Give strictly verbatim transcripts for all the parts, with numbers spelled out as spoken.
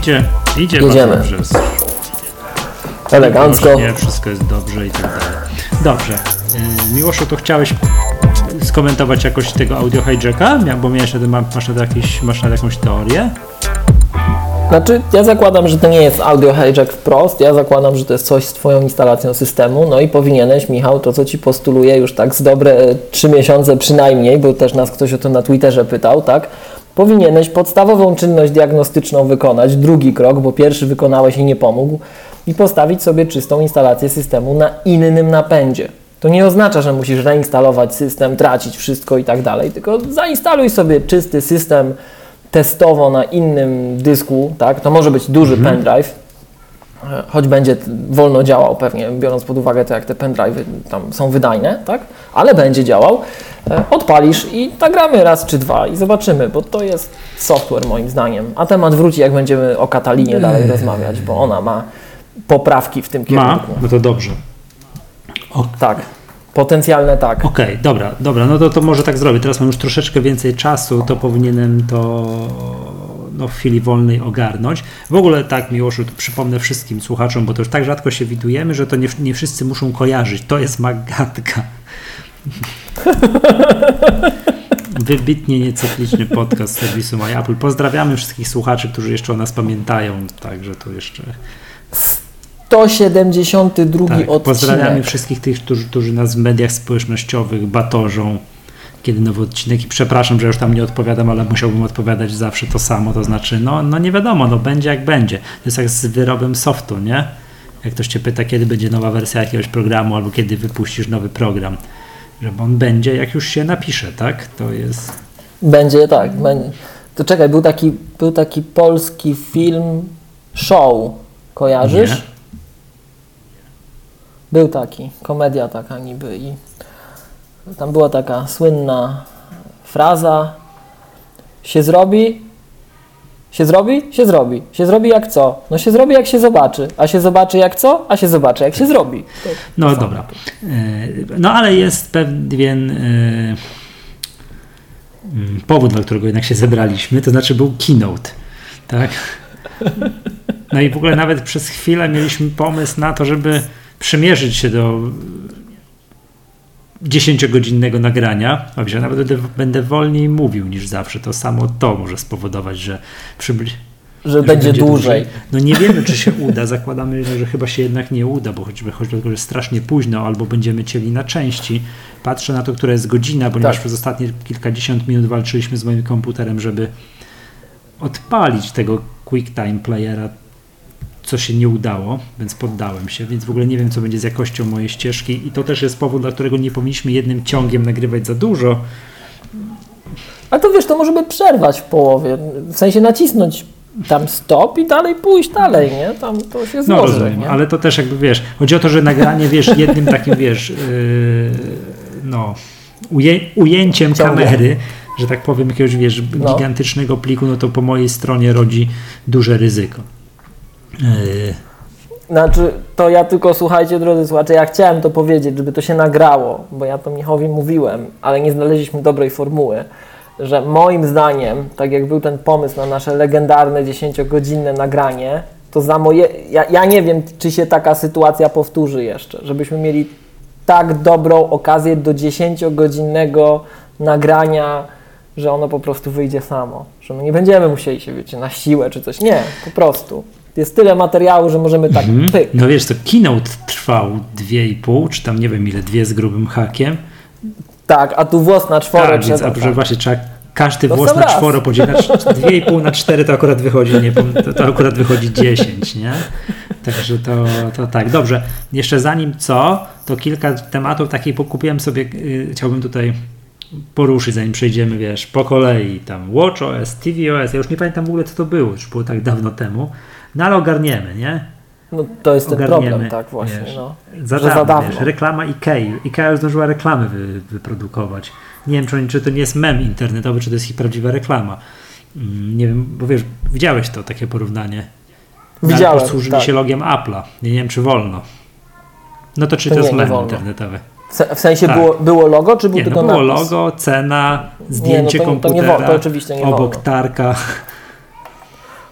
Idzie, idzie Jedziemy. Dobrze. Elegancko. Nie, wszystko jest dobrze i tak dalej. Dobrze. Miłoszu, to chciałeś skomentować jakoś tego audio hijacka? Bo miałeś, masz na, jakieś, masz na jakąś teorię? Znaczy, ja zakładam, że to nie jest audio hijack wprost, ja zakładam, że to jest coś z twoją instalacją systemu, no i powinieneś, Michał, to co ci postuluję już tak z dobre trzy miesiące przynajmniej, bo też nas ktoś o to na Twitterze pytał, tak? Powinieneś podstawową czynność diagnostyczną wykonać, drugi krok, bo pierwszy wykonałeś i nie pomógł, i postawić sobie czystą instalację systemu na innym napędzie. To nie oznacza, że musisz reinstalować system, tracić wszystko i tak dalej, tylko zainstaluj sobie czysty system testowo na innym dysku, tak? To może być duży mhm. pendrive, choć będzie wolno działał pewnie, biorąc pod uwagę to, jak te pendrive'y tam są wydajne, tak? Ale będzie działał. Odpalisz i nagramy raz czy dwa i zobaczymy, bo to jest software moim zdaniem. A temat wróci, jak będziemy o Katalinie dalej rozmawiać, bo ona ma poprawki w tym kierunku. Ma? No to dobrze. O. Tak. Potencjalne tak. Okej, okay, dobra, dobra, no to, to może tak zrobię. Teraz mam już troszeczkę więcej czasu, to powinienem to no, w chwili wolnej ogarnąć. W ogóle tak, Miłoszu, to przypomnę wszystkim słuchaczom, bo to już tak rzadko się widujemy, że to nie, nie wszyscy muszą kojarzyć. To jest Magatka. Wybitnie niecykliczny podcast serwisu MyApple. Pozdrawiamy wszystkich słuchaczy, którzy jeszcze o nas pamiętają, także to jeszcze... sto siedemdziesiąty drugi tak, odcinek. Pozdrawiamy wszystkich tych, którzy, którzy nas w mediach społecznościowych batorzą, kiedy nowy odcinek, i przepraszam, że już tam nie odpowiadam, ale musiałbym odpowiadać zawsze to samo, to znaczy, no, no nie wiadomo, no będzie jak będzie. To jest jak z wyrobem softu, nie? Jak ktoś cię pyta, kiedy będzie nowa wersja jakiegoś programu, albo kiedy wypuścisz nowy program, że on będzie, jak już się napisze, tak? To jest... Będzie, tak. Będzie. To czekaj, był taki, był taki polski film Show, kojarzysz? Nie. Był taki, komedia taka niby, i tam była taka słynna fraza: się zrobi, się zrobi, się zrobi, się zrobi jak co? No się zrobi jak się zobaczy, a się zobaczy jak co? A się zobaczy jak się zrobi. To, no to dobra, no ale jest pewien powód, dla którego jednak się zebraliśmy, to znaczy był keynote, tak? No i w ogóle nawet przez chwilę mieliśmy pomysł na to, żeby przymierzyć się do dziesięciogodzinnego nagrania. Ja nawet będę, będę wolniej mówił niż zawsze. To samo to może spowodować, że przybliż... Że, że będzie, będzie dłużej. dłużej. No nie wiemy, czy się uda. Zakładamy, że chyba się jednak nie uda, bo choćby chodzi o to, że jest strasznie późno, albo będziemy cieli na części. Patrzę na to, która jest godzina, ponieważ tak. przez ostatnie kilkadziesiąt minut walczyliśmy z moim komputerem, żeby odpalić tego QuickTime Playera, co się nie udało, więc poddałem się, więc w ogóle nie wiem, co będzie z jakością mojej ścieżki, i to też jest powód, dla którego nie powinniśmy jednym ciągiem nagrywać za dużo. A to wiesz, to możemy przerwać w połowie, w sensie nacisnąć tam stop i dalej pójść dalej, nie? Tam to się złoży. No rozumiem, nie? Ale to też jakby, wiesz, chodzi o to, że nagranie, wiesz, jednym takim, wiesz, yy, no, uje, ujęciem Ciągle. kamery, że tak powiem, jakiegoś, wiesz, no. gigantycznego pliku, no to po mojej stronie rodzi duże ryzyko. Yy. Znaczy, to ja tylko, słuchajcie, drodzy słuchacze, ja chciałem to powiedzieć, żeby to się nagrało, bo ja to Michałowi mówiłem, ale nie znaleźliśmy dobrej formuły, że moim zdaniem, tak jak był ten pomysł na nasze legendarne dziesięciogodzinne nagranie, to za moje, ja, ja nie wiem, czy się taka sytuacja powtórzy jeszcze, żebyśmy mieli tak dobrą okazję do dziesięciogodzinnego nagrania, że ono po prostu wyjdzie samo, że my nie będziemy musieli się, wiecie, na siłę czy coś, nie, po prostu. Jest tyle materiału, że możemy tak mhm. pyk. No wiesz, to keynote trwał dwie i pół, czy tam nie wiem ile, dwie z grubym hakiem. Tak, a tu włos na czworo tak, trzeba. Więc, a tak. właśnie trzeba każdy to włos na raz. czworo podzielić, na dwie i pół na cztery to akurat wychodzi, nie, to, to akurat wychodzi dziesięć, nie? Także to, to tak. Dobrze, jeszcze zanim co, to kilka tematów takich kupiłem sobie, yy, chciałbym tutaj poruszyć, zanim przejdziemy, wiesz, po kolei, tam WatchOS, tvOS, ja już nie pamiętam w ogóle, co to było, już było tak dawno temu, no ale ogarniemy, nie? No to jest ogarniemy, ten problem, tak właśnie, wiesz, no. Za, że za dawno. Wiesz, reklama Ikei. Ikea zdążyła reklamy wy, wyprodukować. Nie wiem, czy, czy to nie jest mem internetowy, czy to jest ich prawdziwa reklama. Mm, nie wiem, bo wiesz, widziałeś to, takie porównanie. Widziałem, ale służyli tak. się logiem Apple'a. Nie, nie wiem, czy wolno. No to czy to, to jest nie, mem nie internetowy? W sensie tak. było, było logo, czy był nie, tylko no było napis? logo, cena, zdjęcie nie, no to, komputera, to nie, to oczywiście nie obok wolno. tarka.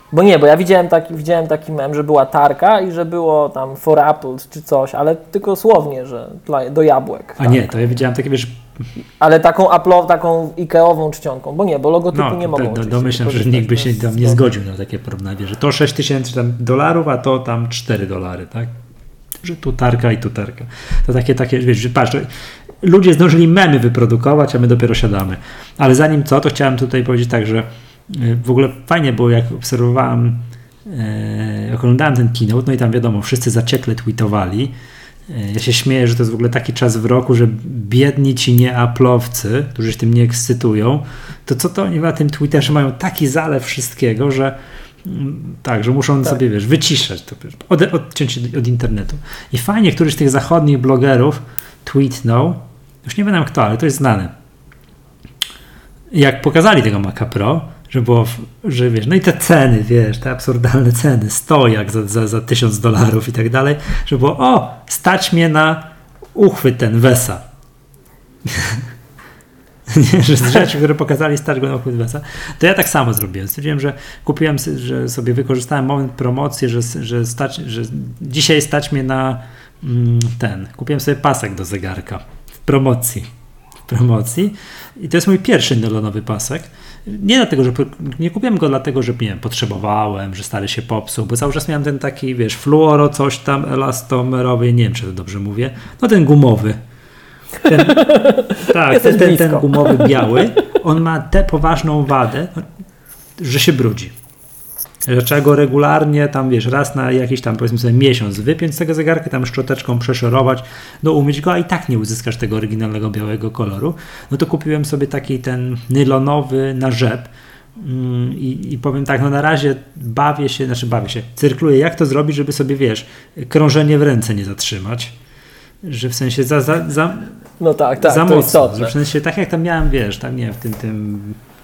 Bo nie, bo ja widziałem taki, widziałem taki mem, że była tarka i że było tam for apples czy coś, ale tylko słownie, że dla, do jabłek. A tak. Nie, to ja widziałem takie, wiesz... Ale taką Apple'ową, taką Ikeową czcionką, bo nie, bo logotypu no, nie mogą. No, domyślam, że nikt by się tam nie zgodził na takie porównanie, że to sześć tysięcy tam dolarów, a to tam cztery dolary, tak? Że tu tarka i tu tarka. To takie, takie, wiesz, że patrz, ludzie zdążyli memy wyprodukować, a my dopiero siadamy. Ale zanim co, to chciałem tutaj powiedzieć tak, że w ogóle fajnie było, jak obserwowałem, e, oglądałem ten keynote, no i tam wiadomo, wszyscy zaciekle tweetowali. E, ja się śmieję, że to jest w ogóle taki czas w roku, że biedni ci nie-aplowcy, którzy się tym nie ekscytują, to co to oni na tym Twitterze mają taki zalew wszystkiego, że mm, tak, że muszą tak. sobie, wiesz, wyciszać to, od, odciąć się od internetu. I fajnie, któryś z tych zachodnich blogerów tweetnął, już nie wiem kto, ale to jest znane. Jak pokazali tego Maca Pro, że było, że wiesz, no i te ceny, wiesz, te absurdalne ceny, stojak za, za, za tysiąc dolarów i tak dalej, że było, o, stać mnie na uchwyt ten Wesa. Nie, że z rzeczy, które pokazali, stać go na uchwyt Wesa, to ja tak samo zrobiłem. Stwierdziłem, że kupiłem, że sobie wykorzystałem moment promocji, że, że, stać, że dzisiaj stać mnie na mm, ten, kupiłem sobie pasek do zegarka w promocji. W promocji i to jest mój pierwszy nylonowy pasek. Nie dlatego, że nie kupiłem go dlatego, że nie wiem, potrzebowałem, że stary się popsuł, bo cały czas miałem ten taki, wiesz, fluoro, coś tam, elastomerowy, nie wiem, czy to dobrze mówię, no ten gumowy. Ten, tak, ten, ten, ten gumowy biały, on ma tę poważną wadę, że się brudzi. Że trzeba go regularnie tam, wiesz, raz na jakiś tam, powiedzmy sobie, miesiąc wypiąć z tego zegarka, tam szczoteczką przeszorować, no umyć go, a i tak nie uzyskasz tego oryginalnego białego koloru. No to kupiłem sobie taki ten nylonowy na rzep mm, i, i powiem tak, no na razie bawię się, znaczy bawię się, cyrkluję, jak to zrobić, żeby sobie, wiesz, krążenie w ręce nie zatrzymać. Że w sensie za, za, za, no tak, tak, za to mocno, że w sensie tak jak tam miałem, wiesz, tam nie wiem, w tym, tym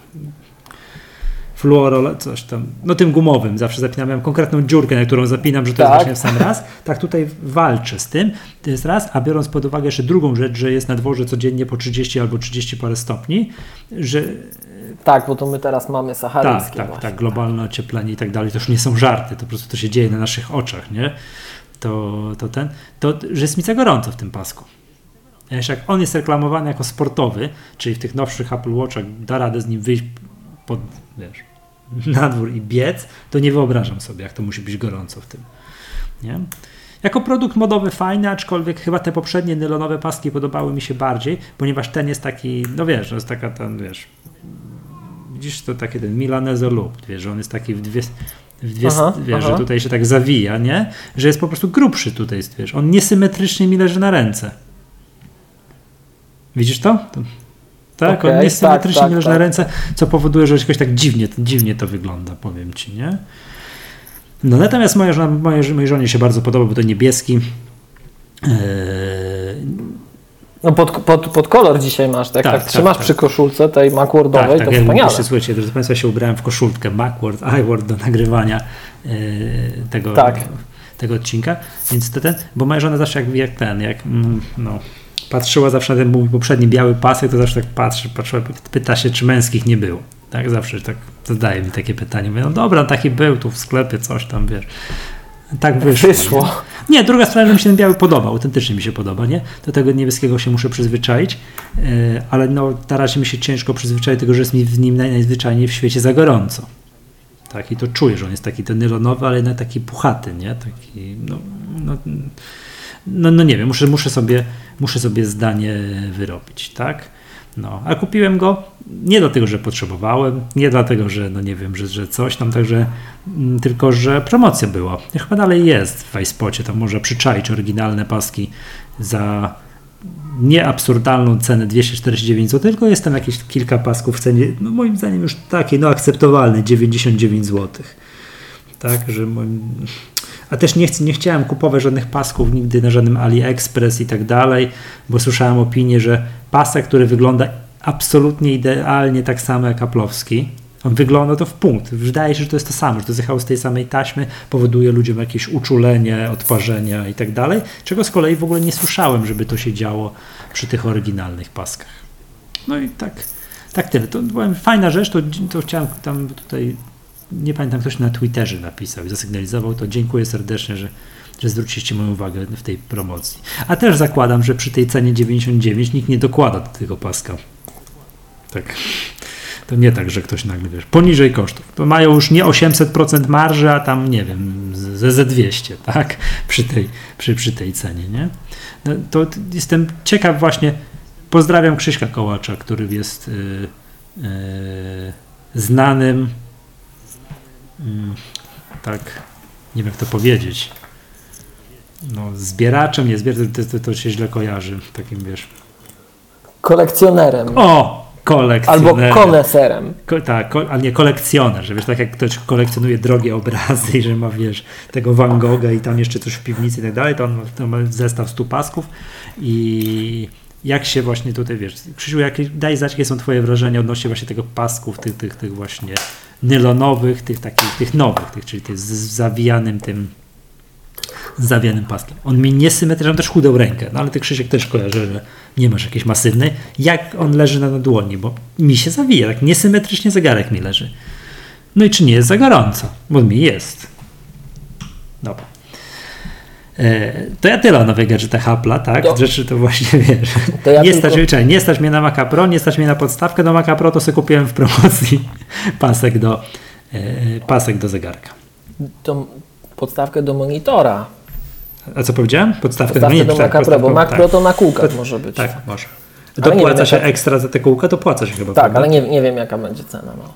fluoro, coś tam, no tym gumowym, zawsze zapinam, miałem konkretną dziurkę, na którą zapinam, że to tak. jest właśnie w sam raz, tak tutaj walczę z tym, to jest raz, a biorąc pod uwagę jeszcze drugą rzecz, że jest na dworze codziennie po trzydzieści albo trzydzieści parę stopni, że... Tak, bo to my teraz mamy saharyjskie. Tak, tak, tak, globalne ocieplenie i tak dalej, to już nie są żarty, to po prostu to się dzieje na naszych oczach, nie? To, to ten, to, że jest mi za gorąco w tym pasku. A jeszcze jak on jest reklamowany jako sportowy, czyli w tych nowszych Apple Watchach da radę z nim wyjść pod, wiesz, na dwór i biec, to nie wyobrażam sobie, jak to musi być gorąco w tym. Nie? Jako produkt modowy fajny, aczkolwiek chyba te poprzednie nylonowe paski podobały mi się bardziej, ponieważ ten jest taki, no wiesz, to jest taka tam, wiesz, widzisz, to taki ten Milanese Loop, wiesz, że on jest taki w dwie... W dwie, aha, wiesz, aha. że tutaj się tak zawija, nie? Że jest po prostu grubszy tutaj, wiesz. On niesymetrycznie mi leży na ręce. Widzisz to? to tak, okay, on niesymetrycznie tak, mi leży tak, na ręce, co powoduje, że jakoś tak dziwnie, dziwnie to wygląda, powiem ci, nie? No natomiast moja żona, mojej, mojej żonie się bardzo podoba, bo to niebieski. Eee... No pod, pod, pod kolor dzisiaj masz, tak? Tak, tak trzymasz tak, przy koszulce tej Macwordowej, tak, tak, to ja wspaniale. Jeszcze, słuchajcie, drodzy Państwo, się ubrałem w koszulkę Macworld, iWord do nagrywania yy, tego, tak. tego odcinka, więc to ten, bo moja żona zawsze jak, jak ten, jak mm, no, patrzyła zawsze na ten mój poprzedni biały pasek, to zawsze tak patrzy, patrzyła, pyta się, czy męskich nie było. Tak, zawsze tak zadaje mi takie pytanie. Mówię, no dobra, taki był tu w sklepie, coś tam, wiesz. Tak wyszło. wyszło. Nie? nie, druga sprawa, że mi się ten biały podoba, autentycznie mi się podoba, nie? Do tego niebieskiego się muszę przyzwyczaić, yy, ale no na razie mi się ciężko przyzwyczaić tego, że jest mi w nim najzwyczajniej w świecie za gorąco. Tak, i to czuję, że on jest taki to nylonowy, ale na taki puchaty, nie? Taki, no, no, no, no nie wiem, muszę, muszę, sobie, muszę sobie zdanie wyrobić, tak? No, a kupiłem go nie dlatego, że potrzebowałem, nie dlatego, że no nie wiem, że, że coś tam, także m, tylko, że promocja była. I chyba dalej jest w iSpocie, tam można przyczaić oryginalne paski za nieabsurdalną cenę dwieście czterdzieści dziewięć złotych, tylko jest tam jakieś kilka pasków w cenie, no moim zdaniem już takiej, no akceptowalnej, dziewięćdziesiąt dziewięć złotych. Tak, że moim... A też nie, ch- nie chciałem kupować żadnych pasków nigdy na żadnym AliExpress i tak dalej, bo słyszałem opinię, że pasek, który wygląda absolutnie idealnie tak samo jak Apple'owski, on wygląda to w punkt. Wydaje się, że to jest to samo, że to zjechało z tej samej taśmy, powoduje ludziom jakieś uczulenie, odparzenia i tak dalej, czego z kolei w ogóle nie słyszałem, żeby to się działo przy tych oryginalnych paskach. No i tak, tak tyle. To była fajna rzecz, to, to chciałem tam tutaj nie pamiętam, ktoś na Twitterze napisał i zasygnalizował to. Dziękuję serdecznie, że, że zwróciliście moją uwagę w tej promocji. A też zakładam, że przy tej cenie dziewięćdziesiąt dziewięć nikt nie dokłada do tego paska. Tak. To nie tak, że ktoś nagle, wiesz, poniżej kosztów. To mają już nie osiemset procent marży, a tam, nie wiem, ze, ze dwieście, tak? Przy tej, przy, przy tej cenie, nie? No, to jestem ciekaw właśnie, pozdrawiam Krzyśka Kołacza, który jest yy, yy, znanym, yy, tak, nie wiem jak to powiedzieć, no, zbieraczem, nie zbieraczem, to, to, to się źle kojarzy, takim, wiesz... Kolekcjonerem. O! Kolekcjonerem. Albo koneserem. Ko, tak, ko, ale nie kolekcjoner, że wiesz, tak jak ktoś kolekcjonuje drogie obrazy i że ma, wiesz, tego Van Gogha i tam jeszcze coś w piwnicy i tak dalej, to on, to ma zestaw stu pasków i jak się właśnie tutaj, wiesz, Krzysiu, jak, daj znać, jakie są twoje wrażenia odnośnie właśnie tego pasków, tych, tych, tych właśnie nylonowych, tych takich, tych nowych, tych, czyli tych z, z zawijanym tym z zawijanym paskiem. On mi niesymetrycznie, on też chudą rękę, no ale ty, Krzysiek, też kojarzy, że nie masz jakiejś masywnej, jak on leży na dłoni, bo mi się zawija, tak niesymetrycznie zegarek mi leży. No i czy nie jest za gorąco? Bo mi jest. Dobra. E, to ja tyle o nowych gadżetach Apple'a, tak? To, rzeczy to właśnie, wiesz, to ja nie, tylko... stać, czekaj, nie stać mnie na Maca Pro, nie stać mnie na podstawkę do Maca Pro, to sobie kupiłem w promocji pasek do, e, pasek do zegarka. To podstawkę do monitora. A co powiedziałem? Podstawkę, podstawkę nie, do tak, Maca Pro, bo Mac tak. Pro to na kółkach to, może być. Tak, może. Dopłaca wiem, się jaka... ekstra za te kółka, to płaca się chyba. Tak, prawda? Ale nie, nie wiem jaka będzie cena. No.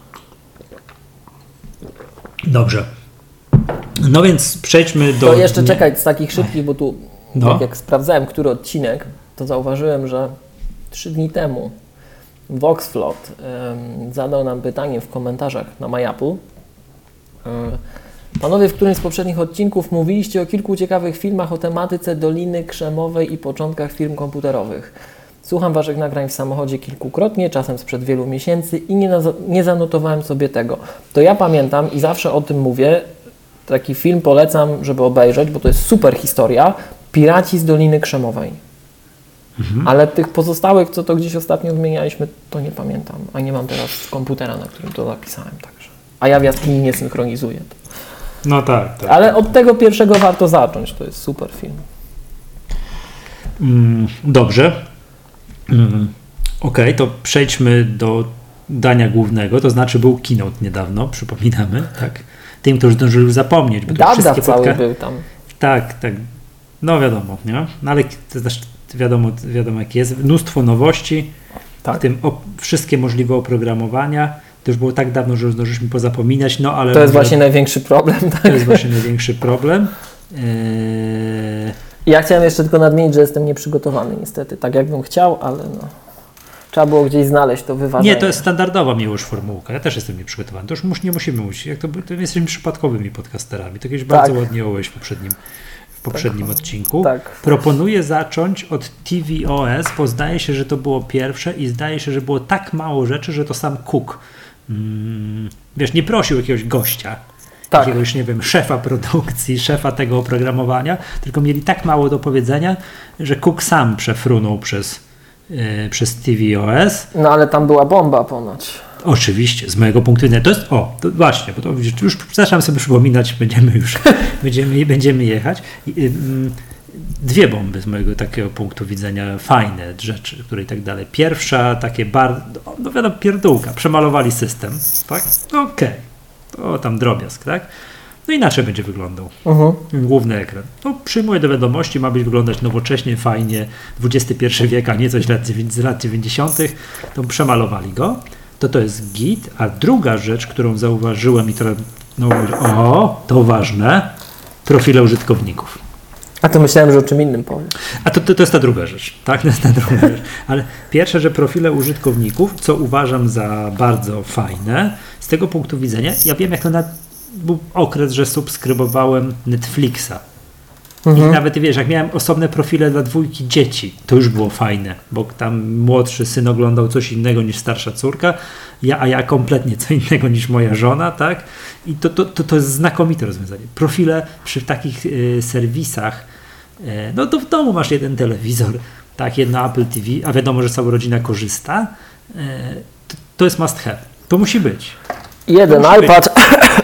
Dobrze. No więc przejdźmy do... To jeszcze czekaj z takich szybkich, bo tu no. jak, jak sprawdzałem, który odcinek, to zauważyłem, że trzy dni temu Voxflot um, zadał nam pytanie w komentarzach na MyApple. Um, Panowie, w którymś z poprzednich odcinków mówiliście o kilku ciekawych filmach o tematyce Doliny Krzemowej i początkach firm komputerowych. Słucham Waszych nagrań w samochodzie kilkukrotnie, czasem sprzed wielu miesięcy i nie, nie zanotowałem sobie tego. To ja pamiętam i zawsze o tym mówię, taki film polecam, żeby obejrzeć, bo to jest super historia, Piraci z Doliny Krzemowej. Mhm. Ale tych pozostałych, co to gdzieś ostatnio wymienialiśmy, to nie pamiętam, a nie mam teraz komputera, na którym to zapisałem także. A ja w jaskini nie synchronizuję. No tak, tak. Ale od tego pierwszego warto zacząć, to jest super film. Mm, dobrze. Mm, Okej, okay, to przejdźmy do dania głównego, to znaczy był keynote niedawno, przypominamy, tak? Tym, którzy zdążyli już zapomnieć. Bo Dada wszystkie cały podca- był tam. Tak, tak. No wiadomo, nie? No ale to też wiadomo, wiadomo jak jest. Mnóstwo nowości, tak. W tym o, wszystkie możliwe oprogramowania. To już było tak dawno, że już zdążyliśmy pozapominać, no ale... To jest właśnie największy problem, tak? To jest właśnie największy problem. Eee... Ja chciałem jeszcze tylko nadmienić, że jestem nieprzygotowany niestety, tak jakbym chciał, ale no... Trzeba było gdzieś znaleźć to wyważenie. Nie, to jest standardowa miłość formułka. Ja też jestem nieprzygotowany. To już mus, nie musimy mówić. Jak to, to jesteśmy przypadkowymi podcasterami. To kiedyś tak. Bardzo ładnie ołeś w poprzednim, w poprzednim tak. odcinku. Tak. Proponuję zacząć od T V O S, bo zdaje się, że to było pierwsze i zdaje się, że było tak mało rzeczy, że to sam Cook mm, wiesz, nie prosił jakiegoś gościa, tak. jakiegoś, nie wiem, szefa produkcji, szefa tego oprogramowania, tylko mieli tak mało do powiedzenia, że Cook sam przefrunął przez Yy, przez T V O S. No ale tam była bomba ponoć. Oczywiście, z mojego punktu widzenia. To jest, o, to właśnie, bo to już zaczynam sobie przypominać, będziemy już, będziemy, będziemy jechać. I, yy, dwie bomby z mojego takiego punktu widzenia, fajne rzeczy, które i tak dalej. Pierwsza, takie bardzo, no wiadomo, pierdółka, przemalowali system, tak? Okej, okay. To tam drobiazg, tak? No inaczej będzie wyglądał. Uh-huh. Główny ekran. No, przyjmuję do wiadomości, ma być wyglądać nowocześnie, fajnie, dwudziesty pierwszy wiek, a nie coś z lat dziewięćdziesiątych. To przemalowali go. To to jest git. A druga rzecz, którą zauważyłem i teraz, no, o, to ważne, profile użytkowników. A to myślałem, że o czym innym powiem. A to, to, to jest ta druga rzecz, tak? To jest ta druga rzecz. Ale pierwsze, że profile użytkowników, co uważam za bardzo fajne, z tego punktu widzenia, ja wiem, jak to na był okres, że subskrybowałem Netflixa. Mhm. I nawet, wiesz, jak miałem osobne profile dla dwójki dzieci, to już było fajne, bo tam młodszy syn oglądał coś innego niż starsza córka, ja, a ja kompletnie co innego niż moja żona, tak? I to, to, to, to jest znakomite rozwiązanie. Profile przy takich y, serwisach, y, no to w domu masz jeden telewizor, tak, jedno Apple T V, a wiadomo, że cała rodzina korzysta, y, to, to jest must have. To musi być. Jeden to musi iPad. Być.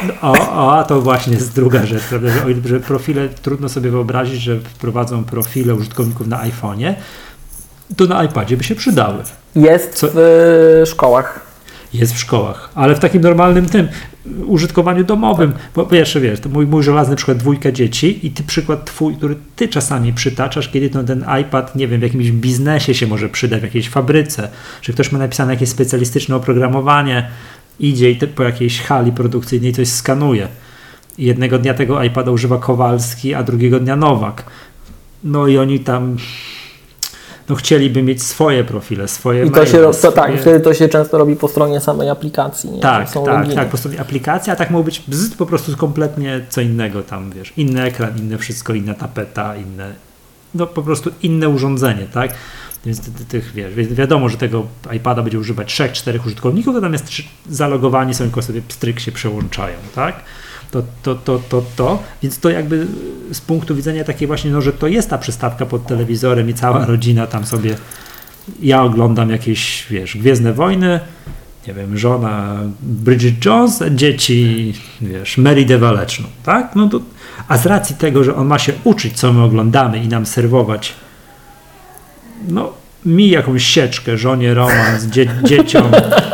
O, o, a to właśnie jest druga rzecz, prawda, że, o, że profile, trudno sobie wyobrazić, że wprowadzą profile użytkowników na iPhonie, to na iPadzie by się przydały. Jest Co? w szkołach. Jest w szkołach, ale w takim normalnym tym użytkowaniu domowym, bo pierwsze wiesz, to mój, mój żelazny przykład dwójka dzieci i ty przykład twój, który ty czasami przytaczasz, kiedy to ten iPad, nie wiem, w jakimś biznesie się może przyda, w jakiejś fabryce, czy ktoś ma napisane jakieś specjalistyczne oprogramowanie, idzie i te, po jakiejś hali produkcyjnej coś skanuje. I jednego dnia tego iPada używa Kowalski, a drugiego dnia Nowak. No i oni tam no chcieliby mieć swoje profile, swoje I to maile, się, to, swoje... tak, wtedy to się często robi po stronie samej aplikacji. Nie? Tak, są tak, loginy. tak, po stronie aplikacji, a tak może być bzd, po prostu kompletnie co innego tam, wiesz, inny ekran, inne wszystko, inna tapeta, inne, no po prostu inne urządzenie, tak? Więc tych, wiesz, wiadomo, że tego iPada będzie używać trzech, czterech użytkowników, natomiast zalogowani są, tylko sobie pstryk się przełączają, tak? To, to, to, to, to, więc to jakby z punktu widzenia takiej właśnie, no, że to jest ta przystawka pod telewizorem i cała rodzina tam sobie, ja oglądam jakieś, wiesz, Gwiezdne Wojny, nie wiem, żona Bridget Jones, dzieci, wiesz, Mary de Waleczną, tak? No to, a z racji tego, że on ma się uczyć, co my oglądamy i nam serwować, no, mi jakąś sieczkę, żonie romans, dzie- dzieciom,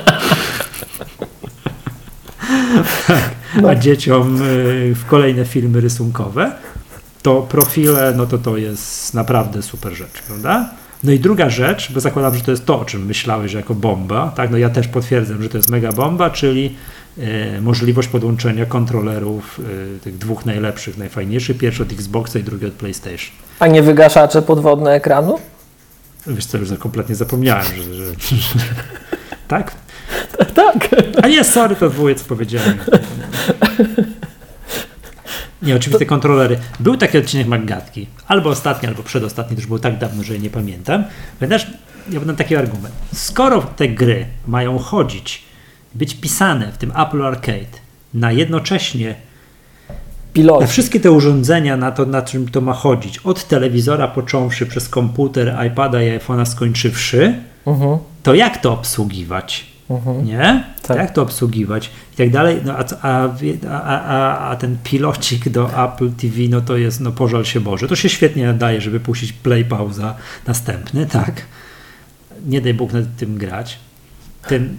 a dzieciom y, w kolejne filmy rysunkowe, to profile, no to to jest naprawdę super rzecz, prawda? No i druga rzecz, bo zakładam, że to jest to, o czym myślałeś, że jako bomba, tak? No ja też potwierdzam, że to jest mega bomba, czyli y, możliwość podłączenia kontrolerów y, tych dwóch najlepszych, najfajniejszych, pierwszy od Xboxa i drugi od PlayStation. A nie wygaszacze podwodne ekranu? Wiesz co, już kompletnie zapomniałem, że, że, że tak? Tak. A nie, sorry, to dwóje, co powiedziałem. Nie, oczywiście kontrolery. Był taki odcinek Maggatki, albo ostatni, albo przedostatni, to już było tak dawno, że nie pamiętam. Ponieważ ja będę taki argument. Skoro te gry mają chodzić, być pisane w tym Apple Arcade na jednocześnie Piloci. na wszystkie te urządzenia, na to, na czym to ma chodzić, od telewizora począwszy, przez komputer, iPada i iPhone'a skończywszy, uh-huh. to jak to obsługiwać? Uh-huh. Nie? Tak. Jak to obsługiwać? I tak dalej. No a, a, a, a ten pilocik do Apple T V, no to jest, no pożal się Boże. To się świetnie nadaje, żeby puścić play, pauza, następny, tak? Nie daj Bóg nad tym grać. Ten,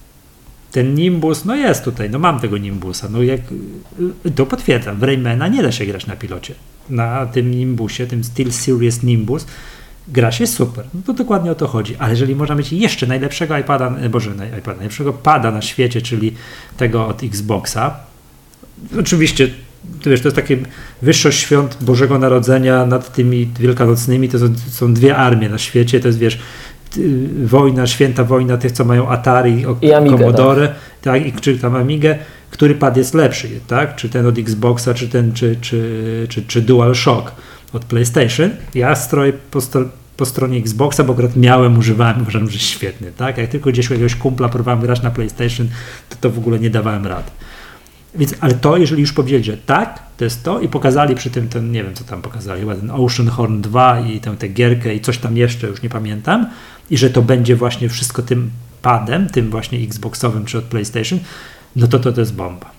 ten Nimbus, no jest tutaj, no mam tego Nimbusa, no jak, to potwierdzam, w Raymana nie da się grać na pilocie. Na tym Nimbusie, tym SteelSeries Nimbus, gra się super, no to dokładnie o to chodzi, ale jeżeli można mieć jeszcze najlepszego iPada, boże, iPada, najlepszego pada na świecie, czyli tego od Xboxa, oczywiście, to wiesz, to jest takie wyższość świąt Bożego Narodzenia nad tymi wielkanocnymi, to są, są dwie armie na świecie, to jest, wiesz, wojna, święta wojna tych, co mają Atari, I Amigę, Commodore, tak. tak, i czy tam Amigę, który pad jest lepszy, tak, czy ten od Xboxa, czy ten, czy, czy, czy, czy DualShock od PlayStation. Ja stroję po, stro, po stronie Xboxa, bo akurat miałem, używałem, uważam, że świetny, tak, jak tylko gdzieś u jakiegoś kumpla próbowałem grać na PlayStation, to to w ogóle nie dawałem rady. Więc, ale to, jeżeli już powiedzieli, że tak, to jest to i pokazali przy tym ten, nie wiem co tam pokazali, chyba ten Oceanhorn dwa i tę, tę gierkę i coś tam jeszcze, już nie pamiętam, i że to będzie właśnie wszystko tym padem, tym właśnie Xboxowym czy od PlayStation, no to to, to jest bomba.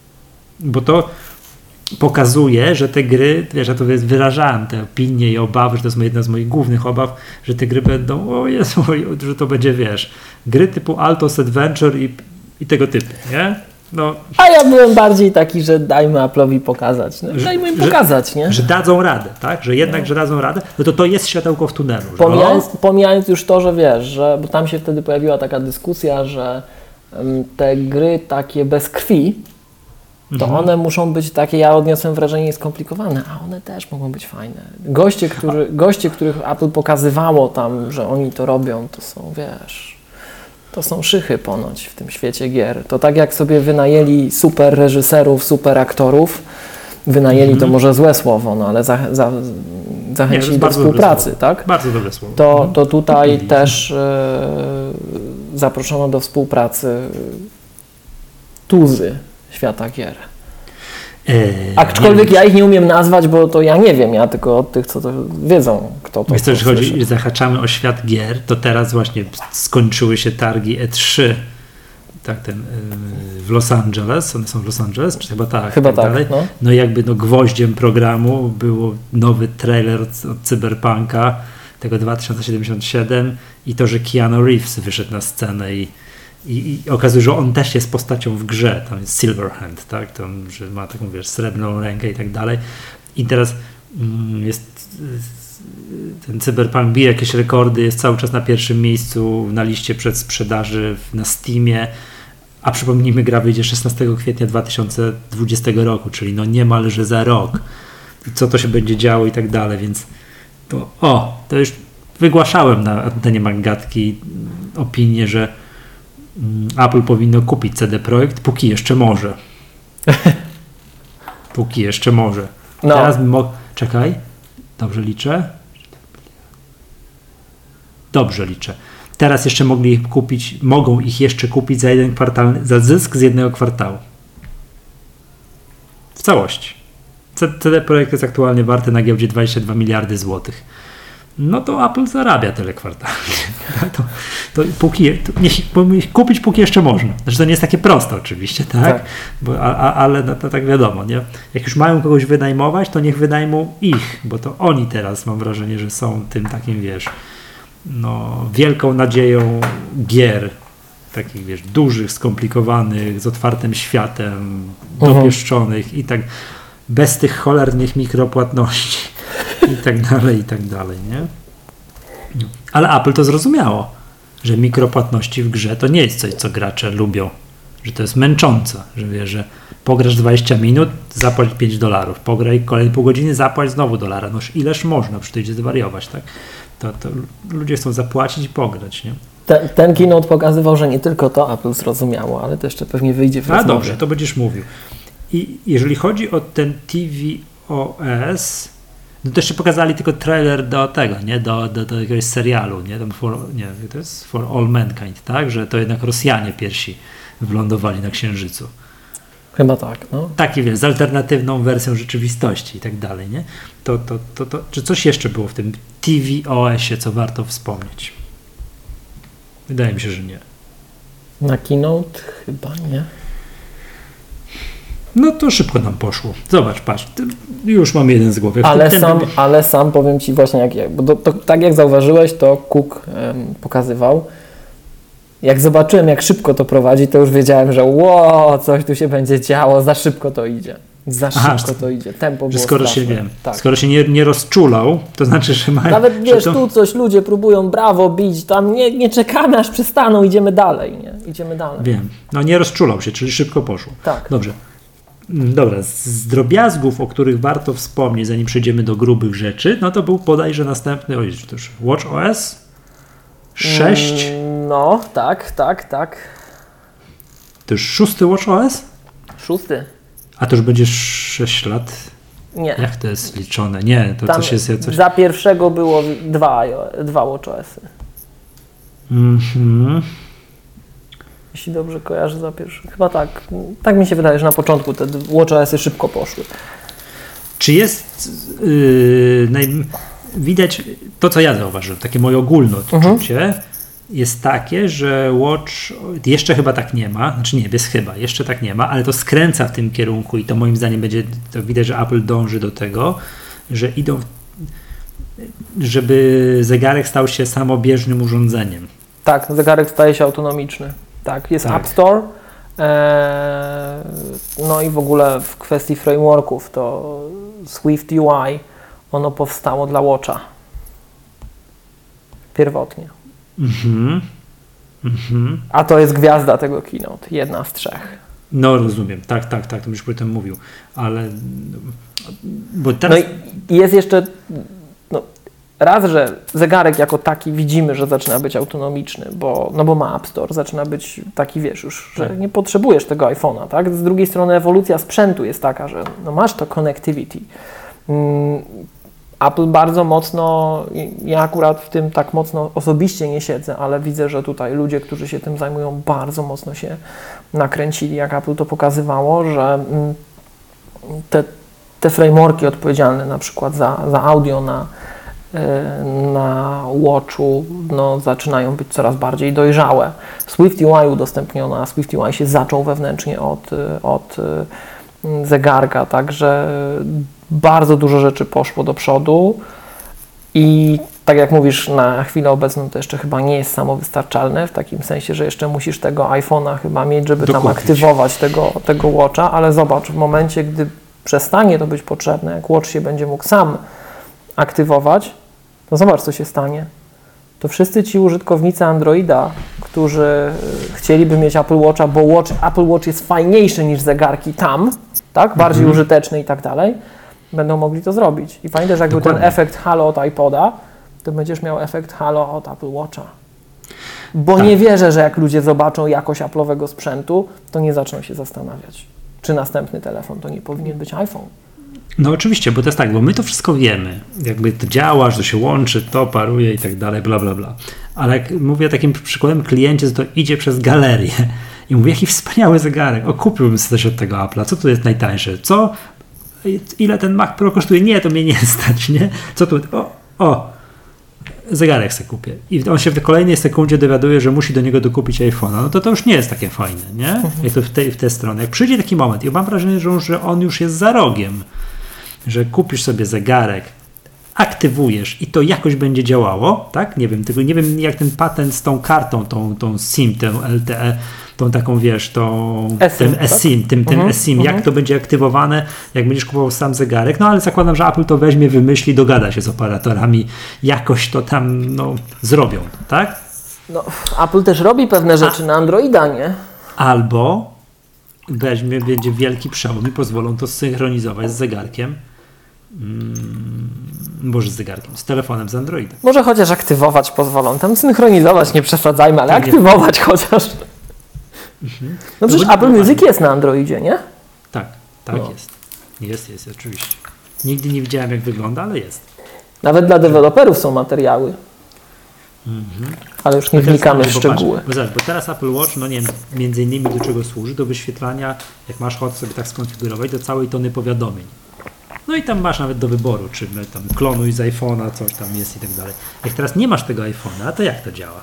Bo to pokazuje, że te gry, wiesz, ja to wyrażałem te opinie i obawy, że to jest jedna z moich głównych obaw, że te gry będą, o Jezu, że to będzie, wiesz, gry typu Altos Adventure i, i tego typu, nie? No, a ja byłem bardziej taki, że dajmy Apple'owi pokazać. No, że, dajmy im że, pokazać, nie? Że dadzą radę, tak? Że jednak, no. że dadzą radę, no to to jest światełko w tunelu. Że pomijając, pomijając już to, że wiesz, że bo tam się wtedy pojawiła taka dyskusja, że um, te gry takie bez krwi, to mhm. one muszą być takie, ja odniosłem wrażenie, skomplikowane, a one też mogą być fajne. Goście, którzy, goście, których Apple pokazywało tam, że oni to robią, to są, wiesz... To są szychy ponoć w tym świecie gier. To tak jak sobie wynajęli super reżyserów, super aktorów, wynajęli mm-hmm. to może złe słowo, no ale za, za, zachęcili do współpracy, tak? Bardzo dobre słowo. To, to tutaj mm-hmm. też e, zaproszono do współpracy tuzy świata gier. Aczkolwiek ja ich nie umiem nazwać, bo to ja nie wiem, ja tylko od tych, co to wiedzą, kto to. Myślę, że chodzi, zahaczamy o świat gier, to teraz właśnie skończyły się targi E trzy tak, ten yy, w Los Angeles, one są w Los Angeles, czy chyba tak? Chyba tak, tak dalej. no. no i jakby no, gwoździem programu było nowy trailer od, od Cyberpunka, tego dwa tysiące siedemdziesiąt siedem i to, że Keanu Reeves wyszedł na scenę i, i, i okazuje, że on też jest postacią w grze, tam jest Silverhand, tak, tam, że ma taką, wiesz, srebrną rękę i tak dalej. I teraz mm, jest ten Cyberpunk bije jakieś rekordy, jest cały czas na pierwszym miejscu na liście przedsprzedaży na Steamie, a przypomnijmy, gra wyjdzie szesnastego kwietnia dwa tysiące dwudziestego roku, czyli no niemalże za rok. I co to się będzie działo i tak dalej, więc to, o, to już wygłaszałem na antenie Maggatki opinię, że mm, Apple powinno kupić C D Projekt, póki jeszcze może. Póki jeszcze może. No. Teraz mo- czekaj, dobrze liczę? Dobrze liczę. Teraz jeszcze mogli ich kupić, mogą ich jeszcze kupić za jeden kwartał, za zysk z jednego kwartału. W całości. C D Projekt jest aktualnie warty na giełdzie dwadzieścia dwa miliardy złotych. No to Apple zarabia tyle kwartałów. To, to póki, to niech ich kupić, póki jeszcze można. Znaczy to nie jest takie proste oczywiście, tak? tak. Bo, a, a, ale no, to tak wiadomo, nie? Jak już mają kogoś wynajmować, to niech wynajmą ich, bo to oni teraz, mam wrażenie, że są tym takim, wiesz, no, wielką nadzieją gier, takich, wiesz, dużych, skomplikowanych, z otwartym światem, uh-huh. dopieszczonych i tak, bez tych cholernych mikropłatności i tak dalej, i tak dalej, nie? Ale Apple to zrozumiało, że mikropłatności w grze to nie jest coś, co gracze lubią, że to jest męczące, że wiesz, że pograsz dwadzieścia minut, zapłać pięć dolarów, pograj kolejne pół godziny, zapłać znowu dolara, no ileż można, przecież to idzie zwariować, tak? To, to ludzie chcą zapłacić i pograć, nie? Ten, ten keynote pokazywał, że nie tylko to Apple zrozumiało, ale to jeszcze pewnie wyjdzie w A rozmowie. dobrze, to będziesz mówił. I jeżeli chodzi o ten T V O S, no to jeszcze pokazali tylko trailer do tego, nie? Do, do, do jakiegoś serialu, nie? Tam for, nie, to jest For All Mankind, tak? Że to jednak Rosjanie pierwsi wylądowali na Księżycu. Chyba tak, no. Taki, wiesz, z alternatywną wersją rzeczywistości i tak dalej, nie? To, to, to, to, czy coś jeszcze było w tym T V O S-ie, co warto wspomnieć? Wydaje mi się, że nie. Na keynote chyba nie. No to szybko nam poszło. Zobacz, patrz, już mam jeden z głowy. Ale ten, sam, ten... ale sam powiem Ci właśnie, jak, bo to, to, tak jak zauważyłeś, to Cook um, pokazywał. Jak zobaczyłem, jak szybko to prowadzi, to już wiedziałem, że wow, coś tu się będzie działo, za szybko to idzie. Za Aha, szybko to idzie. Tempo że było skoro straszne. się wiem, tak. skoro się nie, nie rozczulał, to znaczy, że mają... Nawet wiesz, to... tu coś ludzie próbują brawo bić, tam nie, nie czekamy aż przestaną, idziemy dalej, nie? Idziemy dalej. Wiem, no nie rozczulał się, czyli szybko poszło. Tak. Dobrze. Dobra, z drobiazgów, o których warto wspomnieć, zanim przejdziemy do grubych rzeczy, no to był bodajże następny, oj, to już WatchOS sześć. Mm, no, tak, tak, tak. To już szósty WatchOS? Szósty. A to już będzie sześć lat? Nie. Jak to jest liczone? Nie, to Tam coś jest... Coś... Za pierwszego było dwa, dwa WatchOSy. Mhm. Jeśli dobrze kojarzę, za pierwszy. Chyba tak. Tak mi się wydaje, że na początku te WatchOSy szybko poszły. Czy jest yy, naj... widać to, co ja zauważyłem, takie moje ogólne odczucie, mhm. jest takie, że Watch jeszcze chyba tak nie ma, znaczy nie, bez chyba, jeszcze tak nie ma, ale to skręca w tym kierunku i to moim zdaniem będzie, to widać, że Apple dąży do tego, że idą, żeby zegarek stał się samobieżnym urządzeniem. Tak, zegarek staje się autonomiczny. Tak, jest tak. App Store, e, no i w ogóle w kwestii frameworków to Swift U I, ono powstało dla Watcha pierwotnie. Mhm. Mhm. A to jest gwiazda tego keynote, jedna z trzech. No rozumiem, tak, tak, tak, to już po tym mówił, ale bo teraz... No i jest jeszcze, no, raz, że zegarek jako taki widzimy, że zaczyna być autonomiczny, bo, no bo ma App Store, zaczyna być taki, wiesz już, że nie potrzebujesz tego iPhone'a, tak? Z drugiej strony ewolucja sprzętu jest taka, że no masz to connectivity. Mm, Apple bardzo mocno, ja akurat w tym tak mocno osobiście nie siedzę, ale widzę, że tutaj ludzie, którzy się tym zajmują, bardzo mocno się nakręcili, jak Apple to pokazywało, że te, te frameworki odpowiedzialne na przykład za, za audio na na Watchu no, zaczynają być coraz bardziej dojrzałe. SwiftUI udostępniono, a SwiftUI się zaczął wewnętrznie od, od zegarka, także bardzo dużo rzeczy poszło do przodu i tak jak mówisz, na chwilę obecną to jeszcze chyba nie jest samowystarczalne, w takim sensie, że jeszcze musisz tego iPhone'a chyba mieć, żeby Dokupić. tam aktywować tego, tego Watcha, ale zobacz, w momencie, gdy przestanie to być potrzebne, jak Watch się będzie mógł sam aktywować, to zobacz, co się stanie. To wszyscy ci użytkownicy Androida, którzy chcieliby mieć Apple Watcha, bo Watch, Apple Watch jest fajniejszy niż zegarki tam, tak, bardziej Mhm. użyteczny i tak dalej, będą mogli to zrobić. I pamiętaj, że jakby Dokładnie. ten efekt halo od iPoda, to będziesz miał efekt halo od Apple Watcha. Bo Tak. nie wierzę, że jak ludzie zobaczą jakość Apple'owego sprzętu, to nie zaczną się zastanawiać, czy następny telefon to nie powinien być iPhone. No oczywiście, bo to jest tak, bo my to wszystko wiemy. Jakby to działa, że to się łączy, to paruje i tak dalej, bla, bla, bla. Ale jak mówię takim przykładem kliencie, to idzie przez galerię i mówi, jaki wspaniały zegarek, o kupiłbym sobie coś od tego Apple'a, co tu jest najtańsze, co? Ile ten Mac Pro kosztuje? Nie, to mnie nie stać, nie? Co tu? O, o, zegarek sobie kupię. I on się w kolejnej sekundzie dowiaduje, że musi do niego dokupić iPhone'a. No to to już nie jest takie fajne, nie? Jak to w tej, w tej stronie. Jak przyjdzie taki moment i mam wrażenie, że, że on już jest za rogiem, że kupisz sobie zegarek, aktywujesz i to jakoś będzie działało, tak? Nie wiem, tylko nie wiem jak ten patent z tą kartą, tą, tą SIM, tę L T E, tą taką, wiesz, tą, eSIM, tym eSIM, tak? tym, tym Mhm, eSIM, mhm. jak to będzie aktywowane, jak będziesz kupował sam zegarek, no ale zakładam, że Apple to weźmie, wymyśli, dogada się z operatorami, jakoś to tam, no, zrobią, tak? No, Apple też robi pewne rzeczy na Androida, nie? Albo weźmie, będzie wielki przełom i pozwolą to synchronizować z zegarkiem, mm, boże z zegarkiem, z telefonem z Androidem. Może chociaż aktywować pozwolą. Tam synchronizować nie przesadzajmy, ale Tak, nie. aktywować chociaż. Mhm. No przecież bo- Apple Music jest na Androidzie, nie? Tak, tak No. jest. Jest, jest, oczywiście. Nigdy nie widziałem jak wygląda, ale jest. Nawet dla deweloperów są materiały. Mhm. Ale już nie Bo teraz- wnikamy w bo szczegóły. Patrz, bo, zobacz, bo teraz Apple Watch, no nie wiem, między innymi do czego służy? Do wyświetlania, jak masz ochotę sobie tak skonfigurować, do całej tony powiadomień. No i tam masz nawet do wyboru, czy tam klonuj z iPhone'a, coś tam jest i tak dalej. Jak teraz nie masz tego iPhone'a, to jak to działa?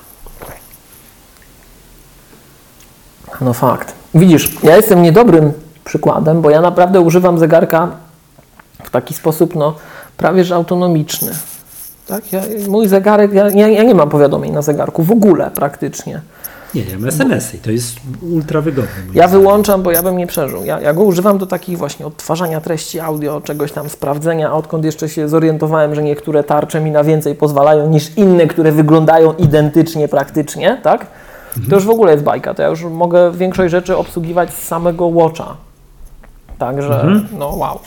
No fakt. Widzisz, ja jestem niedobrym przykładem, bo ja naprawdę używam zegarka w taki sposób, no, prawie że autonomiczny. Tak? Ja, mój zegarek, ja, ja, ja nie mam powiadomień na zegarku w ogóle praktycznie. Nie, ja mam es em esy i to jest ultra wygodne. moim Ja zdaniem. wyłączam, bo ja bym nie przeżył. Ja, ja go używam do takich właśnie odtwarzania treści audio, czegoś tam sprawdzenia, a odkąd jeszcze się zorientowałem, że niektóre tarcze mi na więcej pozwalają niż inne, które wyglądają identycznie praktycznie, tak? To już w ogóle jest bajka. To ja już mogę większość rzeczy obsługiwać z samego Watcha. Także, Mhm. no wow.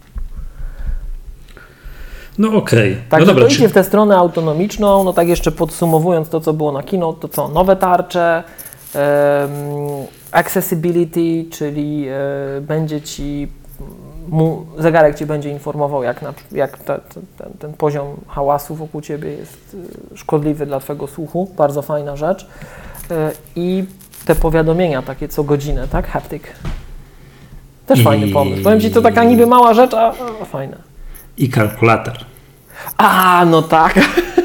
No okej. Okay. Także No dobra, to idzie czy... w tę stronę autonomiczną. No tak jeszcze podsumowując to, co było na Keynote, to co? Nowe tarcze, um, accessibility, czyli e, będzie Ci mu, zegarek Cię będzie informował, jak, na, jak ta, ta, ten, ten poziom hałasu wokół Ciebie jest e, szkodliwy dla Twojego słuchu. Bardzo fajna rzecz. E, I te powiadomienia takie co godzinę, tak? Haptic. Też I- fajny pomysł. Powiem Ci, to taka niby mała rzecz, a, a fajne. I kalkulator. A, no tak.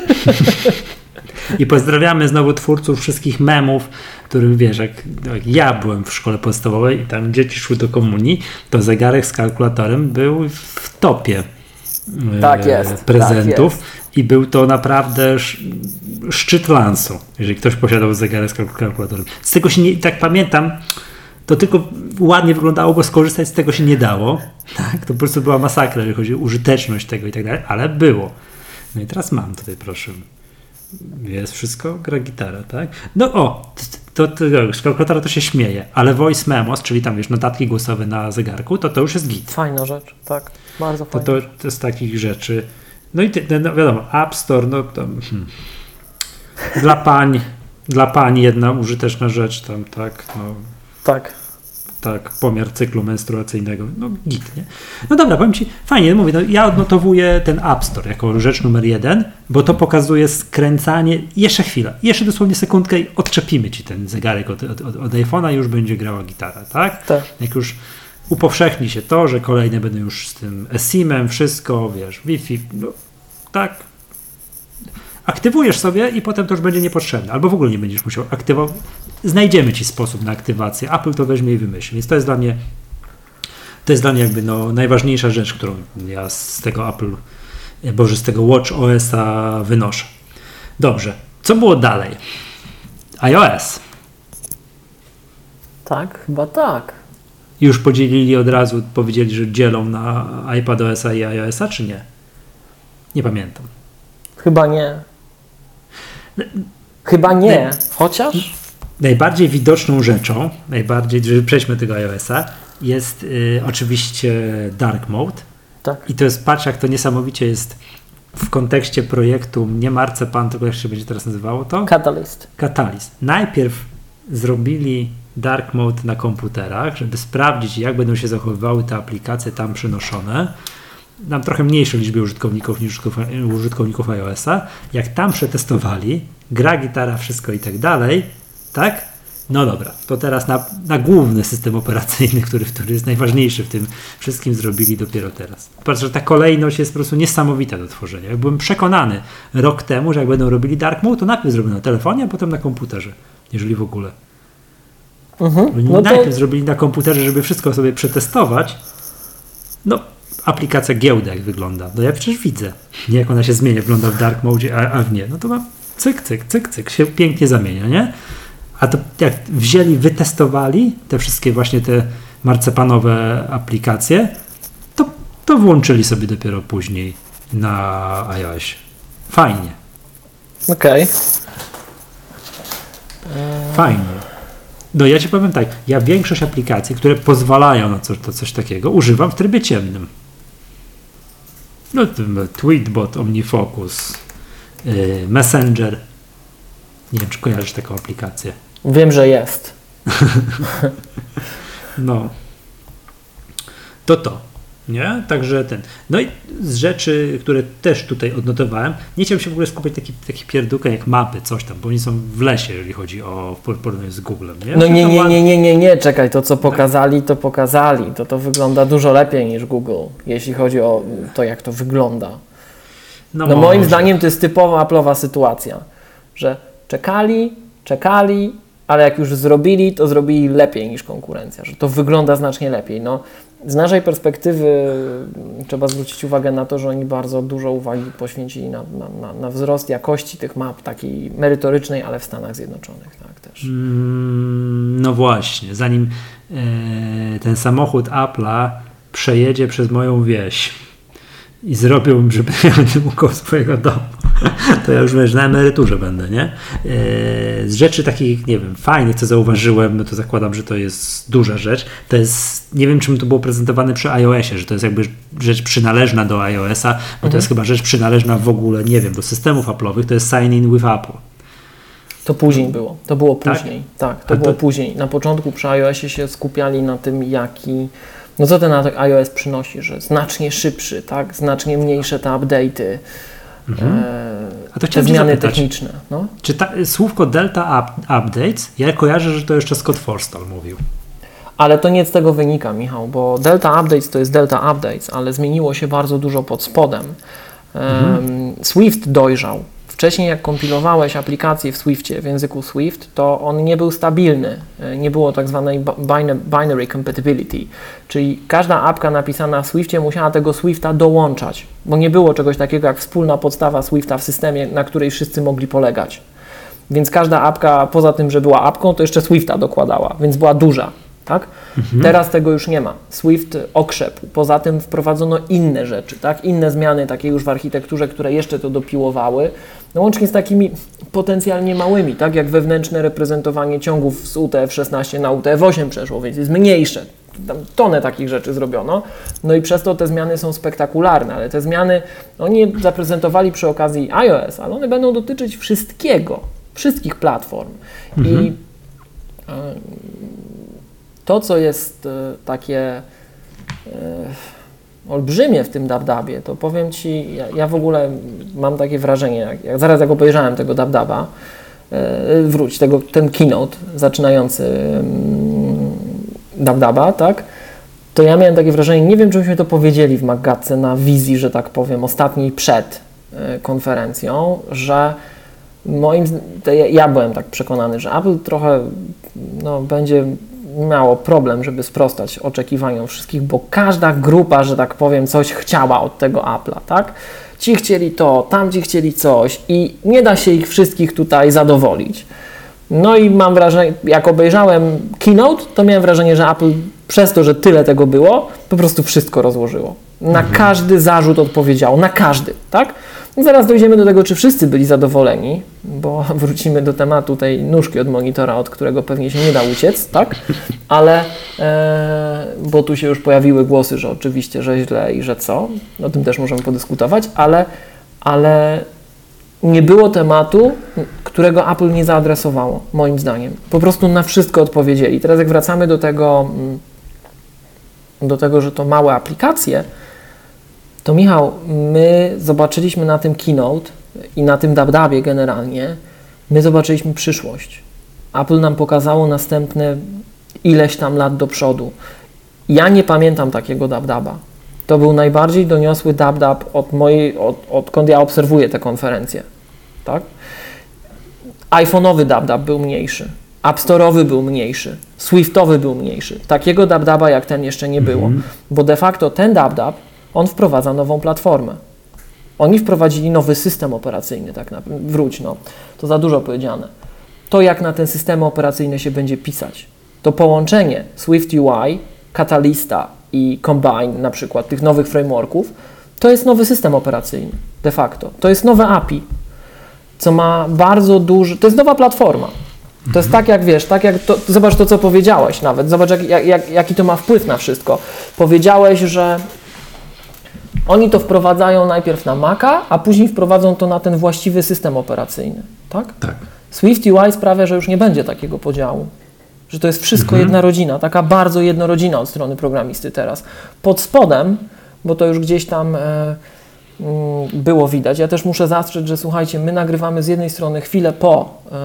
I pozdrawiamy znowu twórców wszystkich memów, których wiesz, jak, jak ja byłem w szkole podstawowej i tam dzieci szły do komunii, to zegarek z kalkulatorem był w topie e, Tak jest, prezentów tak i był to naprawdę sz, szczyt lansu, jeżeli ktoś posiadał zegarek z kalk- kalkulatorem. Z tego się nie, tak pamiętam, to tylko ładnie wyglądało, bo skorzystać z tego się nie dało. Tak? To po prostu była masakra, jeżeli chodzi o użyteczność tego i tak dalej, ale było. No i teraz mam tutaj, proszę. Jest wszystko, gra gitara, tak? No o, to, to, to z kalkulatora to się śmieje, ale voice memos, czyli tam wiesz, notatki głosowe na zegarku, to to już jest git. Fajna rzecz, tak. Bardzo To, fajna. to, to z takich rzeczy. No i ty, no wiadomo, App Store, no to hmm. dla pań, dla pań jedna użyteczna rzecz tam, tak, no Tak. tak, pomiar cyklu menstruacyjnego, no git, nie? No dobra, powiem Ci, fajnie, mówię, no, ja odnotowuję ten App Store jako rzecz numer jeden, bo to pokazuje skręcanie, jeszcze chwilę, jeszcze dosłownie sekundkę i odczepimy Ci ten zegarek od, od, od, od iPhone'a i już będzie grała gitara, tak? Tak. Jak już upowszechni się to, że kolejne będą już z tym eSIM-em, wszystko, wiesz, Wi-Fi, no tak, aktywujesz sobie i potem to już będzie niepotrzebne, albo w ogóle nie będziesz musiał aktywować. Znajdziemy ci sposób na aktywację. Apple to weźmie i wymyśli. Więc to jest dla mnie to jest dla mnie jakby no, najważniejsza rzecz, którą ja z tego Apple, boże, z tego Watch O S-a wynoszę. Dobrze. Co było dalej? iOS. Tak, chyba tak. Już podzielili od razu, powiedzieli, że dzielą na iPadOS-a i iOS-a, czy nie? Nie pamiętam. Chyba nie. Chyba nie, chociaż? Najbardziej widoczną rzeczą, najbardziej, żeby przejdźmy tego iOS-a, jest y, oczywiście Dark Mode. Tak. I to jest, patrz jak to niesamowicie jest w kontekście projektu, nie Marcepan, tylko jak się będzie teraz nazywało to? Catalyst. Catalyst. Najpierw zrobili Dark Mode na komputerach, żeby sprawdzić, jak będą się zachowywały te aplikacje tam przenoszone. Nam trochę mniejszej liczbie użytkowników niż użytkowników, użytkowników iOS-a. Jak tam przetestowali, gra, gitara, wszystko i tak dalej, tak? No dobra, to teraz na, na główny system operacyjny, który, który jest najważniejszy w tym wszystkim, zrobili dopiero teraz. Patrz, że ta kolejność jest po prostu niesamowita do tworzenia. Jak byłem przekonany rok temu, że jak będą robili Dark Mode, to najpierw zrobią na telefonie, a potem na komputerze, jeżeli w ogóle. Mhm. No najpierw to... zrobili na komputerze, żeby wszystko sobie przetestować. No, aplikacja giełdy jak wygląda. No ja przecież widzę, jak ona się zmienia, wygląda w Dark Mode, a, a w nie. No to ma cyk, cyk, cyk, cyk, się pięknie zamienia, nie? A to jak wzięli, wytestowali te wszystkie właśnie te marcepanowe aplikacje, to, to włączyli sobie dopiero później na iOS. Fajnie. Okej. Okay. Fajnie. No ja ci powiem tak, ja większość aplikacji, które pozwalają na coś, to coś takiego, używam w trybie ciemnym. No Tweetbot, OmniFocus, yy, Messenger. Nie wiem, czy kojarzysz taką aplikację. Wiem, że jest. No. To to. Nie? Także ten. No i z rzeczy, które też tutaj odnotowałem, nie chciałem się w ogóle skupiać taki, taki pierdółkę jak mapy, coś tam, bo oni są w lesie, jeżeli chodzi o porównanie z Googlem. Nie? No nie, nie, nie, nie, nie, nie, czekaj, to co pokazali, to pokazali. To to wygląda dużo lepiej niż Google, jeśli chodzi o to, jak to wygląda. No, no moim zdaniem to jest typowa Apple'owa sytuacja, że czekali, czekali, ale jak już zrobili, to zrobili lepiej niż konkurencja, że to wygląda znacznie lepiej. No, z naszej perspektywy trzeba zwrócić uwagę na to, że oni bardzo dużo uwagi poświęcili na, na, na wzrost jakości tych map, takiej merytorycznej, ale w Stanach Zjednoczonych, tak też. Mm, no właśnie, zanim e, ten samochód Apple'a przejedzie przez moją wieś i zrobił, żeby ja będę mógł koło swojego domu, to ja już wiesz, na emeryturze będę, nie? E, z rzeczy takich, nie wiem, fajnych, co zauważyłem, no to zakładam, że to jest duża rzecz, to jest, nie wiem, czym to było prezentowane przy iOSie, że to jest jakby rzecz przynależna do iOSa, bo mhm. to jest chyba rzecz przynależna w ogóle, nie wiem, do systemów Apple'owych, to jest sign in with Apple. To później było, to było później, tak, tak to A było to... później. Na początku przy iOSie się skupiali na tym, jaki no co ten iOS przynosi, że znacznie szybszy, tak, znacznie mniejsze te update'y, mhm. e, A to te zmiany zapytać, techniczne. No? Czy ta, słówko Delta up, Updates, ja kojarzę, że to jeszcze Scott Forstall mówił. Ale to nie z tego wynika, Michał, bo Delta Updates to jest Delta Updates, ale zmieniło się bardzo dużo pod spodem. Mhm. Swift dojrzał. Wcześniej jak kompilowałeś aplikację w Swiftie, w języku Swift, to on nie był stabilny. Nie było tak zwanej binary compatibility, czyli każda apka napisana w Swiftie musiała tego Swifta dołączać, bo nie było czegoś takiego jak wspólna podstawa Swifta w systemie, na której wszyscy mogli polegać. Więc każda apka, poza tym, że była apką, to jeszcze Swifta dokładała, więc była duża. Tak? Mhm. Teraz tego już nie ma. Swift okrzepł. Poza tym wprowadzono inne rzeczy, tak? Inne zmiany takie już w architekturze, które jeszcze to dopiłowały, no łącznie z takimi potencjalnie małymi, tak? Jak wewnętrzne reprezentowanie ciągów z U T F szesnaście na U T F osiem przeszło, więc jest mniejsze. Tam tonę takich rzeczy zrobiono. No i przez to te zmiany są spektakularne, ale te zmiany oni zaprezentowali przy okazji iOS, ale one będą dotyczyć wszystkiego, wszystkich platform. Mhm. I y, to, co jest e, takie e, olbrzymie w tym DabDabie, to powiem Ci, ja, ja w ogóle mam takie wrażenie, jak, jak zaraz jak obejrzałem tego DabDaba, e, wróć, tego, ten keynote zaczynający mm, DabDaba, tak, to ja miałem takie wrażenie, nie wiem, czy myśmy to powiedzieli w Maggatce na wizji, że tak powiem, ostatniej przed konferencją, że moim ja byłem tak przekonany, że Apple trochę no, będzie miało problem, żeby sprostać oczekiwaniom wszystkich, bo każda grupa, że tak powiem, coś chciała od tego Apple'a, tak? Ci chcieli to, tamci chcieli coś i nie da się ich wszystkich tutaj zadowolić. No i mam wrażenie, jak obejrzałem keynote, to miałem wrażenie, że Apple przez to, że tyle tego było, po prostu wszystko rozłożyło. Na mhm. każdy zarzut odpowiedziało, na każdy, tak? I zaraz dojdziemy do tego, czy wszyscy byli zadowoleni, bo wrócimy do tematu tej nóżki od monitora, od którego pewnie się nie da uciec, tak? Ale, e, bo tu się już pojawiły głosy, że oczywiście, że źle i że co, o tym też możemy podyskutować, ale, ale nie było tematu, którego Apple nie zaadresowało, moim zdaniem. Po prostu na wszystko odpowiedzieli. Teraz jak wracamy do tego, do tego, że to małe aplikacje, to Michał, my zobaczyliśmy na tym keynote i na tym dab-dabie generalnie, my zobaczyliśmy przyszłość. Apple nam pokazało następne ileś tam lat do przodu. Ja nie pamiętam takiego dab-daba. To był najbardziej doniosły dab-dab od mojej, od, odkąd ja obserwuję te konferencje. Tak? iPhone'owy dab-dab był mniejszy. App Store'owy był mniejszy. Swiftowy był mniejszy. Takiego dab-daba jak ten jeszcze nie było. Mm-hmm. Bo de facto ten dab-dab on wprowadza nową platformę. Oni wprowadzili nowy system operacyjny, tak naprawdę. Wróć, no. To za dużo powiedziane. To, jak na ten system operacyjny się będzie pisać, to połączenie Swift U I, Catalysta i Combine, na przykład, tych nowych frameworków, to jest nowy system operacyjny, de facto. To jest nowe A P I, co ma bardzo duży... To jest nowa platforma. To jest tak, jak wiesz, tak jak to, zobacz to, co powiedziałeś nawet. Zobacz, jak, jak, jaki to ma wpływ na wszystko. Powiedziałeś, że oni to wprowadzają najpierw na Maca, a później wprowadzą to na ten właściwy system operacyjny, tak? Tak. Swift U I sprawia, że już nie będzie takiego podziału, że to jest wszystko mhm. jedna rodzina, taka bardzo jednorodzina od strony programisty teraz. Pod spodem, bo to już gdzieś tam e, m, było widać, ja też muszę zastrzec, że słuchajcie, my nagrywamy z jednej strony chwilę po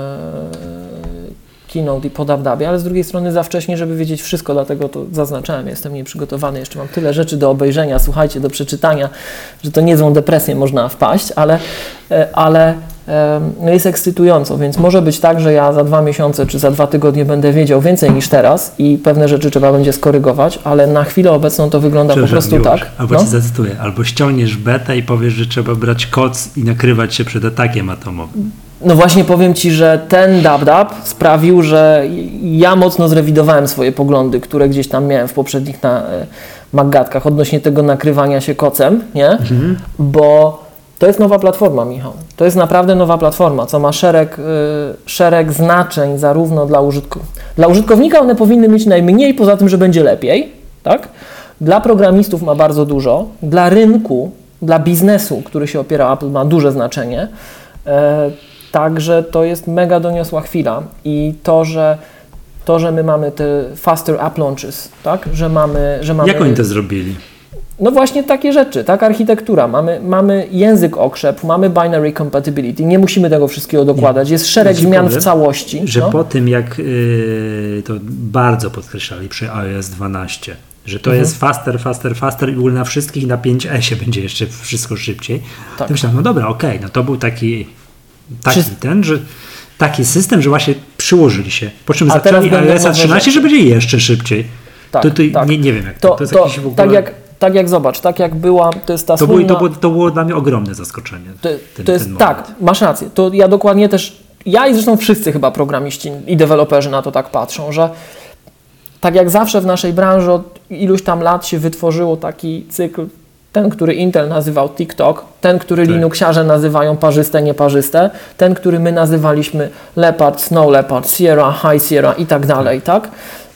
e, keynote i po dab-dabie, ale z drugiej strony za wcześnie, żeby wiedzieć wszystko, dlatego to zaznaczałem, jestem nieprzygotowany, jeszcze mam tyle rzeczy do obejrzenia, słuchajcie, do przeczytania, że to niezłą depresję można wpaść, ale, ale no jest ekscytująco, więc może być tak, że ja za dwa miesiące czy za dwa tygodnie będę wiedział więcej niż teraz i pewne rzeczy trzeba będzie skorygować, ale na chwilę obecną to wygląda po prostu Miłosz, tak. Albo no? Ci zacytuję, albo ściągniesz betę i powiesz, że trzeba brać koc i nakrywać się przed atakiem atomowym. No właśnie powiem Ci, że ten dab-dab sprawił, że ja mocno zrewidowałem swoje poglądy, które gdzieś tam miałem w poprzednich na Maggatkach odnośnie tego nakrywania się kocem, nie? Mhm. Bo to jest nowa platforma, Michał. To jest naprawdę nowa platforma, co ma szereg, y, szereg znaczeń zarówno dla użytkownika. Dla użytkownika one powinny mieć najmniej, poza tym, że będzie lepiej, tak? Dla programistów ma bardzo dużo, dla rynku, dla biznesu, który się opiera Apple, ma duże znaczenie. E, Także to jest mega doniosła chwila i to, że to, że my mamy te faster app launches, tak? Że mamy, że mamy... Jak oni to zrobili? No właśnie takie rzeczy, tak? Architektura. Mamy, mamy język okrzep, mamy binary compatibility, nie musimy tego wszystkiego dokładać. Jest szereg zmian powiem, w całości. Że no? po tym, jak yy, to bardzo podkreślali przy iOS dwanaście, że to mhm. jest faster, faster, faster i w ogóle na wszystkich na pięć S będzie jeszcze wszystko szybciej. Tak. To myślałem, no dobra, okej, okay, no to był taki... Taki Czy... ten, że taki system, że właśnie przyłożyli się. Po czym zaczęli iOS trzynaście, że będzie jeszcze szybciej. Tak, to, to tak. Nie, nie wiem jak to. To, to jest to, jakiś w ogóle... tak, jak, tak jak zobacz, tak jak była, to jest ta to, słynna... było, to, było, to było dla mnie ogromne zaskoczenie. To, ten, to jest, ten tak, masz rację. To ja dokładnie też, ja i zresztą wszyscy chyba programiści i deweloperzy na to tak patrzą, że tak jak zawsze w naszej branży od iluś tam lat się wytworzyło taki cykl, ten, który Intel nazywał TikTok, ten, który tak. Linuxiarze nazywają parzyste, nieparzyste, ten, który my nazywaliśmy Leopard, Snow Leopard, Sierra, High Sierra i tak dalej, tak?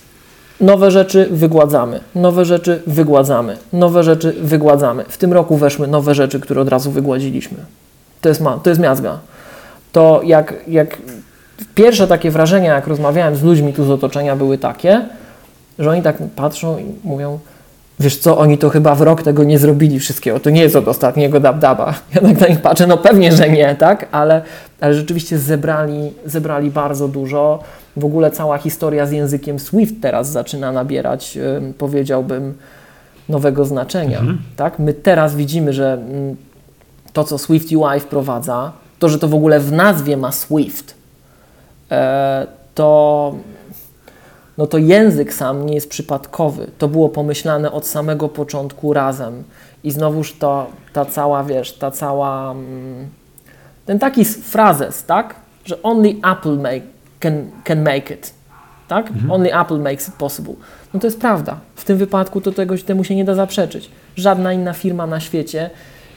Nowe rzeczy wygładzamy, nowe rzeczy wygładzamy, nowe rzeczy wygładzamy. W tym roku weszły nowe rzeczy, które od razu wygładziliśmy. To jest, ma, to jest miazga. To jak, jak pierwsze takie wrażenia, jak rozmawiałem z ludźmi tu z otoczenia, były takie, że oni tak patrzą i mówią: wiesz co, oni to chyba w rok tego nie zrobili wszystkiego, to nie jest od ostatniego dab-daba. Ja tak na nich patrzę, no pewnie, że nie, tak? Ale, ale rzeczywiście zebrali, zebrali bardzo dużo. W ogóle cała historia z językiem Swift teraz zaczyna nabierać, yy, powiedziałbym, nowego znaczenia, mhm. tak? My teraz widzimy, że yy, to, co Swift U I wprowadza, to, że to w ogóle w nazwie ma Swift, e, to, no to język sam nie jest przypadkowy. To było pomyślane od samego początku razem. I znowuż to, ta cała, wiesz, ta cała, ten taki frazes, tak? Że only Apple make, can, can make it, tak? Mhm. Only Apple makes it possible. No to jest prawda. W tym wypadku to tego, temu się nie da zaprzeczyć. Żadna inna firma na świecie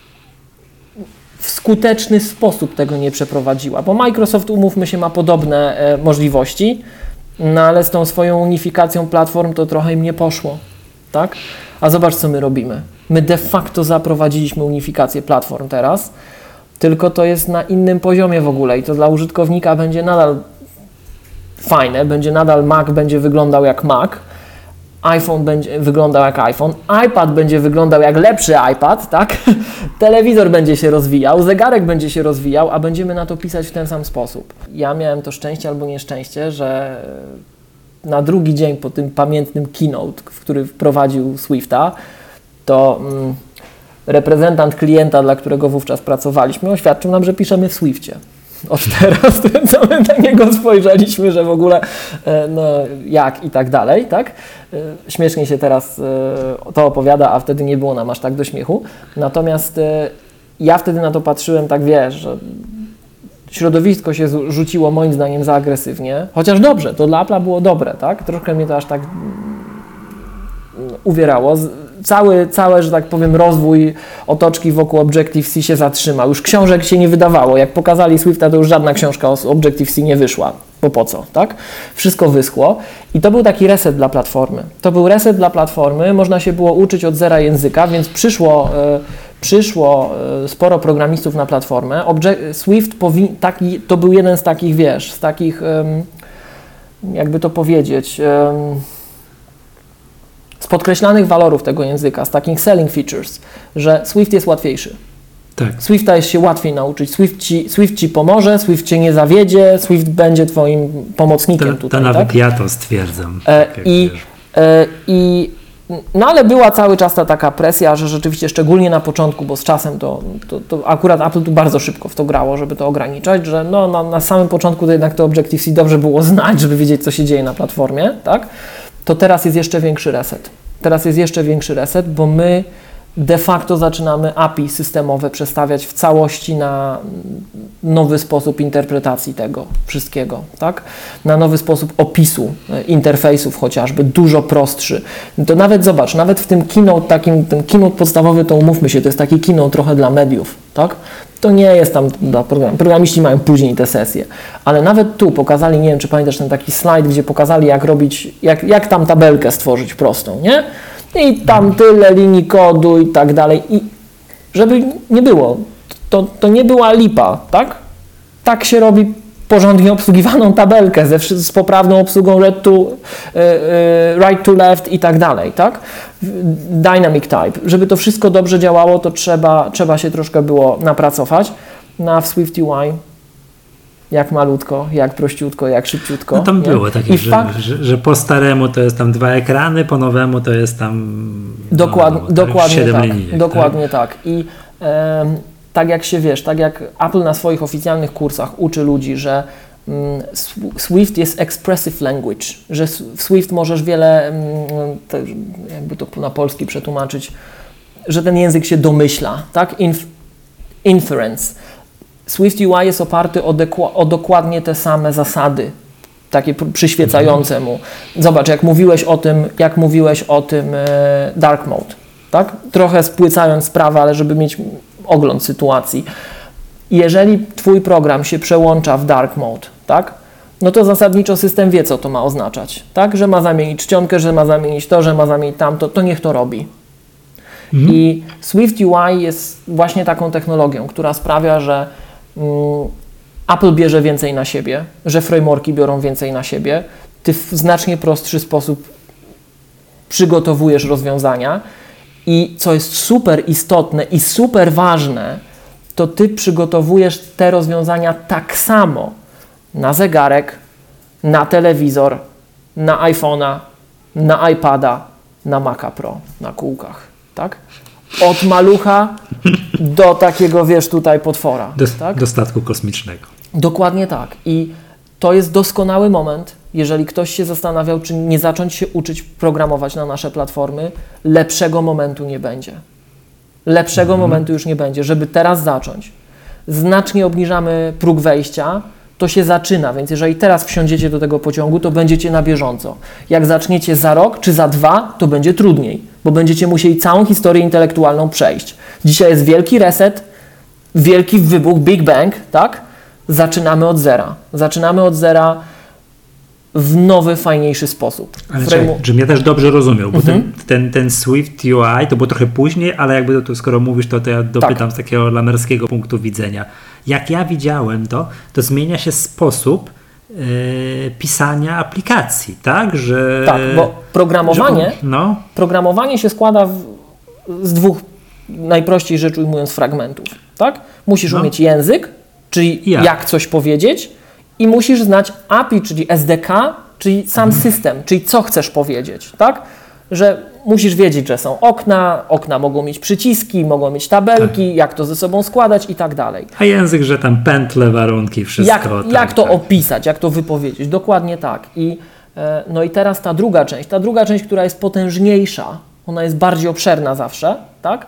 w skuteczny sposób tego nie przeprowadziła, bo Microsoft, umówmy się, ma podobne e, możliwości, no ale z tą swoją unifikacją platform to trochę im nie poszło, tak? A zobacz, co my robimy. My de facto zaprowadziliśmy unifikację platform teraz, tylko to jest na innym poziomie w ogóle i to dla użytkownika będzie nadal fajne, będzie nadal Mac będzie wyglądał jak Mac, iPhone będzie wyglądał jak iPhone, iPad będzie wyglądał jak lepszy iPad, tak? Telewizor będzie się rozwijał, zegarek będzie się rozwijał, a będziemy na to pisać w ten sam sposób. Ja miałem to szczęście albo nieszczęście, że na drugi dzień po tym pamiętnym keynote, w który wprowadził Swifta, to mm, reprezentant klienta, dla którego wówczas pracowaliśmy, oświadczył nam, że piszemy w Swifcie. Od teraz, co my na niego spojrzeliśmy, że w ogóle no jak i tak dalej, tak? Śmiesznie się teraz to opowiada, a wtedy nie było nam aż tak do śmiechu. Natomiast ja wtedy na to patrzyłem tak, wiesz, że środowisko się rzuciło moim zdaniem za agresywnie, chociaż dobrze, to dla Apple'a było dobre, tak? Troszkę mnie to aż tak uwierało. Cały, cały, że tak powiem, rozwój otoczki wokół Objective-C się zatrzymał. Już książek się nie wydawało. Jak pokazali Swifta, to już żadna książka o Objective-C nie wyszła. Bo po co, tak? Wszystko wyschło. I to był taki reset dla platformy. To był reset dla platformy. Można się było uczyć od zera języka, więc przyszło, e, przyszło e, sporo programistów na platformę. Obje- Swift powi- taki, to był jeden z takich, wiesz, z takich, e, jakby to powiedzieć, e, z podkreślanych walorów tego języka, z takich selling features, że Swift jest łatwiejszy. Tak. Swifta jest się łatwiej nauczyć. Swift ci, Swift ci pomoże, Swift cię nie zawiedzie, Swift będzie twoim pomocnikiem to, tutaj. To nawet tak? ja to stwierdzam. E, tak i, e, i, no ale była cały czas ta taka presja, że rzeczywiście szczególnie na początku, bo z czasem to, to, to akurat Apple tu bardzo szybko w to grało, żeby to ograniczać, że no, na, na samym początku to jednak to Objective-C dobrze było znać, żeby wiedzieć, co się dzieje na platformie, tak? To teraz jest jeszcze większy reset. Teraz jest jeszcze większy reset, bo my de facto zaczynamy A P I systemowe przestawiać w całości na nowy sposób interpretacji tego wszystkiego, tak? Na nowy sposób opisu interfejsów chociażby, dużo prostszy. To nawet zobacz, nawet w tym keynote takim, ten keynote podstawowy, to umówmy się, to jest taki keynote trochę dla mediów, tak? To nie jest tam dla programu. Programiści mają później te sesje. Ale nawet tu pokazali, nie wiem, czy pamiętasz ten taki slajd, gdzie pokazali, jak robić, jak, jak tam tabelkę stworzyć prostą, nie? I tam tyle linii kodu i tak dalej. I żeby nie było, to, to nie była lipa, tak? Tak się robi porządnie obsługiwaną tabelkę ze, z poprawną obsługą read to, y, y, right to left i tak dalej, tak? Dynamic type. Żeby to wszystko dobrze działało, to trzeba, trzeba się troszkę było napracować. No a w Swift U I jak malutko, jak prościutko, jak szybciutko. No tam nie? było takie, że, fakt, że, że po staremu to jest tam dwa ekrany, po nowemu to jest tam dokład, no, dokładnie siedem tak, linijek. dokładnie tak. tak. I um, tak jak się wiesz, tak jak Apple na swoich oficjalnych kursach uczy ludzi, że um, Swift jest expressive language, że w Swift możesz wiele, um, te, jakby to na polski przetłumaczyć, że ten język się domyśla, tak? Inf, inference. Swift U I jest oparty o, dekła, o dokładnie te same zasady, takie przyświecające mu. Zobacz, jak mówiłeś o tym, jak mówiłeś o tym e, dark mode, tak? Trochę spłycając sprawę, ale żeby mieć ogląd sytuacji. Jeżeli twój program się przełącza w dark mode, tak? No to zasadniczo system wie, co to ma oznaczać, tak? Że ma zamienić czcionkę, że ma zamienić to, że ma zamienić tamto, to niech to robi. Mhm. I Swift U I jest właśnie taką technologią, która sprawia, że mm, Apple bierze więcej na siebie, że frameworki biorą więcej na siebie, ty w znacznie prostszy sposób przygotowujesz rozwiązania i co jest super istotne i super ważne, to ty przygotowujesz te rozwiązania tak samo na zegarek, na telewizor, na iPhone'a, na iPada, na Maca Pro, na kółkach, tak? Od malucha do takiego, wiesz, tutaj potwora. Do, tak? do statku kosmicznego. Dokładnie tak. I to jest doskonały moment, jeżeli ktoś się zastanawiał, czy nie zacząć się uczyć programować na nasze platformy, lepszego momentu nie będzie. Lepszego mhm. momentu już nie będzie, żeby teraz zacząć. Znacznie obniżamy próg wejścia, to się zaczyna, więc jeżeli teraz wsiądziecie do tego pociągu, to będziecie na bieżąco. Jak zaczniecie za rok czy za dwa, to będzie trudniej, bo będziecie musieli całą historię intelektualną przejść. Dzisiaj jest wielki reset, wielki wybuch, Big Bang, tak? Zaczynamy od zera. Zaczynamy od zera w nowy, fajniejszy sposób. Ale czekaj, żebym ja też dobrze rozumiał, bo mhm. ten, ten, ten Swift U I to było trochę później, ale jakby to, skoro mówisz, to, to ja dopytam tak. z takiego lamerskiego punktu widzenia. Jak ja widziałem to, to zmienia się sposób yy, pisania aplikacji, tak? Że, tak, bo programowanie, że, no. programowanie się składa w, z dwóch, najprościej rzecz ujmując, fragmentów. Tak? Musisz no. umieć język, czyli ja. jak coś powiedzieć, i musisz znać A P I, czyli S D K, czyli sam mhm. system, czyli co chcesz powiedzieć, tak? Że musisz wiedzieć, że są okna, okna mogą mieć przyciski, mogą mieć tabelki, tak. jak to ze sobą składać i tak dalej. A język, że tam pętle, warunki, wszystko. Jak, tak, jak to tak. opisać, jak to wypowiedzieć, dokładnie tak. I, no i teraz ta druga część, ta druga część, która jest potężniejsza, ona jest bardziej obszerna zawsze, tak?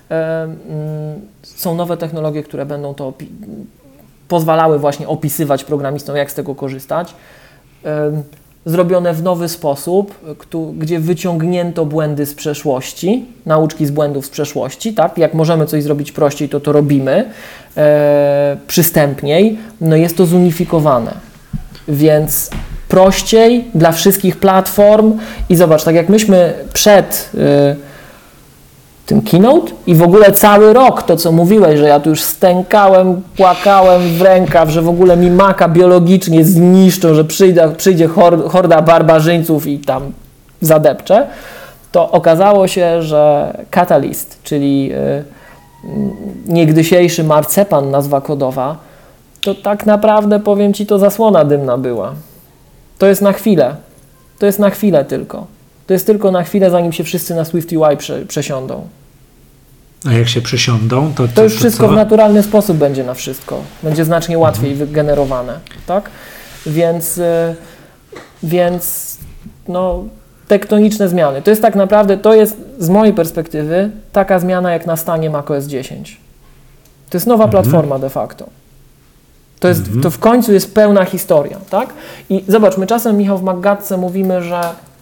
Są nowe technologie, które będą to opi- pozwalały właśnie opisywać programistom, jak z tego korzystać. Zrobione w nowy sposób, gdzie wyciągnięto błędy z przeszłości, nauczki z błędów z przeszłości, tak? Jak możemy coś zrobić prościej, to to robimy, e, przystępniej. No jest to zunifikowane, więc prościej dla wszystkich platform i zobacz, tak jak myśmy przed e, tym keynote i w ogóle cały rok to, co mówiłeś, że ja tu już stękałem, płakałem w rękaw, że w ogóle mi Maca biologicznie zniszczą, że przyjdzie, przyjdzie horda barbarzyńców i tam zadepcze, to okazało się, że Catalyst, czyli y, niegdysiejszy marcepan, nazwa kodowa, to tak naprawdę, powiem Ci, to zasłona dymna była. To jest na chwilę. To jest na chwilę tylko. To jest tylko na chwilę, zanim się wszyscy na Swift U I prze, przesiądą. A jak się przesiądą, to... To, to już to wszystko co? w naturalny sposób będzie na wszystko. Będzie znacznie łatwiej mhm. wygenerowane, tak? Więc, więc no, tektoniczne zmiany. To jest tak naprawdę, to jest z mojej perspektywy taka zmiana jak nastanie macOS dziesięć. To jest nowa mhm. platforma de facto. To, jest, mhm. to w końcu jest pełna historia, tak? I zobacz, my czasem, Michał, w MacGadce mówimy, że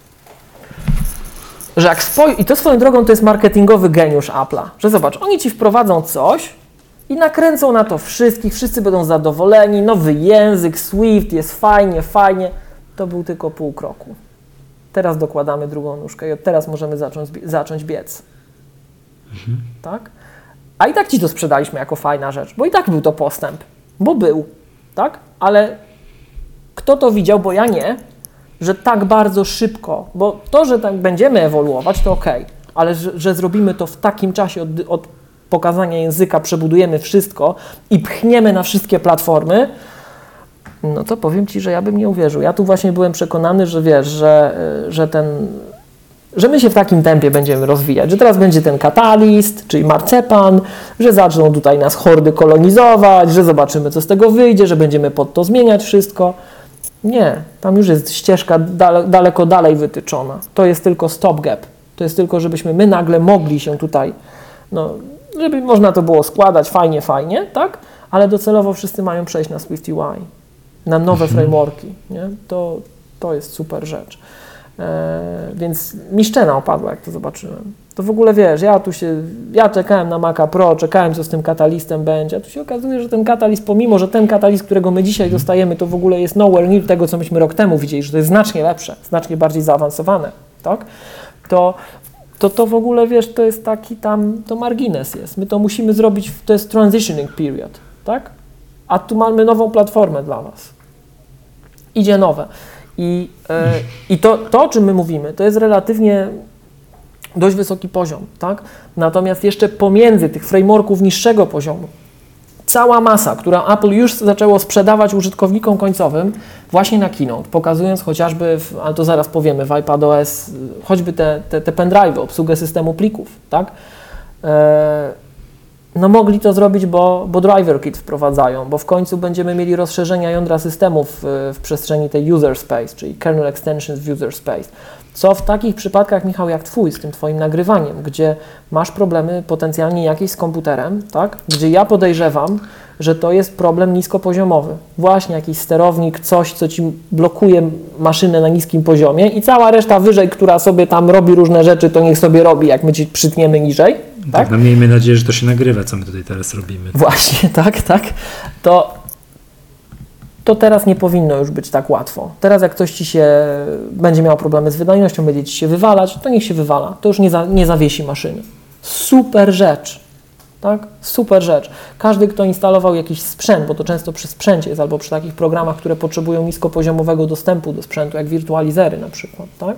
że jak spoj- i to swoją drogą to jest marketingowy geniusz Apple'a, że zobacz, oni Ci wprowadzą coś i nakręcą na to wszystkich, wszyscy będą zadowoleni, nowy język, Swift, jest fajnie, fajnie. To był tylko pół kroku. Teraz dokładamy drugą nóżkę i od teraz możemy zacząć, zacząć biec. Mhm. Tak? A i tak Ci to sprzedaliśmy jako fajna rzecz, bo i tak był to postęp, bo był, tak? Ale kto to widział, bo ja nie, że tak bardzo szybko, bo to, że tak będziemy ewoluować, to okej, okay, ale że, że zrobimy to w takim czasie od, od pokazania języka, przebudujemy wszystko i pchniemy na wszystkie platformy, no to powiem Ci, że ja bym nie uwierzył. Ja tu właśnie byłem przekonany, że wiesz, że, że ten, że my się w takim tempie będziemy rozwijać, że teraz będzie ten Catalyst, czyli marcepan, że zaczną tutaj nas hordy kolonizować, że zobaczymy, co z tego wyjdzie, że będziemy pod to zmieniać wszystko. Nie, tam już jest ścieżka dale, daleko dalej wytyczona. To jest tylko stopgap. To jest tylko, żebyśmy my nagle mogli się tutaj, no, żeby można to było składać fajnie, fajnie, tak? Ale docelowo wszyscy mają przejść na Swift U I, na nowe frameworki, nie? To, to jest super rzecz. E, więc mi szczena opadła, jak to zobaczyłem. To w ogóle wiesz, ja tu się, ja czekałem na Maca Pro, czekałem, co z tym Catalystem będzie, a tu się okazuje, że ten Catalyst, pomimo, że ten Catalyst, którego my dzisiaj dostajemy, to w ogóle jest nowhere near tego, co myśmy rok temu widzieli, że to jest znacznie lepsze, znacznie bardziej zaawansowane, tak? To, to to w ogóle, wiesz, to jest taki tam, to margines jest. My to musimy zrobić, to jest transitioning period, tak? A tu mamy nową platformę dla Was. Idzie nowe. I, yy, i to, to, o czym my mówimy, to jest relatywnie dość wysoki poziom, tak? Natomiast jeszcze pomiędzy tych frameworków niższego poziomu cała masa, którą Apple już zaczęło sprzedawać użytkownikom końcowym właśnie na Keynote, pokazując chociażby, w, ale to zaraz powiemy, w iPadOS, choćby te, te, te pendrive'y, obsługę systemu plików, tak? No mogli to zrobić, bo, bo DriverKit wprowadzają, bo w końcu będziemy mieli rozszerzenia jądra systemów w, w przestrzeni tej user space, czyli kernel extensions w user space. Co w takich przypadkach, Michał, jak twój, z tym twoim nagrywaniem, gdzie masz problemy potencjalnie jakieś z komputerem, tak? Gdzie ja podejrzewam, że to jest problem niskopoziomowy. Właśnie jakiś sterownik, coś, co ci blokuje maszynę na niskim poziomie i cała reszta wyżej, która sobie tam robi różne rzeczy, to niech sobie robi, jak my ci przytniemy niżej. Tak, tak no miejmy nadzieję, że to się nagrywa, co my tutaj teraz robimy. Właśnie, tak, tak. To, to teraz nie powinno już być tak łatwo. Teraz jak ktoś ci się będzie miał problemy z wydajnością, będzie ci się wywalać, to niech się wywala. To już nie, za, nie zawiesi maszyny. Super rzecz. Tak? Super rzecz. Każdy, kto instalował jakiś sprzęt, bo to często przy sprzęcie jest, albo przy takich programach, które potrzebują niskopoziomowego dostępu do sprzętu, jak wirtualizery na przykład, tak?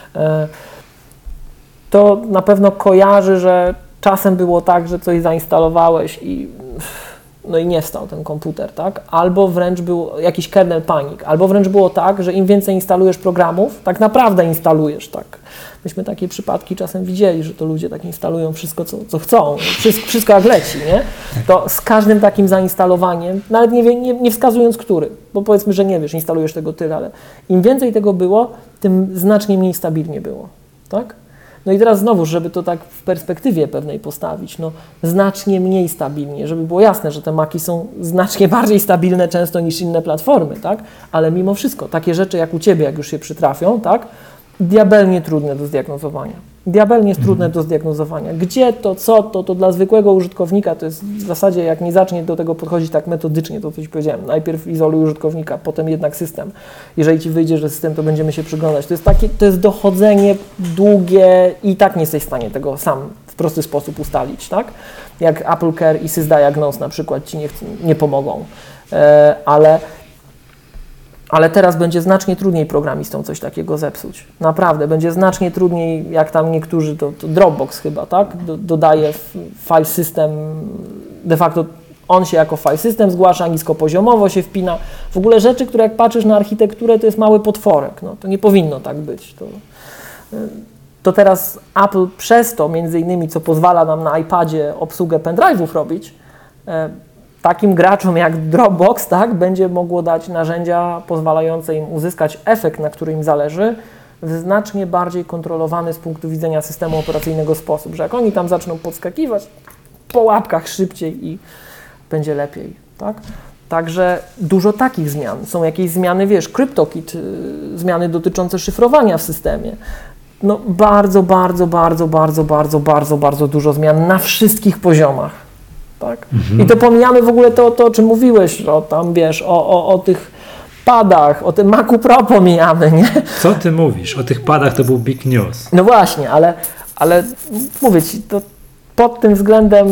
To na pewno kojarzy, że czasem było tak, że coś zainstalowałeś i no i nie wstał ten komputer, tak? Albo wręcz był jakiś kernel panic, albo wręcz było tak, że im więcej instalujesz programów, tak naprawdę instalujesz, tak? Myśmy takie przypadki czasem widzieli, że to ludzie tak instalują wszystko, co, co chcą, wszystko, wszystko jak leci, nie? To z każdym takim zainstalowaniem, nawet nie, nie, nie wskazując który, bo powiedzmy, że nie wiesz, instalujesz tego tyle, ale im więcej tego było, tym znacznie mniej stabilnie było, tak? No i teraz znowu, żeby to tak w perspektywie pewnej postawić, no znacznie mniej stabilnie, żeby było jasne, że te Maki są znacznie bardziej stabilne często niż inne platformy, tak? Ale mimo wszystko, takie rzeczy jak u Ciebie, jak już się przytrafią, tak? Diabelnie trudne do zdiagnozowania. Diabelnie jest trudne do zdiagnozowania. Gdzie to, co to, to dla zwykłego użytkownika to jest w zasadzie, jak nie zacznie do tego podchodzić tak metodycznie, to coś powiedziałem, najpierw izoluj użytkownika, potem jednak system. Jeżeli Ci wyjdzie, że system, to będziemy się przyglądać. To jest takie, to jest dochodzenie długie i tak nie jesteś w stanie tego sam w prosty sposób ustalić, tak? Jak Apple Care i SysDiagnose na przykład Ci nie, nie pomogą, e, ale Ale teraz będzie znacznie trudniej programistom coś takiego zepsuć. Naprawdę, będzie znacznie trudniej, jak tam niektórzy, to, to Dropbox chyba, tak? Do, dodaje file system, de facto on się jako file system zgłasza, niskopoziomowo się wpina. W ogóle rzeczy, które jak patrzysz na architekturę, to jest mały potworek. No, to nie powinno tak być. To, to teraz Apple przez to, między innymi, co pozwala nam na iPadzie obsługę pendrive'ów robić, takim graczom jak Dropbox, tak, będzie mogło dać narzędzia pozwalające im uzyskać efekt, na którym im zależy, w znacznie bardziej kontrolowany z punktu widzenia systemu operacyjnego sposób, że jak oni tam zaczną podskakiwać po łapkach szybciej i będzie lepiej, tak? Także dużo takich zmian. Są jakieś zmiany, wiesz, CryptoKit, yy, zmiany dotyczące szyfrowania w systemie. No bardzo, bardzo, bardzo, bardzo, bardzo, bardzo, bardzo dużo zmian na wszystkich poziomach. Tak? Mhm. I to pomijamy w ogóle to, to o czym mówiłeś, o tam wiesz, o, o, o tych padach, o tym Macu Pro pomijamy, nie? Co ty mówisz? O tych padach to był big news. No właśnie, ale, ale mówię Ci, to pod tym względem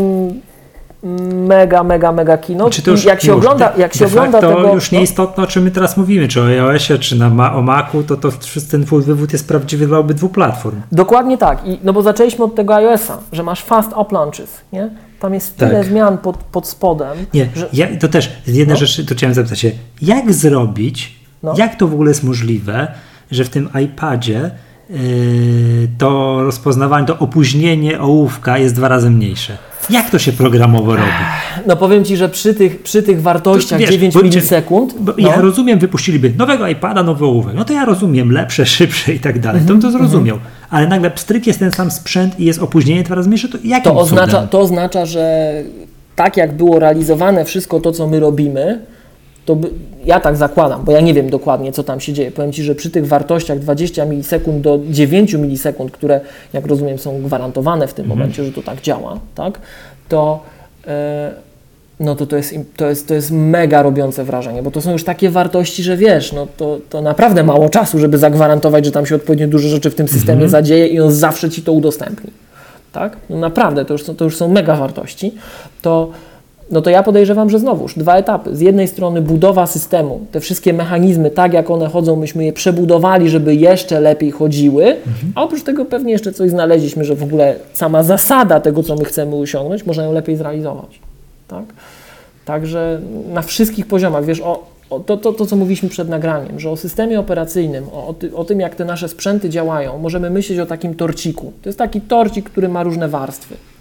mega, mega, mega kino. Czy to już, jak się już, ogląda, jak się ogląda to tego... już nieistotne, o czym my teraz mówimy, czy o iOSie, czy na ma, o Macu, to, to ten twój wywód jest prawdziwy dla obydwu platform. Dokładnie tak. I, no bo zaczęliśmy od tego iOSa, że masz fast up launches, nie? Tam jest tyle tak. zmian pod, pod spodem. Nie, że... ja, to też jedna no. rzecz, to chciałem zapytać się, jak zrobić, no. jak to w ogóle jest możliwe, że w tym iPadzie yy, to rozpoznawanie, to opóźnienie ołówka jest dwa razy mniejsze. Jak to się programowo robi? No powiem Ci, że przy tych, przy tych wartościach wiesz, dziewięć milisekund... Bo no. Ja rozumiem, wypuściliby nowego iPada, nowy ołówek. No to ja rozumiem, lepsze, szybsze i tak dalej. Mm-hmm, to to zrozumiał. Mm-hmm. Ale nagle pstryk jest ten sam sprzęt i jest opóźnienie dwa razy mniejsze, to jakim to oznacza, cudem? To oznacza, że tak jak było realizowane wszystko to, co my robimy, to by, ja tak zakładam, bo ja nie wiem dokładnie, co tam się dzieje. Powiem Ci, że przy tych wartościach dwadzieścia milisekund do dziewięć milisekund, które, jak rozumiem, są gwarantowane w tym mhm. momencie, że to tak działa, tak, to, yy, no to, to, jest, to, jest, to jest mega robiące wrażenie, bo to są już takie wartości, że wiesz, no to, to naprawdę mało czasu, żeby zagwarantować, że tam się odpowiednio dużo rzeczy w tym systemie mhm. zadzieje i on zawsze Ci to udostępni. Tak? No naprawdę, to już, są, to już są mega wartości. To No to ja podejrzewam, że znowuż dwa etapy. Z jednej strony budowa systemu, te wszystkie mechanizmy, tak jak one chodzą, myśmy je przebudowali, żeby jeszcze lepiej chodziły, mhm. a oprócz tego pewnie jeszcze coś znaleźliśmy, że w ogóle sama zasada tego, co my chcemy osiągnąć, można ją lepiej zrealizować. Tak? Także na wszystkich poziomach, wiesz, o, o to, to, to, co mówiliśmy przed nagraniem, że o systemie operacyjnym, o, o, ty, o tym, jak te nasze sprzęty działają, możemy myśleć o takim torciku. To jest taki torcik, który ma różne warstwy.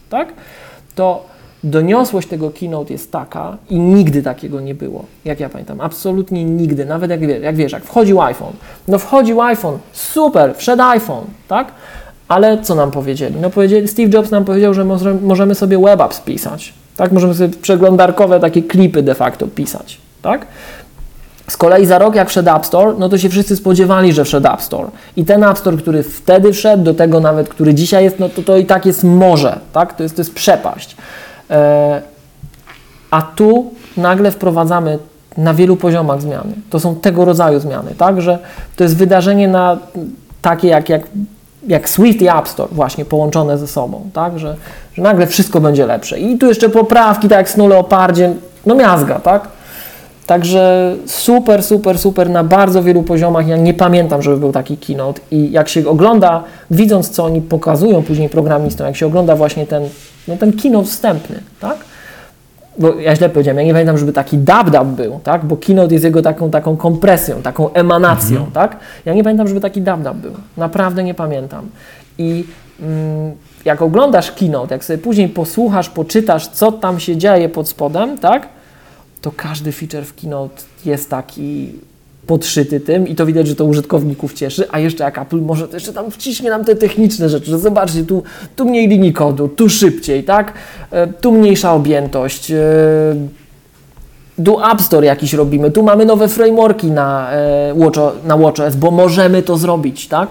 tak? To doniosłość tego keynote jest taka i nigdy takiego nie było, jak ja pamiętam, absolutnie nigdy, nawet jak, jak wiesz, jak wchodził iPhone, no wchodził iPhone, super, wszedł iPhone, tak? Ale co nam powiedzieli? No powiedzieli, Steve Jobs nam powiedział, że może, możemy sobie web apps pisać, tak? Możemy sobie przeglądarkowe takie klipy de facto pisać, tak? Z kolei za rok jak wszedł App Store, no to się wszyscy spodziewali, że wszedł App Store. I ten App Store, który wtedy wszedł, do tego nawet, który dzisiaj jest, no to, to i tak jest morze, tak? To jest, to jest przepaść. E, a tu nagle wprowadzamy na wielu poziomach zmiany. To są tego rodzaju zmiany, tak? Że to jest wydarzenie na takie jak, jak, jak Swift i App Store właśnie połączone ze sobą, tak? Że, że nagle wszystko będzie lepsze. I tu jeszcze poprawki, tak jak Snow Leopardzie, no miazga, tak? Także super, super, super na bardzo wielu poziomach. Ja nie pamiętam, żeby był taki keynote i jak się ogląda, widząc co oni pokazują później programistom, jak się ogląda właśnie ten, no ten keynote wstępny, tak? Bo ja źle powiedziałem, ja nie pamiętam, żeby taki dub-dub był, tak? Bo keynote jest jego taką, taką kompresją, taką emanacją, mhm. tak? Ja nie pamiętam, żeby taki dub-dub był. Naprawdę nie pamiętam. I mm, jak oglądasz keynote, jak sobie później posłuchasz, poczytasz, co tam się dzieje pod spodem, tak? To każdy feature w Keynote jest taki podszyty tym i to widać, że to użytkowników cieszy, a jeszcze jak Apple może to jeszcze tam wciśnie nam te techniczne rzeczy, że zobaczcie, tu, tu mniej linii kodu, tu szybciej, tak? Tu mniejsza objętość, tu App Store jakiś robimy, tu mamy nowe frameworki na, Watch, na WatchOS, bo możemy to zrobić, tak?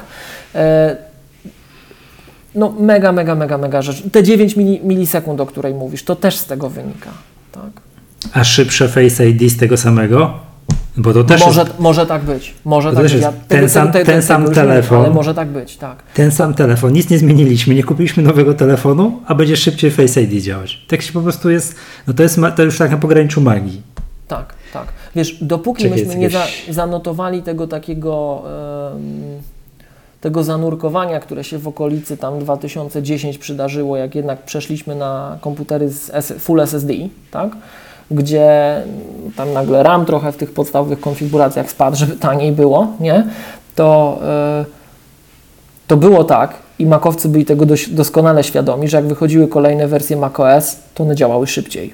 No mega, mega, mega, mega rzecz. Te dziewięć milisekund, o której mówisz, to też z tego wynika, tak? A szybsze Face I D z tego samego? Bo to też może, jest, może tak być. Może tak być. Ja ten tego, sam, tego, ten tego, sam tego telefon. Nie, ale może tak być, tak. Ten sam telefon. Nic nie zmieniliśmy. Nie kupiliśmy nowego telefonu, a będzie szybciej Face I D działać. Tak się po prostu jest. No to jest to już tak na pograniczu magii. Tak, tak. Wiesz, dopóki Czy myśmy jest nie jakieś... za, zanotowali tego takiego um, tego zanurkowania, które się w okolicy tam dwa tysiące dziesiątego przydarzyło, jak jednak przeszliśmy na komputery z S- Full S S D, tak? Gdzie tam nagle RAM trochę w tych podstawowych konfiguracjach spadł, żeby taniej było, nie? To, yy, to było tak i makowcy byli tego dość, doskonale świadomi, że jak wychodziły kolejne wersje macOS, to one działały szybciej.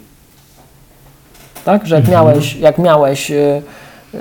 Tak? Że jak mhm. miałeś, jak miałeś yy, yy,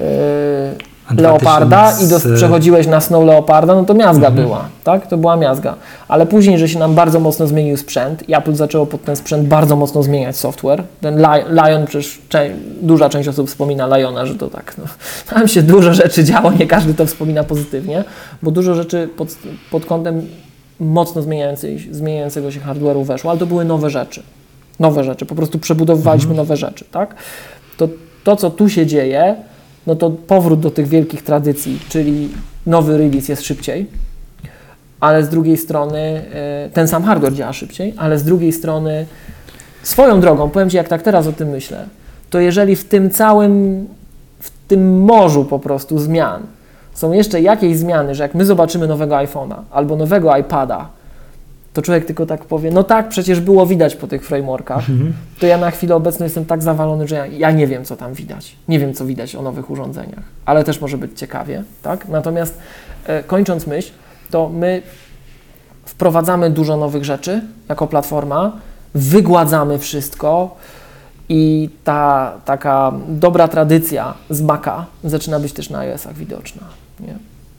Leoparda i dos- przechodziłeś na Snow Leoparda, no to miazga mhm. była, tak? To była miazga. Ale później, że się nam bardzo mocno zmienił sprzęt i Apple zaczęło pod ten sprzęt bardzo mocno zmieniać software. Ten Lion, przecież cze- duża część osób wspomina Liona, że to tak, no, tam się dużo rzeczy działo, nie każdy to wspomina pozytywnie, bo dużo rzeczy pod, pod kątem mocno zmieniającego się hardware'u weszło, ale to były nowe rzeczy. Nowe rzeczy, po prostu przebudowywaliśmy mhm. nowe rzeczy, tak? To, to, co tu się dzieje, no to powrót do tych wielkich tradycji, czyli nowy release jest szybciej, ale z drugiej strony ten sam hardware działa szybciej, ale z drugiej strony swoją drogą, powiem Ci, jak tak teraz o tym myślę, to jeżeli w tym całym, w tym morzu po prostu zmian są jeszcze jakieś zmiany, że jak my zobaczymy nowego iPhone'a albo nowego iPada, to człowiek tylko tak powie, no tak, przecież było widać po tych frameworkach, mhm. to ja na chwilę obecną jestem tak zawalony, że ja, ja nie wiem, co tam widać. Nie wiem, co widać o nowych urządzeniach, ale też może być ciekawie, tak? Natomiast e, kończąc myśl, to my wprowadzamy dużo nowych rzeczy jako platforma, wygładzamy wszystko i ta taka dobra tradycja z Maca zaczyna być też na iOS-ach widoczna, nie?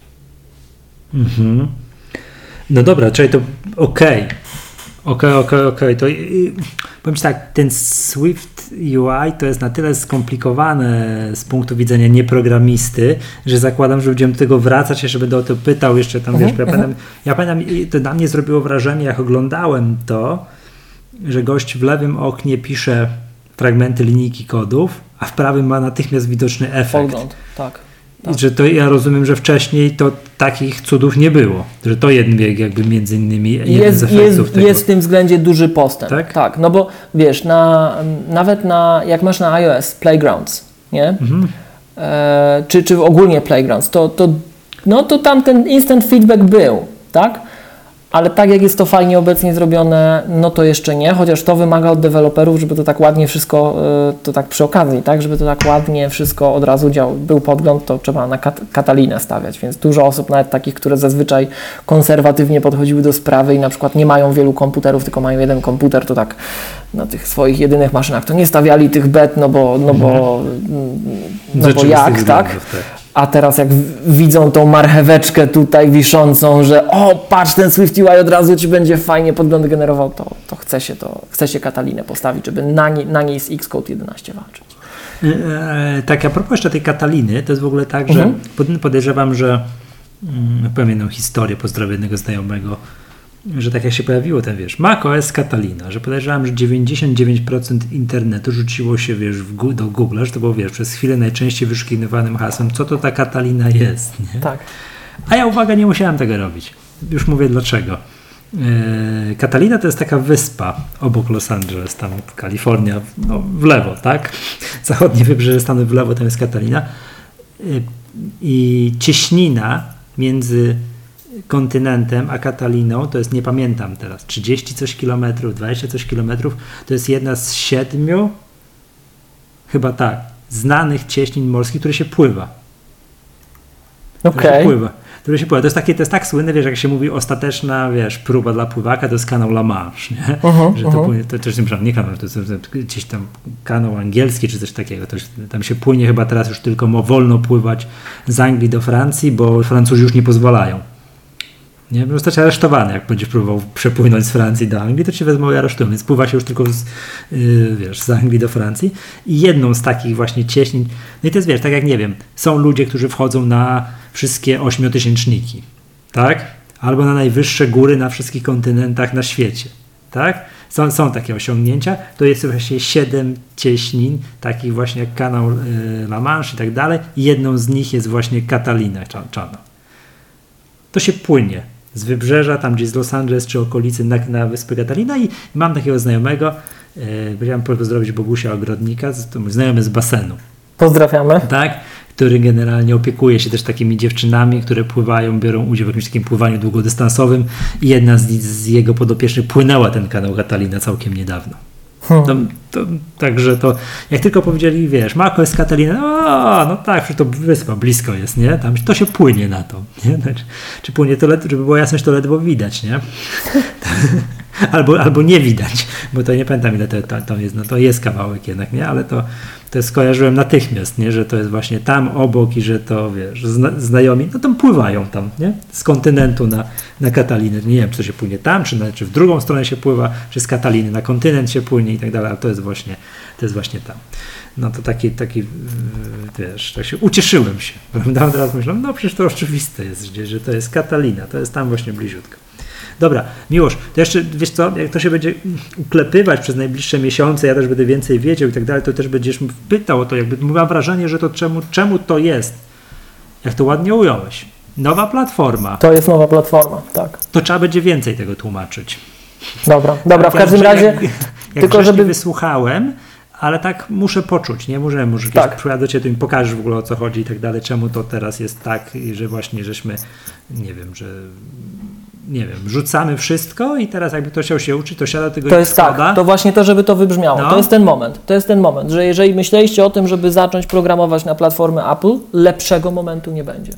Mhm. No dobra, czyli to okej, okej, okej, okej, to i, powiem Ci tak, ten Swift U I to jest na tyle skomplikowane z punktu widzenia nieprogramisty, że zakładam, że będziemy do tego wracać, jeszcze będę o to pytał jeszcze tam, wiesz, ja pamiętam, ja pamiętam, to na mnie zrobiło wrażenie, jak oglądałem to, że gość w lewym oknie pisze fragmenty linijki kodów, a w prawym ma natychmiast widoczny efekt. Pogląd, tak. Tak. Że to ja rozumiem, że wcześniej to takich cudów nie było, że to jeden bieg jakby między innymi jeden jest, z efektów jest, tego. Jest w tym względzie duży postęp. Tak? Tak, no bo wiesz, na, nawet na, jak masz na iOS Playgrounds, nie? Mhm. E, czy, czy ogólnie Playgrounds, to, to, no to tam ten instant feedback był, tak? Ale tak jak jest to fajnie obecnie zrobione, no to jeszcze nie, chociaż to wymaga od deweloperów, żeby to tak ładnie wszystko, to tak przy okazji, tak, żeby to tak ładnie wszystko od razu działo. Był podgląd, to trzeba na kat- Katalinę stawiać, więc dużo osób, nawet takich, które zazwyczaj konserwatywnie podchodziły do sprawy i na przykład nie mają wielu komputerów, tylko mają jeden komputer, to tak na tych swoich jedynych maszynach to nie stawiali tych bet, no bo, no bo, no bo jak, tak? A teraz jak widzą tą marcheweczkę tutaj wiszącą, że o, patrz, ten SwiftUI od razu Ci będzie fajnie podgląd generował, to, to chce się to, chce się Katalinę postawić, żeby na, nie, na niej z Xcode jedenaście walczyć. E, tak, a propos jeszcze tej Kataliny, to jest w ogóle tak, mhm. że podejrzewam, że mm, powiem jedną historię, pozdrowię jednego znajomego, że tak jak się pojawiło ten, wiesz, macOS Catalina, że podejrzewam, że dziewięćdziesiąt dziewięć procent internetu rzuciło się, wiesz, w, do Google, że to było, wiesz, przez chwilę najczęściej wyszukiwanym hasłem, co to ta Catalina jest, nie? Tak. A ja, uwaga, nie musiałem tego robić. Już mówię dlaczego. Yy, Catalina to jest taka wyspa obok Los Angeles, tam Kalifornia, no, w lewo, tak? Zachodnie wybrzeże Stanów w lewo, tam jest Catalina. Yy, I cieśnina między kontynentem a Kataliną, to jest, nie pamiętam teraz, trzydzieści coś kilometrów, dwadzieścia coś kilometrów, to jest jedna z siedmiu, chyba tak, znanych cieśnin morskich, które się pływa. Okej. Które się pływa. Które się pływa. To jest takie, to jest tak słynne, wiesz, jak się mówi ostateczna, wiesz, próba dla pływaka, to jest kanał La Manche, nie? Uh-huh, że to uh-huh. płynie, to też nie kanał, to jest gdzieś tam kanał angielski, czy coś takiego, to już, tam się płynie chyba teraz już tylko wolno pływać z Anglii do Francji, bo Francuzi już nie pozwalają. Nie, zostać aresztowany, jak będziesz próbował przepłynąć z Francji do Anglii, to cię wezmą i aresztują, więc pływa się już tylko z, yy, wiesz, z Anglii do Francji. I jedną z takich właśnie cieśnin, no i to jest, wiesz, tak jak, nie wiem, są ludzie, którzy wchodzą na wszystkie ośmiotysięczniki, tak? Albo na najwyższe góry na wszystkich kontynentach na świecie, tak? Są, są takie osiągnięcia, to jest właśnie siedem cieśnin, takich właśnie jak kanał yy, La Manche i tak dalej, i jedną z nich jest właśnie Catalina Channel. To się płynie z wybrzeża, tam gdzieś z Los Angeles czy okolicy na, na wyspę Catalina i mam takiego znajomego, yy, chciałem pozdrowić Bogusia Ogrodnika, to mój znajomy z basenu. Pozdrawiamy. Tak, który generalnie opiekuje się też takimi dziewczynami, które pływają, biorą udział w jakimś takim pływaniu długodystansowym i jedna z, z jego podopiecznych płynęła ten kanał Catalina całkiem niedawno. Hmm. To, to, także to, jak tylko powiedzieli, wiesz, macOS Catalina, no, no tak, że to wyspa blisko jest, nie? Tam to się płynie na to, nie? Znaczy, czy płynie to, led, żeby była jasność, to ledwo widać, nie? albo, albo nie widać, bo to nie pamiętam, ile to, to, to jest, no to jest kawałek jednak, nie? Ale to, to skojarzyłem natychmiast, nie? Że to jest właśnie tam obok i że to, wiesz, zna, znajomi, no tam pływają tam, nie? Z kontynentu na, na Katalinę. Nie wiem, czy to się płynie tam, czy, na, czy w drugą stronę się pływa, czy z Kataliny na kontynent się płynie i tak dalej, ale to jest właśnie, to jest właśnie tam. No to taki, taki, wiesz, tak się ucieszyłem się. Prawda? Teraz myślę, no przecież to oczywiste jest, że to jest Katalina, to jest tam właśnie bliziutko. Dobra, Miłosz, to jeszcze, wiesz co, jak to się będzie uklepywać przez najbliższe miesiące, ja też będę więcej wiedział i tak dalej, to też będziesz pytał o to, jakby mam wrażenie, że to czemu, czemu to jest, jak to ładnie ująłeś, nowa platforma. To jest nowa platforma, tak. To trzeba będzie więcej tego tłumaczyć. Dobra, dobra, w każdym razie, jak, jak tylko żeby... wysłuchałem, ale tak muszę poczuć, nie? Muszę, może kiedyś tak. przyjadę do Ciebie, to mi pokażesz w ogóle, o co chodzi i tak dalej, czemu to teraz jest tak, i że właśnie żeśmy, nie wiem, że nie wiem, rzucamy wszystko i teraz jakby ktoś chciał się uczyć, to siada tego To jest tak, poda. To właśnie to, żeby to wybrzmiało. No. To jest ten moment, to jest ten moment, że jeżeli myśleliście o tym, żeby zacząć programować na platformę Apple, lepszego momentu nie będzie.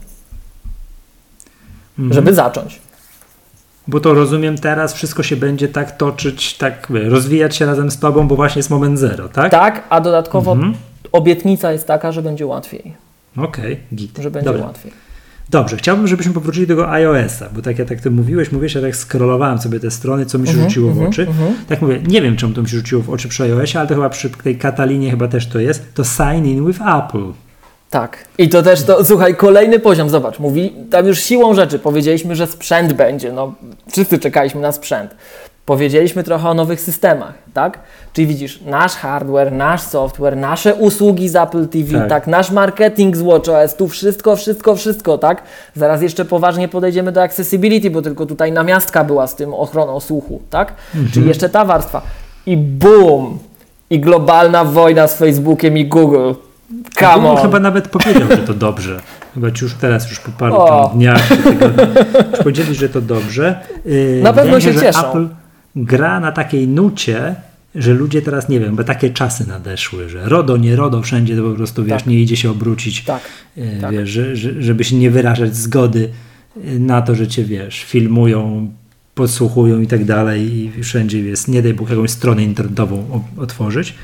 Mhm. Żeby zacząć. Bo to rozumiem, teraz wszystko się będzie tak toczyć, tak rozwijać się razem z Tobą, bo właśnie jest moment zero, tak? Tak, a dodatkowo mhm. obietnica jest taka, że będzie łatwiej. Okej, okay, git. Że będzie Dobra. łatwiej. Dobrze, chciałbym, żebyśmy powrócili do tego iOS-a, bo tak jak tak ty mówiłeś, mówisz, ja tak scrollowałem sobie te strony, co mi się uh-huh, rzuciło uh-huh, w oczy. Uh-huh. Tak mówię, nie wiem, czemu to mi się rzuciło w oczy przy iOS-ie, ale to chyba przy tej Katalinie chyba też to jest, to sign in with Apple. Tak. I to też, to, słuchaj, kolejny poziom, zobacz, mówi, tam już siłą rzeczy powiedzieliśmy, że sprzęt będzie, no wszyscy czekaliśmy na sprzęt. Powiedzieliśmy trochę o nowych systemach, tak? Czyli widzisz, nasz hardware, nasz software, nasze usługi z Apple T V, tak, tak? Nasz marketing z WatchOS, tu wszystko, wszystko, wszystko, tak? Zaraz jeszcze poważnie podejdziemy do accessibility, bo tylko tutaj namiastka była z tym ochroną słuchu, tak? Mhm. Czyli jeszcze ta warstwa. I boom! I globalna wojna z Facebookiem i Google. Come Google on. chyba nawet powiedział, że to dobrze. Chyba ci już teraz, już po paru O. tam dniach, tygodniach, już powiedzieli, że to dobrze. Yy, Na pewno wydaje mi się że cieszą. Apple gra na takiej nucie, że ludzie teraz, nie wiem, bo takie czasy nadeszły, że RODO, nie RODO, wszędzie to po prostu, wiesz, Tak. nie idzie się obrócić, Tak, yy, tak. wiesz, że, że, żeby się nie wyrażać zgody na to, że cię, wiesz, filmują, podsłuchują i tak dalej i wszędzie jest, nie daj Bóg, jakąś stronę internetową o- otworzyć.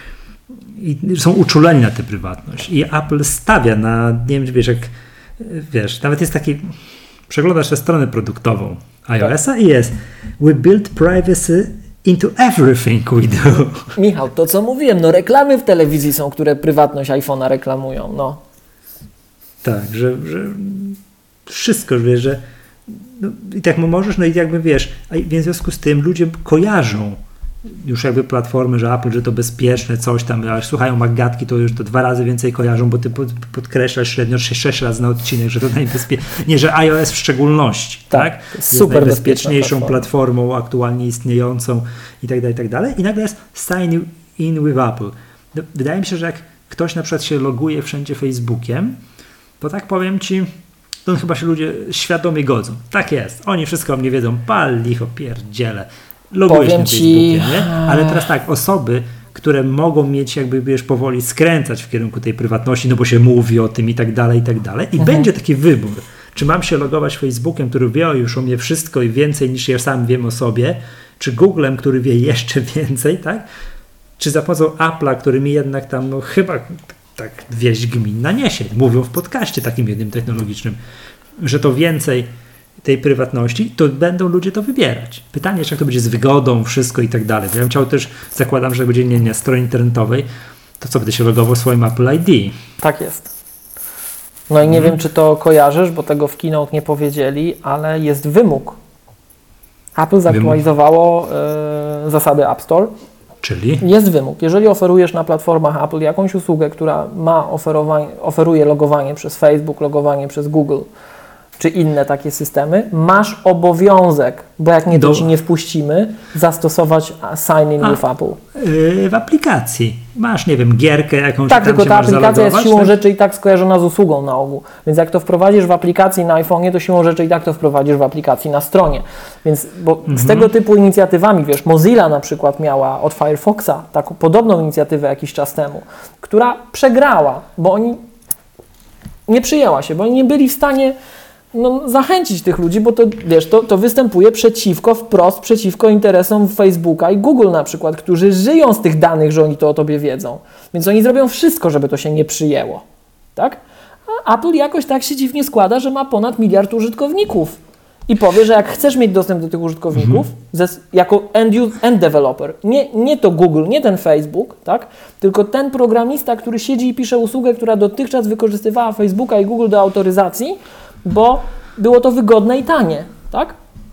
I są uczuleni na tę prywatność. I Apple stawia na, nie wiem, wiesz, jak, wiesz, nawet jest taki, przeglądasz tę stronę produktową iOS-a i jest we build privacy into everything we do. Michał, to co mówiłem, no reklamy w telewizji są, które prywatność iPhone'a reklamują, no. Tak, że, że wszystko, wiesz, że no, i tak możesz, no i jakby wiesz, a w związku z tym ludzie kojarzą już jakby platformy, że Apple, że to bezpieczne, coś tam, ale słuchają Maggatki, to już to dwa razy więcej kojarzą, bo ty pod, podkreślasz średnio sześć razy na odcinek, że to najbezpieczniejsze, nie, że iOS w szczególności, Tak, tak? to jest Jest super najbezpieczniejszą bezpieczna platformą aktualnie istniejącą i tak dalej, i tak dalej. I nagle jest sign in with Apple. No, wydaje mi się, że jak ktoś na przykład się loguje wszędzie Facebookiem, to tak powiem ci, to chyba się ludzie świadomie godzą. Tak jest, oni wszystko o mnie wiedzą, pal licho, pierdziele. Logujesz Powiem na ci- Facebookiem, nie? Ale teraz tak, osoby, które mogą mieć jakby, wiesz, powoli skręcać w kierunku tej prywatności, no bo się mówi o tym i tak dalej, i tak dalej. I będzie taki wybór. Czy mam się logować Facebookiem, który wie już o mnie wszystko i więcej niż ja sam wiem o sobie, czy Googlem, który wie jeszcze więcej, tak? Czy za pomocą Apple'a, który mi jednak tam, no chyba tak wieść gminna niesie. Mówią w podcaście takim jednym technologicznym, że to więcej tej prywatności, to będą ludzie to wybierać. Pytanie, czy jak to będzie z wygodą, wszystko i tak dalej. Ja bym chciał też, zakładam, że będzie nie, nie stronie internetowej, to co, będę się logował swoim Apple I D. Tak jest. No i nie Mhm. wiem, czy to kojarzysz, bo tego w Keynote nie powiedzieli, ale jest wymóg. Apple zaktualizowało e, zasady App Store. Czyli? Jest wymóg. Jeżeli oferujesz na platformach Apple jakąś usługę, która ma oferowanie, oferuje logowanie przez Facebook, logowanie przez Google, czy inne takie systemy, masz obowiązek, bo jak nie, to Do- ci nie wpuścimy, zastosować sign in A. with Apple. Yy, w aplikacji. Masz, nie wiem, gierkę jakąś, Tak, tam tylko się ta masz aplikacja jest zalogować, siłą tak? rzeczy i tak skojarzona z usługą na ogół. Więc jak to wprowadzisz w aplikacji na iPhone'ie, to siłą rzeczy i tak to wprowadzisz w aplikacji na stronie. Więc bo Mhm. z tego typu inicjatywami, wiesz, Mozilla na przykład miała od Firefoxa taką podobną inicjatywę jakiś czas temu, która przegrała, bo oni nie przyjęła się, bo oni nie byli w stanie no, zachęcić tych ludzi, bo to, wiesz, to, to występuje przeciwko, wprost przeciwko interesom Facebooka i Google na przykład, którzy żyją z tych danych, że oni to o tobie wiedzą. Więc oni zrobią wszystko, żeby to się nie przyjęło. Tak? A Apple jakoś tak się dziwnie składa, że ma ponad miliard użytkowników. I powie, że jak chcesz mieć dostęp do tych użytkowników, ze, jako end, use, end developer, nie, nie to Google, nie ten Facebook, tak? Tylko ten programista, który siedzi i pisze usługę, która dotychczas wykorzystywała Facebooka i Google do autoryzacji, bo było to wygodne i tanie, tak?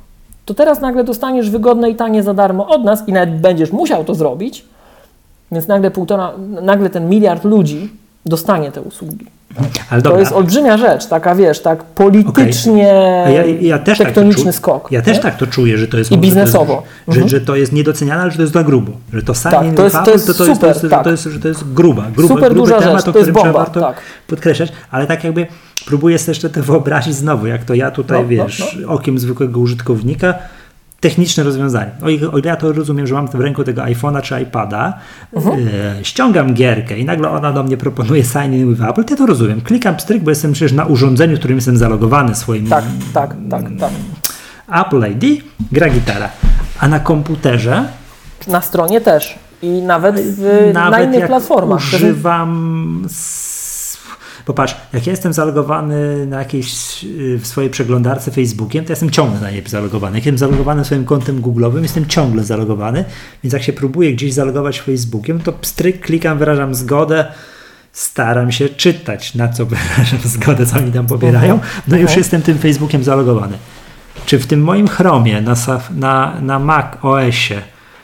To teraz nagle dostaniesz wygodne i tanie za darmo od nas i nawet będziesz musiał to zrobić, więc nagle półtora, nagle ten miliard ludzi dostanie te usługi. Ale To dobra. jest olbrzymia rzecz, taka wiesz, tak politycznie A ja, ja też tektoniczny tak to czu- skok. Ja też nie? tak to czuję, że to jest I może, biznesowo. To jest, Mhm. że, że to jest niedoceniane, ale że to jest za grubo. Że to sami Tak, to jest- to jest to, to, jest, to, super, jest, to, tak. jest, że to jest gruba, gruba Super gruby duża temat, rzecz, o to jest którym trzeba bomba, warto tak. podkreślać, ale tak jakby próbuję sobie jeszcze to wyobrazić znowu, jak to ja tutaj, No, no, wiesz, okiem zwykłego użytkownika, techniczne rozwiązanie. O ile, o ile ja to rozumiem, że mam w ręku tego iPhone'a czy iPada, Mhm. e, ściągam gierkę i nagle ona do mnie proponuje sign in with Apple, to ja to rozumiem. Klikam pstryk, bo jestem przecież na urządzeniu, w którym jestem zalogowany swoim Tak, tak, tak, tak. Apple I D, gra gitara. A na komputerze Na stronie też. I nawet, w, na nawet innych jak platformach. używam... S... Popatrz, jak ja jestem zalogowany na jakiejś y, w swojej przeglądarce Facebookiem, to jestem ciągle na niej zalogowany. Jak jestem zalogowany swoim kontem Google'owym, jestem ciągle zalogowany, więc jak się próbuję gdzieś zalogować Facebookiem, to pstryk, klikam, wyrażam zgodę, staram się czytać, na co wyrażam zgodę, co mi tam pobierają, no i już Mhm. jestem tym Facebookiem zalogowany. Czy w tym moim Chromie na, na, na Mac O S-ie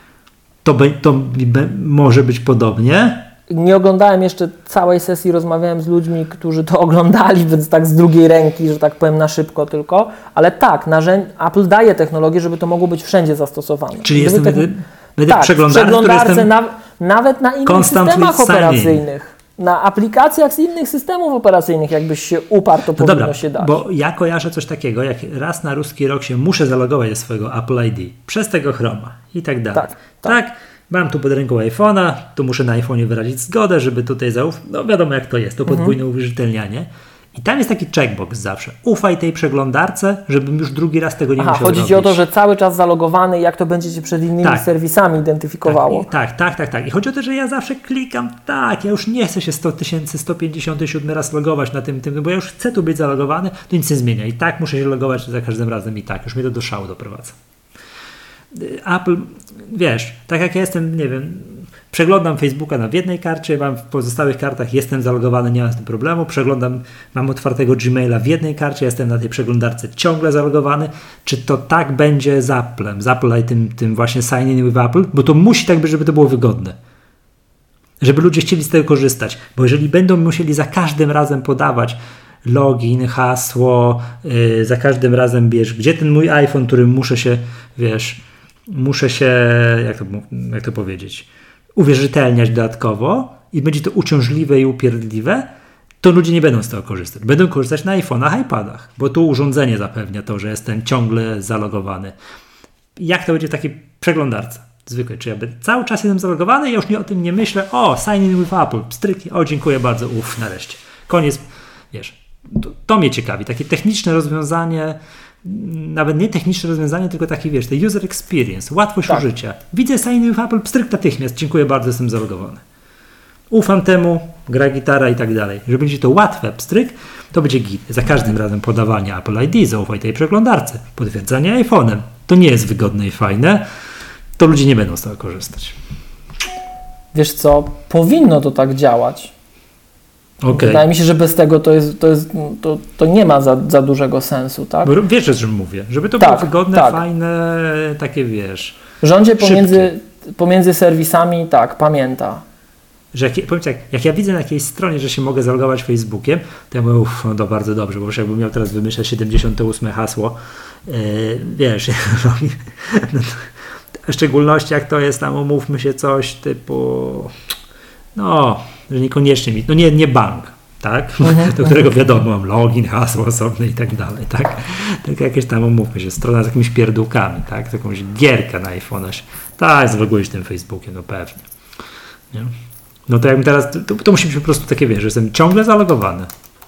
to, be, to be, może być podobnie? Nie oglądałem jeszcze całej sesji, rozmawiałem z ludźmi, którzy to oglądali, więc tak z drugiej ręki, że tak powiem na szybko tylko, ale tak, narzędzi, Apple daje technologię, żeby to mogło być wszędzie zastosowane. Czyli Gdyby jestem te- wtedy, będę tak, w przeglądarce, w przeglądarce jestem na, nawet na innych constantly systemach signing. operacyjnych. na aplikacjach z innych systemów operacyjnych, jakbyś się uparł, to no powinno dobra, się dać. Bo ja kojarzę coś takiego, jak raz na ruski rok się muszę zalogować do swojego Apple I D przez tego Chroma i tak dalej. Tak, tak. tak? Mam tu pod ręką iPhone'a, tu muszę na iPhone'ie wyrazić zgodę, żeby tutaj zaufać. No wiadomo jak to jest, to podwójne mhm. uwierzytelnianie. I tam jest taki checkbox zawsze. Ufaj tej przeglądarce, żebym już drugi raz tego nie Aha, musiał chodzi robić. ci o to, że cały czas zalogowany, jak to będzie cię przed innymi tak. serwisami identyfikowało. Tak, tak, tak, tak, tak. I chodzi o to, że ja zawsze klikam, tak, ja już nie chcę się sto tysięcy sto pięćdziesiąt siedem raz logować na tym, tym, bo ja już chcę tu być zalogowany, to nic nie zmienia. I tak muszę się logować za każdym razem i tak. Już mnie to do szału doprowadza. Apple, wiesz, tak jak ja jestem, nie wiem, przeglądam Facebooka na w jednej karcie, mam w pozostałych kartach, jestem zalogowany, nie mam z tym problemu, przeglądam, mam otwartego Gmaila w jednej karcie, jestem na tej przeglądarce ciągle zalogowany. Czy to tak będzie z Applem, z Apple i tym, tym właśnie sign in with Apple? Bo to musi tak być, żeby to było wygodne. Żeby ludzie chcieli z tego korzystać, bo jeżeli będą musieli za każdym razem podawać login, hasło, yy, za każdym razem bierz, gdzie ten mój iPhone, którym muszę się, wiesz, muszę się, jak to, jak to powiedzieć, uwierzytelniać dodatkowo i będzie to uciążliwe i upierdliwe, to ludzie nie będą z tego korzystać. Będą korzystać na iPhone'ach, iPadach, bo tu urządzenie zapewnia to, że jestem ciągle zalogowany. Jak to będzie w takiej przeglądarce zwykłej? Czy ja będę cały czas jestem zalogowany i ja już nie o tym nie myślę, o, sign in with Apple, pstryki, o, dziękuję bardzo, uff, nareszcie. Koniec, wiesz, to, to mnie ciekawi, takie techniczne rozwiązanie, nawet nie techniczne rozwiązanie, tylko taki, wiesz, ten user experience, łatwość tak. użycia. Widzę sign in with Apple, pstryk natychmiast, dziękuję bardzo, jestem zalogowany. Ufam temu, gra gitara i tak dalej. Żeby będzie to łatwe, pstryk, to będzie git. Za każdym razem podawanie Apple I D, zaufaj tej przeglądarce, potwierdzanie iPhone'em. To nie jest wygodne i fajne, to ludzie nie będą z tego korzystać. Wiesz co, powinno to tak działać. Okay. Wydaje mi się, że bez tego to, jest, to, jest, to, to nie ma za, za dużego sensu, tak? Bo wiesz, o czym mówię. Żeby to tak, było wygodne, tak. fajne, takie wiesz. Rządzie pomiędzy, pomiędzy serwisami, tak, pamięta. Że jak, powiem tak, jak ja widzę na jakiejś stronie, że się mogę zalogować Facebookiem, to ja mówię, uff, no to bardzo dobrze, bo już jakbym miał teraz wymyślać siedemdziesiąte ósme hasło, yy, wiesz, no to, w szczególności jak to jest tam, umówmy się, coś typu, no, że niekoniecznie mi, no nie, nie bank, tak, uh-huh, do którego wiadomo, mam login, hasło osobne i tak dalej, tak, tak jakieś tam, umówmy się, strona z jakimiś pierdółkami, tak, jakąś gierkę na iPhone'a, tak, zalogujesz tym Facebookiem, no pewnie, nie? No to jakbym teraz, to, to musi być po prostu takie, wiesz, że jestem ciągle zalogowany.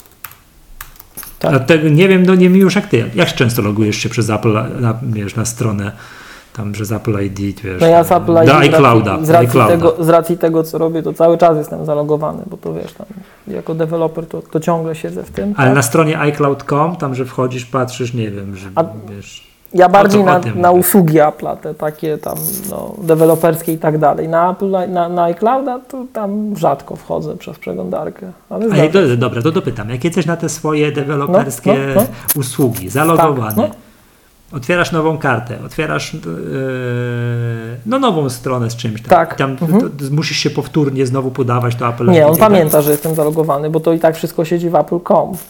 Tak. A tego nie wiem, no nie mi już jak ty. Jak często logujesz się przez Apple, na, wiesz, na stronę tam przez Apple I D, wiesz, no ja z Apple I D do iClouda. Z racji, z, racji tego, z racji tego, co robię, to cały czas jestem zalogowany, bo to wiesz, tam jako deweloper to, to ciągle siedzę w tym. Ale tak? na stronie iCloud kropka com, tam, że wchodzisz, patrzysz, nie wiem, że A wiesz... Ja bardziej na, na usługi Apple'a, te takie tam no, deweloperskie i tak dalej. Na Apple, na, na iClouda to tam rzadko wchodzę przez przeglądarkę. Ale A jak, do, dobra, to dopytam. Jak jesteś na te swoje deweloperskie no, no, no. usługi, zalogowany, tak, no. otwierasz nową kartę, otwierasz yy, no nową stronę z czymś tam. Tak. tam mhm. to, to musisz się powtórnie znowu podawać to Apple. Nie, on pamięta, tak? że jestem zalogowany, bo to i tak wszystko siedzi w Apple kropka com.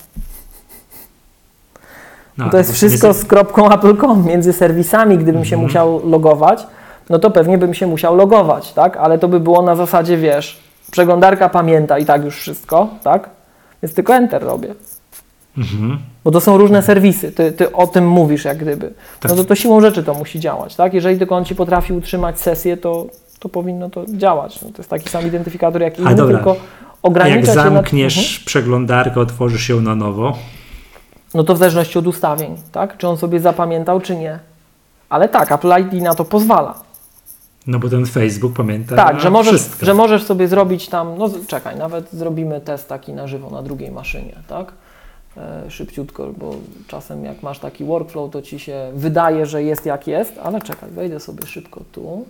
No, to jest wszystko jest... z kropką Apple kropka com. Między serwisami, gdybym mm-hmm. się musiał logować, no to pewnie bym się musiał logować, tak? Ale to by było na zasadzie, wiesz, przeglądarka pamięta i tak już wszystko, tak? Więc tylko Enter robię. Mm-hmm. Bo to są różne serwisy, ty, ty o tym mówisz jak gdyby. Tak. No to, to siłą rzeczy to musi działać, tak? Jeżeli tylko on ci potrafi utrzymać sesję, to, to powinno to działać. No to jest taki sam identyfikator jak inny, tylko ogranicza jak zamkniesz się na... przeglądarkę, otworzysz ją na nowo, no to w zależności od ustawień, tak? Czy on sobie zapamiętał, czy nie. Ale tak, Apple I D na to pozwala. No bo ten Facebook pamięta tak, że możesz, wszystko. że możesz sobie zrobić tam, no czekaj, nawet zrobimy test taki na żywo na drugiej maszynie, tak? E, szybciutko, bo czasem jak masz taki workflow, to ci się wydaje, że jest jak jest, ale czekaj, wejdę sobie szybko tu.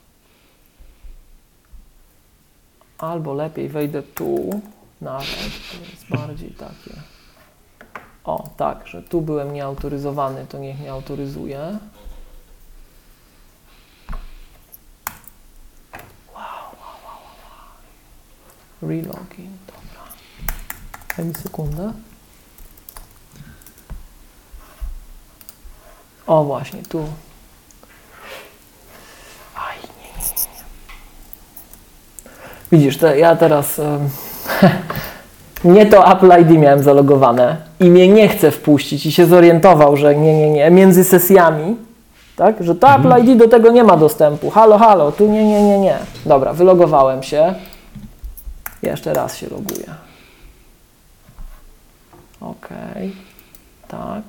Albo lepiej wejdę tu, nawet, to jest bardziej takie... O, tak, że tu byłem nieautoryzowany, to niech mnie autoryzuje. Wow, wow, wow, wow. Relogin, dobra. Daj mi sekundę. O, właśnie, tu. Aj, nie, nie, nie. Widzisz, te, ja teraz... Um, Nie to Apple I D miałem zalogowane i mnie nie chce wpuścić i się zorientował, że nie, nie, nie, między sesjami, tak, że to mhm. Apple I D do tego nie ma dostępu. Halo, halo, tu nie, nie, nie, nie. Dobra, wylogowałem się. Jeszcze raz się loguję. OK. Tak.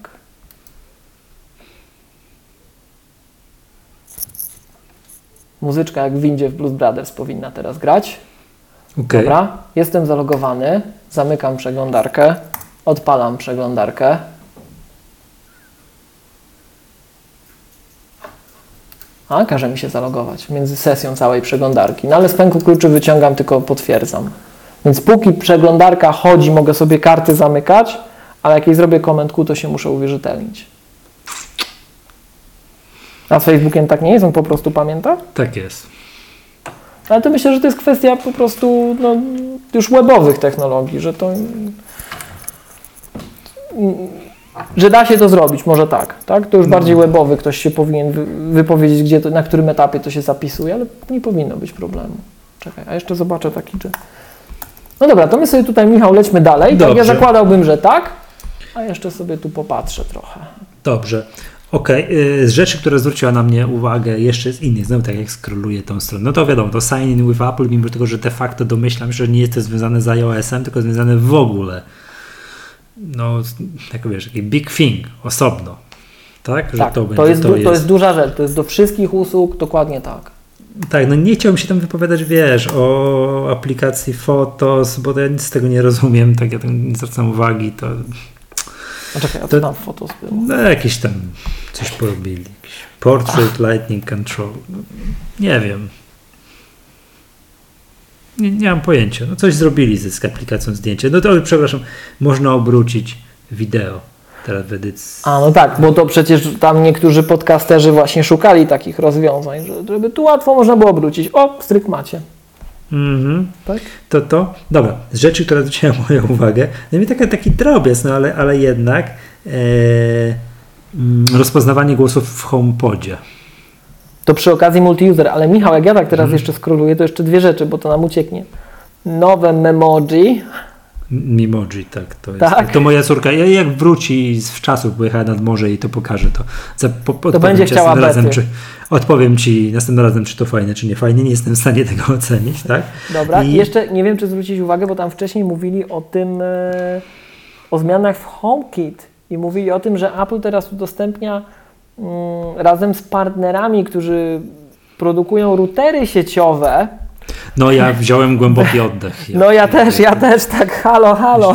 Muzyczka jak w windzie w Blues Brothers powinna teraz grać. Okay. Dobra, jestem zalogowany. Zamykam przeglądarkę. Odpalam przeglądarkę. A, każe mi się zalogować między sesją całej przeglądarki. No ale z pęku kluczy wyciągam, tylko potwierdzam. Więc póki przeglądarka chodzi, mogę sobie karty zamykać, ale jak jej zrobię Command Q, to się muszę uwierzytelnić. A z Facebookiem tak nie jest? On po prostu pamięta? Tak jest. Ale to myślę, że to jest kwestia po prostu no, już webowych technologii, że to... że da się to zrobić, może tak, tak? To już no. bardziej webowy, ktoś się powinien wypowiedzieć, gdzie to, na którym etapie to się zapisuje, ale nie powinno być problemu. Czekaj, a jeszcze zobaczę taki, czy... No dobra, to my sobie tutaj, Michał, lećmy dalej. Tak, ja zakładałbym, że tak, a jeszcze sobie tu popatrzę trochę. Dobrze. Okej, okay. Z rzeczy, które zwróciła na mnie uwagę jeszcze z innych, znowu tak jak scrolluję tą stronę, no to wiadomo, to sign in with Apple, mimo tego, że de facto domyślam się, że nie jest to związane z iOS-em, tylko związane w ogóle, no, jak wiesz, taki big thing, osobno, tak? Że tak, to, to, będzie, jest, to, jest... to jest duża rzecz, to jest do wszystkich usług, dokładnie tak. Tak, no nie chciałbym się tam wypowiadać, wiesz, o aplikacji Photos, bo ja nic z tego nie rozumiem, tak ja tam nie zwracam uwagi, to... A czekaj, a co tam Photos było? No jakieś tam coś porobili, jakiś Portrait Ach. Lighting Control, nie wiem. Nie, nie mam pojęcia, no coś zrobili z aplikacją zdjęcia, no to przepraszam, można obrócić wideo. Teraz w edycji. A no tak, bo to przecież tam niektórzy podcasterzy właśnie szukali takich rozwiązań, żeby tu łatwo można było obrócić. O, stryk macie. Mhm. Tak? To to. Dobra, z rzeczy, które zwróciła moją uwagę, no i taki, taki drobiazg, no ale, ale jednak e, mm, rozpoznawanie głosów w HomePodzie. To przy okazji multi-user, ale Michał, jak ja tak teraz mhm. jeszcze scrolluję, to jeszcze dwie rzeczy, bo to nam ucieknie. Nowe Memoji. Memoji, tak, to jest. Tak? To moja córka, ja jak wróci z czasów, pojechała nad morze i to pokaże, to, za, po, to będzie chciała razem, czy, odpowiem Ci następnym razem, czy to fajne, czy nie fajne, nie jestem w stanie tego ocenić, tak? Dobra, I jeszcze nie wiem, czy zwrócić uwagę, bo tam wcześniej mówili o tym, e, o zmianach w HomeKit i mówili o tym, że Apple teraz udostępnia mm, razem z partnerami, którzy produkują routery sieciowe. No ja wziąłem głęboki oddech. Ja, no ja, ja też, ja też tak halo, halo.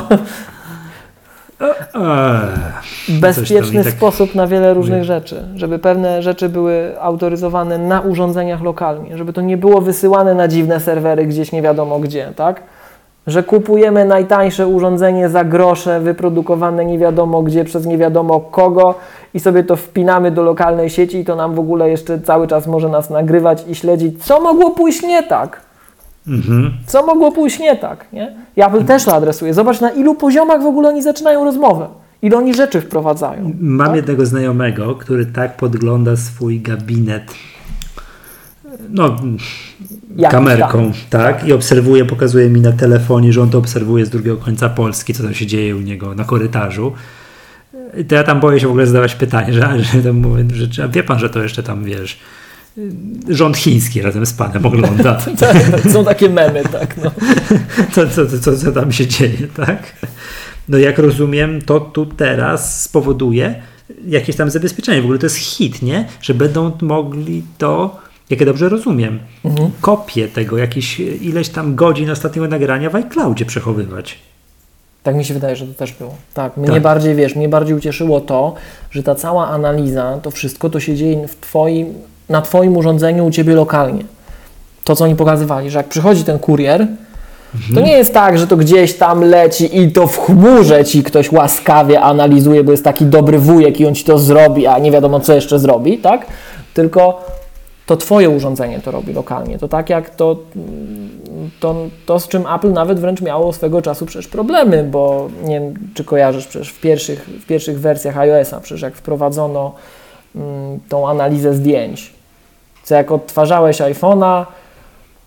Bezpieczny tak sposób na wiele różnych mówię. rzeczy, żeby pewne rzeczy były autoryzowane na urządzeniach lokalnie, żeby to nie było wysyłane na dziwne serwery gdzieś nie wiadomo gdzie, tak? Że kupujemy najtańsze urządzenie za grosze, wyprodukowane nie wiadomo gdzie, przez nie wiadomo kogo i sobie to wpinamy do lokalnej sieci i to nam w ogóle jeszcze cały czas może nas nagrywać i śledzić, co mogło pójść nie tak. Mhm. Co mogło pójść nie tak, nie? I Apple mhm. też to adresuje. Zobacz, na ilu poziomach w ogóle oni zaczynają rozmowę. Ile oni rzeczy wprowadzają. Mam tak? jednego znajomego, który tak podgląda swój gabinet no, Jak kamerką, tak. tak, i obserwuje, pokazuje mi na telefonie, że on to obserwuje z drugiego końca Polski, co tam się dzieje u niego na korytarzu. I to ja tam boję się w ogóle zadawać pytanie, że, że, tam mówię, że a wie pan, że to jeszcze tam, wiesz, rząd chiński razem z panem ogląda. Są takie memy, tak. No. co, co, co, co tam się dzieje, tak? No jak rozumiem, to tu teraz spowoduje jakieś tam zabezpieczenie. W ogóle to jest hit, nie? Że będą mogli to, jak ja dobrze rozumiem, mhm. kopię tego, jakieś ileś tam godzin ostatniego nagrania w iCloudzie przechowywać. Tak mi się wydaje, że to też było. Tak, mnie tak. bardziej, wiesz, mnie bardziej ucieszyło to, że ta cała analiza, to wszystko to się dzieje w twoim, na Twoim urządzeniu u Ciebie lokalnie. To, co oni pokazywali, że jak przychodzi ten kurier, mhm. to nie jest tak, że to gdzieś tam leci i to w chmurze Ci ktoś łaskawie analizuje, bo jest taki dobry wujek i on Ci to zrobi, a nie wiadomo, co jeszcze zrobi, tak? Tylko to Twoje urządzenie to robi lokalnie. To tak jak to, to, to z czym Apple nawet wręcz miało swego czasu przecież problemy, bo nie wiem, czy kojarzysz przecież w pierwszych, w pierwszych wersjach iOS-a, przecież jak wprowadzono mm, tą analizę zdjęć, co jak odtwarzałeś iPhone'a,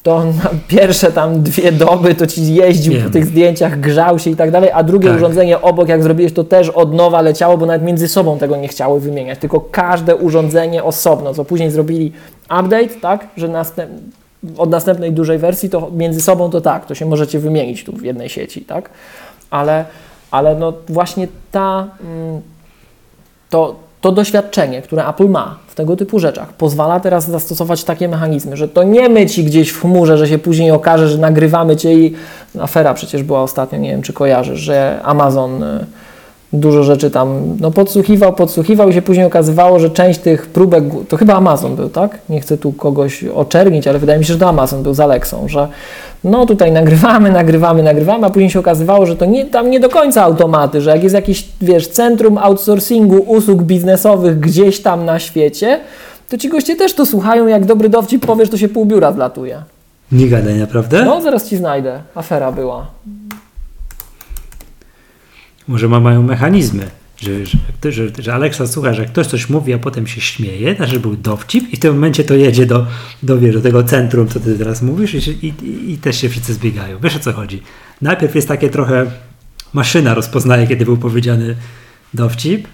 to na pierwsze tam dwie doby to ci jeździł Wiem. po tych zdjęciach, grzał się i tak dalej, a drugie Tak. urządzenie obok, jak zrobiłeś, to też od nowa leciało, bo nawet między sobą tego nie chciały wymieniać, tylko każde urządzenie osobno, co później zrobili update, tak, że następ, od następnej dużej wersji to między sobą to tak, to się możecie wymienić tu w jednej sieci, tak, ale, ale no właśnie ta, to, to doświadczenie, które Apple ma w tego typu rzeczach, pozwala teraz zastosować takie mechanizmy, że to nie my ci gdzieś w chmurze, że się później okaże, że nagrywamy cię i afera przecież była ostatnio, nie wiem czy kojarzysz, że Amazon y, dużo rzeczy tam no, podsłuchiwał, podsłuchiwał i się później okazywało, że część tych próbek, to chyba Amazon był, tak? Nie chcę tu kogoś oczernić, ale wydaje mi się, że to Amazon był z Alexą, że no tutaj nagrywamy, nagrywamy, nagrywamy, a później się okazywało, że to nie, tam nie do końca automaty, że jak jest jakieś, wiesz, centrum outsourcingu usług biznesowych gdzieś tam na świecie, to ci goście też to słuchają, jak dobry dowcip powiesz, to się pół biura zlatuje. Nie gadaj, naprawdę? No, zaraz ci znajdę. Afera była. Może ma, mają mechanizmy, że, że, że, że Alexa słucha, że jak ktoś coś mówi, a potem się śmieje, znaczy był dowcip i w tym momencie to jedzie do, do, wiesz, do tego centrum, co ty teraz mówisz i, i, i, i też się wszyscy zbiegają. Wiesz o co chodzi? Najpierw jest takie trochę, maszyna rozpoznaje, kiedy był powiedziany dowcip.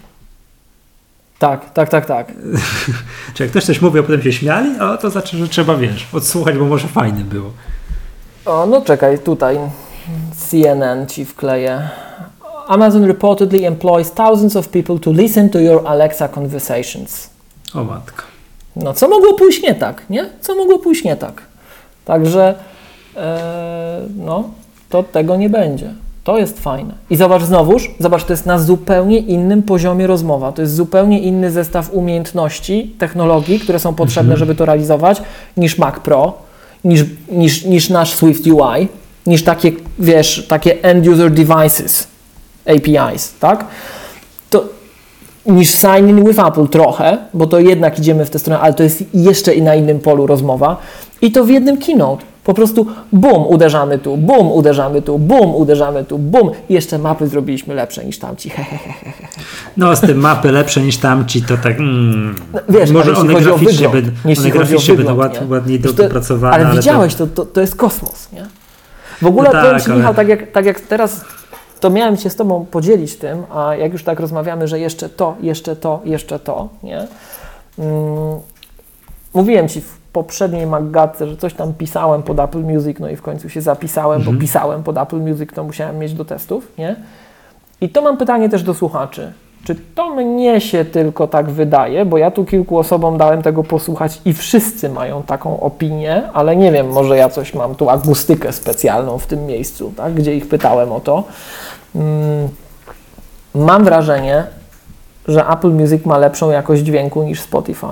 Tak, tak, tak, tak. Czy jak ktoś coś mówi, a potem się śmiali, o, to znaczy, że trzeba, wiesz, odsłuchać, bo może fajne było. O, no czekaj, tutaj C N N ci wkleję. Amazon reportedly employs thousands of people to listen to your Alexa conversations. O matko. No, co mogło pójść nie tak, nie? Co mogło pójść nie tak? Także, e, no, to tego nie będzie. To jest fajne. I zobacz znowuż, zobacz, to jest na zupełnie innym poziomie rozmowa. To jest zupełnie inny zestaw umiejętności, technologii, które są potrzebne, żeby to realizować, niż Mac Pro, niż, niż, niż nasz Swift U I, niż takie, wiesz, takie end-user devices, A P Is, tak? To niż sign in with Apple trochę, bo to jednak idziemy w tę stronę, ale to jest jeszcze i na innym polu rozmowa. I to w jednym keynote. Po prostu bum, uderzamy tu, bum, uderzamy tu, bum, uderzamy tu, bum. I jeszcze mapy zrobiliśmy lepsze niż tamci. No z tym mapy lepsze niż tamci, to tak mm, no, wiesz, może one graficznie, wygląd, będą, one graficznie będą ład, ładniej dopracowane. Ale, ale ale widziałeś, to... to, to, to jest kosmos, nie? W ogóle no powiem tak, Ci, ale... Michał, tak jak, tak jak teraz, to miałem się z Tobą podzielić tym, a jak już tak rozmawiamy, że jeszcze to, jeszcze to, jeszcze to, nie? Mm, mówiłem Ci w poprzedniej Maggatce, że coś tam pisałem pod Apple Music, no i w końcu się zapisałem, mhm. bo pisałem pod Apple Music, to musiałem mieć do testów, nie? I to mam pytanie też do słuchaczy. Czy to mnie się tylko tak wydaje, bo ja tu kilku osobom dałem tego posłuchać i wszyscy mają taką opinię, ale nie wiem, może ja coś mam tu akustykę specjalną w tym miejscu, tak, gdzie ich pytałem o to. Hmm. Mam wrażenie, że Apple Music ma lepszą jakość dźwięku niż Spotify.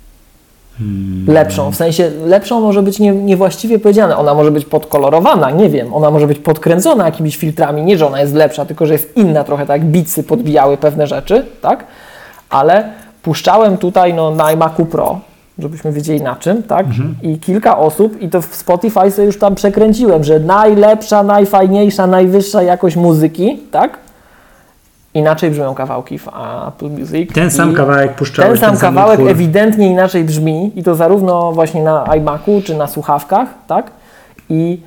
Hmm. Lepszą, w sensie lepszą może być nie, niewłaściwie powiedziane, ona może być podkolorowana, nie wiem, ona może być podkręcona jakimiś filtrami, nie, że ona jest lepsza, tylko że jest inna trochę, tak jak Beatsy podbijały pewne rzeczy, tak, ale puszczałem tutaj no, na iMacu Pro, żebyśmy wiedzieli na czym, tak, mhm. i kilka osób, i to w Spotify sobie już tam przekręciłem, że najlepsza, najfajniejsza, najwyższa jakość muzyki, tak, inaczej brzmią kawałki w Apple Music. Ten sam kawałek puszczałeś. Ten sam ten kawałek sam ewidentnie inaczej brzmi i to zarówno właśnie na iMacu, czy na słuchawkach, tak? I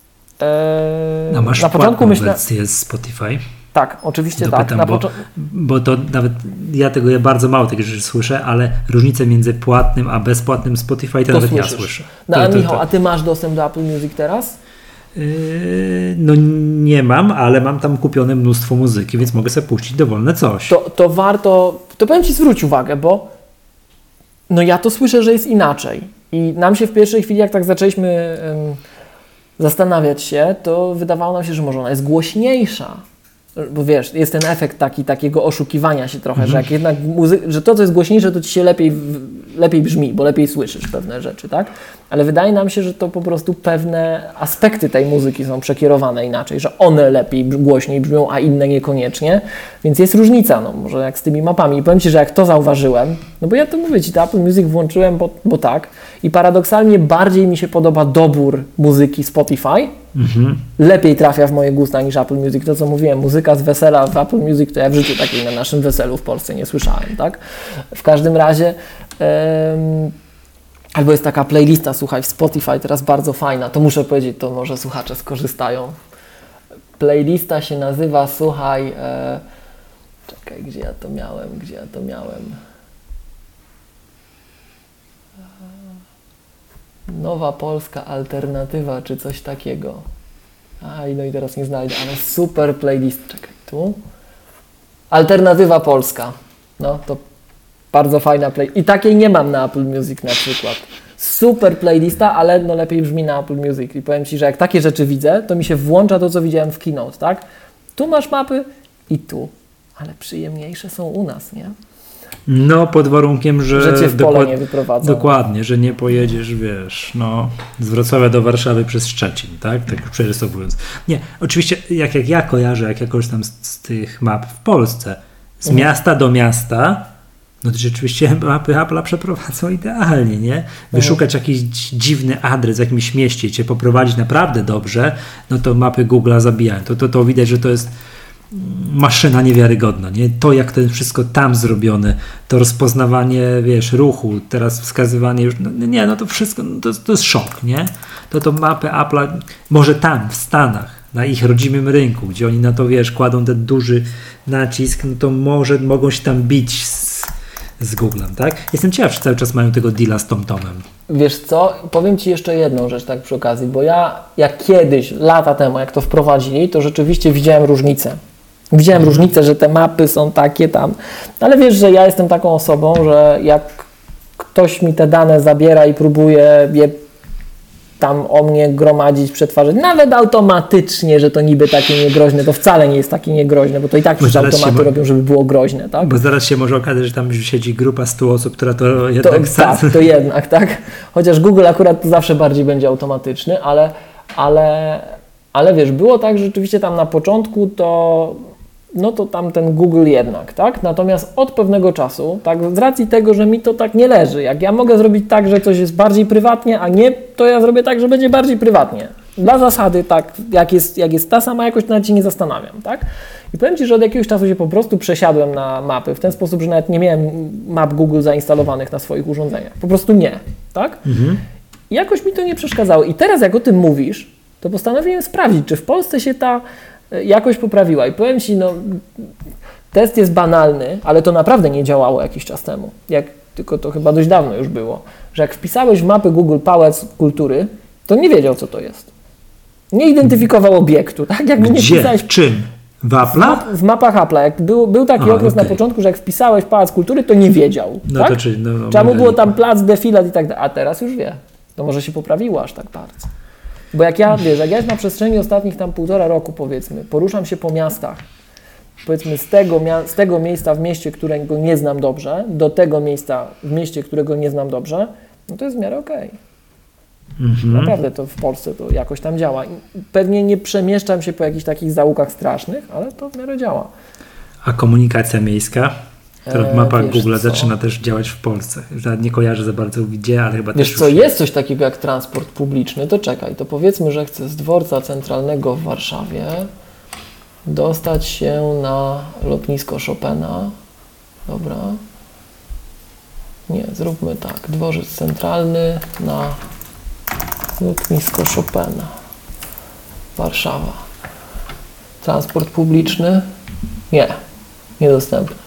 e, no masz na początku myślę... wersję z Spotify. Tak, oczywiście Dopytam, tak. Na bo, pocz... bo to nawet ja tego ja bardzo mało tych rzeczy słyszę, ale różnice między płatnym a bezpłatnym Spotify to, to nawet słyszysz. Ja słyszę. No to, a to, Michał, to. a ty masz dostęp do Apple Music teraz? No nie mam, ale mam tam kupione mnóstwo muzyki, więc mogę sobie puścić dowolne coś. To, to warto, to powiem Ci zwróć uwagę, bo no ja to słyszę, że jest inaczej i nam się w pierwszej chwili, jak tak zaczęliśmy um, zastanawiać się, to wydawało nam się, że może ona jest głośniejsza. Bo wiesz, jest ten efekt taki, takiego oszukiwania się trochę, mm. że jak jednak muzy- że to, co jest głośniejsze, to Ci się lepiej, lepiej brzmi, bo lepiej słyszysz pewne rzeczy, tak? Ale wydaje nam się, że to po prostu pewne aspekty tej muzyki są przekierowane inaczej, że one lepiej, głośniej brzmią, a inne niekoniecznie, więc jest różnica, no może jak z tymi mapami. I powiem Ci, że jak to zauważyłem, no bo ja to mówię Ci, to Apple Music włączyłem, bo, bo tak, i paradoksalnie bardziej mi się podoba dobór muzyki Spotify, mm-hmm. lepiej trafia w moje gusta niż Apple Music. To, co mówiłem, muzyka z wesela w Apple Music, to ja w życiu takiej na naszym weselu w Polsce nie słyszałem, tak? W każdym razie, um, Albo jest taka playlista, słuchaj, w Spotify teraz bardzo fajna, to muszę powiedzieć, to może słuchacze skorzystają. Playlista się nazywa, słuchaj, e, czekaj, gdzie ja to miałem, gdzie ja to miałem. Nowa Polska Alternatywa, czy coś takiego. Aj, no i teraz nie znajdę, ale super playlist, czekaj, tu. Alternatywa Polska, no to bardzo fajna playlist. I takiej nie mam na Apple Music na przykład. Super playlista, ale no lepiej brzmi na Apple Music. I powiem Ci, że jak takie rzeczy widzę, to mi się włącza to, co widziałem w Keynote, tak? Tu masz mapy i tu. Ale przyjemniejsze są u nas, nie? No, pod warunkiem, że... Że Cię w pole dokład... nie wyprowadzą. Dokładnie, że nie pojedziesz, wiesz, no, z Wrocławia do Warszawy przez Szczecin, tak? Tak już przerysowując. Nie, oczywiście, jak, jak ja kojarzę, jak ja korzystam z, z tych map w Polsce, z mhm. miasta do miasta, no to rzeczywiście mapy Apple'a przeprowadzą idealnie, nie? Wyszukać mhm. jakiś dziwny adres w jakimś mieście i Cię poprowadzić naprawdę dobrze, no to mapy Google'a zabijają. To, to, to widać, że to jest maszyna niewiarygodna, nie? To, jak to jest wszystko tam zrobione, to rozpoznawanie, wiesz, ruchu, teraz wskazywanie już, no nie, no to wszystko, no to, to jest szok, nie? To to mapy Apple'a, może tam, w Stanach, na ich rodzimym rynku, gdzie oni na to, wiesz, kładą ten duży nacisk, no to może mogą się tam bić z, z Googlem, tak? Jestem ciekaw, czy cały czas mają tego deala z TomTomem. Wiesz co, powiem Ci jeszcze jedną rzecz tak przy okazji, bo ja, jak kiedyś, lata temu, jak to wprowadzili, to rzeczywiście widziałem różnicę. Widziałem mhm. różnicę, że te mapy są takie tam, ale wiesz, że ja jestem taką osobą, że jak ktoś mi te dane zabiera i próbuje je tam o mnie gromadzić, przetwarzać, nawet automatycznie, że to niby takie niegroźne, to wcale nie jest takie niegroźne, bo to i tak przecież automaty robią, żeby było groźne, tak? Bo zaraz się może okazać, że tam siedzi grupa stu osób, która to jednak... To, tak, to jednak, tak? Chociaż Google akurat zawsze bardziej będzie automatyczny, ale, ale, ale wiesz, było tak, że rzeczywiście tam na początku to no to tam ten Google jednak, tak? Natomiast od pewnego czasu, tak, z racji tego, że mi to tak nie leży, jak ja mogę zrobić tak, że coś jest bardziej prywatnie, a nie, to ja zrobię tak, że będzie bardziej prywatnie. Dla zasady, tak, jak jest, jak jest ta sama jakość, to nawet się nie zastanawiam, tak? I powiem Ci, że od jakiegoś czasu się po prostu przesiadłem na mapy, w ten sposób, że nawet nie miałem map Google zainstalowanych na swoich urządzeniach. Po prostu nie, tak? Mhm. I jakoś mi to nie przeszkadzało. I teraz, jak o tym mówisz, to postanowiłem sprawdzić, czy w Polsce się ta jakoś poprawiła. I powiem Ci, no, test jest banalny, ale to naprawdę nie działało jakiś czas temu. Jak, tylko to chyba dość dawno już było, że jak wpisałeś w mapy Google Pałac Kultury, to nie wiedział, co to jest. Nie identyfikował obiektu, tak? Jakby nie Gdzie? wpisałeś... W czym? W Apple'a? W mapach Apple'a. Jak był, był taki Aha, okres okay. na początku, że jak wpisałeś Pałac Kultury, to nie wiedział. No tak? to czyli, no, no, Trzeba mu było tam plac, defilat i tak dalej. A teraz już wie. To może się poprawiło aż tak bardzo. Bo jak ja, wiesz, jak ja na przestrzeni ostatnich tam półtora roku, powiedzmy, poruszam się po miastach, powiedzmy z tego, z tego miejsca w mieście, którego nie znam dobrze, do tego miejsca w mieście, którego nie znam dobrze, no to jest w miarę okej. Okay. Mhm. Naprawdę to w Polsce to jakoś tam działa. Pewnie nie przemieszczam się po jakichś takich zaułkach strasznych, ale to w miarę działa. A komunikacja miejska? Która w mapach e, Google co? zaczyna też działać w Polsce. Już nawet nie kojarzę za bardzo gdzie, ale chyba wiesz też co, już jest coś takiego jak transport publiczny, to czekaj, to powiedzmy, że chcę z dworca centralnego w Warszawie dostać się na lotnisko Chopina. Dobra. Nie, zróbmy tak. Dworzec centralny na lotnisko Chopina. Warszawa. Transport publiczny? Nie. Niedostępny.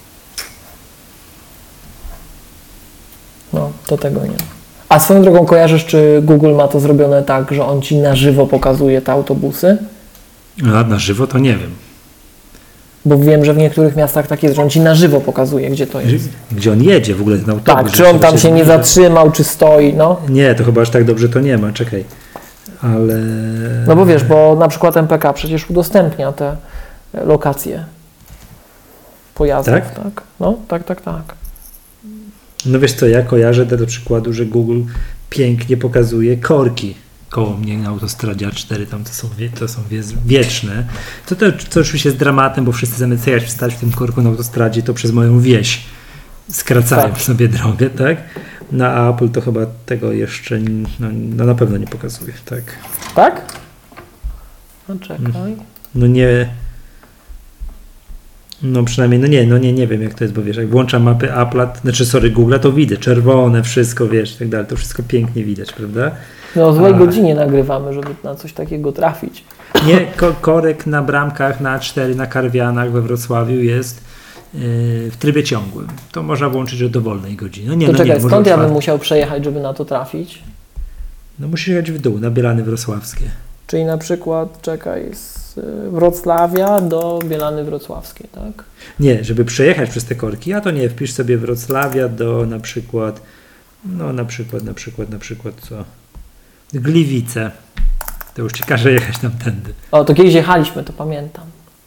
No, to tego nie. A swoją drogą kojarzysz, czy Google ma to zrobione tak, że on Ci na żywo pokazuje te autobusy? A na żywo to nie wiem. Bo wiem, że w niektórych miastach tak jest, że on Ci na żywo pokazuje, gdzie to jest. Gdzie on jedzie w ogóle ten autobus. Tak, czy on tam się nie zatrzymał, czy stoi, no. Nie, to chyba aż tak dobrze to nie ma, czekaj. Ale... No bo wiesz, bo na przykład M P K przecież udostępnia te lokacje pojazdów, tak? tak? No, tak, tak, tak. No wiesz co, ja kojarzę do przykładu, że Google pięknie pokazuje korki koło mnie na autostradzie A cztery, tam to są, to są wieczne. To, to, to oczywiście jest dramatem, bo wszyscy zamiast jechać wstać w tym korku na autostradzie, to przez moją wieś skracają tak. sobie drogę, tak? Na Apple to chyba tego jeszcze no, no na pewno nie pokazuje, tak? Tak? No czekaj. No nie... No przynajmniej, no nie, no nie, nie wiem jak to jest, bo wiesz, jak włączam mapy Apple'a, znaczy sorry, Google'a, to widzę czerwone, wszystko, wiesz, i tak dalej, to wszystko pięknie widać, prawda? No o złej A... godzinie nagrywamy, żeby na coś takiego trafić. Nie, ko- korek na bramkach, na A cztery, na Karwianach we Wrocławiu jest yy, w trybie ciągłym. To można włączyć o dowolnej godzinie. No nie, to no czekaj, nie, skąd ja bym czwart... musiał przejechać, żeby na to trafić? No musisz jechać w dół, na Bielany Wrocławskie. Czyli na przykład, czekaj, z Wrocławia do Bielany Wrocławskiej, tak? Nie, żeby przejechać przez te korki, a to nie, wpisz sobie Wrocławia do na przykład, no na przykład, na przykład, na przykład co? Gliwice. To już ci każe jechać tamtędy. O, to kiedyś jechaliśmy, to pamiętam.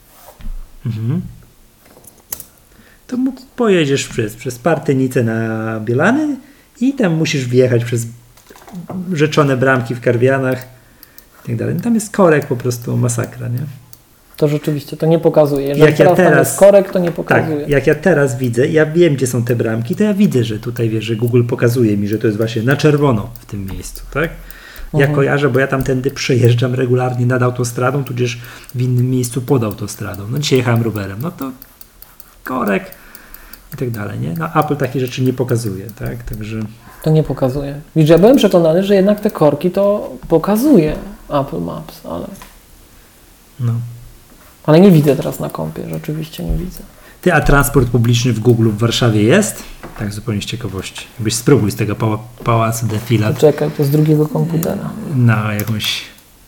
Mhm. To mu pojedziesz przez, przez Partynicę na Bielany i tam musisz wjechać przez rzeczone bramki w Karwianach i tak dalej. No tam jest korek po prostu masakra, nie? To rzeczywiście, to nie pokazuje. Jeżeli Jak ja teraz, teraz tam jest korek, to nie pokazuje. Tak, jak ja teraz widzę, ja wiem, gdzie są te bramki, to ja widzę, że tutaj, wiesz, że Google pokazuje mi, że to jest właśnie na czerwono w tym miejscu, tak? Ja Mhm. kojarzę, bo ja tamtędy przejeżdżam regularnie nad autostradą, tudzież w innym miejscu pod autostradą. No dzisiaj jechałem rowerem, no to korek i tak dalej, nie? No Apple takie rzeczy nie pokazuje, tak? Także... To nie pokazuje. Widzisz, ja byłem przekonany, że jednak te korki to pokazuje Apple Maps, ale, No. ale nie widzę teraz na kompie, rzeczywiście nie widzę. Ty, a transport publiczny w Google w Warszawie jest? Tak zupełnie z ciekawości. Jakbyś spróbuj z tego pała- pałacu Defilat Czekaj, to z drugiego komputera. na jakąś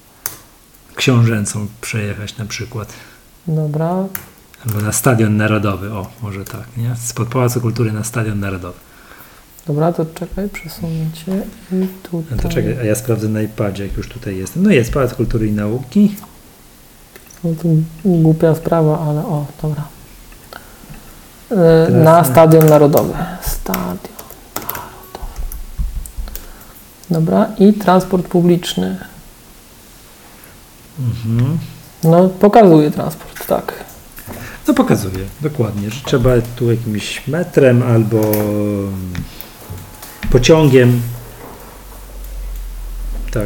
książęcą przejechać na przykład. Dobra. Albo na Stadion Narodowy, o, może tak, nie? Spod Pałacu Kultury na Stadion Narodowy. Dobra, to czekaj, przesunięcie i tutaj. No to czekaj, a ja sprawdzę na iPadzie, jak już tutaj jestem. No jest Pałac Kultury i Nauki. No to głupia sprawa, ale o, dobra. Yy, Teraz na na- Stadion Narodowy. Stadion Narodowy. Dobra, i transport publiczny. Mhm. No, pokazuje transport, tak. No pokazuje, dokładnie, że trzeba tu jakimś metrem albo pociągiem. Tak.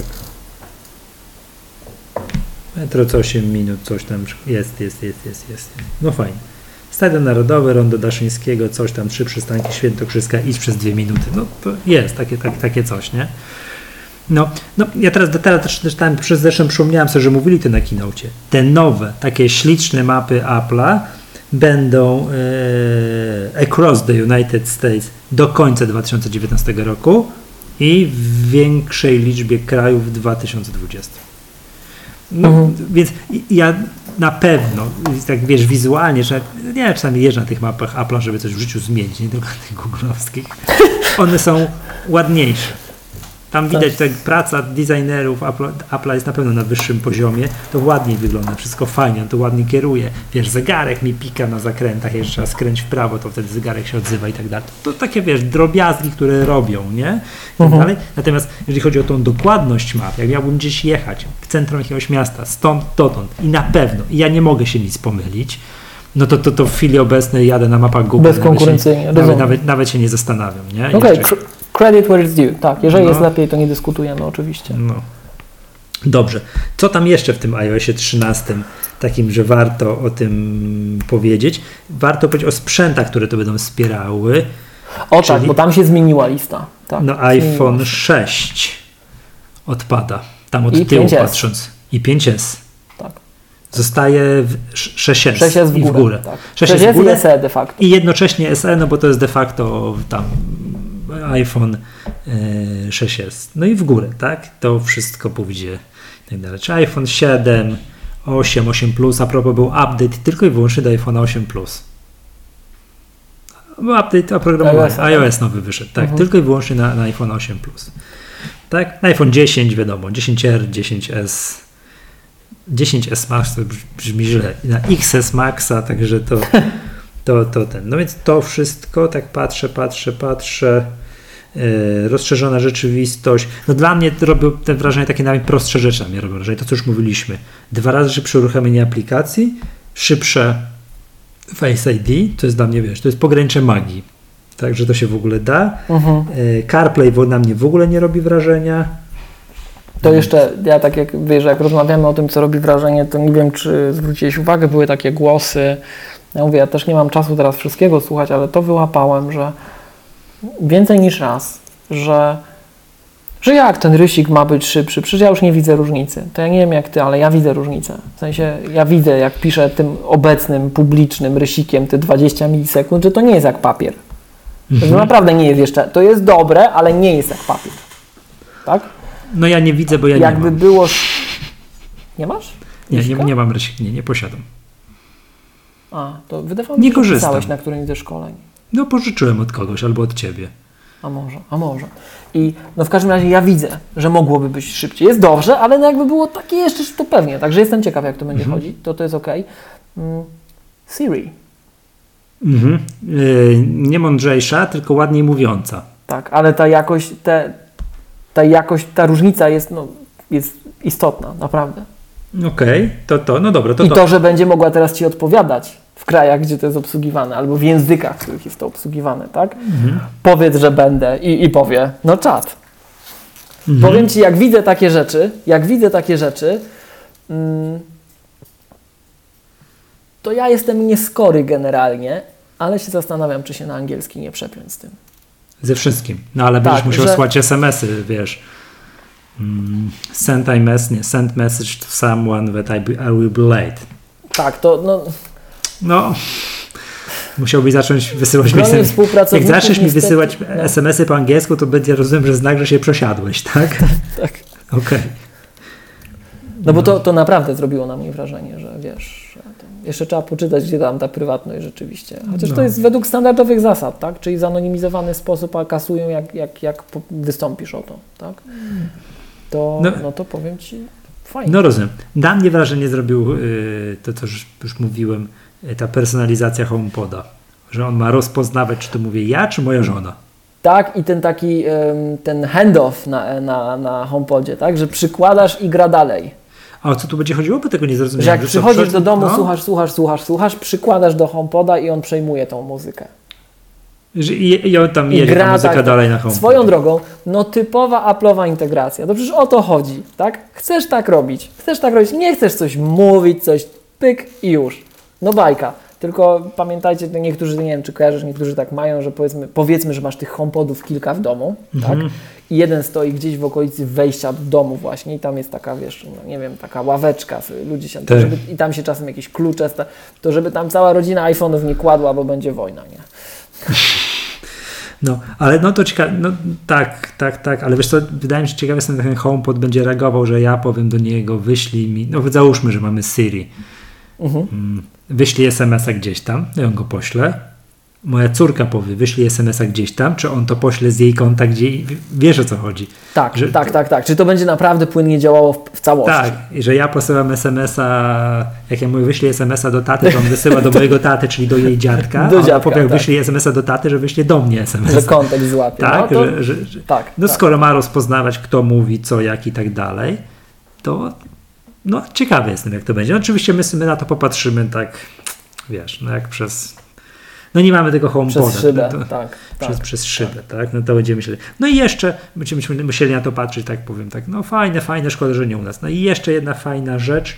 Metro co osiem minut, coś tam jest, jest, jest, jest, jest. No fajnie. Stadion Narodowy, Rondo Daszyńskiego, coś tam, trzy przystanki Świętokrzyska, idź przez dwie minuty. No to jest takie, tak, takie coś, nie? No, no ja teraz, teraz też, też tam przez zresztą przypomniałem sobie, że mówili to na keynocie. Te nowe, takie śliczne mapy Apple'a będą e, across the United States do końca dwa tysiące dziewiętnastego roku i w większej liczbie krajów w dwa tysiące dwudziestym. No, Mhm. Więc ja na pewno, tak wiesz, wizualnie, że nie czasami jeżdżę na tych mapach Apple'a, żeby coś w życiu zmienić, nie tylko tych googlowskich. One są ładniejsze. Tam widać, tak, praca designerów Apple'a, Apple'a jest na pewno na wyższym poziomie, to ładniej wygląda, wszystko fajnie, on to ładnie kieruje. Wiesz, zegarek mi pika na zakrętach, jeszcze trzeba skręć w prawo, to wtedy zegarek się odzywa i tak dalej. To takie, wiesz, drobiazgi, które robią, nie? I tak Mhm. dalej. Natomiast jeżeli chodzi o tą dokładność map, jak miałbym gdzieś jechać w centrum jakiegoś miasta, stąd dotąd i na pewno, i ja nie mogę się nic pomylić, no to, to, to w chwili obecnej jadę na mapach Google. Bezkonkurencyjnie, nawet się, nawet, rozumiem. nawet, nawet się nie zastanawiam, nie? Okej, okay, Jeszcze- credit where it's due. Tak, jeżeli No. jest lepiej, to nie dyskutujemy oczywiście. No. Dobrze. Co tam jeszcze w tym iOSie trzynastym takim, że warto o tym powiedzieć? Warto powiedzieć o sprzętach, które to będą wspierały. O Czyli- tak, bo tam się zmieniła lista. Tak, No zmieniła iPhone się. sześć odpada. Tam od I tyłu pięć S. patrząc. I pięć S. Tak. Zostaje w sześć S, sześć S w i górę. w górę. Tak. sześć S sześć S w górę. i S E de facto. I jednocześnie S E, no bo to jest de facto tam iPhone e, sześć S. No i w górę, tak? To wszystko pójdzie i tak dalej. Czy iPhone siedem, osiem, osiem plus, a propos był update tylko i wyłącznie do iPhone osiem plus. Był update oprogramowania, iOS, tak? iOS nowy wyszedł, tak? Mhm. Tylko i wyłącznie na, na iPhone osiem plus. Tak? Na iPhone dziesięć wiadomo, dziesięć R, dziesięć S, dziesięć S Max to brzmi źle, na X S Maxa, także to To, to ten. No więc to wszystko, tak patrzę, patrzę, patrzę. Yy, rozszerzona rzeczywistość. No dla mnie to robią te wrażenie takie najprostsze rzeczy na mnie robią wrażenie. To co już mówiliśmy. Dwa razy szybsze uruchomienie aplikacji, szybsze Face I D, to jest dla mnie, wiesz, to jest pogranicze magii. Także to się w ogóle da. Mhm. Yy, CarPlay bo na mnie w ogóle nie robi wrażenia. To jeszcze, ja tak jak wiesz, jak rozmawiamy o tym, co robi wrażenie, to nie wiem, czy zwróciłeś uwagę, były takie głosy, Ja mówię, ja też nie mam czasu teraz wszystkiego słuchać, ale to wyłapałem, że więcej niż raz, że, że jak ten rysik ma być szybszy, przecież ja już nie widzę różnicy. To ja nie wiem jak ty, ale ja widzę różnicę. W sensie ja widzę, jak piszę tym obecnym, publicznym rysikiem te dwadzieścia milisekund, że to nie jest jak papier. Mhm. To naprawdę nie jest jeszcze, to jest dobre, ale nie jest jak papier. Tak? No ja nie widzę, bo ja Jakby nie mam. było... Nie masz? Nie, nie, nie mam rysika, nie, nie posiadam. A, to wydawało mi się, że pisałeś na którymś ze szkoleń. No pożyczyłem od kogoś albo od ciebie. A może, a może. I no w każdym razie ja widzę, że mogłoby być szybciej. Jest dobrze, ale no jakby było takie jeszcze, to pewnie. Także jestem ciekaw, jak to będzie mhm. chodzić. To to jest okej. Okay. Mm, Siri. Mhm. Yy, nie mądrzejsza, tylko ładniej mówiąca. Tak, ale ta jakość, te, ta jakość, ta różnica jest, no, jest istotna, naprawdę. Okej, okay, to to, no dobra. To I to. to, że będzie mogła teraz Ci odpowiadać w krajach, gdzie to jest obsługiwane, albo w językach, w których jest to obsługiwane, tak? Mhm. Powiedz, że będę i, i powie, no czat. Mhm. Powiem Ci, jak widzę takie rzeczy, jak widzę takie rzeczy, mm, to ja jestem nieskory generalnie, ale się zastanawiam, czy się na angielski nie przepiąć z tym. Ze wszystkim. No ale będziesz tak, musiał że... słuchać es em esy, wiesz. Mm, send, I mes- nie, send message to someone that I, be, I will be late. Tak, to no... No, musiałbyś zacząć wysyłać mi es em esy. Jak zaczniesz mi wysyłać no. es em esy po angielsku, to będzie, rozumiem, że znak, że się przesiadłeś, tak? Tak. Okej. Okay. No bo to, to naprawdę zrobiło na mnie wrażenie, że wiesz, że jeszcze trzeba poczytać, gdzie tam ta prywatność rzeczywiście. Chociaż no. to jest według standardowych zasad, tak? Czyli w anonimizowany sposób, a kasują jak, jak, jak wystąpisz o to, tak? To, no, no to powiem Ci, fajnie. No rozumiem. Na mnie wrażenie zrobił yy, to, co już, już mówiłem, yy, ta personalizacja HomePoda, że on ma rozpoznawać, czy to mówię ja, czy moja żona. Tak, i ten taki, ten handoff na, na, na HomePodzie, tak, że przykładasz i gra dalej. A o co tu będzie chodziło? Bo tego nie zrozumiałem. Że jak że przychodzisz przed... do domu, no? słuchasz, słuchasz, słuchasz, słuchasz, przykładasz do HomePoda i on przejmuje tą muzykę. I, i on tam I jedzie gra, ta muzyka tak, dalej na HomePodzie. Swoją drogą, no typowa Apple'owa integracja. To przecież o to chodzi, tak? Chcesz tak robić, chcesz tak robić, nie chcesz coś mówić, coś pyk i już. No bajka. Tylko pamiętajcie, to niektórzy, nie wiem czy kojarzysz, niektórzy tak mają, że powiedzmy, powiedzmy że masz tych HomePodów kilka w domu, mhm. tak? I jeden stoi gdzieś w okolicy wejścia do domu właśnie i tam jest taka, wiesz, no nie wiem, taka ławeczka, ludzie się, to żeby, i tam się czasem jakieś klucze, to żeby tam cała rodzina iPhone'ów nie kładła, bo będzie wojna, nie? No, ale no to ciekawe, no tak, tak, tak, ale wiesz co, wydaje mi się ciekawe, że ten HomePod będzie reagował, że ja powiem do niego, wyślij mi, no załóżmy, że mamy Siri, mhm. wyślij es em es a gdzieś tam, ja go poślę, moja córka powie, wyślij es em es a gdzieś tam, czy on to pośle z jej konta, gdzie wiesz o co chodzi. Tak, że, tak, tak, tak. Czy to będzie naprawdę płynnie działało w, w całości? Tak, i że ja posyłam es em es a, jak ja mówię, wyślij es em es a do taty, to on wysyła do mojego taty, czyli do jej dziadka, do a dziadka, powie, jak tak. wyślij es em es a do taty, że wyślij do mnie es em es a. Że kontekst złapie. Tak, no, to, że, że, że tak, no tak. skoro ma rozpoznawać, kto mówi, co, jak i tak dalej, to no ciekawy jestem, jak to będzie. No, oczywiście my, my na to popatrzymy tak, wiesz, no jak przez... No nie mamy tego HomePoda. Przez szybę, no to, tak. Przez, tak, przez szybę, tak. tak. No to będziemy myśleli. No i jeszcze będziemy musieli na to patrzeć, tak powiem, tak, no fajne, fajne, szkoda, że nie u nas. No i jeszcze jedna fajna rzecz,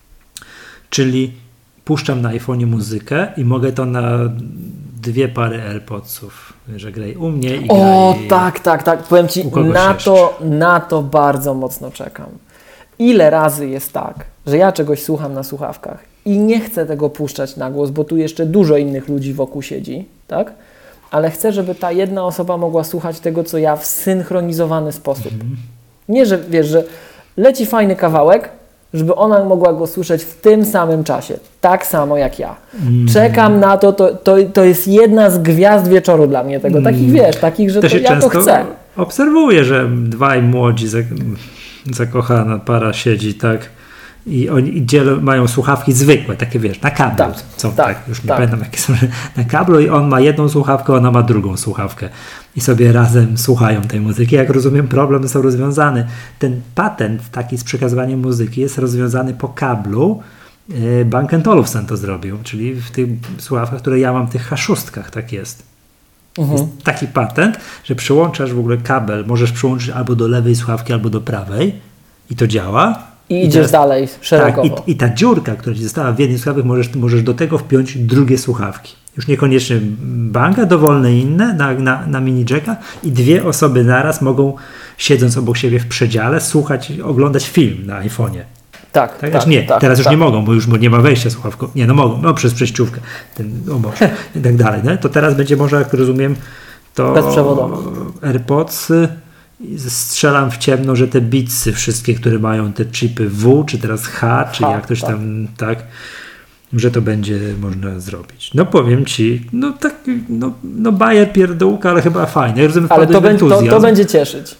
czyli puszczam na iPhone'ie muzykę i mogę to na dwie pary AirPodsów, że graj u mnie i graj... O, tak, tak, tak. Powiem Ci, na to, na to bardzo mocno czekam. Ile razy jest tak, że ja czegoś słucham na słuchawkach i nie chcę tego puszczać na głos, bo tu jeszcze dużo innych ludzi wokół siedzi, tak? Ale chcę, żeby ta jedna osoba mogła słuchać tego, co ja w synchronizowany sposób. Mhm. Nie, że wiesz, że leci fajny kawałek, żeby ona mogła go słyszeć w tym samym czasie, tak samo jak ja. Mm. Czekam na to, to, to, to jest jedna z gwiazd wieczoru dla mnie tego, mm. takich wiesz, takich, że to, to ja to chcę. Obserwuję, że dwaj młodzi, zakochana para siedzi tak i oni dzielą, mają słuchawki zwykłe, takie wiesz, na kablu. Tak, są, tak, tak, już nie tak. pamiętam jakie są, na kablu i on ma jedną słuchawkę, ona ma drugą słuchawkę i sobie razem słuchają tej muzyki. Jak rozumiem, problem został rozwiązany. Ten patent taki z przekazywaniem muzyki jest rozwiązany po kablu. Bang and Olufsen to zrobił, czyli w tych słuchawkach, które ja mam, w tych H sześć tak jest. Mhm. Jest taki patent, że przyłączasz w ogóle kabel, możesz przyłączyć albo do lewej słuchawki, albo do prawej i to działa. I idziesz teraz, dalej szeregowo. Tak, i, i ta dziurka, która ci została w jednej słuchawce, możesz, możesz do tego wpiąć drugie słuchawki. Już niekoniecznie banga, dowolne inne na, na, na mini jacka i dwie osoby naraz mogą, siedząc obok siebie w przedziale, słuchać, oglądać film na iPhone'ie. Tak, tak, tak. Nie, tak, teraz już tak. nie mogą, bo już nie ma wejścia słuchawką. Nie, no mogą, no przez przejściówkę, ten obok i tak dalej. Nie? To teraz będzie może, jak rozumiem, to bezprzewodowo. AirPodsy, strzelam w ciemno, że te Beatsy wszystkie, które mają te chipy W, czy teraz H, czy H, jak ktoś tak. tam, tak, że to będzie można zrobić. No powiem ci, no tak, no, no bajer pierdółka, ale chyba fajnie. Ja rozumiem, ale to, be, to, to będzie cieszyć.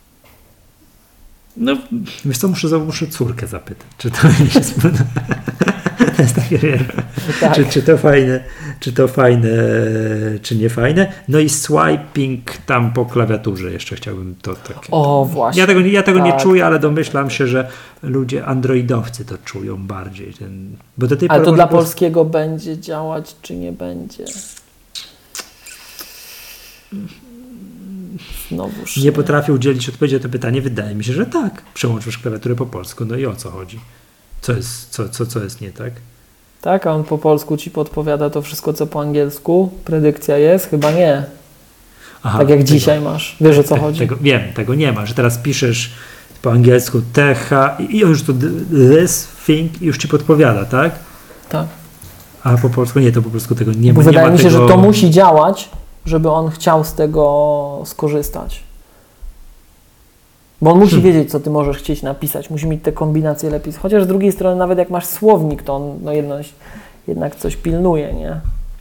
No, wiesz co, muszę, muszę córkę zapytać, czy to jest, to jest takie, wiem, tak. czy, czy to fajne, czy to fajne, czy nie fajne. No i swiping tam po klawiaturze jeszcze chciałbym to takie. O, właśnie. Ja tego, ja tego tak. nie czuję, ale domyślam się, że ludzie androidowcy to czują bardziej. Ten, bo do tej ale pory to dla po... polskiego będzie działać, czy nie będzie? Znowuż nie, nie potrafię udzielić odpowiedzi na to pytanie. Wydaje mi się, że tak. Przełączysz klawiaturę po polsku. No i o co chodzi? Co jest, co, co, co jest nie tak? Tak, a on po polsku ci podpowiada to wszystko, co po angielsku? Predykcja jest? Chyba nie. Aha, tak jak tego, dzisiaj masz. Wiesz, o co te, chodzi? Tego, wiem, tego nie ma. Że teraz piszesz po angielsku T H i już to this thing już ci podpowiada, tak? Tak. A po polsku nie, to po polsku tego nie ma. Bo wydaje nie ma mi się, tego... że to musi działać, żeby on chciał z tego skorzystać. Bo on musi hmm. wiedzieć, co ty możesz chcieć napisać. Musi mieć te kombinacje lepiej. Chociaż z drugiej strony, nawet jak masz słownik, to on no jedno, jednak coś pilnuje, nie?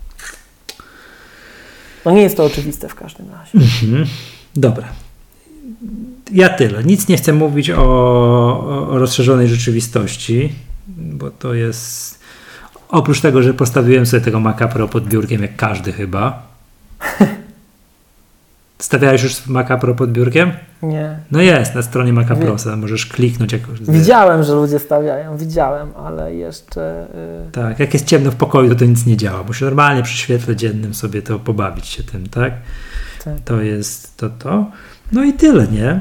No nie jest to oczywiste w każdym razie. Mhm. Dobra. Ja tyle. Nic nie chcę mówić o, o rozszerzonej rzeczywistości, bo to jest... Oprócz tego, że postawiłem sobie tego Maca Pro pod biurkiem, jak każdy chyba. Stawiałeś już Maca Pro pod biurkiem? Nie. No jest, na stronie Maca Pro, Wie... możesz kliknąć. Jak... Widziałem, że ludzie stawiają, widziałem, ale jeszcze... Yy... Tak, jak jest ciemno w pokoju, to to nic nie działa. Muszę normalnie przy świetle dziennym sobie to pobawić się tym, tak? Tak. To jest to, to. No i tyle, nie?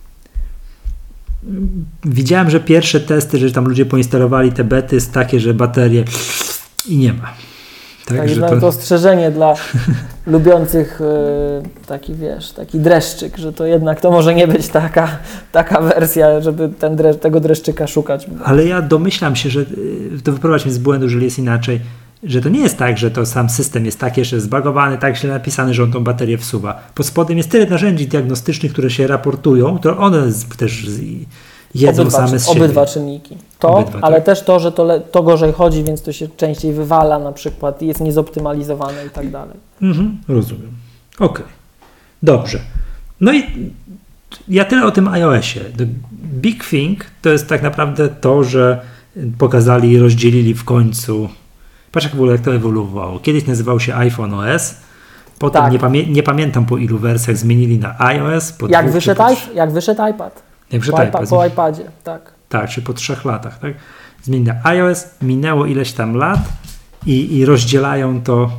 Widziałem, że pierwsze testy, że tam ludzie poinstalowali te bety, jest takie, że baterie i nie ma. Tak, tak że to... to ostrzeżenie dla lubiących yy, taki, wiesz, taki dreszczyk, że to jednak to może nie być taka, taka wersja, żeby ten dreszcz, tego dreszczyka szukać. Ale ja domyślam się, że yy, to wyprowadź mnie z błędu, jeżeli jest inaczej, że to nie jest tak, że to sam system jest tak jeszcze zbagowany, tak źle napisany, że on tą baterię wsuwa. Pod spodem jest tyle narzędzi diagnostycznych, które się raportują, to one też jedzą obydwa, same z siebie. Obydwa czynniki. To, obydwa, ale tak. też to, że to, le, to gorzej chodzi, więc to się częściej wywala na przykład, jest niezoptymalizowane i tak dalej. Mhm, rozumiem. Okej. Okay. Dobrze. No i ja tyle o tym iOSie. The big thing to jest tak naprawdę to, że pokazali i rozdzielili w końcu. Patrz jak w ogóle jak to ewoluowało. Kiedyś nazywał się iPhone O S, potem tak. nie, pamię- nie pamiętam po ilu wersjach zmienili na iOS. Po jak, dwóch, wyszedł po... iP- jak wyszedł iPad. Jak wyszedł po, iPad. iPa- po iPadzie, tak. Tak, czy po trzech latach, tak? Zmienili na iOS, minęło ileś tam lat i, i rozdzielają to,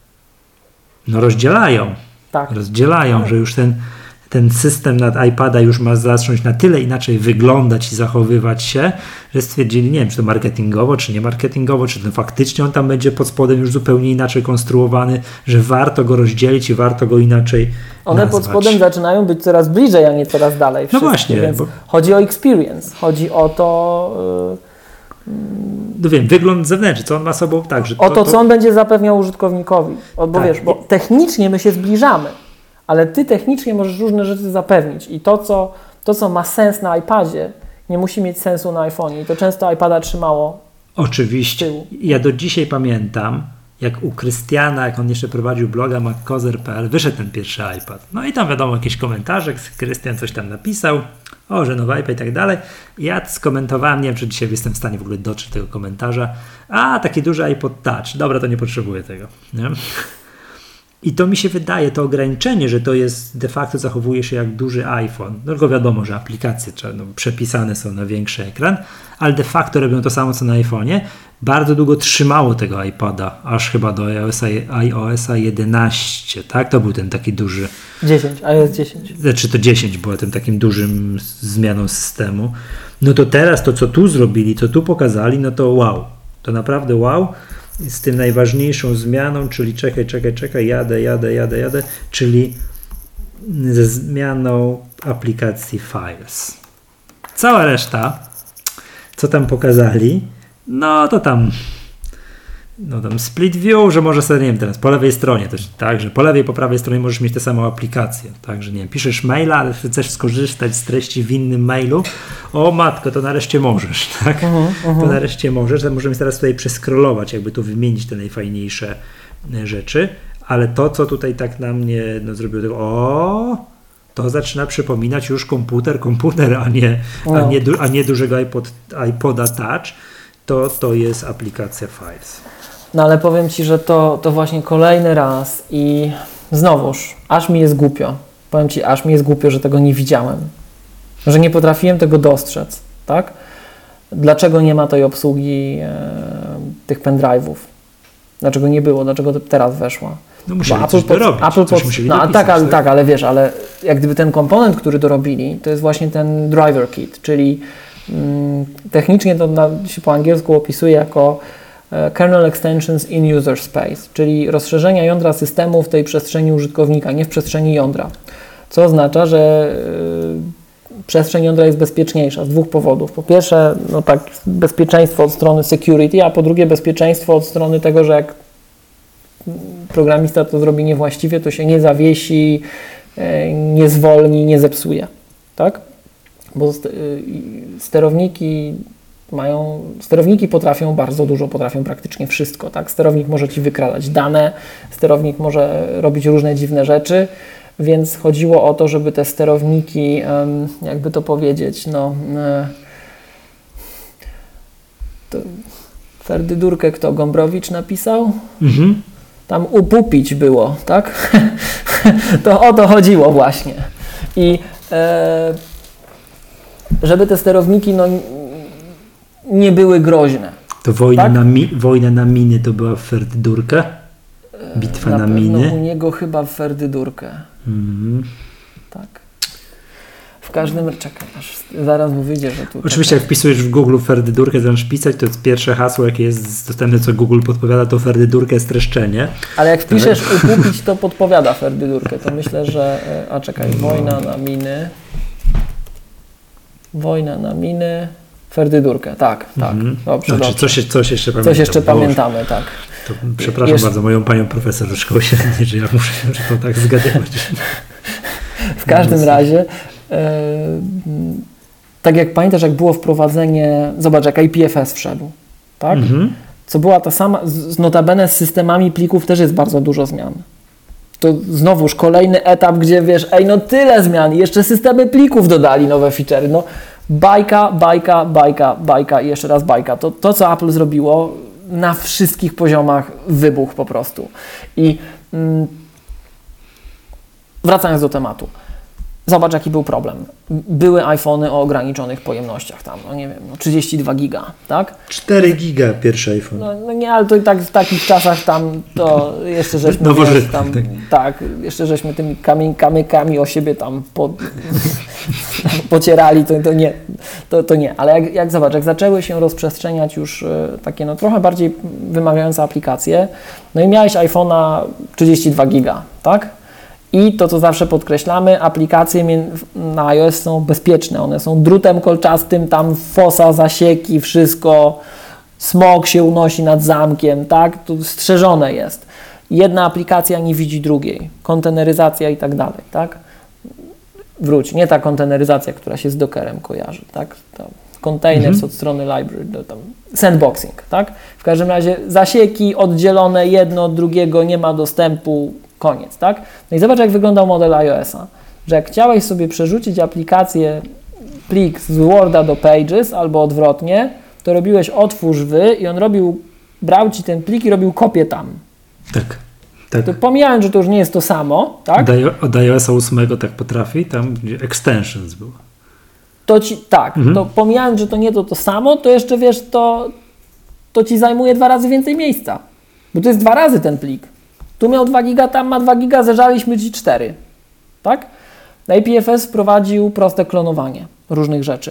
no rozdzielają, tak. rozdzielają, tak. że już ten, ten system nad iPada już ma zacząć na tyle inaczej wyglądać i zachowywać się, że stwierdzili, nie wiem, czy to marketingowo, czy nie marketingowo, czy ten faktycznie on tam będzie pod spodem już zupełnie inaczej konstruowany, że warto go rozdzielić i warto go inaczej One nazwać. pod spodem zaczynają być coraz bliżej, a nie coraz dalej. No właśnie. Więc bo... chodzi o experience, chodzi o to... Yy... No wiem, wygląd zewnętrzny, co on ma sobą tak, że O to, to, to... co on będzie zapewniał użytkownikowi. O, bo tak. wiesz, bo technicznie my się zbliżamy, ale ty technicznie możesz różne rzeczy zapewnić i to, co, to, co ma sens na iPadzie, nie musi mieć sensu na iPhone'ie. I to często iPada trzymało. Oczywiście. Ja do dzisiaj pamiętam, jak u Krystiana, jak on jeszcze prowadził bloga mac kozer kropka p l, wyszedł ten pierwszy iPad. No i tam wiadomo, jakieś komentarze, Krystian coś tam napisał, o, że nowy iPad i tak dalej. Ja skomentowałem, nie wiem, czy dzisiaj jestem w stanie w ogóle dotrzeć tego komentarza. A, taki duży iPod Touch. Dobra, to nie potrzebuję tego. Nie? I to mi się wydaje, to ograniczenie, że to jest de facto zachowuje się jak duży iPhone. No tylko wiadomo, że aplikacje no, przepisane są na większy ekran, ale de facto robią to samo co na iPhone'ie. Bardzo długo trzymało tego iPada, aż chyba do iOS jedenaście, tak? To był ten taki duży... dziesięć, iOS dziesięć. Znaczy to dziesięć było tym takim dużym zmianą systemu. No to teraz to, co tu zrobili, co tu pokazali, no to wow. To naprawdę wow. Z tym najważniejszą zmianą, czyli czekaj, czekaj, czekaj, jadę, jadę, jadę, jadę, czyli ze zmianą aplikacji Files. Cała reszta, co tam pokazali, no to tam no tam split view, że może sobie, nie wiem, teraz po lewej stronie też, tak, że po lewej, po prawej stronie możesz mieć tę samą aplikację, tak, że nie wiem, piszesz maila, ale chcesz skorzystać z treści w innym mailu, o matko, to nareszcie możesz, tak, uh-huh, uh-huh. to nareszcie możesz, to możemy teraz tutaj przeskrolować, jakby tu wymienić te najfajniejsze rzeczy, ale to, co tutaj tak na mnie no, zrobiło, tego, o, to zaczyna przypominać już komputer, komputer, a nie, no. a nie, a nie dużego iPod, iPoda Touch, to, to jest aplikacja Files. No ale powiem Ci, że to, to właśnie kolejny raz i znowuż, aż mi jest głupio. Powiem Ci, aż mi jest głupio, że tego nie widziałem. Że nie potrafiłem tego dostrzec, tak? Dlaczego nie ma tej obsługi e, tych pendrive'ów? Dlaczego nie było? Dlaczego teraz weszła? No musieli Apple coś pod, dorobić. Apple pod, musieli no dopisać, tak, ale, tak? tak, ale wiesz, ale jak gdyby ten komponent, który dorobili, to jest właśnie ten driver kit, czyli mm, technicznie to na, się po angielsku opisuje jako kernel extensions in user space, czyli rozszerzenia jądra systemu w tej przestrzeni użytkownika, nie w przestrzeni jądra. Co oznacza, że yy, przestrzeń jądra jest bezpieczniejsza z dwóch powodów. Po pierwsze, no tak, bezpieczeństwo od strony security, a po drugie bezpieczeństwo od strony tego, że jak programista to zrobi niewłaściwie, to się nie zawiesi, yy, nie zwolni, nie zepsuje. Tak? Bo st- yy, sterowniki mają, sterowniki potrafią bardzo dużo, potrafią praktycznie wszystko, tak? Sterownik może Ci wykradać dane, sterownik może robić różne dziwne rzeczy, więc chodziło o to, żeby te sterowniki, jakby to powiedzieć, no to Ferdydurkę kto? Gombrowicz napisał? Mhm. Tam upupić było, tak? To o to chodziło właśnie. I e, żeby te sterowniki, no nie były groźne. To wojna, tak? na, mi, wojna na miny to była w Ferdydurkę? Bitwa na, na miny? U niego chyba w Ferdydurkę. Mm. Tak. W każdym razie, czekaj, aż zaraz mu wyjdzie, że tu... Oczywiście czekaj. Jak wpisujesz w Google Ferdydurkę, zamiast pisać, to jest pierwsze hasło, jakie jest dostępne, co Google podpowiada, to Ferdydurkę streszczenie. Ale jak wpiszesz ukupić, to podpowiada Ferdydurkę. To myślę, że... A czekaj, wojna na miny. Wojna na miny... Ferdydurkę, tak, tak. Mm-hmm. Dobrze, no, dobrze. Coś, coś jeszcze pamiętamy. Coś jeszcze pamiętamy, tak. To, przepraszam jeszcze... bardzo moją panią profesor ze szkoły średniej, że ja muszę że to tak zgadywać. W każdym no, razie, e, tak jak pamiętasz, jak było wprowadzenie, zobacz, jak I P F S wszedł, tak? Mm-hmm. Co była ta sama, z, notabene z systemami plików też jest bardzo dużo zmian. To znowuż kolejny etap, gdzie wiesz, ej, no tyle zmian, jeszcze systemy plików dodali nowe feature'y, no bajka, bajka, bajka, bajka i jeszcze raz bajka. To, to co Apple zrobiło na wszystkich poziomach wybuch po prostu. I mm, wracając do tematu. Zobacz, jaki był problem. Były iPhony o ograniczonych pojemnościach, tam, no nie wiem, no trzydzieści dwa giga, tak? cztery giga pierwszy iPhone. No, no nie, ale to i tak w takich czasach tam, to jeszcze żeśmy, wiesz, tam, tak. tak, jeszcze żeśmy tymi kamykami o siebie tam po, pocierali, to, to nie, to, to nie. Ale jak, jak zobacz, jak zaczęły się rozprzestrzeniać już y, takie no trochę bardziej wymagające aplikacje, no i miałeś iPhone'a trzydzieści dwa giga, tak? I to, co zawsze podkreślamy, aplikacje na iOS są bezpieczne. One są drutem kolczastym, tam fosa, zasieki, wszystko, smog się unosi nad zamkiem, tak? To strzeżone jest. Jedna aplikacja nie widzi drugiej. Konteneryzacja i tak dalej, tak? Wróć, nie ta konteneryzacja, która się z Dockerem kojarzy, tak? Tam containers mhm. od strony library, do tam sandboxing, tak? W każdym razie zasieki oddzielone jedno od drugiego, nie ma dostępu, koniec, tak? No i zobacz, jak wyglądał model iOS-a, że jak chciałeś sobie przerzucić aplikację, plik z Worda do Pages albo odwrotnie, to robiłeś otwórz wy i on robił, brał ci ten plik i robił kopię tam. Tak, tak. To pomijając, że to już nie jest to samo, tak? Od iOS ósmego tak potrafi, tam gdzie extensions było. To ci, tak, mhm. to pomijając, że to nie to to samo, to jeszcze wiesz, to, to ci zajmuje dwa razy więcej miejsca, bo to jest dwa razy ten plik. Tu miał dwa giga, tam ma dwa giga, zeżaliśmy ci cztery. Tak? I P F S wprowadził proste klonowanie różnych rzeczy.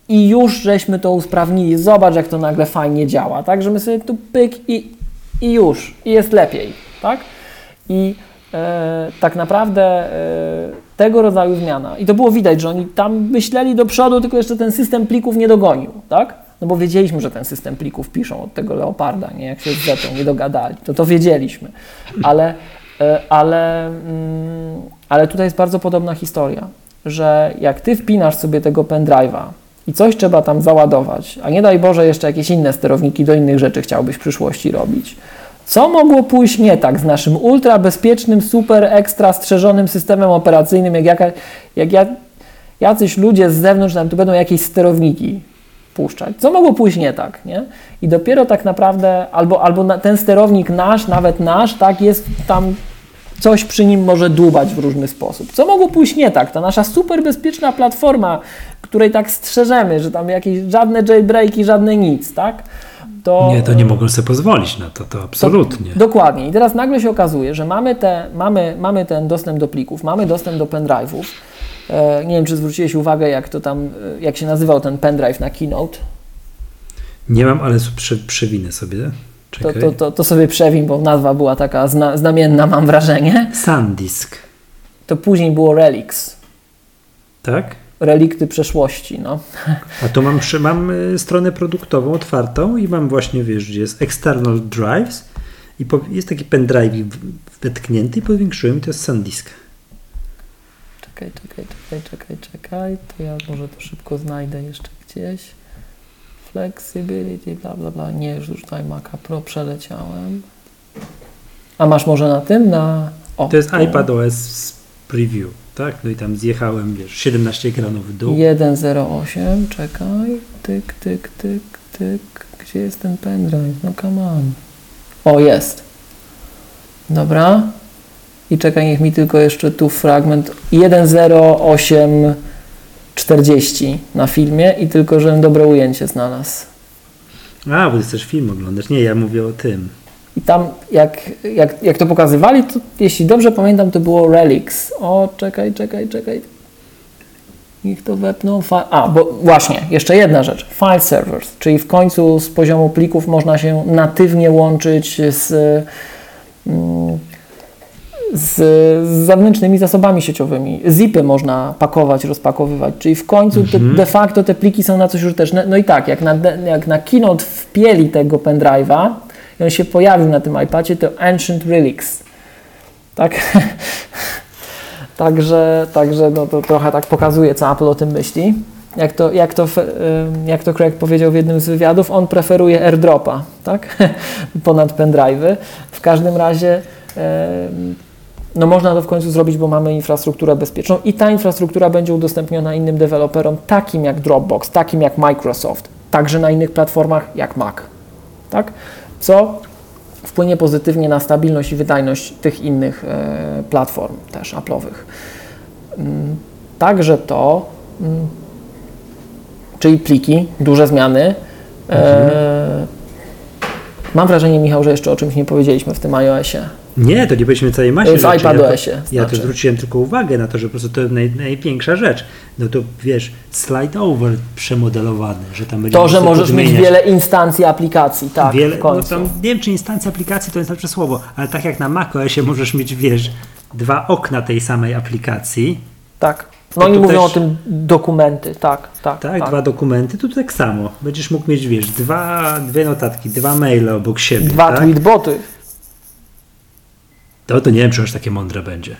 i już żeśmy to usprawnili. Zobacz, jak to nagle fajnie działa, tak? Że my sobie tu pyk i, i już, i jest lepiej, tak? I e, tak naprawdę e, tego rodzaju zmiana. I to było widać, że oni tam myśleli do przodu, tylko jeszcze ten system plików nie dogonił, tak? No bo wiedzieliśmy, że ten system plików piszą od tego Leoparda, nie? Jak się z Zetą nie dogadali, to to wiedzieliśmy. Ale, e, ale, mm, ale tutaj jest bardzo podobna historia, że jak ty wpinasz sobie tego pendrive'a i coś trzeba tam załadować, a nie daj Boże jeszcze jakieś inne sterowniki do innych rzeczy chciałbyś w przyszłości robić, co mogło pójść nie tak z naszym ultra bezpiecznym, super ekstra strzeżonym systemem operacyjnym, jak, jaka, jak ja, jacyś ludzie z zewnątrz nam tu będą jakieś sterowniki puszczać. Co mogło pójść nie tak, nie? I dopiero tak naprawdę, albo, albo na, ten sterownik nasz, nawet nasz, tak, jest tam, coś przy nim może dłubać w różny sposób. Co mogło pójść nie tak? Ta nasza super bezpieczna platforma, której tak strzeżemy, że tam jakieś żadne jailbreaki, żadne nic, tak? To, nie, to nie mogą sobie pozwolić na to, to absolutnie. To, dokładnie. I teraz nagle się okazuje, że mamy, te, mamy, mamy ten dostęp do plików, mamy dostęp do pendrive'ów. E, nie wiem, czy zwróciłeś uwagę, jak to tam, jak się nazywał ten pendrive na Keynote. Nie mam, ale prze, przewinę sobie. To, to, to, to sobie przewin, bo nazwa była taka zna, znamienna, mam wrażenie. SanDisk. To później było Relics. Tak? Relikty przeszłości, no. A to mam, mam stronę produktową otwartą i mam właśnie, wiesz, gdzie jest external drives i po, jest taki pendrive wetknięty i powiększyłem, to jest SanDisk. Czekaj, czekaj, czekaj, czekaj, czekaj, to ja może to szybko znajdę jeszcze gdzieś. Flexibility, bla, bla, bla, nie, już tutaj Maca Pro przeleciałem. A masz może na tym, na... O, to jest o. iPadOS Preview, tak? No i tam zjechałem, wiesz, siedemnaście ekranów w dół. jeden zero osiem, czekaj, tyk, tyk, tyk, tyk, gdzie jest ten pendrive? No come on. O, jest. Dobra. I czekaj, niech mi tylko jeszcze tu fragment jeden zero osiem czterdzieści na filmie i tylko, żebym dobre ujęcie znalazł. A, bo ty chcesz film oglądać. Nie, ja mówię o tym. I tam, jak, jak, jak to pokazywali, to jeśli dobrze pamiętam, to było Relics. O, czekaj, czekaj, czekaj. Niech to wepną. Fa- A, bo właśnie, jeszcze jedna rzecz. File servers, czyli w końcu z poziomu plików można się natywnie łączyć z, z, z zewnętrznymi zasobami sieciowymi. Zipy można pakować, rozpakowywać, czyli w końcu te, de facto te pliki są na coś użyteczne. No i tak, jak na, jak na Keynote wpieli tego pendrive'a, i on się pojawił na tym iPadzie, to Ancient Relics. Tak? Także, także no to trochę tak pokazuje, co Apple o tym myśli. Jak to, jak to, jak to Craig powiedział w jednym z wywiadów, on preferuje AirDropa, tak? Ponad pendrive'y. W każdym razie no można to w końcu zrobić, bo mamy infrastrukturę bezpieczną i ta infrastruktura będzie udostępniona innym deweloperom, takim jak Dropbox, takim jak Microsoft, także na innych platformach jak Mac. Tak? Co wpłynie pozytywnie na stabilność i wydajność tych innych e, platform też Apple'owych. Mm, także to, mm, czyli pliki, duże zmiany. E, mam wrażenie, Michał, że jeszcze o czymś nie powiedzieliśmy w tym iOSie. Nie, to nie powiedzieliśmy całej masie w rzeczy. iPadOSie. Ja, to, znaczy. ja to zwróciłem tylko uwagę na to, że po prostu to jest naj, największa rzecz. No to wiesz, slide over przemodelowany, że tam będzie. To, że możesz podmieniać. mieć wiele instancji aplikacji, tak. Wiele, w końcu. No tam, nie wiem, czy instancja aplikacji to jest lepsze słowo, ale tak jak na macOSie możesz mieć, wiesz, dwa okna tej samej aplikacji. Tak. No oni mówią też, o tym dokumenty, tak, tak, tak. Tak, dwa dokumenty, tu tak samo. Będziesz mógł mieć, wiesz, dwa, dwie notatki, dwa maile obok siebie. Dwa tak? tweetboty. To, to nie wiem, czy aż takie mądre będzie.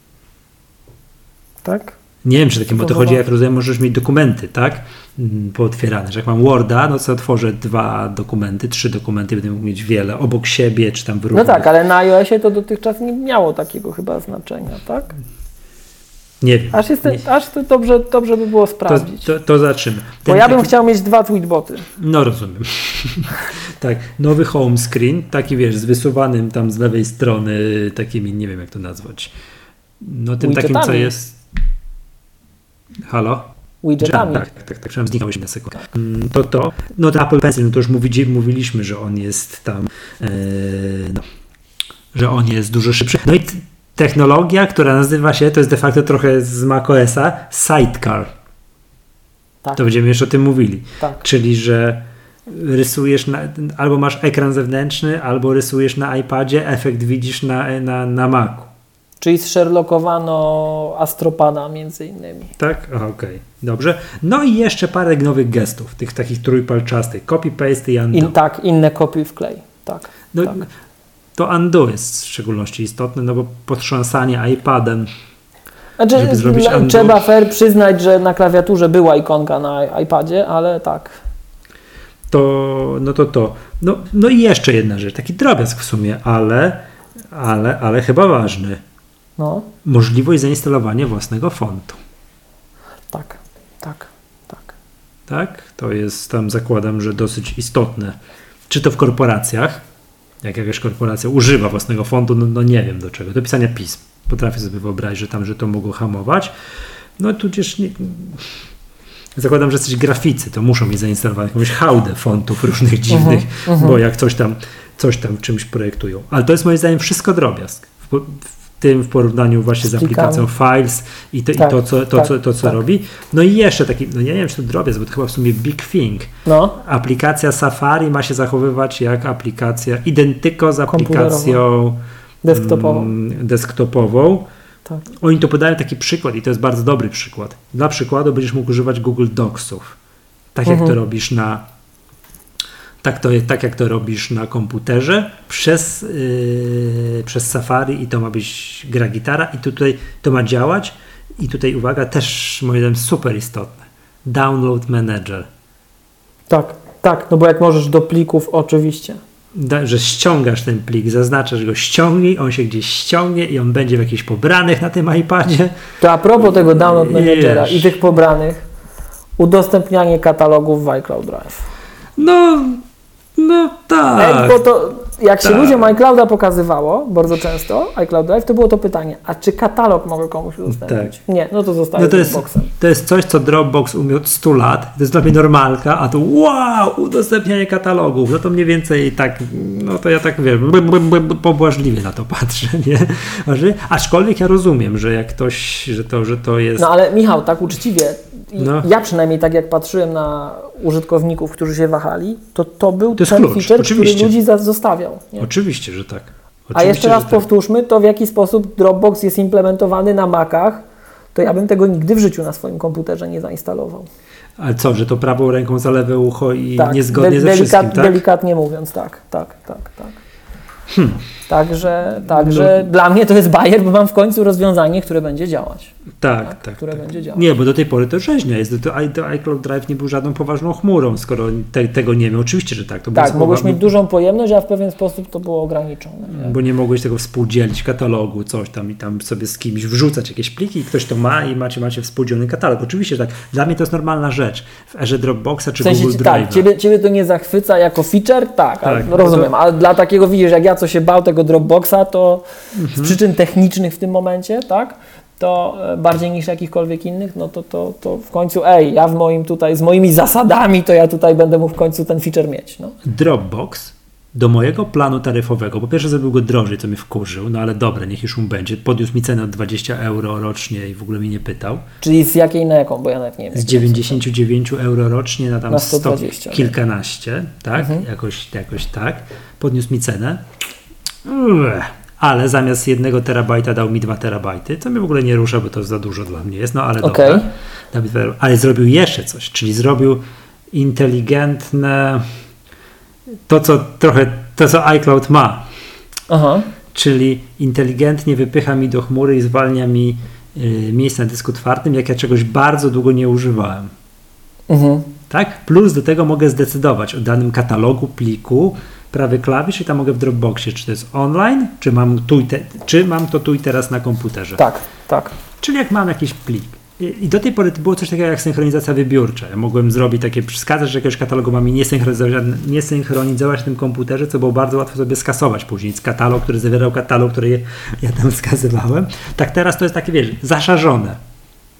Tak? Nie wiem, czy takie, bo to chodzi, jak rozumiem, możesz mieć dokumenty, tak? Pootwierane, że jak mam Worda, no to otworzę dwa dokumenty, trzy dokumenty, będę mógł mieć wiele obok siebie, czy tam w No tak, ale na iOSie to dotychczas nie miało takiego chyba znaczenia, tak? Nie wiem. Aż, jest, nie. aż to dobrze, dobrze by było sprawdzić. To, to, to zobaczymy. Ten bo ja bym taki... chciał mieć dwa tweetboty. No rozumiem. Tak, nowy home screen, taki wiesz, z wysuwanym tam z lewej strony takimi, nie wiem jak to nazwać. No tym widgetami. Takim, co jest... Halo? Widgetami. Tak, tak, tak, tak, tak zniknąłeś na sekundę. To to, no to Apple Pencil, no to już mówi, mówiliśmy, że on jest tam, e, no, że on jest dużo szybszy. No i t- technologia, która nazywa się, to jest de facto trochę z macOSa, Sidecar. tak. To będziemy jeszcze o tym mówili. Tak. Czyli, że rysujesz, na, albo masz ekran zewnętrzny, albo rysujesz na iPadzie, efekt widzisz na, na, na Macu. Czyli zsherlockowano Astropada między innymi. Tak? Okej, okay. Dobrze. No i jeszcze parę nowych gestów, tych takich trójpalczastych. Copy, paste i undo. In, tak, inne kopiuj wklej. Tak, no, tak. To undo jest w szczególności istotne, no bo potrząsanie iPadem, znaczy, żeby zrobić undo. Trzeba fair przyznać, że na klawiaturze była ikonka na iPadzie, ale tak. To, no to to. No, no i jeszcze jedna rzecz, taki drobiazg w sumie, ale, ale, ale chyba ważny. No. Możliwość zainstalowania własnego fontu. Tak, tak, tak. Tak? To jest tam, zakładam, że dosyć istotne. Czy to w korporacjach, jak jakaś korporacja używa własnego fontu, no, no nie wiem do czego, do pisania pism. Potrafię sobie wyobrazić, że tam, że to mogło hamować. No tudzież nie... Zakładam, że jesteś graficy, to muszą mieć zainstalowaną jakąś hałdę fontów różnych dziwnych, uh-huh, bo uh-huh. jak coś tam, coś tam czymś projektują. Ale to jest moim zdaniem wszystko drobiazg. W, w tym w porównaniu właśnie z, z aplikacją Files i to, tak, i to co, to, tak, co, to, co tak. robi. No i jeszcze taki, no ja nie wiem, czy to drobiazg, bo to chyba w sumie big thing. No. Aplikacja Safari ma się zachowywać jak aplikacja identyko z aplikacją desktopową. Mm, desktopową. Tak. Oni to podają taki przykład i to jest bardzo dobry przykład. Dla przykładu będziesz mógł używać Google Docsów. Tak jak mhm. to robisz na tak, to, tak jak to robisz na komputerze przez, yy, przez Safari i to ma być gra gitara i tutaj to ma działać i tutaj uwaga, też moim zdaniem super istotne. Download Manager. Tak, tak, no bo jak możesz do plików oczywiście. Da, że ściągasz ten plik, zaznaczasz go, ściągnij, on się gdzieś ściągnie i on będzie w jakichś pobranych na tym iPadzie. To a propos tego Download Managera i tych pobranych, udostępnianie katalogów w iCloud Drive. No, no tak. E, bo to, jak tak. się ludziom iClouda pokazywało, bardzo często, iCloud Drive, to było to pytanie, a czy katalog mogę komuś udostępnić? Tak. Nie, no to zostaje no to Dropboxem. Jest, to jest coś, co Dropbox umiał od stu lat, to jest dla mnie normalka, a tu wow, udostępnianie katalogów, no to mniej więcej tak, no to ja tak wiem, pobłażliwie na to patrzę, nie? Aczkolwiek ja rozumiem, że jak ktoś, że to, że to jest... No ale Michał, tak uczciwie, no. ja przynajmniej tak jak patrzyłem na użytkowników, którzy się wahali, to to był to ten klucz. feature, Oczywiście. który ludzi zostawiał. Nie? Oczywiście, że tak. Oczywiście, A jeszcze raz tak. powtórzmy to, w jaki sposób Dropbox jest implementowany na Macach, to ja bym tego nigdy w życiu na swoim komputerze nie zainstalował. Ale co, że to prawą ręką za lewe ucho i tak, niezgodnie de- ze delikat- wszystkim, tak? Delikatnie mówiąc, tak, tak, tak, tak. Hmm. Także, także no. dla mnie to jest bajer, bo mam w końcu rozwiązanie, które będzie działać. Tak, tak. tak które tak. będzie działać. Nie, bo do tej pory to rzeźnia jest. To, to iCloud Drive nie był żadną poważną chmurą, skoro te, tego nie miał. Oczywiście, że tak. To tak, mogłeś mieć dużą pojemność, a w pewien sposób to było ograniczone. Nie? Bo nie mogłeś tego współdzielić katalogu, coś tam i tam sobie z kimś wrzucać jakieś pliki i ktoś to ma i macie, macie współdzielony katalog. Oczywiście, że tak. Dla mnie to jest normalna rzecz. W erze Dropboxa czy w sensie, Google Drive'a. Tak, ciebie, ciebie to nie zachwyca jako feature? Tak, tak rozumiem. to... Ale dla takiego, widzisz, jak ja co się bał tego Dropboxa, to mhm. z przyczyn technicznych w tym momencie, tak? To bardziej niż jakichkolwiek innych, no to, to, to w końcu, ej, ja w moim tutaj, z moimi zasadami, to ja tutaj będę mógł w końcu ten feature mieć. No. Dropbox do mojego planu taryfowego, po pierwsze zrobił go drożej, co mnie wkurzył, no ale dobre, niech już mu będzie. Podniósł mi cenę o dwadzieścia euro rocznie i w ogóle mi nie pytał. Czyli z jakiej na jaką, bo ja nawet nie wiem. Z dziewięćdziesiąt dziewięć euro rocznie na tam na sto dwadzieścia, sto kilkanaście, tak? Mhm. Jakoś, jakoś tak. Podniósł mi cenę. Uff. Ale zamiast jednego terabajta dał mi dwa terabajty, co mnie w ogóle nie rusza, bo to za dużo dla mnie jest, no ale okay. dobra. Ale zrobił jeszcze coś, czyli zrobił inteligentne to, co trochę, to co iCloud ma. Aha. Czyli inteligentnie wypycha mi do chmury i zwalnia mi y, miejsce na dysku twardym, jak ja czegoś bardzo długo nie używałem. Mhm. Tak? Plus do tego mogę zdecydować o danym katalogu, pliku, prawy klawisz i tam mogę w Dropboxie, czy to jest online, czy mam, tu i te, czy mam to tu i teraz na komputerze. Tak, tak. Czyli jak mam jakiś plik. I, i do tej pory to było coś takiego jak synchronizacja wybiórcza. Ja mogłem zrobić takie, wskazać, że jakiegoś katalogu mam i nie synchronizować, nie synchronizować na tym komputerze, co było bardzo łatwo sobie skasować później. Z katalog, który zawierał katalog, który je, ja tam wskazywałem. Tak teraz to jest takie, wiesz, zaszarzone.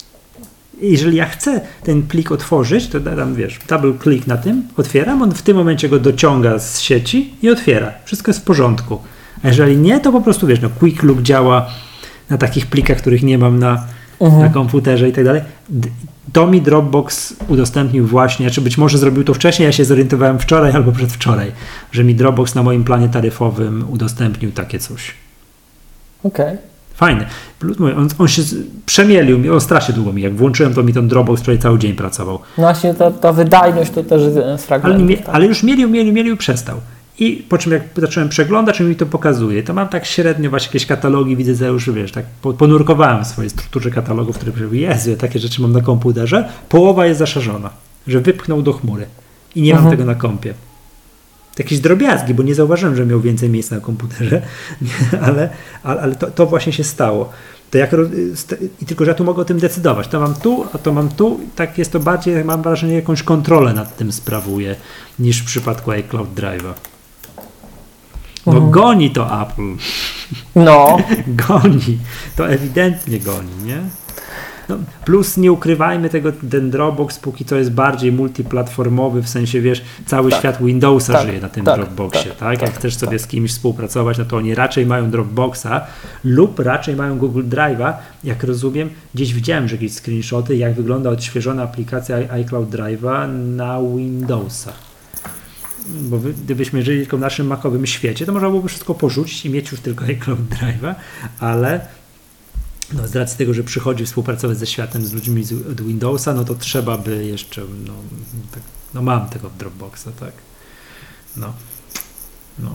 Jeżeli ja chcę ten plik otworzyć, to dam, wiesz, double click na tym, otwieram, on w tym momencie go dociąga z sieci i otwiera. Wszystko jest w porządku. A jeżeli nie, to po prostu, wiesz, no quick look działa na takich plikach, których nie mam na, uh-huh. na komputerze i tak dalej. To mi Dropbox udostępnił właśnie, czy być może zrobił to wcześniej, ja się zorientowałem wczoraj albo przedwczoraj, że mi Dropbox na moim planie taryfowym udostępnił takie coś. Okej. Okay. Fajne. On, on się przemielił mi, o strasznie długo mi, jak włączyłem, to mi ten Dropbox wczoraj cały dzień pracował. No właśnie ta, ta wydajność to też jest fragment. Ale, tak. ale już mielił, mielił, mielił i przestał. I po czym jak zacząłem przeglądać, mi to pokazuje, to mam tak średnio właśnie jakieś katalogi, widzę, że już wiesz, tak ponurkowałem w swojej strukturze katalogów, które mówię, Jezu, ja takie rzeczy mam na komputerze, połowa jest zaszarzona, że wypchnął do chmury i nie mhm. mam tego na kompie. Jakieś drobiazgi, bo nie zauważyłem, że miał więcej miejsca na komputerze, ale, ale, ale to, to właśnie się stało. To jak, I tylko, że ja tu mogę o tym decydować. To mam tu, a to mam tu. Tak jest to bardziej, mam wrażenie, jakąś kontrolę nad tym sprawuję, niż w przypadku iCloud Drive'a. Bo mhm. goni to Apple. No. Goni. To ewidentnie goni, nie? No, plus nie ukrywajmy tego, ten Dropbox póki co jest bardziej multiplatformowy, w sensie wiesz, cały tak. świat Windowsa tak. żyje na tym tak. Dropboxie, tak? tak? Jak tak. chcesz sobie tak. z kimś współpracować, no to oni raczej mają Dropboxa lub raczej mają Google Drive'a, jak rozumiem, gdzieś widziałem, że jakieś screenshoty, jak wygląda odświeżona aplikacja iCloud Drive'a na Windowsa. Bo wy, gdybyśmy żyli tylko w naszym makowym świecie, to można byłoby wszystko porzucić i mieć już tylko iCloud Drive'a, ale no, z racji tego, że przychodzi współpracować ze światem, z ludźmi z, od Windowsa, no to trzeba by jeszcze, no, tak, no mam tego Dropboxa, tak. No. No.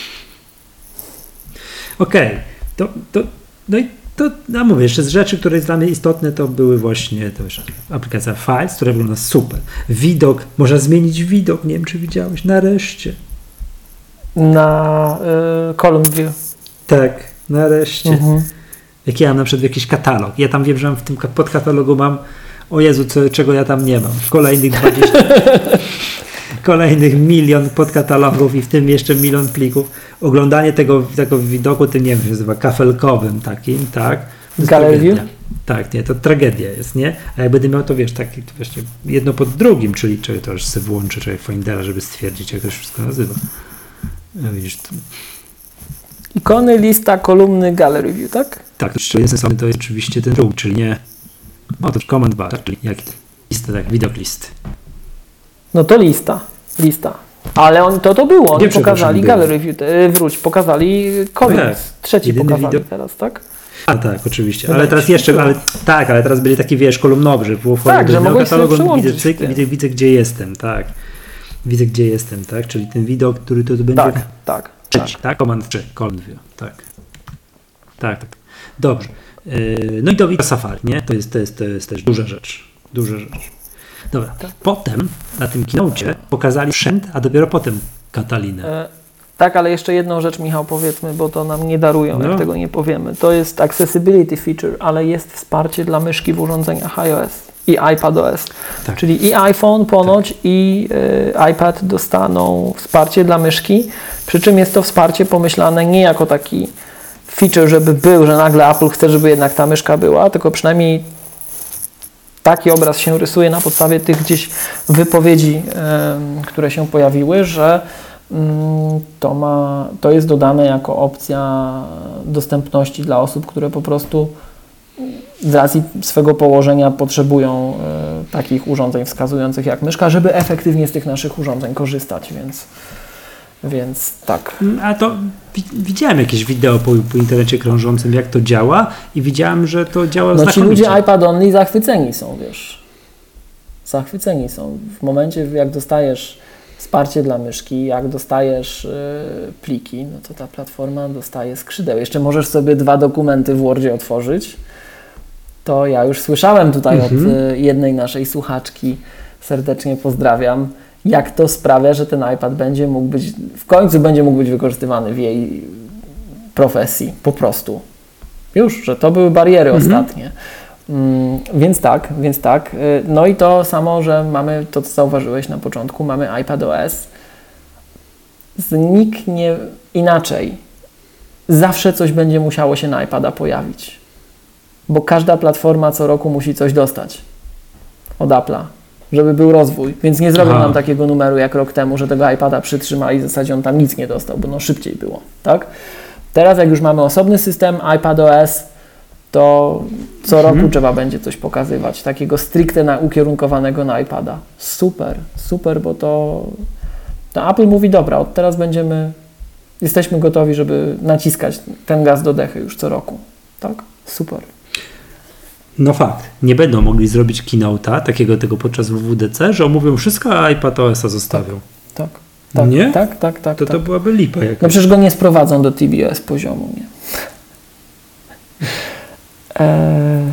Okej. Okay. To, to, no i to, no mówię, jeszcze z rzeczy, które jest dla mnie istotne, to były właśnie to już aplikacja Files, która wygląda super. Widok, można zmienić widok, nie wiem, czy widziałeś, nareszcie. Na y, column view. Tak, nareszcie. Mhm. Jak ja mam na przykład jakiś katalog. Ja tam wiem, że w tym podkatalogu mam, o Jezu, co, czego ja tam nie mam. Kolejnych dwadzieścia, kolejnych milion podkatalogów i w tym jeszcze milion plików. Oglądanie tego, tego widoku, tym nie wiem, się nazywa kafelkowym takim, tak? Gallery view? Tak, nie, to tragedia jest, nie? A jak będę miał to, wiesz, taki to właśnie jedno pod drugim, czyli, czyli to już sobie włączę, czyli Findera, żeby stwierdzić, jak to się wszystko nazywa. No, widzisz, to... Ikony, lista, kolumny, gallery view, tak? Tak, to jest, to jest oczywiście ten drugi, czyli nie, no to command bar, czyli jaki to, lista, tak, widok list. No to lista, lista. Ale oni to to było, oni nie, pokazali gallery view, wróć, pokazali koniec, tak, trzeci pokazali widok. Teraz, tak? A tak, oczywiście, ale teraz jeszcze, ale, tak, ale teraz będzie taki, wiesz, kolumnowy, że było tak, że mogłeś katalogu, widzę, cyk, widzę, widzę, gdzie jestem, tak. Widzę, gdzie jestem, tak, czyli ten widok, który to, to będzie... Tak, tak. Trzeci, tak? tak? Command trzy, column view, tak. Tak, tak. Dobrze. Yy, no i to widok Safari, nie? To jest, to jest, to jest też duża rzecz. Duża rzecz. Dobra. Tak. Potem na tym keynocie pokazali sprzęt, a dopiero potem Katalinę. E, tak, ale jeszcze jedną rzecz, Michał, powiedzmy, bo to nam nie darują, no. jak tego nie powiemy. To jest accessibility feature, ale jest wsparcie dla myszki w urządzeniach iOS i iPadOS. Tak. Czyli i iPhone ponoć tak. i y, iPad dostaną wsparcie dla myszki, przy czym jest to wsparcie pomyślane nie jako taki feature, żeby był, że nagle Apple chce, żeby jednak ta myszka była, tylko przynajmniej taki obraz się rysuje na podstawie tych gdzieś wypowiedzi, y, które się pojawiły, że y, to, ma, to jest dodane jako opcja dostępności dla osób, które po prostu z racji swego położenia potrzebują y, takich urządzeń wskazujących jak myszka, żeby efektywnie z tych naszych urządzeń korzystać, więc, więc tak. A to widziałem jakieś wideo po, po internecie krążącym, jak to działa i widziałem, że to działa znakomicie. No ci ludzie iPad only zachwyceni są, wiesz. Zachwyceni są. W momencie, jak dostajesz wsparcie dla myszki, jak dostajesz y, pliki, no to ta platforma dostaje skrzydeł. Jeszcze możesz sobie dwa dokumenty w Wordzie otworzyć. To ja już słyszałem tutaj mhm. od y, jednej naszej słuchaczki, serdecznie pozdrawiam, jak to sprawia, że ten iPad będzie mógł być, w końcu będzie mógł być wykorzystywany w jej profesji, po prostu. Już, że to były bariery mhm. ostatnie. Mm, więc tak, więc tak. No i to samo, że mamy to, co zauważyłeś na początku, mamy iPadOS. Zniknie inaczej. Zawsze coś będzie musiało się na iPada pojawić. Bo każda platforma co roku musi coś dostać od Apple'a, żeby był rozwój. Więc nie zrobią Aha. nam takiego numeru jak rok temu, że tego iPada przytrzymali i w zasadzie on tam nic nie dostał, bo no szybciej było, tak? Teraz jak już mamy osobny system iPadOS, to co mhm. roku trzeba będzie coś pokazywać, takiego stricte na, ukierunkowanego na iPada. Super, super, bo to, to Apple mówi, dobra, od teraz będziemy, jesteśmy gotowi, żeby naciskać ten gaz do dechy już co roku. Tak? Super. No fakt, nie będą mogli zrobić keynote'a takiego tego podczas W W D C, że omówią wszystko, a iPadOS-a zostawią. Tak, tak, tak. Nie? Tak, tak, tak. To tak. to byłaby lipa jakaś. No przecież go nie sprowadzą do T B S poziomu, nie? eee,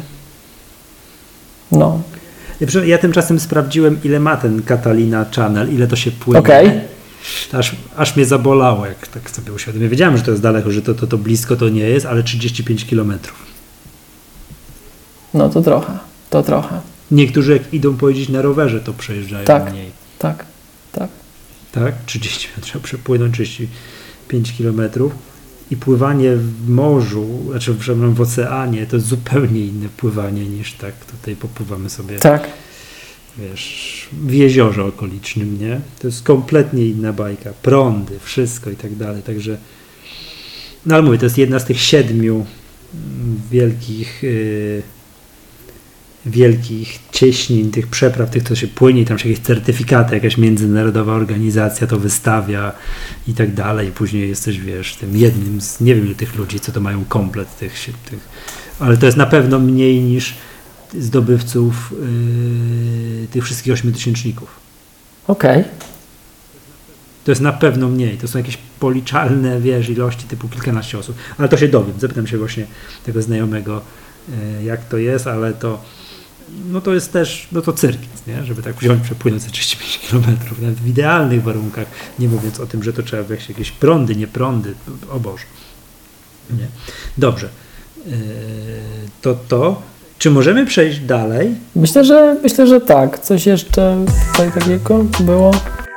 no. Ja tymczasem sprawdziłem, ile ma ten Catalina Channel, ile to się płynie. Okay. Aż, aż mnie zabolało, jak tak sobie uświadomiłem. Wiedziałem, że to jest daleko, że to, to, to blisko to nie jest, ale trzydzieści pięć kilometrów. No to trochę, to trochę. Niektórzy jak idą pojeździć na rowerze, to przejeżdżają tak, mniej. Tak, tak. Tak, trzydzieści trzeba przepłynąć trzydzieści pięć kilometrów i pływanie w morzu, znaczy w oceanie, to jest zupełnie inne pływanie niż tak tutaj popływamy sobie. Tak. Wiesz, w jeziorze okolicznym, nie? To jest kompletnie inna bajka. Prądy, wszystko i tak dalej. Także, no ale mówię, to jest jedna z tych siedmiu wielkich yy, wielkich cieśnin, tych przepraw, tych, co się płynie, tam się jakieś certyfikaty, jakaś międzynarodowa organizacja to wystawia i tak dalej. I później jesteś, wiesz, tym jednym z, nie wiem ile tych ludzi, co to mają komplet tych, tych ale to jest na pewno mniej niż zdobywców yy, tych wszystkich ośmiotysięczników. Okej. Okay. To jest na pewno mniej. To są jakieś policzalne, wiesz, ilości typu kilkanaście osób. Ale to się dowiem. Zapytam się właśnie tego znajomego, yy, jak to jest, ale to no to jest też, no to cyrk, nie? Żeby tak wziąć, przepłynąć za trzydzieści pięć kilometrów, nawet w idealnych warunkach, nie mówiąc o tym, że to trzeba wejść jakieś prądy, nie prądy, o Boże. Nie. Dobrze. Yy, to to. Czy możemy przejść dalej? Myślę, że myślę, że tak. Coś jeszcze tutaj takiego było?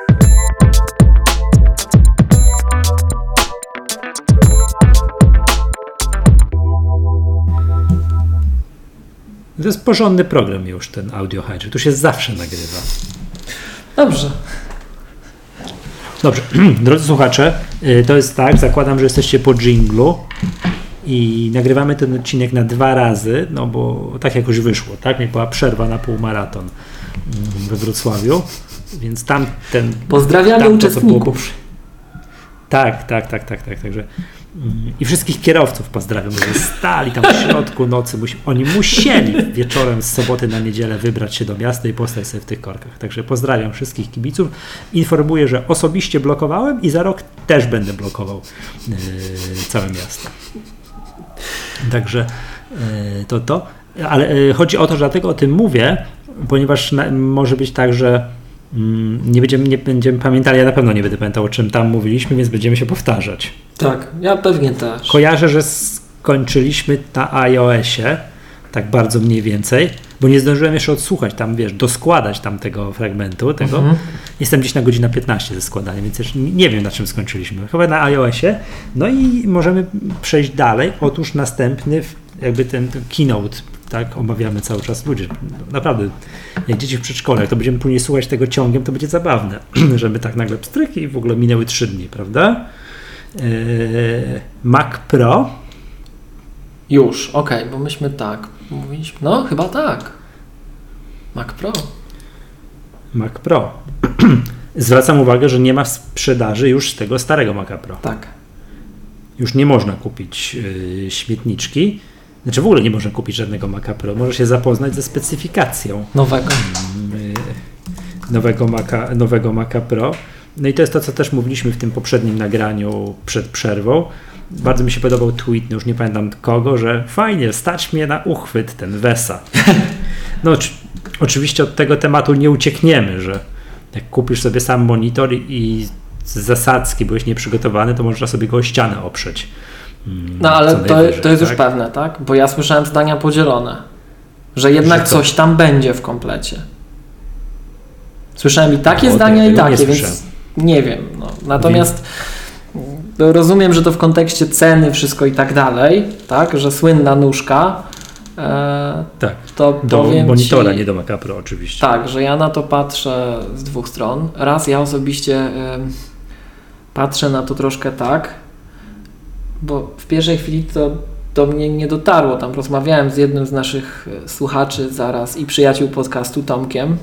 To jest porządny program już, ten Audio Hijack. Tu się zawsze nagrywa. Dobrze. Dobrze. Drodzy słuchacze, to jest tak, zakładam, że jesteście po dżinglu i nagrywamy ten odcinek na dwa razy, no bo tak jakoś wyszło, tak? Jak była przerwa na półmaraton we Wrocławiu, więc tam ten... Pozdrawiamy tam uczestników. To, było... Tak, tak, tak, tak, tak, także i wszystkich kierowców pozdrawiam, że stali tam w środku nocy, musi... oni musieli wieczorem z soboty na niedzielę wybrać się do miasta i postać sobie w tych korkach. Także pozdrawiam wszystkich kibiców. Informuję, że osobiście blokowałem i za rok też będę blokował yy, całe miasto. Także yy, to to. Ale yy, chodzi o to, że dlatego o tym mówię, ponieważ na, może być tak, że Nie będziemy, nie będziemy pamiętali, ja na pewno nie będę pamiętał, o czym tam mówiliśmy, więc będziemy się powtarzać. Tak, ja pewnie też. Kojarzę, że skończyliśmy na iOSie, tak bardzo mniej więcej, bo nie zdążyłem jeszcze odsłuchać tam, wiesz, doskładać tam tego fragmentu, tego. Mhm. Jestem gdzieś na godzinę piętnaście ze składaniem, więc już nie wiem, na czym skończyliśmy. Chyba na iOSie. No i możemy przejść dalej. Otóż następny, jakby ten, ten keynote, tak, omawiamy cały czas ludzie. Naprawdę, jak dzieci w przedszkole, jak to będziemy później słuchać tego ciągiem, to będzie zabawne, żeby tak nagle pstryk i w ogóle minęły trzy dni, prawda? Eee, Mac Pro. Już, okej, okay, bo myśmy tak mówiliśmy. No, chyba tak. Mac Pro. Mac Pro. Zwracam uwagę, że nie ma w sprzedaży już tego starego Maca Pro. Tak. Już nie można kupić yy, śmietniczki. Znaczy w ogóle nie można kupić żadnego Maca Pro. Możesz się zapoznać ze specyfikacją nowego, yy, nowego, Maca, nowego Maca Pro. No i to jest to, co też mówiliśmy w tym poprzednim nagraniu przed przerwą. Bardzo mi się podobał tweet, no już nie pamiętam kogo, że fajnie, stać mnie na uchwyt ten Wesa. No oczywiście od tego tematu nie uciekniemy, że jak kupisz sobie sam monitor i z zasadzki byłeś nieprzygotowany, to można sobie go o ścianę oprzeć. No ale to, to jest tak? Już pewne, tak? Bo ja słyszałem zdania podzielone, że jednak że coś tam będzie w komplecie. Słyszałem i takie no, zdania i takie, więc nie wiem. No. Natomiast więc... rozumiem, że to w kontekście ceny wszystko i tak dalej, tak? Że słynna nóżka. E, tak, to do powiem monitora, ci, nie do Maca Pro oczywiście. Tak, że ja na to patrzę z dwóch stron. Raz ja osobiście y, patrzę na to troszkę tak, bo w pierwszej chwili to do mnie nie dotarło. Tam rozmawiałem z jednym z naszych słuchaczy zaraz i przyjaciół podcastu, Tomkiem.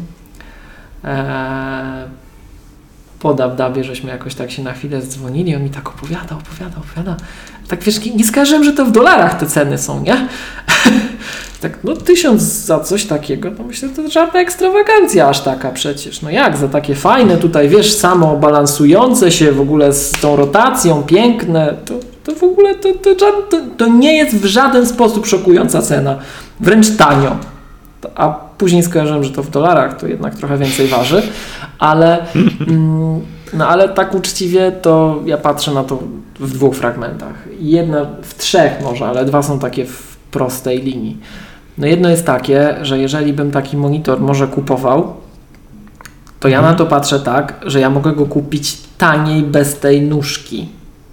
Eee, po Dabdabie żeśmy jakoś tak się na chwilę dzwonili, on mi tak opowiada, opowiada, opowiada. Tak wiesz, nie skojarzyłem, że to w dolarach te ceny są, nie? Tak, no tysiąc za coś takiego, to myślę, to żadna ekstrawagancja aż taka przecież. No jak, za takie fajne tutaj, wiesz, samo balansujące się w ogóle z tą rotacją, piękne, to, to w ogóle to, to, to, to nie jest w żaden sposób szokująca cena. Wręcz tanio. A później skojarzyłem, że to w dolarach to jednak trochę więcej waży, ale, mm, no ale tak uczciwie to ja patrzę na to w dwóch fragmentach. Jedna, w trzech może, ale dwa są takie w prostej linii. No jedno jest takie, że jeżeli bym taki monitor może kupował, to ja na to patrzę tak, że ja mogę go kupić taniej bez tej nóżki,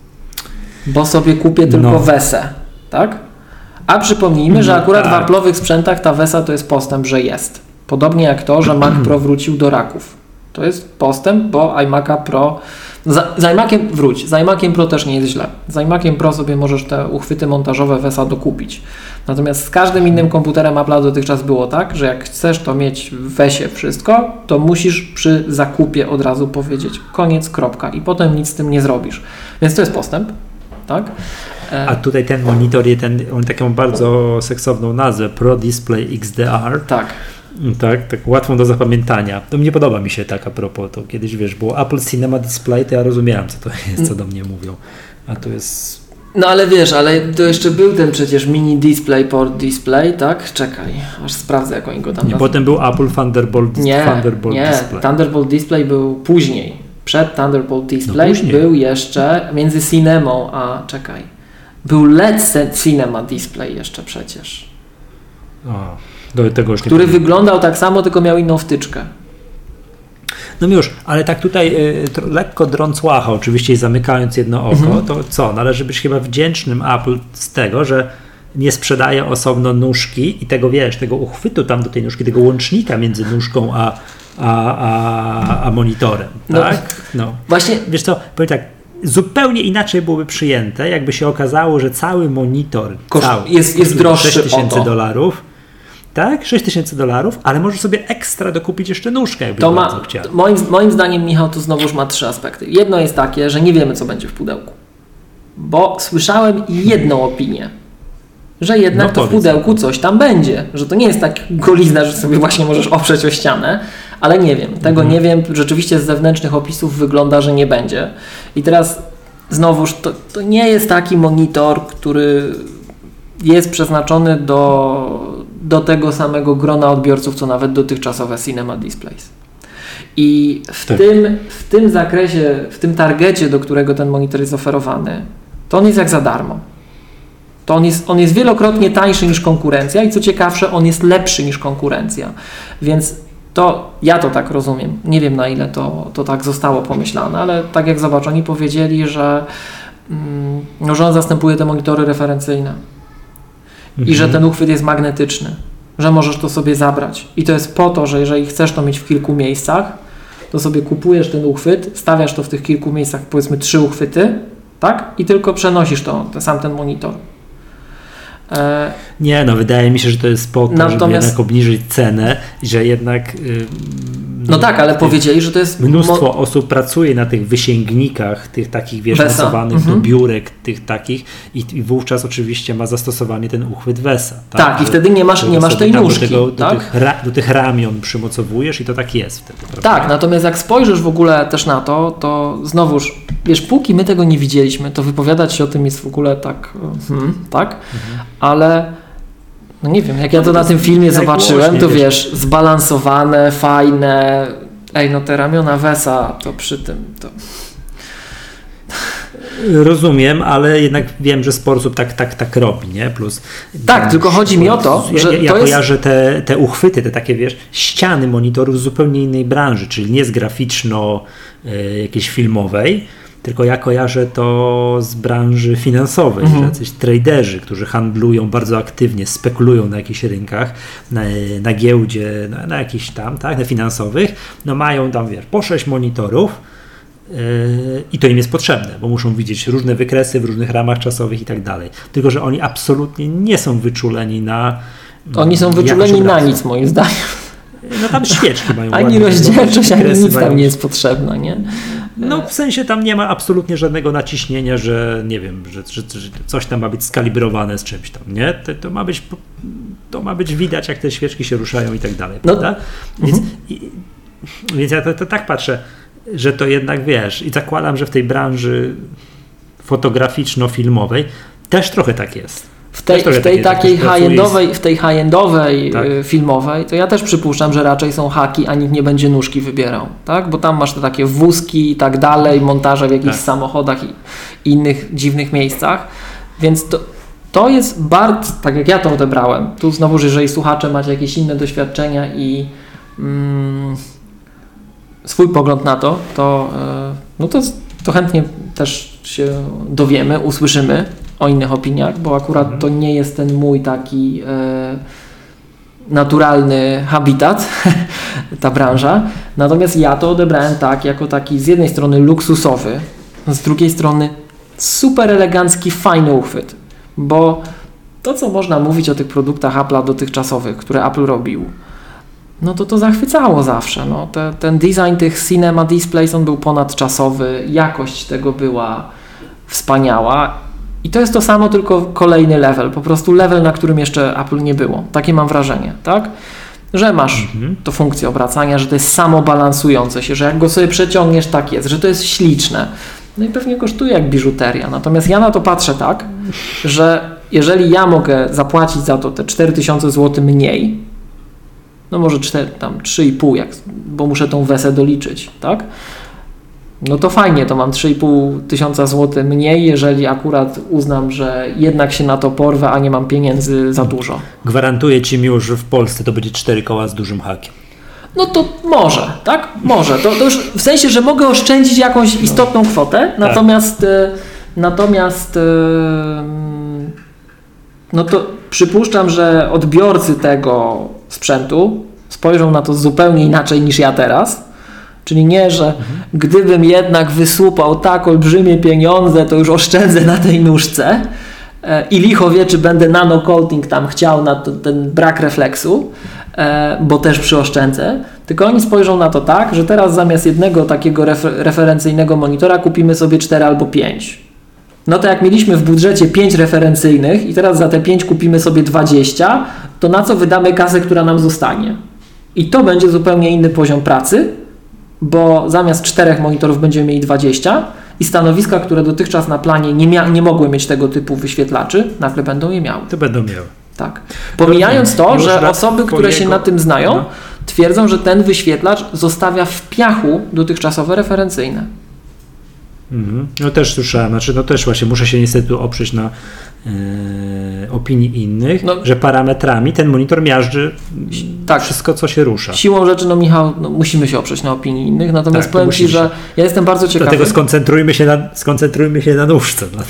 bo sobie kupię tylko no. Wesę, tak? A przypomnijmy, że akurat tak. w Apple'owych sprzętach ta Wesa to jest postęp, że jest. Podobnie jak to, że Mac Pro wrócił do raków. To jest postęp, bo iMac'a Pro... Za, z iMaciem wróć, z iMaciem Pro też nie jest źle. Z iMaciem Pro sobie możesz te uchwyty montażowe Wesa dokupić. Natomiast z każdym innym komputerem Apple'a dotychczas było tak, że jak chcesz to mieć w Wesie wszystko, to musisz przy zakupie od razu powiedzieć koniec, kropka i potem nic z tym nie zrobisz. Więc to jest postęp, tak? A tutaj ten monitor, ten, on taką bardzo seksowną nazwę, Pro Display X D R. Tak. Tak, tak łatwą do zapamiętania. To mnie podoba mi się tak a propos, to kiedyś wiesz, było Apple Cinema Display, to ja rozumiałem, co to jest, co do mnie mówią. A to jest... No ale wiesz, ale to jeszcze był ten przecież mini display, port display, tak? Czekaj, aż sprawdzę, jak oni go tam Nie, potem był Apple Thunderbolt, nie, Thunderbolt nie, Display. Thunderbolt Display był później. Przed Thunderbolt Display no był jeszcze między Cinemą a... czekaj. Był L E D Cinema Display jeszcze przecież. O. Do tego już który wyglądał tak samo, tylko miał inną wtyczkę. No już, ale tak tutaj y, to, lekko drąc łacha, oczywiście zamykając jedno oko, mhm. to co? Należy być chyba wdzięcznym Apple z tego, że nie sprzedaje osobno nóżki i tego, wiesz, tego uchwytu tam do tej nóżki, tego łącznika między nóżką a, a, a, a monitorem, no, tak? No. Właśnie. Wiesz co, powiem tak, zupełnie inaczej byłoby przyjęte, jakby się okazało, że cały monitor Koszt, cały, jest, jest droższy sześć tysięcy dolarów. Tak, sześć tysięcy dolarów, ale możesz sobie ekstra dokupić jeszcze nóżkę, jakbyś to bardzo ma, chciał. Moim, moim zdaniem, Michał, to znowuż ma trzy aspekty. Jedno jest takie, że nie wiemy, co będzie w pudełku. Bo słyszałem jedną opinię, że jednak no, to w pudełku coś tam będzie. Że to nie jest tak golizna, że sobie właśnie możesz oprzeć o ścianę, ale nie wiem. Tego mhm. nie wiem. Rzeczywiście z zewnętrznych opisów wygląda, że nie będzie. I teraz znowuż to, to nie jest taki monitor, który jest przeznaczony do... do tego samego grona odbiorców, co nawet dotychczasowe Cinema Displays. I w, tak. tym, w tym zakresie, w tym targecie, do którego ten monitor jest oferowany, to on jest jak za darmo. To on jest, on jest wielokrotnie tańszy niż konkurencja i co ciekawsze, on jest lepszy niż konkurencja. Więc to, ja to tak rozumiem. Nie wiem, na ile to, to tak zostało pomyślane, ale tak jak zobacz, oni powiedzieli, że, mm, no, że on zastępuje te monitory referencyjne. Mhm. I że ten uchwyt jest magnetyczny, że możesz to sobie zabrać. I to jest po to, że jeżeli chcesz to mieć w kilku miejscach, to sobie kupujesz ten uchwyt, stawiasz to w tych kilku miejscach, powiedzmy trzy uchwyty, tak? I tylko przenosisz to, to sam ten monitor. E... Nie, no wydaje mi się, że to jest po to, Natomiast... żeby jednak obniżyć cenę, że jednak... Yy... No tak, ale powiedzieli, że to jest... Mnóstwo mo- osób pracuje na tych wysięgnikach, tych takich, wiesz, Wesa. mocowanych Mhm. do biurek, tych takich i, i wówczas oczywiście ma zastosowanie ten uchwyt Wesa. Tak, tak i wtedy nie masz, nie masz tej nóżki. Do, tego, tak? do, tych ra, do tych ramion przymocowujesz i to tak jest wtedy. Prawda? Tak, natomiast jak spojrzysz w ogóle też na to, to znowuż, wiesz, póki my tego nie widzieliśmy, to wypowiadać się o tym jest w ogóle tak, hmm, tak, mhm. ale... No nie wiem, jak ja to na tym filmie zobaczyłem, to wiesz, zbalansowane, fajne, ej no te ramiona Wesa, to przy tym, to... Rozumiem, ale jednak wiem, że sporo osób tak, tak, tak robi, nie? Plus... Tak, tam, tylko chodzi mi o to, że ja, ja to jest... kojarzę te, te uchwyty, te takie, wiesz, ściany monitorów z zupełnie innej branży, czyli nie z graficzno y, jakiejś filmowej, tylko ja kojarzę to z branży finansowej, mhm. że jacyś traderzy, którzy handlują bardzo aktywnie, spekulują na jakichś rynkach, na, na giełdzie, na, na jakichś tam, tak, na finansowych, no mają tam, wiesz, po sześć monitorów i to im jest potrzebne, bo muszą widzieć różne wykresy w różnych ramach czasowych i tak dalej. Tylko że oni absolutnie nie są wyczuleni na... Oni są wyczuleni na nic, moim zdaniem. No tam świeczki mają. Ani rozdzielczość, ani nic tam mają... nie jest potrzebna, nie? No w sensie tam nie ma absolutnie żadnego naciśnienia, że nie wiem, że, że, że coś tam ma być skalibrowane z czymś tam, nie? To, to ma być to ma być widać, jak te świeczki się ruszają i tak dalej, no. Prawda? Więc, mhm. i, więc ja to, to tak patrzę, że to jednak wiesz i zakładam, że w tej branży fotograficzno-filmowej też trochę tak jest. W tej, w tej takiej high-endowej, w tej high-endowej tak. filmowej, to ja też przypuszczam, że raczej są haki, a nikt nie będzie nóżki wybierał, tak? Bo tam masz te takie wózki i tak dalej, montaże w jakichś tak. samochodach i innych dziwnych miejscach, więc to, to jest bardzo, tak jak ja to odebrałem, tu znowu, jeżeli słuchacze macie jakieś inne doświadczenia i mm, swój pogląd na to, to, no to, to chętnie też się dowiemy, usłyszymy o innych opiniach, bo akurat mhm. to nie jest ten mój taki e, naturalny habitat, ta branża. Natomiast ja to odebrałem tak, jako taki z jednej strony luksusowy, z drugiej strony super elegancki, fajny uchwyt, bo to, co można mówić o tych produktach Apple'a dotychczasowych, które Apple robił, no to to zachwycało zawsze. No. Te, ten design tych Cinema Displays, on był ponadczasowy, jakość tego była wspaniała. I to jest to samo, tylko kolejny level, po prostu level, na którym jeszcze Apple nie było. Takie mam wrażenie, tak? Że masz mhm. to funkcję obracania, że to jest samobalansujące się, że jak go sobie przeciągniesz, tak jest, że to jest śliczne. No i pewnie kosztuje jak biżuteria. Natomiast ja na to patrzę tak, że jeżeli ja mogę zapłacić za to te cztery tysiące złotych mniej, no może cztery, tam trzy i pół, jak, bo muszę tą wesę doliczyć, tak? No to fajnie, to mam trzy i pół tysiąca złotych mniej, jeżeli akurat uznam, że jednak się na to porwę, a nie mam pieniędzy za dużo. Gwarantuję Ci, Miłosz, że w Polsce to będzie cztery koła z dużym hakiem. No to może, tak? Może. To, to już w sensie, że mogę oszczędzić jakąś istotną no. kwotę, natomiast tak. y, natomiast y, no to przypuszczam, że odbiorcy tego sprzętu spojrzą na to zupełnie inaczej niż ja teraz. Czyli nie, że mhm. gdybym jednak wysłupał tak olbrzymie pieniądze, to już oszczędzę na tej nóżce e, i licho wie, czy będę nano-coating tam chciał na to, ten brak refleksu, e, bo też przyoszczędzę. Tylko oni spojrzą na to tak, że teraz zamiast jednego takiego refer- referencyjnego monitora kupimy sobie cztery albo pięć. No to jak mieliśmy w budżecie pięć referencyjnych i teraz za te pięć kupimy sobie dwadzieścia, to na co wydamy kasę, która nam zostanie? I to będzie zupełnie inny poziom pracy, bo zamiast czterech monitorów będziemy mieli dwadzieścia i stanowiska, które dotychczas na planie nie, mia- nie mogły mieć tego typu wyświetlaczy, nagle będą je miały. To będą miały. Tak. Pomijając to, że osoby, które się na tym znają, no. twierdzą, że ten wyświetlacz zostawia w piachu dotychczasowe referencyjne. Mhm. No też słyszałem, znaczy no też właśnie muszę się niestety oprzeć na yy, opinii innych, no, że parametrami ten monitor miażdży tak. wszystko, co się rusza. Siłą rzeczy, no Michał, no, musimy się oprzeć na opinii innych, natomiast tak, powiem Ci, że ja jestem bardzo ciekawy. Dlatego skoncentrujmy się na, skoncentrujmy się na nóżce. No.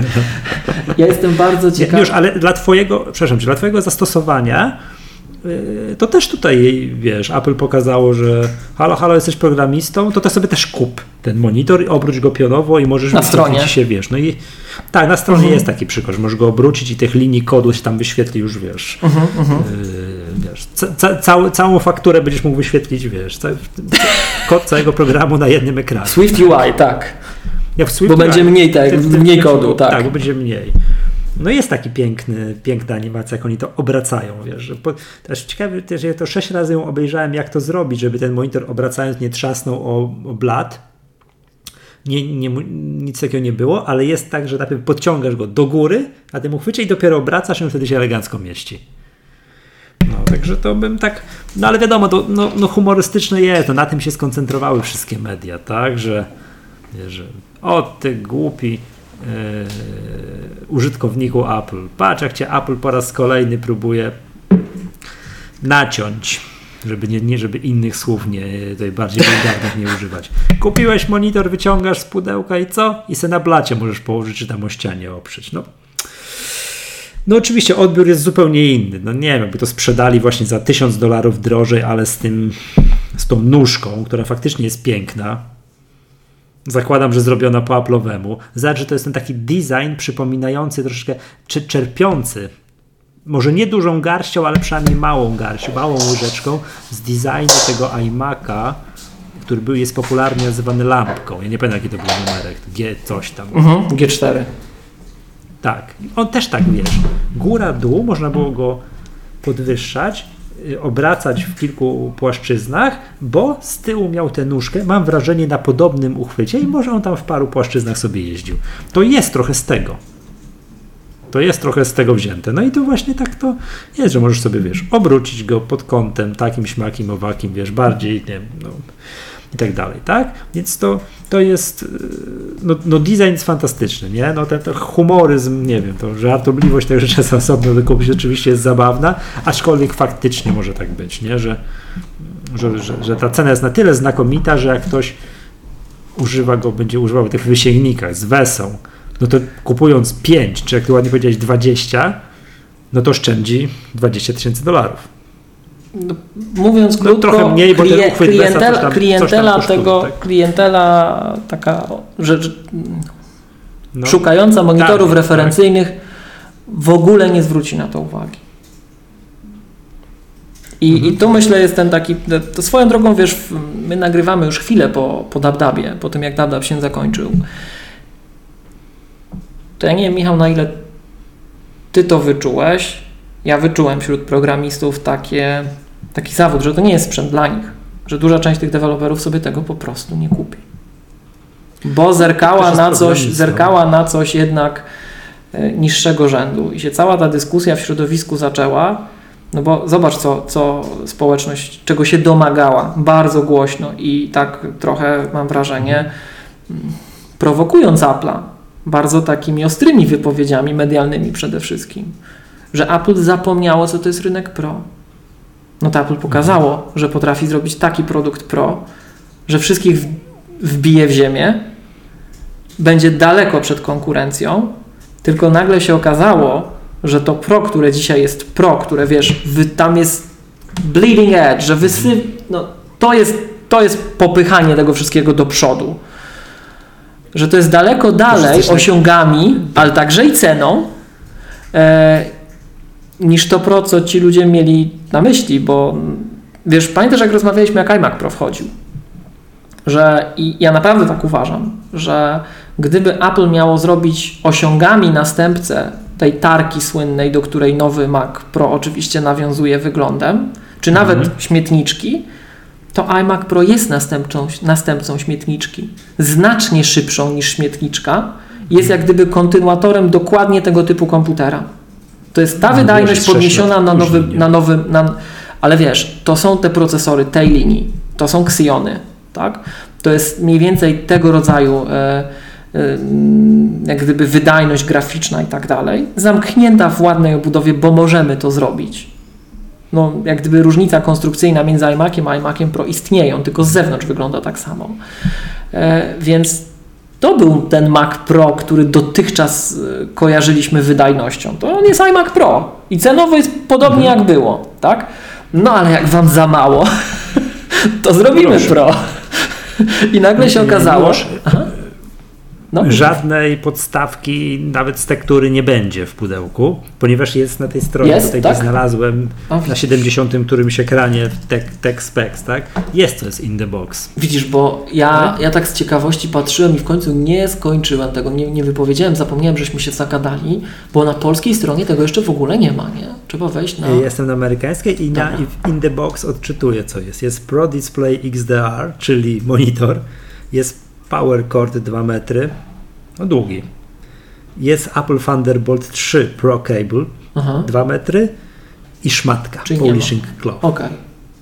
Ja jestem bardzo ciekawy. Nie, już, ale dla Twojego, przepraszam, dla Twojego zastosowania to też tutaj, wiesz, Apple pokazało, że halo, halo, jesteś programistą, to ty sobie też kup ten monitor, obróć go pionowo i możesz na stronie się, wiesz, no i tak, na stronie uh-huh. jest taki przykład, że możesz go obrócić i tych linii kodu się tam wyświetli już, wiesz, uh-huh, uh-huh. Yy, wiesz ca- ca- całą, całą fakturę będziesz mógł wyświetlić, wiesz, ca- kod całego programu na jednym ekranie. Swift U I, tak. Ja w Swift bo U I, będzie mniej, tak, ty, ty, mniej kodu, ty, tak. Tak, bo będzie mniej. No jest taki piękny, piękna animacja, jak oni to obracają, wiesz. Że po, też ciekawe, że ja to sześć razy ją obejrzałem, jak to zrobić, żeby ten monitor obracając nie trzasnął o, o blat. Nie, nie, nic takiego nie było, ale jest tak, że najpierw podciągasz go do góry, a tym uchwycie i dopiero obracasz, i wtedy się elegancko mieści. No, także to bym tak, no ale wiadomo, to no, no humorystyczne jest, no, na tym się skoncentrowały wszystkie media, tak, że, że o ty głupi Yy, użytkowniku Apple. Patrz, jak cię Apple po raz kolejny próbuje naciąć, żeby, nie, nie, żeby innych słów nie, tutaj bardziej wulgarnych nie używać. Kupiłeś monitor, wyciągasz z pudełka i co? I se na blacie możesz położyć, czy tam o ścianie oprzeć. No. No oczywiście odbiór jest zupełnie inny. No nie wiem, jakby to sprzedali właśnie za tysiąc dolarów drożej, ale z tym, z tą nóżką, która faktycznie jest piękna. Zakładam, że zrobiona po Apple'owemu. Zobacz, że to jest ten taki design przypominający troszeczkę, czy czerpiący, może nie dużą garścią, ale przynajmniej małą garścią, małą łyżeczką z designu tego iMac'a, który był, jest popularnie nazywany lampką. Ja nie pamiętam, jaki to był numerek. G coś tam. Mhm, G cztery. Tak. On też tak, wiesz, góra, dół, można było go podwyższać, obracać w kilku płaszczyznach, bo z tyłu miał tę nóżkę, mam wrażenie, na podobnym uchwycie i może on tam w paru płaszczyznach sobie jeździł. To jest trochę z tego. To jest trochę z tego wzięte. No i to właśnie tak to jest, że możesz sobie, wiesz, obrócić go pod kątem takim, śmakim, owakim, wiesz, bardziej, nie wiem, no i tak dalej, tak? Więc to, to jest, no, no design jest fantastyczny, nie? No ten, ten humoryzm, nie wiem, to żartobliwość tych rzeczy jest osobno do kogoś rzeczywiście jest zabawna, aczkolwiek faktycznie może tak być, nie? Że, że, że, że ta cena jest na tyle znakomita, że jak ktoś używa go, będzie używał w tych wysięgnikach z Vesą, no to kupując pięć, czy jak ty ładnie powiedziałeś dwadzieścia, no to oszczędzi dwadzieścia tysięcy dolarów. No, mówiąc no, krótko, trochę mniej, bo klien, ten uchwyt klientela, coś tam, klientela coś tam tego, kosztuje, tak? klientela taka, że, że No, szukająca monitorów tak, referencyjnych tak. w ogóle nie zwróci na to uwagi. I, mhm. I tu myślę jest ten taki, to swoją drogą, wiesz, my nagrywamy już chwilę po, po DabDabie, po tym jak DabDab się zakończył. To ja nie wiem, Michał, na ile ty to wyczułeś. Ja wyczułem wśród programistów takie, taki zawód, że to nie jest sprzęt dla nich, że duża część tych deweloperów sobie tego po prostu nie kupi. Bo zerkała na coś, zerkała na coś jednak e, niższego rzędu i się cała ta dyskusja w środowisku zaczęła, no bo zobacz, co, co społeczność, czego się domagała bardzo głośno i tak trochę mam wrażenie, prowokując Apple'a, bardzo takimi ostrymi wypowiedziami medialnymi przede wszystkim, że Apple zapomniało, co to jest rynek Pro. No to Apple pokazało, że potrafi zrobić taki produkt Pro, że wszystkich wbije w ziemię, będzie daleko przed konkurencją, tylko nagle się okazało, że to Pro, które dzisiaj jest Pro, które wiesz, wy, tam jest bleeding edge, że wysy, no, to, jest, to jest popychanie tego wszystkiego do przodu. Że to jest daleko dalej osiągami, ale także i ceną, e, niż to Pro, co ci ludzie mieli na myśli, bo wiesz, pamiętasz, jak rozmawialiśmy, jak iMac Pro wchodził, że i ja naprawdę tak uważam, że gdyby Apple miało zrobić osiągami następcę tej tarki słynnej, do której nowy Mac Pro oczywiście nawiązuje wyglądem, czy nawet mhm. śmietniczki, to iMac Pro jest następcą, następcą śmietniczki, znacznie szybszą niż śmietniczka, jest jak gdyby kontynuatorem dokładnie tego typu komputera. To jest ta no, wydajność wiesz, podniesiona na nowy, na nowy, na, ale wiesz, to są te procesory tej linii, to są Xiony, tak? To jest mniej więcej tego rodzaju e, e, jak gdyby wydajność graficzna i tak dalej, zamknięta w ładnej obudowie, bo możemy to zrobić. No, jak gdyby różnica konstrukcyjna między iMaciem a iMaciem Pro istnieją, tylko z zewnątrz wygląda tak samo. E, więc to był ten Mac Pro, który dotychczas e, kojarzyliśmy wydajnością. To on jest iMac Pro i cenowo jest podobnie mhm. jak było, tak? No ale jak wam za mało, to zrobimy Proszę. Pro. I nagle się okazało... Aha. No. Żadnej podstawki, nawet z tektury nie będzie w pudełku, ponieważ jest na tej stronie, jest, tutaj tak? znalazłem o, na siedemdziesiątym którymś ekranie tech, tech specs, tak? Jest to jest in the box. Widzisz, bo ja, ja tak z ciekawości patrzyłem i w końcu nie skończyłem tego, nie, nie wypowiedziałem, zapomniałem, żeśmy się zagadali, bo na polskiej stronie tego jeszcze w ogóle nie ma, nie? Trzeba wejść na... Jestem na amerykańskiej i, na, i w in the box odczytuję, co jest. Jest Pro Display X D R, czyli monitor, jest Power Cord dwa metry, no długi. Jest Apple Thunderbolt trzy Pro Cable, Aha. dwa metry i szmatka, czyli polishing cloth. Okay.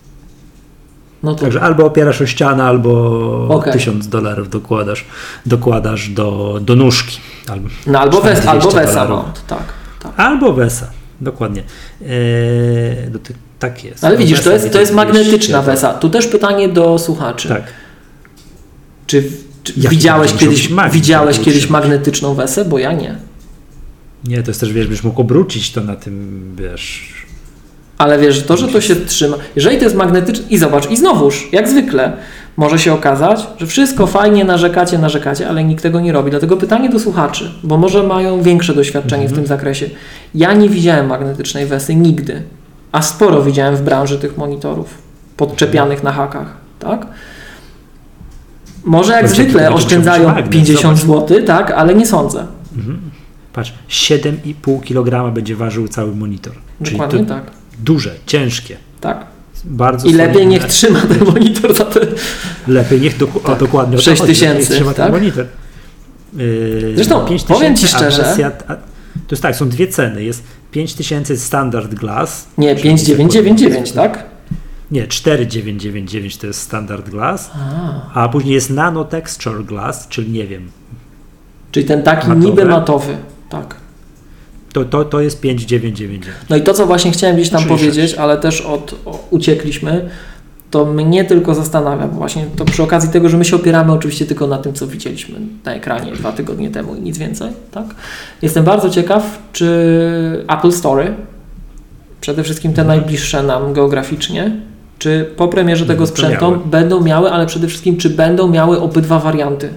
No to... Także albo opierasz o ścianę, albo okay. tysiąc dolarów dokładasz, dokładasz do, do nóżki. Albo, no albo Vesa, albo Vesa mount, tak, tak. Albo Vesa, dokładnie. Eee, do ty, tak jest. Ale widzisz, to jest, to jest magnetyczna Vesa. Tu też pytanie do słuchaczy. Tak. Czy Czy widziałeś kiedyś, widziałeś kiedyś magnetyczną Vesę? Bo ja nie. Nie, to jest też, wiesz, byś mógł obrócić to na tym, wiesz... Ale wiesz, to, że to się trzyma... Jeżeli to jest magnetyczne... I zobacz, i znowuż, jak zwykle, może się okazać, że wszystko fajnie, narzekacie, narzekacie, ale nikt tego nie robi. Dlatego pytanie do słuchaczy, bo może mają większe doświadczenie mm-hmm. w tym zakresie. Ja nie widziałem magnetycznej Vesy nigdy, a sporo widziałem w branży tych monitorów podczepianych na hakach, tak? Może jak Patrz, zwykle oszczędzają magnes, pięćdziesiąt złotych, tak, ale nie sądzę. Mhm. Patrz, siedem i pół kilograma będzie ważył cały monitor. Dokładnie Czyli tak. Duże, ciężkie. Tak. Bardzo I lepiej solidne. Niech trzyma ten monitor za te... Lepiej niech doku... tak. o, dokładnie sześć tysięcy, trzyma tak? ten monitor. Yy, Zresztą powiem Ci szczerze... Wersja, a, to jest tak, są dwie ceny. Jest pięć tysięcy standard glass. Nie, pięć tysięcy dziewięćset dziewięćdziesiąt dziewięć, tak? Nie, cztery tysiące dziewięćset dziewięćdziesiąt dziewięć to jest standard glass, a, a później jest nano texture glass, czyli nie wiem. Czyli ten taki matowy. Niby matowy, tak. To, to, to jest pięć tysięcy dziewięćset dziewięćdziesiąt dziewięć. No i to, co właśnie chciałem gdzieś tam powiedzieć, ale też od, o, uciekliśmy, to mnie tylko zastanawia, bo właśnie to przy okazji tego, że my się opieramy oczywiście tylko na tym, co widzieliśmy na ekranie dwa tygodnie temu i nic więcej, tak? Jestem bardzo ciekaw, czy Apple Store, przede wszystkim te najbliższe nam geograficznie, czy po premierze tego no, sprzętu miały. będą miały, ale przede wszystkim, czy będą miały obydwa warianty.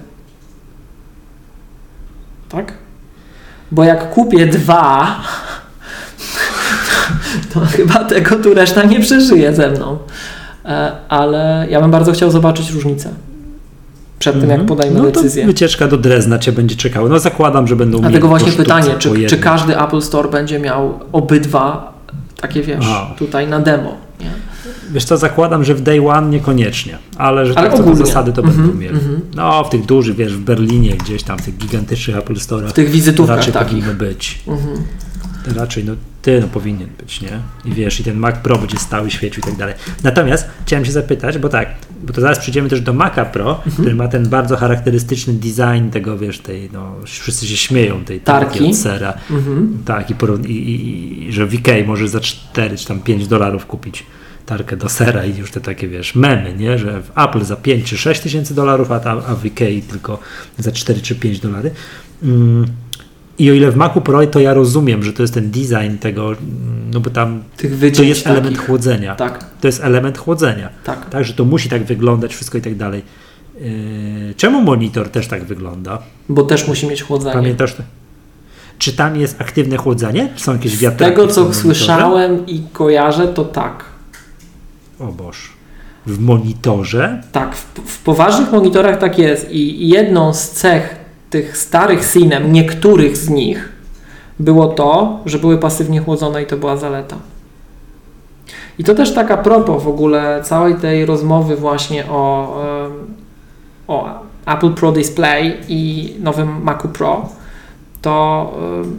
Tak? Bo jak kupię dwa, to chyba tego tu reszta nie przeżyje ze mną. Ale ja bym bardzo chciał zobaczyć różnicę przed tym, mm-hmm. jak podejmę no decyzję. To wycieczka do Drezna Cię będzie czekała. No zakładam, że będą mieli. Dlatego właśnie pytanie, czy, czy każdy Apple Store będzie miał obydwa takie, wiesz, A. tutaj na demo. Nie? Wiesz co, zakładam, że w Day One niekoniecznie, ale że ale tak co do zasady to mm-hmm, będą mieli. Mm-hmm. No w tych dużych, wiesz, w Berlinie gdzieś tam, w tych gigantycznych Apple Store'ach. W tych wizytówkach raczej takich. powinno być. Mm-hmm. Raczej, no ty, no powinien być, nie? I wiesz, i ten Mac Pro będzie stały, świecił i tak dalej. Natomiast chciałem się zapytać, bo tak, bo to zaraz przyjdziemy też do Maca Pro, mm-hmm. który ma ten bardzo charakterystyczny design tego, wiesz, tej, no wszyscy się śmieją, tej tarki od sera. Mm-hmm. Tak, i, porów- i, i, i że V K może za cztery czy tam pięć dolarów kupić tarkę do sera i już te takie, wiesz, memy, nie? Że w Apple za pięć czy sześć tysięcy dolarów, a, a w V K tylko za cztery czy pięć dolarów. Mm. I o ile w Macu Pro to ja rozumiem, że to jest ten design tego, no bo tam Tych to jest takich. element chłodzenia. Tak. To jest element chłodzenia. Tak. tak, że to musi tak wyglądać, wszystko i tak dalej. Yy, czemu monitor też tak wygląda? Bo też musi mieć chłodzenie. Pamiętasz to? Czy tam jest aktywne chłodzenie? Czy są jakieś wiatraki? Z tego, co słyszałem i kojarzę, to tak. O Boż. W monitorze? Tak, w, w poważnych monitorach tak jest i jedną z cech tych starych Cinem, niektórych z nich, było to, że były pasywnie chłodzone i to była zaleta. I to też tak a propos w ogóle całej tej rozmowy właśnie o, o Apple Pro Display i nowym Macu Pro, to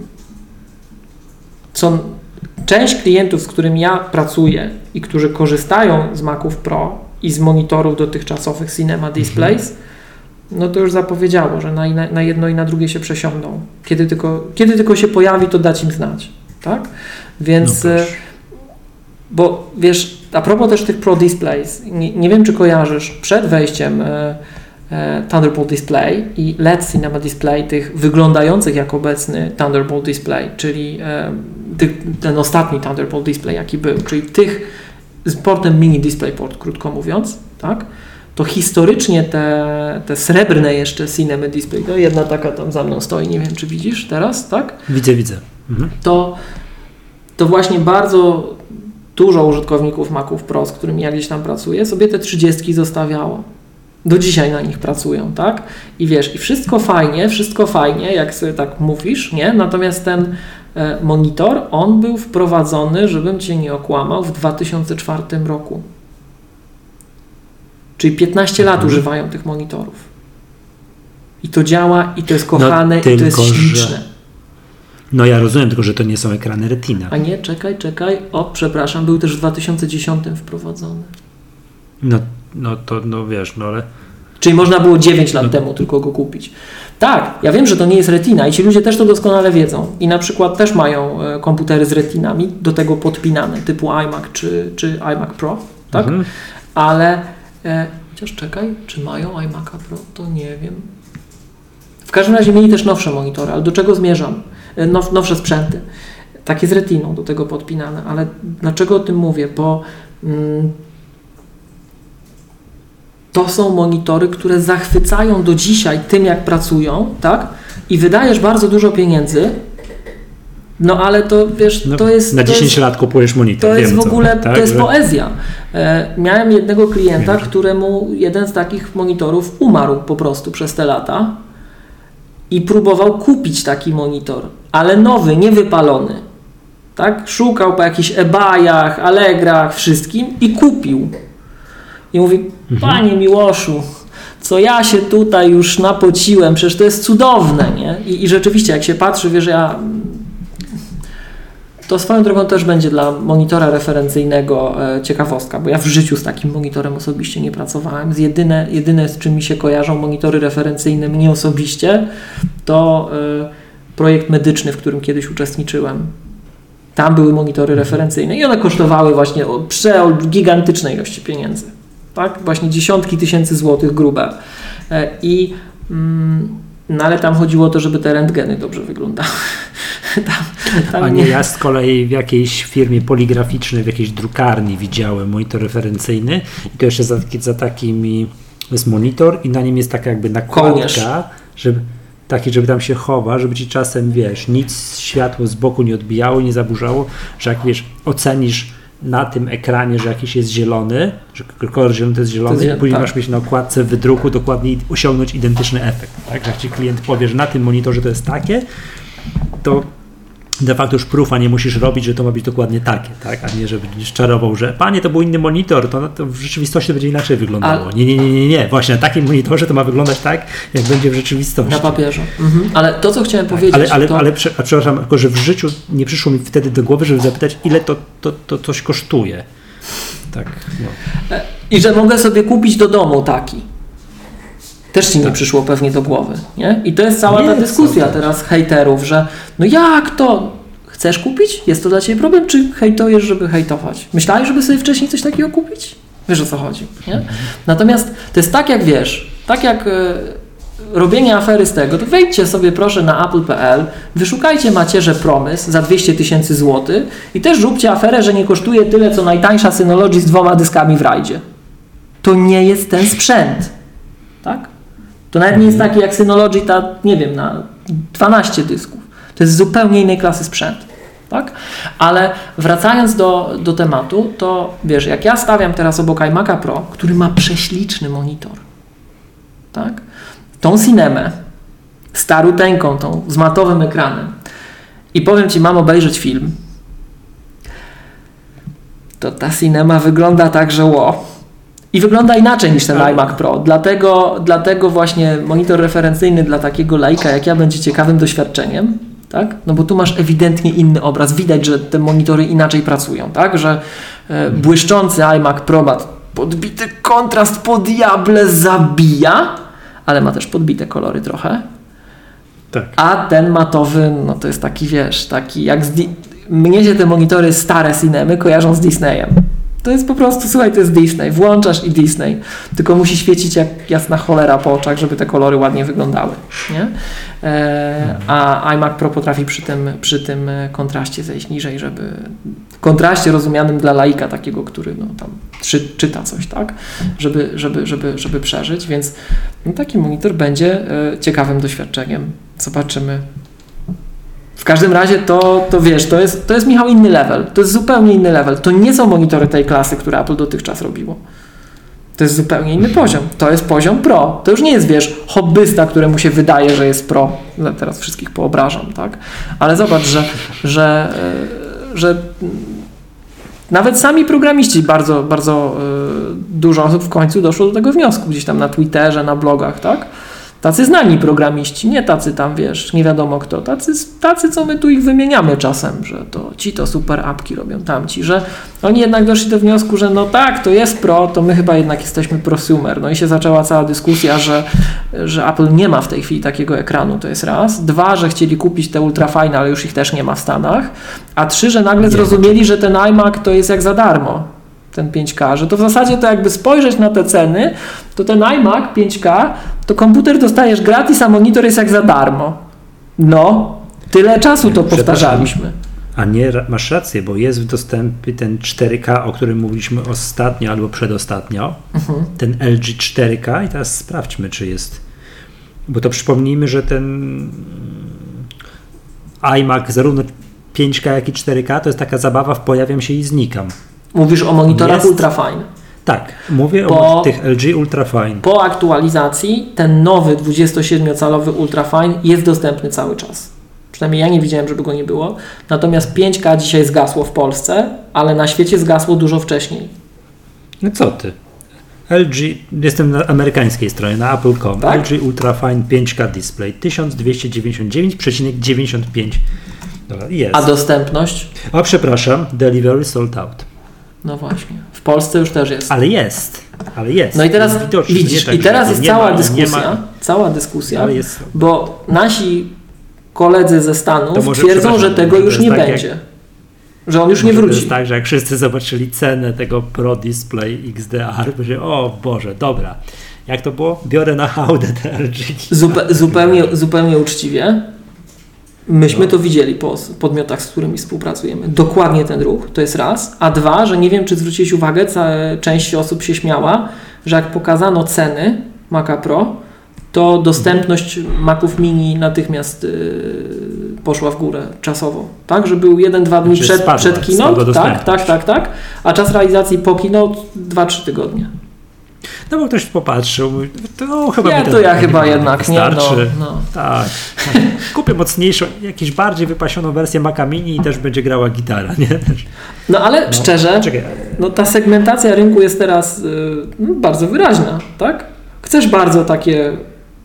co część klientów, z którymi ja pracuję i którzy korzystają z Maców Pro i z monitorów dotychczasowych Cinema Displays, mhm. no to już zapowiedziało, że na, na jedno i na drugie się przesiądą. Kiedy tylko, kiedy tylko się pojawi, to dać im znać. Tak? Więc, no bo wiesz, a propos też tych Pro Displays, nie, nie wiem, czy kojarzysz, przed wejściem e, e, Thunderbolt Display i L E D Cinema Display, tych wyglądających jak obecny Thunderbolt Display, czyli e, tych, ten ostatni Thunderbolt Display, jaki był, czyli tych z portem mini DisplayPort, krótko mówiąc, tak? To historycznie te, te srebrne jeszcze Cinema Display, to jedna taka tam za mną stoi, nie wiem, czy widzisz teraz, tak? Widzę, widzę. Mhm. To, to właśnie bardzo dużo użytkowników Maców Pro, z którymi ja gdzieś tam pracuję, sobie te trzydziestki zostawiało. Do dzisiaj na nich pracują, tak? I wiesz, i wszystko fajnie, wszystko fajnie, jak sobie tak mówisz, nie? Natomiast ten e, monitor, on był wprowadzony, żebym Cię nie okłamał, w dwa tysiące czwartym roku. Czyli piętnaście lat mhm. używają tych monitorów. I to działa, i to jest kochane, no, i to jest śliczne. Że... No ja rozumiem, tylko że to nie są ekrany Retina. A nie, czekaj, czekaj. O, przepraszam, był też w dwa tysiące dziesiątym wprowadzony. No, no to, no wiesz, no ale... Czyli można było dziewięć lat no. temu tylko go kupić. Tak, ja wiem, że to nie jest Retina i ci ludzie też to doskonale wiedzą. I na przykład też mają e, komputery z Retinami, do tego podpinane, typu iMac czy, czy iMac Pro, tak? Mhm. Ale... E, chociaż czekaj, czy mają iMac'a Pro? To nie wiem. W każdym razie mieli też nowsze monitory, ale do czego zmierzam? E, now, nowsze sprzęty. Takie z retiną do tego podpinane. Ale dlaczego o tym mówię? Bo mm, to są monitory, które zachwycają do dzisiaj tym, jak pracują, tak? I wydajesz bardzo dużo pieniędzy, no ale to wiesz, no, to jest... Na to dziesięć jest, lat kupujesz monitor. To jest w co, ogóle, tak? to jest że... poezja. E, miałem jednego klienta, Wiem, któremu jeden z takich monitorów umarł po prostu przez te lata i próbował kupić taki monitor, ale nowy, niewypalony. Tak? Szukał po jakichś eBayach, Allegrach, wszystkim i kupił. I mówi, mhm. Panie Miłoszu, co ja się tutaj już napociłem, przecież to jest cudowne, nie? I, i rzeczywiście, jak się patrzy, wiesz, ja... To swoją drogą też będzie dla monitora referencyjnego e, ciekawostka, bo ja w życiu z takim monitorem osobiście nie pracowałem. Z jedyne, jedyne, z czym mi się kojarzą monitory referencyjne mnie osobiście, to e, projekt medyczny, w którym kiedyś uczestniczyłem. Tam były monitory referencyjne i one kosztowały właśnie o prze gigantycznej ilości pieniędzy. Tak? Właśnie dziesiątki tysięcy złotych grube. E, I mm, no ale tam chodziło o to, żeby te rentgeny dobrze wyglądały. Tam, tam A nie, ja z kolei w jakiejś firmie poligraficznej, w jakiejś drukarni widziałem monitor referencyjny i to jeszcze za, za takimi, to jest monitor i na nim jest taka jakby nakładka, żeby, taki, żeby tam się chowa, żeby ci czasem, wiesz, nic światło z boku nie odbijało, nie zaburzało, że jak, wiesz, ocenisz na tym ekranie, że jakiś jest zielony, że kolor zielony to jest zielony, to jest, i później tak. masz mieć na okładce w wydruku dokładnie osiągnąć identyczny efekt. Tak? Że jak ci klient powie, że na tym monitorze to jest takie, to de facto już proofa nie musisz robić, że to ma być dokładnie takie, tak? A nie, żeby będziesz czarował, że panie, to był inny monitor, to, to w rzeczywistości to będzie inaczej wyglądało. A... Nie, nie, nie, nie, nie. Właśnie na takim monitorze to ma wyglądać tak, jak będzie w rzeczywistości. Na papierze. Mhm. Ale to, co chciałem tak, powiedzieć... Ale, ale, to... ale prze, a przepraszam, tylko że w życiu nie przyszło mi wtedy do głowy, żeby zapytać, ile to, to, to coś kosztuje. Tak, no. I że mogę sobie kupić do domu taki. Też ci tak. nie przyszło pewnie do głowy, nie? I to jest cała nie, ta dyskusja co, teraz hejterów, że no jak to? Chcesz kupić? Jest to dla ciebie problem? Czy hejtujesz, żeby hejtować? Myślałeś, żeby sobie wcześniej coś takiego kupić? Wiesz, o co chodzi, nie? Mhm. Natomiast to jest tak, jak wiesz, tak jak e, robienie afery z tego, to wejdźcie sobie proszę na apple kropka p l, wyszukajcie macierzę Promise za dwieście tysięcy złotych i też róbcie aferę, że nie kosztuje tyle, co najtańsza Synology z dwoma dyskami w rajdzie. To nie jest ten sprzęt, tak? To nawet nie jest taki jak Synology, ta, nie wiem, na dwanaście dysków. To jest zupełnie innej klasy sprzęt, tak? Ale wracając do, do tematu, to wiesz, jak ja stawiam teraz obok iMac'a Pro, który ma prześliczny monitor, tak? Tą Cinemę, staruteńką, tą z matowym ekranem i powiem ci, mam obejrzeć film, to ta Cinema wygląda tak, że ło. I wygląda inaczej niż ten Ale... iMac Pro. Dlatego, dlatego właśnie monitor referencyjny dla takiego laika jak ja będzie ciekawym doświadczeniem, tak? No bo tu masz ewidentnie inny obraz. Widać, że te monitory inaczej pracują, tak? Że e, błyszczący iMac Pro ma podbity kontrast, po diable zabija, ale ma też podbite kolory trochę. Tak. A ten matowy, no to jest taki, wiesz, taki jak z Di- mnie się te monitory stare Cinemy kojarzą z Disneyem. To jest po prostu, słuchaj, to jest Disney. Włączasz i Disney. Tylko musi świecić jak jasna cholera po oczach, żeby te kolory ładnie wyglądały. Nie? E, a iMac Pro potrafi przy tym, przy tym kontraście zejść niżej, żeby... kontraście rozumianym dla laika takiego, który no, tam czy, czyta coś, tak? Żeby, żeby, żeby, żeby przeżyć. Więc no, taki monitor będzie e, ciekawym doświadczeniem. Zobaczymy. W każdym razie to, to wiesz, to jest, to jest Michał inny level, to jest zupełnie inny level. To nie są monitory tej klasy, które Apple dotychczas robiło. To jest zupełnie inny poziom. To jest poziom pro. To już nie jest, wiesz, hobbysta, któremu się wydaje, że jest pro. Teraz wszystkich poobrażam, tak? Ale zobacz, że, że, że nawet sami programiści, bardzo, bardzo dużo osób w końcu doszło do tego wniosku, gdzieś tam na Twitterze, na blogach, tak? Tacy znani programiści, nie tacy tam, wiesz, nie wiadomo kto, tacy, tacy, co my tu ich wymieniamy czasem, że to ci to super apki robią, tamci, że oni jednak doszli do wniosku, że no tak, to jest pro, to my chyba jednak jesteśmy prosumer. No i się zaczęła cała dyskusja, że, że Apple nie ma w tej chwili takiego ekranu, to jest raz. Dwa, że chcieli kupić te ultrafine, ale już ich też nie ma w Stanach. A trzy, że nagle zrozumieli, że ten iMac to jest jak za darmo. Ten pięć K, że to w zasadzie to jakby spojrzeć na te ceny, to ten iMac pięć K, to komputer dostajesz gratis, a monitor jest jak za darmo. No, tyle czasu to powtarzaliśmy. A nie, masz rację, bo jest w dostępie ten cztery K, o którym mówiliśmy ostatnio albo przedostatnio, mhm. ten L G cztery K i teraz sprawdźmy, czy jest, bo to przypomnijmy, że ten iMac zarówno pięć K, jak i cztery K to jest taka zabawa w pojawiam się i znikam. Mówisz o monitorach jest... ultrafine. Tak, mówię po, o tych L G Ultrafine. Po aktualizacji ten nowy dwudziestosiedmiocalowy Ultrafine jest dostępny cały czas. Przynajmniej ja nie widziałem, żeby go nie było. Natomiast pięć K dzisiaj zgasło w Polsce, ale na świecie zgasło dużo wcześniej. No co ty? L G, jestem na amerykańskiej stronie, na apple kropka com. Tak? L G Ultrafine pięć K Display tysiąc dwieście dziewięćdziesiąt dziewięć przecinek dziewięćdziesiąt pięć dolarów. Jest. A dostępność? O, przepraszam, delivery sold out. No właśnie. W Polsce już też jest. Ale jest. Ale jest. No i teraz widoczny, widzisz, tak, i teraz jest cała ma, dyskusja, ma, cała dyskusja, jest, bo nasi koledzy ze Stanów może, twierdzą, że tego już nie tak będzie. Jak, że on już nie wróci. To jest tak, że jak wszyscy zobaczyli cenę tego Pro Display X D R, będzie o Boże, dobra. Jak to było? Biorę na hałdę te L G. Zupe, zupełnie, zupełnie uczciwie. Myśmy no. to widzieli po podmiotach, z którymi współpracujemy. Dokładnie ten ruch, to jest raz. A dwa, że nie wiem, czy zwróciłeś uwagę, część osób się śmiała, że jak pokazano ceny Maca Pro, to dostępność Maców Mini natychmiast yy, poszła w górę czasowo. Tak, że był jeden dwa dni przed, spadła, przed keynote, tak, tak, tak, tak, a czas realizacji po keynote dwa trzy tygodnie. No bo ktoś popatrzył, to chyba ja, mi to ja chyba jednak wystarczy. nie, no, no. Tak, tak. Kupię mocniejszą, jakąś bardziej wypasioną wersję Maca Mini i też będzie grała gitara, nie? No ale no, szczerze, czekaj. no ta segmentacja rynku jest teraz yy, no, bardzo wyraźna, tak? Chcesz bardzo takie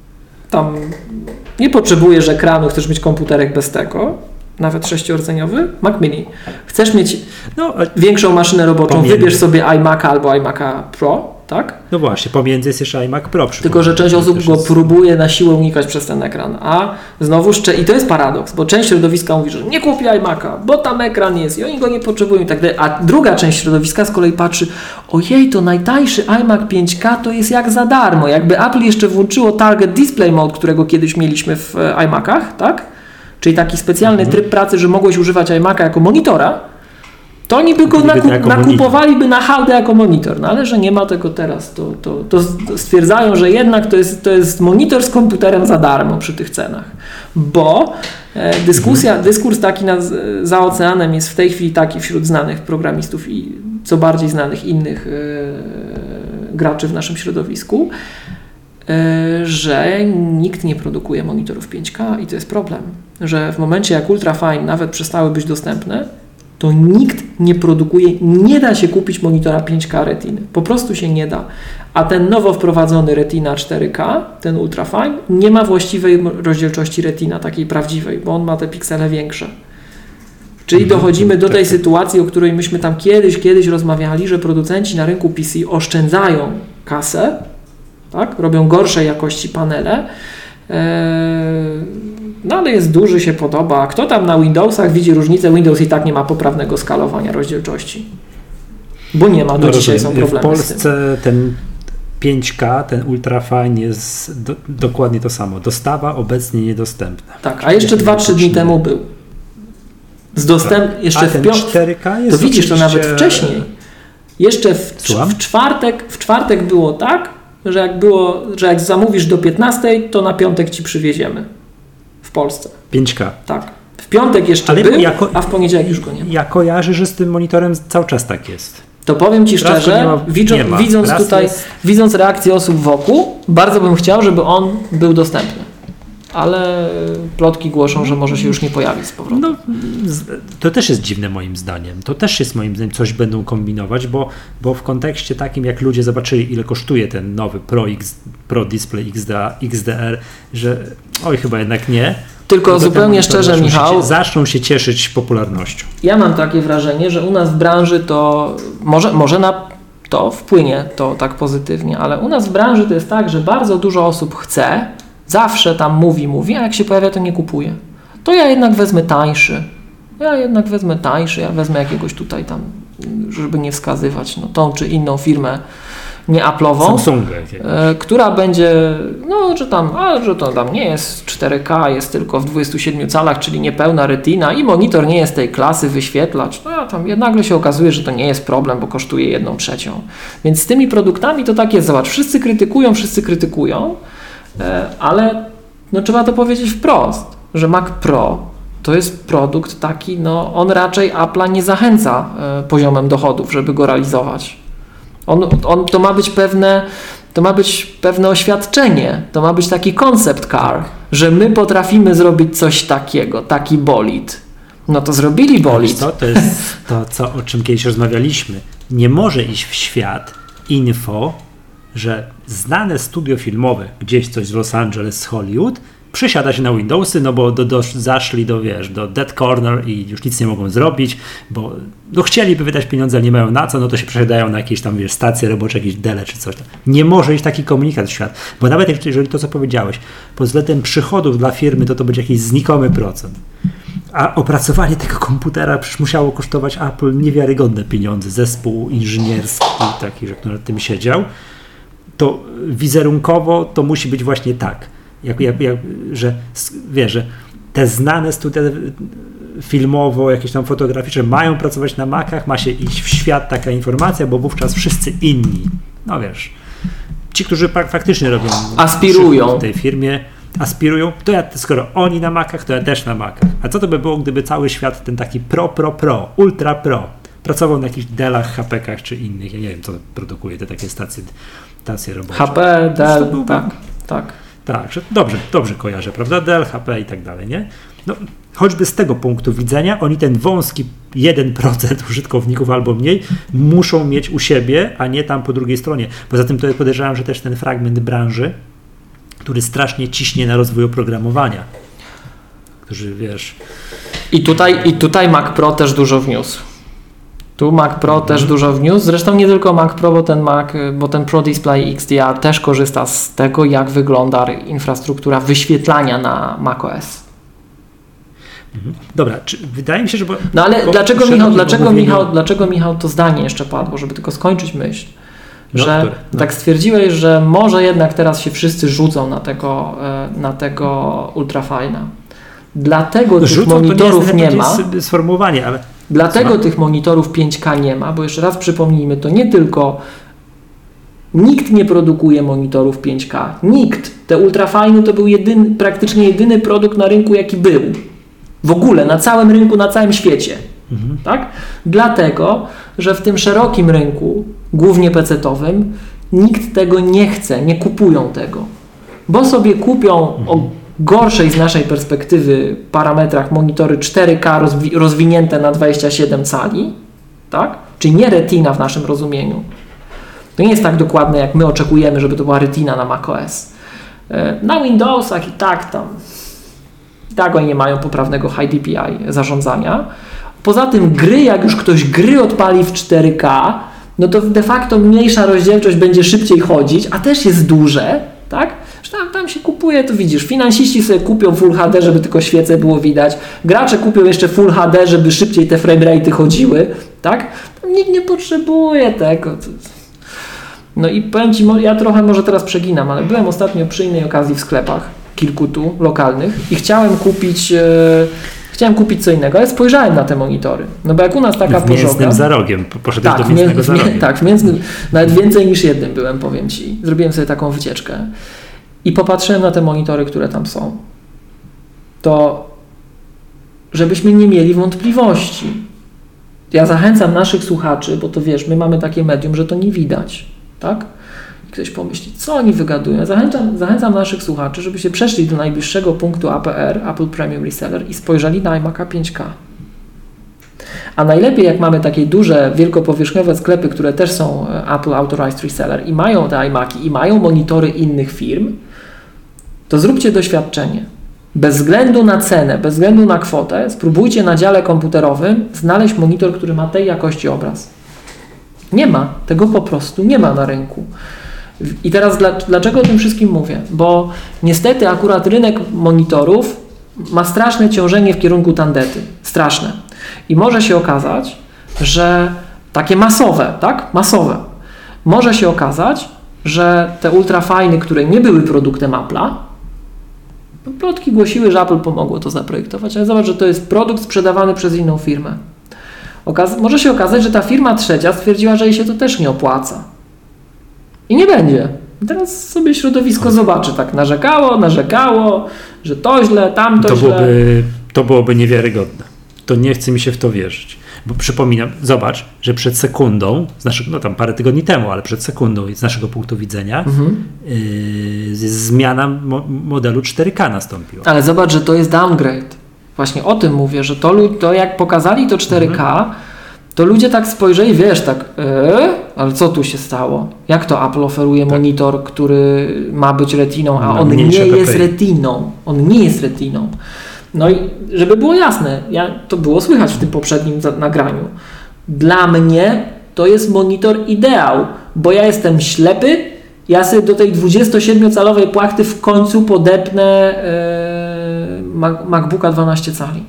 tam, nie potrzebujesz ekranu, chcesz mieć komputerek bez tego, nawet sześciordzeniowy, Mac Mini. Chcesz mieć no, większą maszynę roboczą, pomiędzy. Wybierz sobie iMac'a albo iMac'a Pro, tak? No właśnie, pomiędzy jest jeszcze iMac Pro. Tylko, że część osób go jest... próbuje na siłę unikać przez ten ekran, a znowuż, i to jest paradoks, bo część środowiska mówi, że nie kupi iMac'a, bo tam ekran jest i oni go nie potrzebują i tak dalej, a druga część środowiska z kolei patrzy, ojej, to najtańszy iMac pięć K to jest jak za darmo, jakby Apple jeszcze włączyło Target Display Mode, którego kiedyś mieliśmy w iMac'ach, tak? Czyli taki specjalny mhm. tryb pracy, że mogłeś używać iMac'a jako monitora, to oni by go nakup, nakupowaliby na hałdę jako monitor, no ale że nie ma tego teraz, to, to, to stwierdzają, że jednak to jest, to jest monitor z komputerem za darmo przy tych cenach, bo e, dyskusja, mhm. dyskurs taki nad, za oceanem jest w tej chwili taki wśród znanych programistów i co bardziej znanych innych e, graczy w naszym środowisku, e, że nikt nie produkuje monitorów pięć K i to jest problem, że w momencie jak Ultrafine nawet przestały być dostępne, to nikt nie produkuje, nie da się kupić monitora pięć K Retiny. Po prostu się nie da. A ten nowo wprowadzony Retina cztery K, ten Ultrafine, nie ma właściwej rozdzielczości Retina, takiej prawdziwej, bo on ma te piksele większe. Czyli dochodzimy do tej sytuacji, o której myśmy tam kiedyś, kiedyś rozmawiali, że producenci na rynku P C oszczędzają kasę, tak? Robią gorszej jakości panele, no ale jest duży, się podoba. Kto tam na Windowsach widzi różnicę? Windows i tak nie ma poprawnego skalowania rozdzielczości. Bo nie ma, do no dzisiaj są problemy. W Polsce ten pięć K, ten Ultrafine jest do, dokładnie to samo. Dostawa obecnie niedostępna. Tak, a jeszcze dwa trzy dni temu był. Z dostęp... tak. Jeszcze a ten w piąt... cztery K jest to widzisz, to nawet wcześniej. Jeszcze w, w, czwartek, w czwartek było tak, że jak było, że jak zamówisz do piętnastej, to na piątek ci przywieziemy. W Polsce. pięć K. Tak. W piątek jeszcze ale był, jako, a w poniedziałek już go nie ma. Ja kojarzę, że z tym monitorem cały czas tak jest. To powiem Ci szczerze, ma, widząc, ma. widząc tutaj, jest... widząc reakcję osób wokół, bardzo bym chciał, żeby on był dostępny. Ale plotki głoszą, że może się już nie pojawić z powrotem. No, to też jest dziwne moim zdaniem. To też jest moim zdaniem coś będą kombinować, bo, bo w kontekście takim, jak ludzie zobaczyli, ile kosztuje ten nowy Pro, X, Pro Display X D R, że oj, chyba jednak nie. Tylko no zupełnie szczerze, zaczną Michał, się, zaczną się cieszyć popularnością. Ja mam takie wrażenie, że u nas w branży to może, może na to wpłynie to tak pozytywnie, ale u nas w branży to jest tak, że bardzo dużo osób chce, zawsze tam mówi, mówi, a jak się pojawia, to nie kupuje. To ja jednak wezmę tańszy. Ja jednak wezmę tańszy, ja wezmę jakiegoś tutaj tam, żeby nie wskazywać, no tą czy inną firmę, nie Apple'ową, Samsunga, e, która będzie, no, że tam, a, że to tam nie jest cztery K, jest tylko w dwudziestu siedmiu calach, czyli niepełna retina i monitor nie jest tej klasy, wyświetlacz. No, a tam nagle się okazuje, że to nie jest problem, bo kosztuje jedną trzecią. Więc z tymi produktami to tak jest, zobacz, wszyscy krytykują, wszyscy krytykują, e, ale no, trzeba to powiedzieć wprost, że Mac Pro to jest produkt taki, no on raczej Apple'a nie zachęca e, poziomem dochodów, żeby go realizować. On, on, to ma być pewne, to ma być pewne oświadczenie, to ma być taki concept car, że my potrafimy zrobić coś takiego, taki bolid. No to zrobili bolid. To, to jest to, co, o czym kiedyś rozmawialiśmy. Nie może iść w świat info, że znane studio filmowe, gdzieś coś z Los Angeles, z Hollywood, przysiada się na Windowsy, no bo do, do, zaszli do, wiesz, do Dead Corner i już nic nie mogą zrobić, bo no, chcieliby wydać pieniądze, ale nie mają na co, no to się przesiadają na jakieś tam, wiesz, stacje robocze, jakieś Dele czy coś tam. Nie może iść taki komunikat w świat, bo nawet jeżeli to, co powiedziałeś, pod względem przychodów dla firmy, to to będzie jakiś znikomy procent. A opracowanie tego komputera przecież musiało kosztować Apple niewiarygodne pieniądze. Zespół inżynierski taki, że który nad tym siedział, to wizerunkowo to musi być właśnie tak. Jak, jak, jak, że wiesz, że te znane studia filmowo, jakieś tam fotograficzne mają pracować na Macach, ma się iść w świat taka informacja, bo wówczas wszyscy inni, no wiesz, ci, którzy faktycznie robią aspirują w tej firmie, aspirują, to ja, skoro oni na Macach, to ja też na Macach. A co to by było, gdyby cały świat ten taki pro, pro, pro, ultra pro pracował na jakichś Dellach, H P-kach czy innych, ja nie wiem, co produkuje te takie stacje, stacje robocze. H P, Dell, byłby, tak, tak. Tak, że dobrze, dobrze kojarzę, prawda? Dell, H P i tak dalej, nie? No, choćby z tego punktu widzenia, oni ten wąski jeden procent użytkowników albo mniej muszą mieć u siebie, a nie tam po drugiej stronie. Poza tym to podejrzewam, że też ten fragment branży, który strasznie ciśnie na rozwój oprogramowania. Którzy, wiesz... I tutaj, i tutaj Mac Pro też dużo wniósł. Tu Mac Pro mhm. też dużo wniósł. Zresztą nie tylko Mac Pro, bo ten Mac, bo ten Pro Display X D R też korzysta z tego, jak wygląda infrastruktura wyświetlania na macOS. Mhm. Dobra, czy, wydaje mi się, że... Bo, no ale bo dlaczego, Michał, dlaczego, mówieniu... Michał, dlaczego, Michał, to zdanie jeszcze padło, żeby tylko skończyć myśl, no, że które? No. tak stwierdziłeś, że może jednak teraz się wszyscy rzucą na tego, na tego ultrafina. Dlatego tych Rzucą, monitorów nie, nie ma. Sformułowanie, ale... Dlatego Co? tych monitorów pięć K nie ma, bo jeszcze raz przypomnijmy, to nie tylko nikt nie produkuje monitorów pięć K. Nikt. Te ultrafiny to był jedyny, praktycznie jedyny produkt na rynku, jaki był. W ogóle, na całym rynku, na całym świecie. Mhm. Tak? Dlatego, że w tym szerokim rynku, głównie pecetowym, nikt tego nie chce, nie kupują tego. Bo sobie kupią mhm. o gorszej z naszej perspektywy parametrach monitory cztery K rozwi- rozwinięte na dwadzieścia siedem cali, tak? Czyli nie retina w naszym rozumieniu. To nie jest tak dokładne, jak my oczekujemy, żeby to była retina na macOS. Na Windowsach i tak tam, i tak oni nie mają poprawnego High D P I zarządzania. Poza tym gry, jak już ktoś gry odpali w cztery K, no to de facto mniejsza rozdzielczość będzie szybciej chodzić, a też jest duże, tak? Tam, tam się kupuje, to widzisz, finansiści sobie kupią Full H D, żeby tylko świece było widać, gracze kupią jeszcze Full H D, żeby szybciej te framerate chodziły, tak? Nikt nie potrzebuje tego. No i powiem Ci, ja trochę może teraz przeginam, ale byłem ostatnio przy innej okazji w sklepach, kilku tu, lokalnych i chciałem kupić... E, Chciałem kupić co innego, ale spojrzałem na te monitory. No bo jak u nas taka w mięsnym pożoga... za rogiem, poszedłeś tak, do mięsnego w, za rogiem. Tak, w mięsnym, nawet więcej niż jednym byłem, powiem Ci. Zrobiłem sobie taką wycieczkę i popatrzyłem na te monitory, które tam są. To żebyśmy nie mieli wątpliwości. Ja zachęcam naszych słuchaczy, bo to wiesz, my mamy takie medium, że to nie widać, tak? I ktoś pomyśli, co oni wygadują. Zachęcam, zachęcam naszych słuchaczy, żeby się przeszli do najbliższego punktu A P R, Apple Premium Reseller i spojrzeli na iMac'a pięć K. A najlepiej, jak mamy takie duże, wielkopowierzchniowe sklepy, które też są Apple Authorized Reseller i mają te iMac'i i mają monitory innych firm, to zróbcie doświadczenie. Bez względu na cenę, bez względu na kwotę, spróbujcie na dziale komputerowym znaleźć monitor, który ma tej jakości obraz. Nie ma. Tego po prostu nie ma na rynku. I teraz dla, dlaczego o tym wszystkim mówię? Bo niestety akurat rynek monitorów ma straszne ciążenie w kierunku tandety. Straszne. I może się okazać, że takie masowe, tak? Masowe. może się okazać, że te ultrafajny, które nie były produktem Apple'a, plotki głosiły, że Apple pomogło to zaprojektować, ale zobacz, że to jest produkt sprzedawany przez inną firmę. Okaz- może się okazać, że ta firma trzecia stwierdziła, że jej się to też nie opłaca. I nie będzie. I teraz sobie środowisko zobaczy, tak narzekało, narzekało, że to źle, tamto to źle. Byłoby, to byłoby niewiarygodne. To nie chce mi się w to wierzyć. Bo przypominam, zobacz, że przed sekundą, z naszego, no tam parę tygodni temu, ale przed sekundą z naszego punktu widzenia mhm. yy, zmiana mo- modelu cztery K nastąpiła. Ale zobacz, że to jest downgrade. Właśnie o tym mówię, że to, to jak pokazali to cztery K, mhm. to ludzie tak spojrzeli, wiesz, tak, yy, ale co tu się stało? Jak to Apple oferuje tak. monitor, który ma być retiną, a no, on nie jest retiną. On nie jest retiną. No i żeby było jasne, ja, to było słychać w tym poprzednim za- nagraniu. Dla mnie to jest monitor ideał, bo ja jestem ślepy, ja sobie do tej dwudziestosiedmiocalowej płachty w końcu podepnę yy, MacBooka dwanaście cali.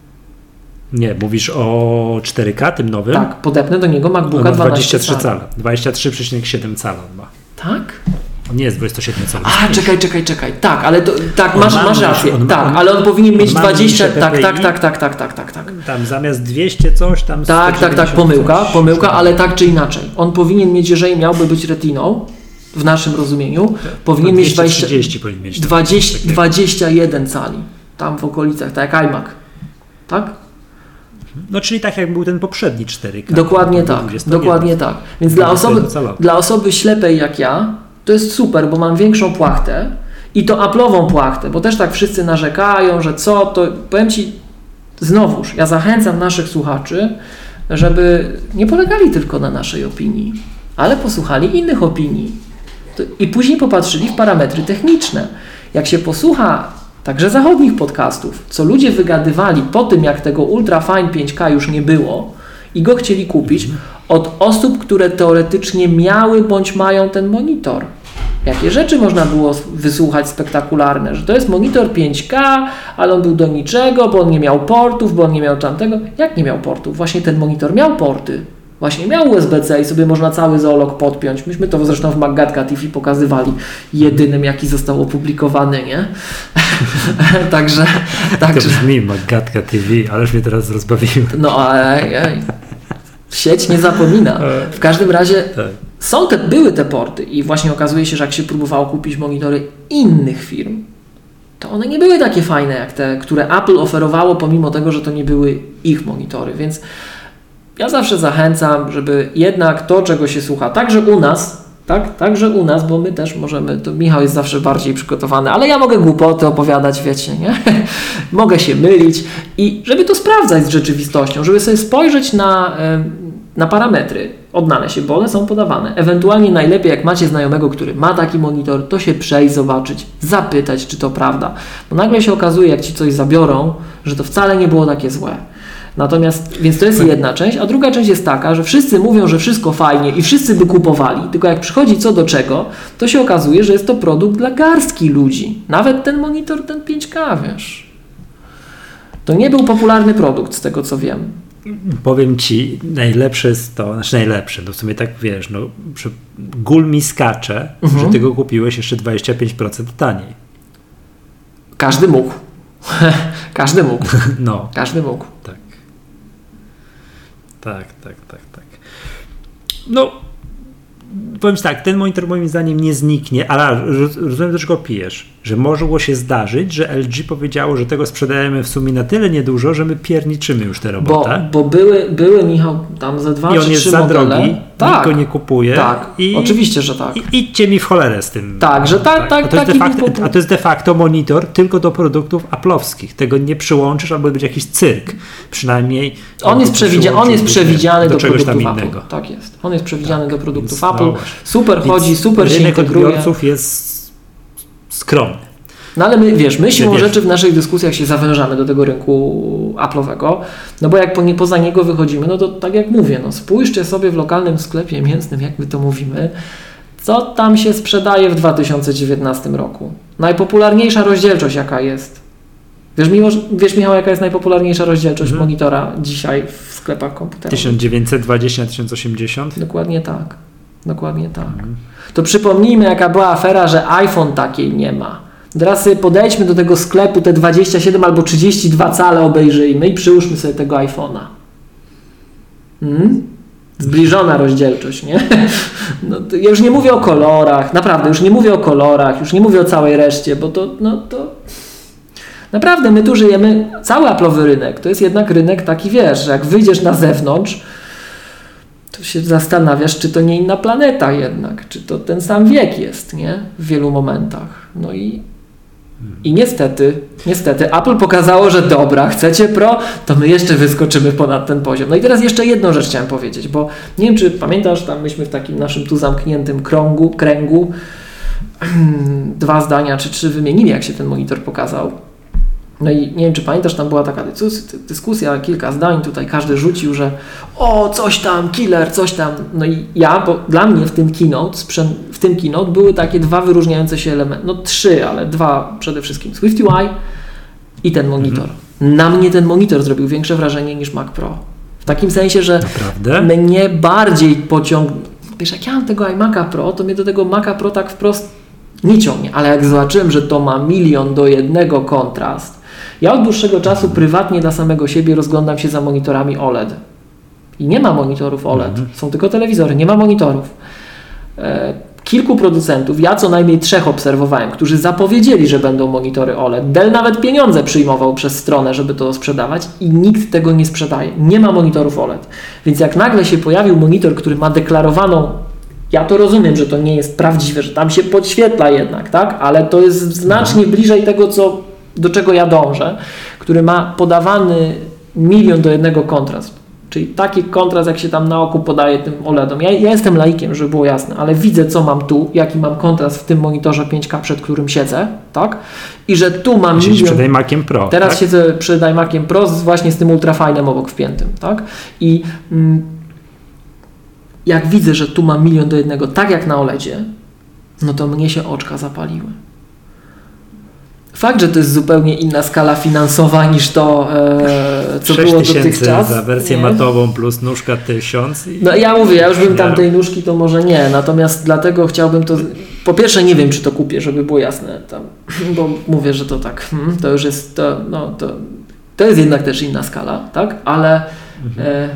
Nie, mówisz o cztery K, tym nowym? Tak, podepnę do niego MacBooka dwanaście dwadzieścia trzy cala. dwadzieścia trzy przecinek siedem cala ma. Tak? On nie jest dwudziestosiedmiocalowy. A, czekaj, czekaj, czekaj. Tak, ale to, tak, on masz, ma, masz rację. on, tak, on, ale on powinien mieć on dwadzieścia. Tak, tak, tak, tak, tak, tak, tak, tak. Tam zamiast dwieście coś tam. Tak, tak, tak, pomyłka, coś, pomyłka, ale tak czy inaczej. On powinien mieć, jeżeli miałby być retiną, w naszym rozumieniu, tak, powinien mieć dwadzieścia, trzydzieści powinien mieć dwadzieścia, dwadzieścia jeden cali. Tam w okolicach, tak jak iMac. Tak? No czyli tak jak był ten poprzedni cztery K. Dokładnie tak, dokładnie tak. Więc dla osoby, dla osoby ślepej jak ja, to jest super, bo mam większą płachtę i to Apple'ową płachtę, bo też tak wszyscy narzekają, że co, to powiem Ci znowuż, ja zachęcam naszych słuchaczy, żeby nie polegali tylko na naszej opinii, ale posłuchali innych opinii i później popatrzyli w parametry techniczne. Jak się posłucha także zachodnich podcastów, co ludzie wygadywali po tym, jak tego Ultrafine pięć K już nie było i go chcieli kupić, od osób, które teoretycznie miały bądź mają ten monitor. Jakie rzeczy można było wysłuchać spektakularne, że to jest monitor pięć K, ale on był do niczego, bo on nie miał portów, bo on nie miał tamtego. Jak nie miał portów? Właśnie ten monitor miał porty. Właśnie miał U S B C i sobie można cały zoolog podpiąć. Myśmy to zresztą w Maggatka T V pokazywali. Jedynym, jaki został opublikowany, nie? także... także... To brzmi Maggatka T V, ależ mnie teraz rozbawiło. No, ej, ej. Sieć nie zapomina. W każdym razie tak. są te, były te porty i właśnie okazuje się, że jak się próbowało kupić monitory innych firm, to one nie były takie fajne jak te, które Apple oferowało, pomimo tego, że to nie były ich monitory. Więc ja zawsze zachęcam, żeby jednak to, czego się słucha, także u nas, tak, także u nas, bo my też możemy, to Michał jest zawsze bardziej przygotowany, ale ja mogę głupoty opowiadać, wiecie, nie? Mogę się mylić i żeby to sprawdzać z rzeczywistością, żeby sobie spojrzeć na, na parametry, odnaleźć się, bo one są podawane. Ewentualnie najlepiej, jak macie znajomego, który ma taki monitor, to się przejść, zobaczyć, zapytać, czy to prawda. Bo nagle się okazuje, jak ci coś zabiorą, że to wcale nie było takie złe. Natomiast, więc to jest jedna część, a druga część jest taka, że wszyscy mówią, że wszystko fajnie i wszyscy by kupowali, tylko jak przychodzi co do czego, to się okazuje, że jest to produkt dla garstki ludzi. Nawet ten monitor, ten pięć K, wiesz. To nie był popularny produkt, z tego co wiem. Powiem Ci, najlepsze jest to, znaczy najlepsze, no w sumie tak wiesz, no gól mi skacze, mhm. że Ty go kupiłeś jeszcze dwadzieścia pięć procent taniej. Każdy mógł. Każdy mógł. No. Każdy mógł. Tak. Tak, tak, tak, tak. No, powiem tak, ten monitor moim zdaniem nie zniknie, ale rozumiem, do czego pijesz, że mogło się zdarzyć, że L G powiedziało, że tego sprzedajemy w sumie na tyle niedużo, że my pierniczymy już tę robotę. Bo, bo były, były, Michał, tam ze dwa I czy on jest trzy za modele. drogi, tak, nikt go nie kupuje. Tak, i, oczywiście, że tak. I, idźcie mi w cholerę z tym. Tak, że tak, tak, a to, tak. Jest de facto, a to jest de facto monitor tylko do produktów Apple'owskich. Tego nie przyłączysz, albo będzie jakiś cyrk. Przynajmniej on jest, przewidzia, on jest przewidziany do, do produktów Apple. Innego. Tak jest. On jest przewidziany tak, do produktów więc, Apple. No, super chodzi, super się integruje. Rynek odbiorców jest skromny. No ale my, wiesz, my siłą rzeczy w naszych dyskusjach się zawężamy do tego rynku Apple'owego, no bo jak po, nie, poza niego wychodzimy, no to tak jak mówię, no spójrzcie sobie w lokalnym sklepie mięsnym, jak my to mówimy, co tam się sprzedaje w dwa tysiące dziewiętnastym roku. Najpopularniejsza rozdzielczość jaka jest. Wiesz, mimo, wiesz Michał, jaka jest najpopularniejsza rozdzielczość hmm. monitora dzisiaj w sklepach komputerowych? tysiąc dziewięćset dwadzieścia na tysiąc osiemdziesiąt? Dokładnie tak. Dokładnie tak. To przypomnijmy, jaka była afera, że iPhone takiej nie ma. Teraz sobie podejdźmy do tego sklepu, te dwadzieścia siedem albo trzydzieści dwa cale obejrzyjmy i przyłóżmy sobie tego iPhone'a. Hmm? Zbliżona rozdzielczość, nie? No, to ja już nie mówię o kolorach, naprawdę, już nie mówię o kolorach, już nie mówię o całej reszcie, bo to, no to... Naprawdę, my tu żyjemy, cały Apple'owy rynek, to jest jednak rynek taki, wiesz, że jak wyjdziesz na zewnątrz, to się zastanawiasz, czy to nie inna planeta jednak, czy to ten sam wiek jest, nie? W wielu momentach. No i, i niestety, niestety Apple pokazało, że dobra, chcecie Pro, to my jeszcze wyskoczymy ponad ten poziom. No i teraz jeszcze jedną rzecz chciałem powiedzieć, bo nie wiem, czy pamiętasz, tam myśmy w takim naszym tu zamkniętym kręgu, kręgu dwa zdania czy trzy wymienili, jak się ten monitor pokazał. No i nie wiem, czy pamiętasz, tam była taka dyskusja, kilka zdań, tutaj każdy rzucił, że o, coś tam, killer, coś tam. No i ja, bo dla mnie w tym keynote, w tym keynote były takie dwa wyróżniające się elementy, no trzy, ale dwa przede wszystkim. SwiftUI i ten monitor. Mhm. Na mnie ten monitor zrobił większe wrażenie niż Mac Pro. W takim sensie, że Naprawdę? mnie bardziej pociągnął. Wiesz, jak ja mam tego iMac'a Pro, to mnie do tego Maca Pro tak wprost nie ciągnie, ale jak zobaczyłem, że to ma milion do jednego kontrast. Ja od dłuższego czasu prywatnie dla samego siebie rozglądam się za monitorami O L E D. I nie ma monitorów O L E D, są tylko telewizory, nie ma monitorów. E, kilku producentów, ja co najmniej trzech obserwowałem, którzy zapowiedzieli, że będą monitory O L E D. Dell nawet pieniądze przyjmował przez stronę, żeby to sprzedawać i nikt tego nie sprzedaje. Nie ma monitorów O L E D. Więc jak nagle się pojawił monitor, który ma deklarowaną, ja to rozumiem, że to nie jest prawdziwe, że tam się podświetla jednak, tak? Ale to jest znacznie bliżej tego, co, do czego ja dążę, który ma podawany milion do jednego kontrast. Czyli taki kontrast, jak się tam na oku podaje tym O L E D-om. Ja, ja jestem laikiem, żeby było jasne, ale widzę, co mam tu, jaki mam kontrast w tym monitorze pięć K, przed którym siedzę, tak? I że tu mam Siedzisz milion... przed iMaciem Pro, Teraz tak? siedzę przed iMaciem Pro z, właśnie z tym ultrafinem obok wpiętym, tak? I mm, jak widzę, że tu mam milion do jednego, tak jak na OLEDzie, no to mnie się oczka zapaliły. Fakt, że to jest zupełnie inna skala finansowa niż to, e, co było dotychczas. Za wersję nie? matową plus nóżka tysiąc. I... No ja mówię, ja już bym tam tej nóżki, to może nie, natomiast dlatego chciałbym to... Po pierwsze nie wiem, czy to kupię, żeby było jasne, tam, bo mówię, że to tak, hmm, to już jest, to, no, to, to jest jednak też inna skala, tak, ale... Mhm. E,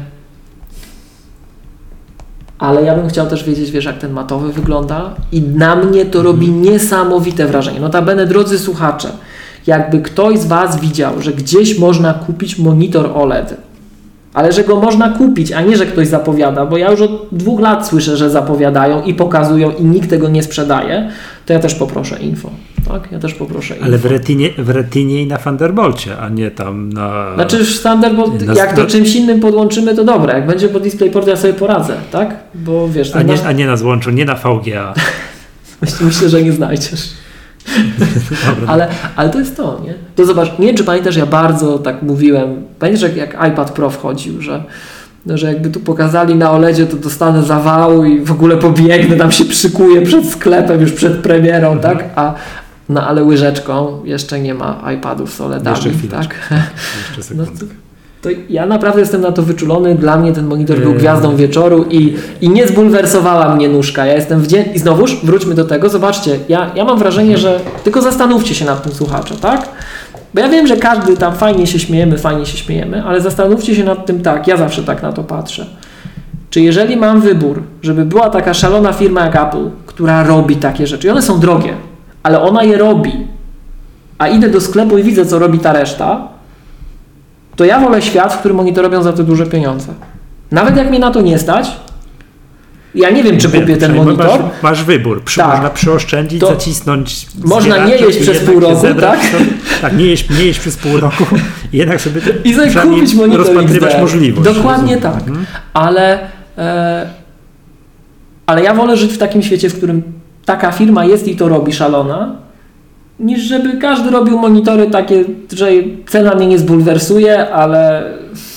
ale ja bym chciał też wiedzieć, wiesz, jak ten matowy wygląda i na mnie to robi niesamowite wrażenie. Notabene, drodzy słuchacze, jakby ktoś z Was widział, że gdzieś można kupić monitor O L E D, ale że go można kupić, a nie, że ktoś zapowiada, bo ja już od dwóch lat słyszę, że zapowiadają i pokazują i nikt tego nie sprzedaje, to ja też poproszę info. Tak? Ja też poproszę info. Ale w Retinie, w Retinie i na Thunderbolcie, a nie tam na... Znaczy już Thunderbolt, na, jak to na... czymś innym podłączymy, to dobra. Jak będzie po DisplayPort, ja sobie poradzę, tak? Bo wiesz... A nie, na... a nie na złączu, nie na V G A. Myślę, że nie znajdziesz. ale, ale to jest to, nie? To zobacz, nie wiem, czy pamiętasz, ja bardzo tak mówiłem, pamiętasz, jak, jak iPad Pro wchodził, że, że jakby tu pokazali na OLEDzie, to dostanę zawału i w ogóle pobiegnę, tam się przykuję przed sklepem, już przed premierą, mhm. tak? A, no ale łyżeczką jeszcze nie ma iPadów z OLEDami, jeszcze tak? Jeszcze no, to, to ja naprawdę jestem na to wyczulony, dla mnie ten monitor był gwiazdą wieczoru i, i nie zbulwersowała mnie nóżka. Ja jestem wdzięczny. I znowuż wróćmy do tego, zobaczcie, ja, ja mam wrażenie, że tylko zastanówcie się nad tym, słuchacze, tak? Bo ja wiem, że każdy tam fajnie się śmiejemy, fajnie się śmiejemy, ale zastanówcie się nad tym tak, ja zawsze tak na to patrzę. Czy jeżeli mam wybór, żeby była taka szalona firma jak Apple, która robi takie rzeczy, i one są drogie, ale ona je robi, a idę do sklepu i widzę, co robi ta reszta, to ja wolę świat, w którym oni to robią za te duże pieniądze. Nawet jak mnie na to nie stać, ja nie wiem, czy kupię ten monitor. Masz, masz wybór. Przy, tak. Można przyoszczędzić, to zacisnąć. Można nie jeść przez pół roku, tak? Sobie, tak, nie jeść, nie jeść przez pół roku i jednak sobie I sobie kupić monitor rozpatrywać możliwość. Dokładnie rozumiem. Tak. Mhm. Ale, e, ale ja wolę żyć w takim świecie, w którym taka firma jest i to robi szalona, niż żeby każdy robił monitory takie, że cena mnie nie zbulwersuje, ale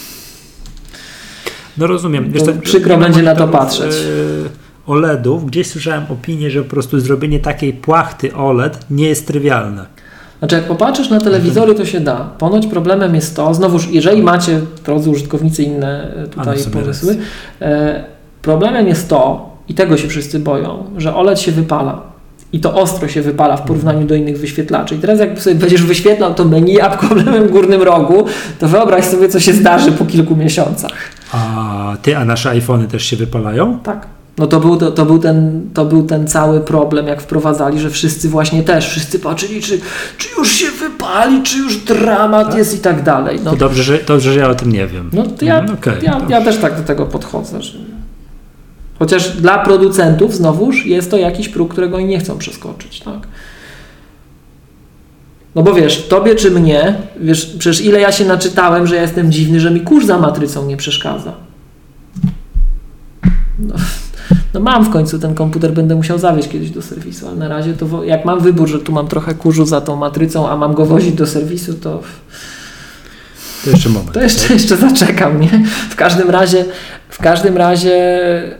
no rozumiem. Wiesz, tak, przykro będzie na to patrzeć. O L E D-ów, gdzieś słyszałem opinię, że po prostu zrobienie takiej płachty O L E D nie jest trywialne. Znaczy jak popatrzysz na telewizory, to się da. Ponoć problemem jest to, znowuż jeżeli macie, drodzy użytkownicy, inne tutaj pomysły, e, problemem jest to, i tego się wszyscy boją, że O L E D się wypala. I to ostro się wypala w porównaniu do innych wyświetlaczy. I teraz jak sobie będziesz wyświetlał to menu app w lewym górnym rogu, to wyobraź sobie, co się zdarzy po kilku miesiącach. A ty, a nasze iPhony też się wypalają? Tak. No to był, to, to, był ten, to był ten cały problem, jak wprowadzali, że wszyscy właśnie też, wszyscy patrzyli, czy, czy już się wypali, czy już dramat tak? jest i tak dalej. No. To dobrze że, dobrze, że ja o tym nie wiem. No to ja, mm, okay, ja, no. ja też tak do tego podchodzę. Że... Chociaż dla producentów znowuż jest to jakiś próg, którego oni nie chcą przeskoczyć. Tak? No bo wiesz, tobie czy mnie, wiesz, przecież ile ja się naczytałem, że ja jestem dziwny, że mi kurz za matrycą nie przeszkadza. No, no mam w końcu ten komputer, będę musiał zawieźć kiedyś do serwisu, ale na razie to jak mam wybór, że tu mam trochę kurzu za tą matrycą, a mam go wozić do serwisu, to to jeszcze moment. To jeszcze, jeszcze zaczekam, nie? W każdym razie w każdym razie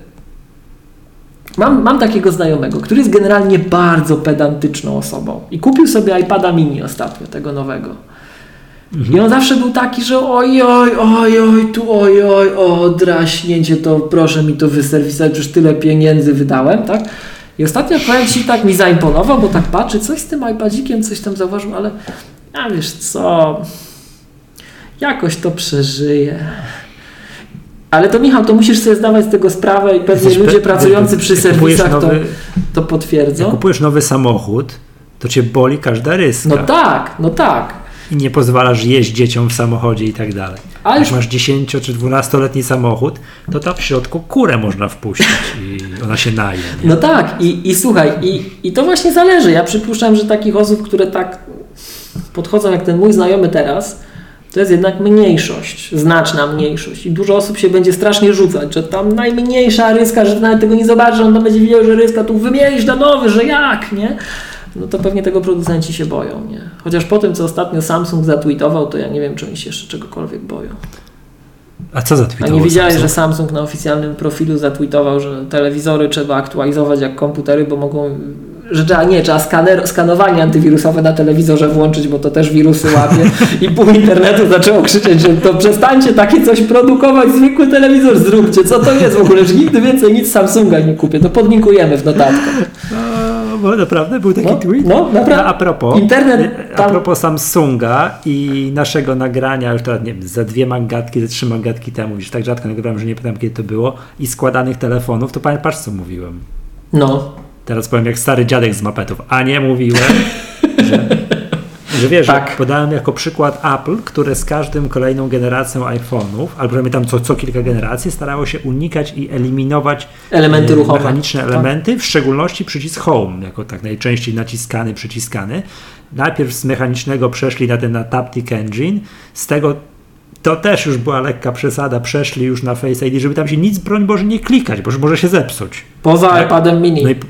mam, mam takiego znajomego, który jest generalnie bardzo pedantyczną osobą i kupił sobie iPada mini ostatnio, tego nowego. I on zawsze był taki, że oj, oj, oj, oj, tu oj, oj, o, draśnięcie, to proszę mi to wyserwisować, już tyle pieniędzy wydałem, tak? I ostatnio, powiem Ci, tak mi zaimponował, bo tak patrzy, coś z tym iPadzikiem, coś tam zauważył, ale a wiesz co, jakoś to przeżyję. Ale to Michał, to musisz sobie zdawać z tego sprawę i pewnie Jesteś ludzie pe- pracujący przy serwisach nowy, to, to potwierdzą. Jak kupujesz nowy samochód, to Cię boli każda ryska. No tak, no tak. I nie pozwalasz jeść dzieciom w samochodzie i tak dalej. Ale jak masz dziesięcio czy dwunastoletni samochód, to tam w środku kurę można wpuścić i ona się naje. Nie? No tak, i, i słuchaj, i, i to właśnie zależy. Ja przypuszczam, że takich osób, które tak podchodzą jak ten mój znajomy teraz, to jest jednak mniejszość, znaczna mniejszość. I dużo osób się będzie strasznie rzucać, że tam najmniejsza ryska, że nawet tego nie zobaczy, on tam będzie widział, że ryska tu wymienisz na nowy, że jak, nie? No to pewnie tego producenci się boją, nie? Chociaż po tym, co ostatnio Samsung zatweetował, to ja nie wiem, czy oni się jeszcze czegokolwiek boją. A co zatweetował? A nie widziałeś, Samsung? że Samsung na oficjalnym profilu zatweetował, że telewizory trzeba aktualizować jak komputery, bo mogą... Że trzeba, nie, trzeba skaner, skanowanie antywirusowe na telewizorze włączyć, bo to też wirusy łapie. I pół internetu zaczęło krzyczeć, że to przestańcie takie coś produkować, zwykły telewizor zróbcie. Co to jest w ogóle, że nigdy więcej nic Samsunga nie kupię. To podlinkujemy w notatkach. No, bo naprawdę był taki no, tweet? No, naprawdę. A propos, Internet tam... a propos Samsunga i naszego nagrania, już teraz nie wiem, za dwie mangatki, za trzy mangatki temu, już tak rzadko nagrywałem, że nie pamiętam kiedy to było, i składanych telefonów, to patrz co mówiłem. No. Teraz powiem jak stary dziadek z mapetów, a nie mówiłem, że, że wiesz, tak. że podałem jako przykład Apple, które z każdym kolejną generacją iPhone'ów, albo przynajmniej tam co, co kilka generacji, starało się unikać i eliminować elementy e, ruchowe. mechaniczne elementy, tak. W szczególności przycisk Home, jako tak najczęściej naciskany, przyciskany. Najpierw z mechanicznego przeszli na ten na Taptic Engine, z tego to też już była lekka przesada, przeszli już na Face I D, żeby tam się nic, broń Boże, nie klikać, bo już może się zepsuć. Poza tak? iPadem mini. No, i,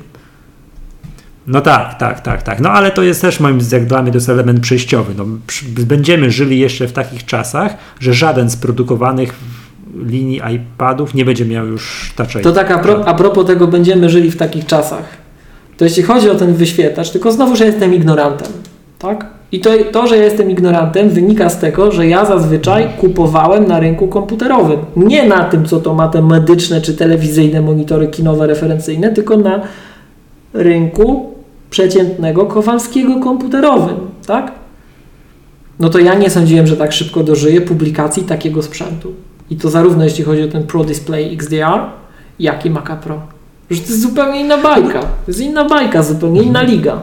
no tak, tak, tak, tak. No ale to jest też moim zdaniem dla mnie to jest element przejściowy. No, przy, będziemy żyli jeszcze w takich czasach, że żaden z produkowanych linii iPadów nie będzie miał już Touch I D. To tak a, pro, a propos tego, będziemy żyli w takich czasach. To jeśli chodzi o ten wyświetlacz, tylko znowu, że jestem ignorantem. Tak? I to, to, że ja jestem ignorantem, wynika z tego, że ja zazwyczaj kupowałem na rynku komputerowym. Nie na tym, co to ma te medyczne czy telewizyjne monitory kinowe referencyjne, tylko na rynku przeciętnego Kowalskiego komputerowym. Tak? No to ja nie sądziłem, że tak szybko dożyję publikacji takiego sprzętu. I to zarówno jeśli chodzi o ten Pro Display X D R, jak i Maca Pro. Że to jest zupełnie inna bajka. To jest inna bajka, zupełnie inna liga.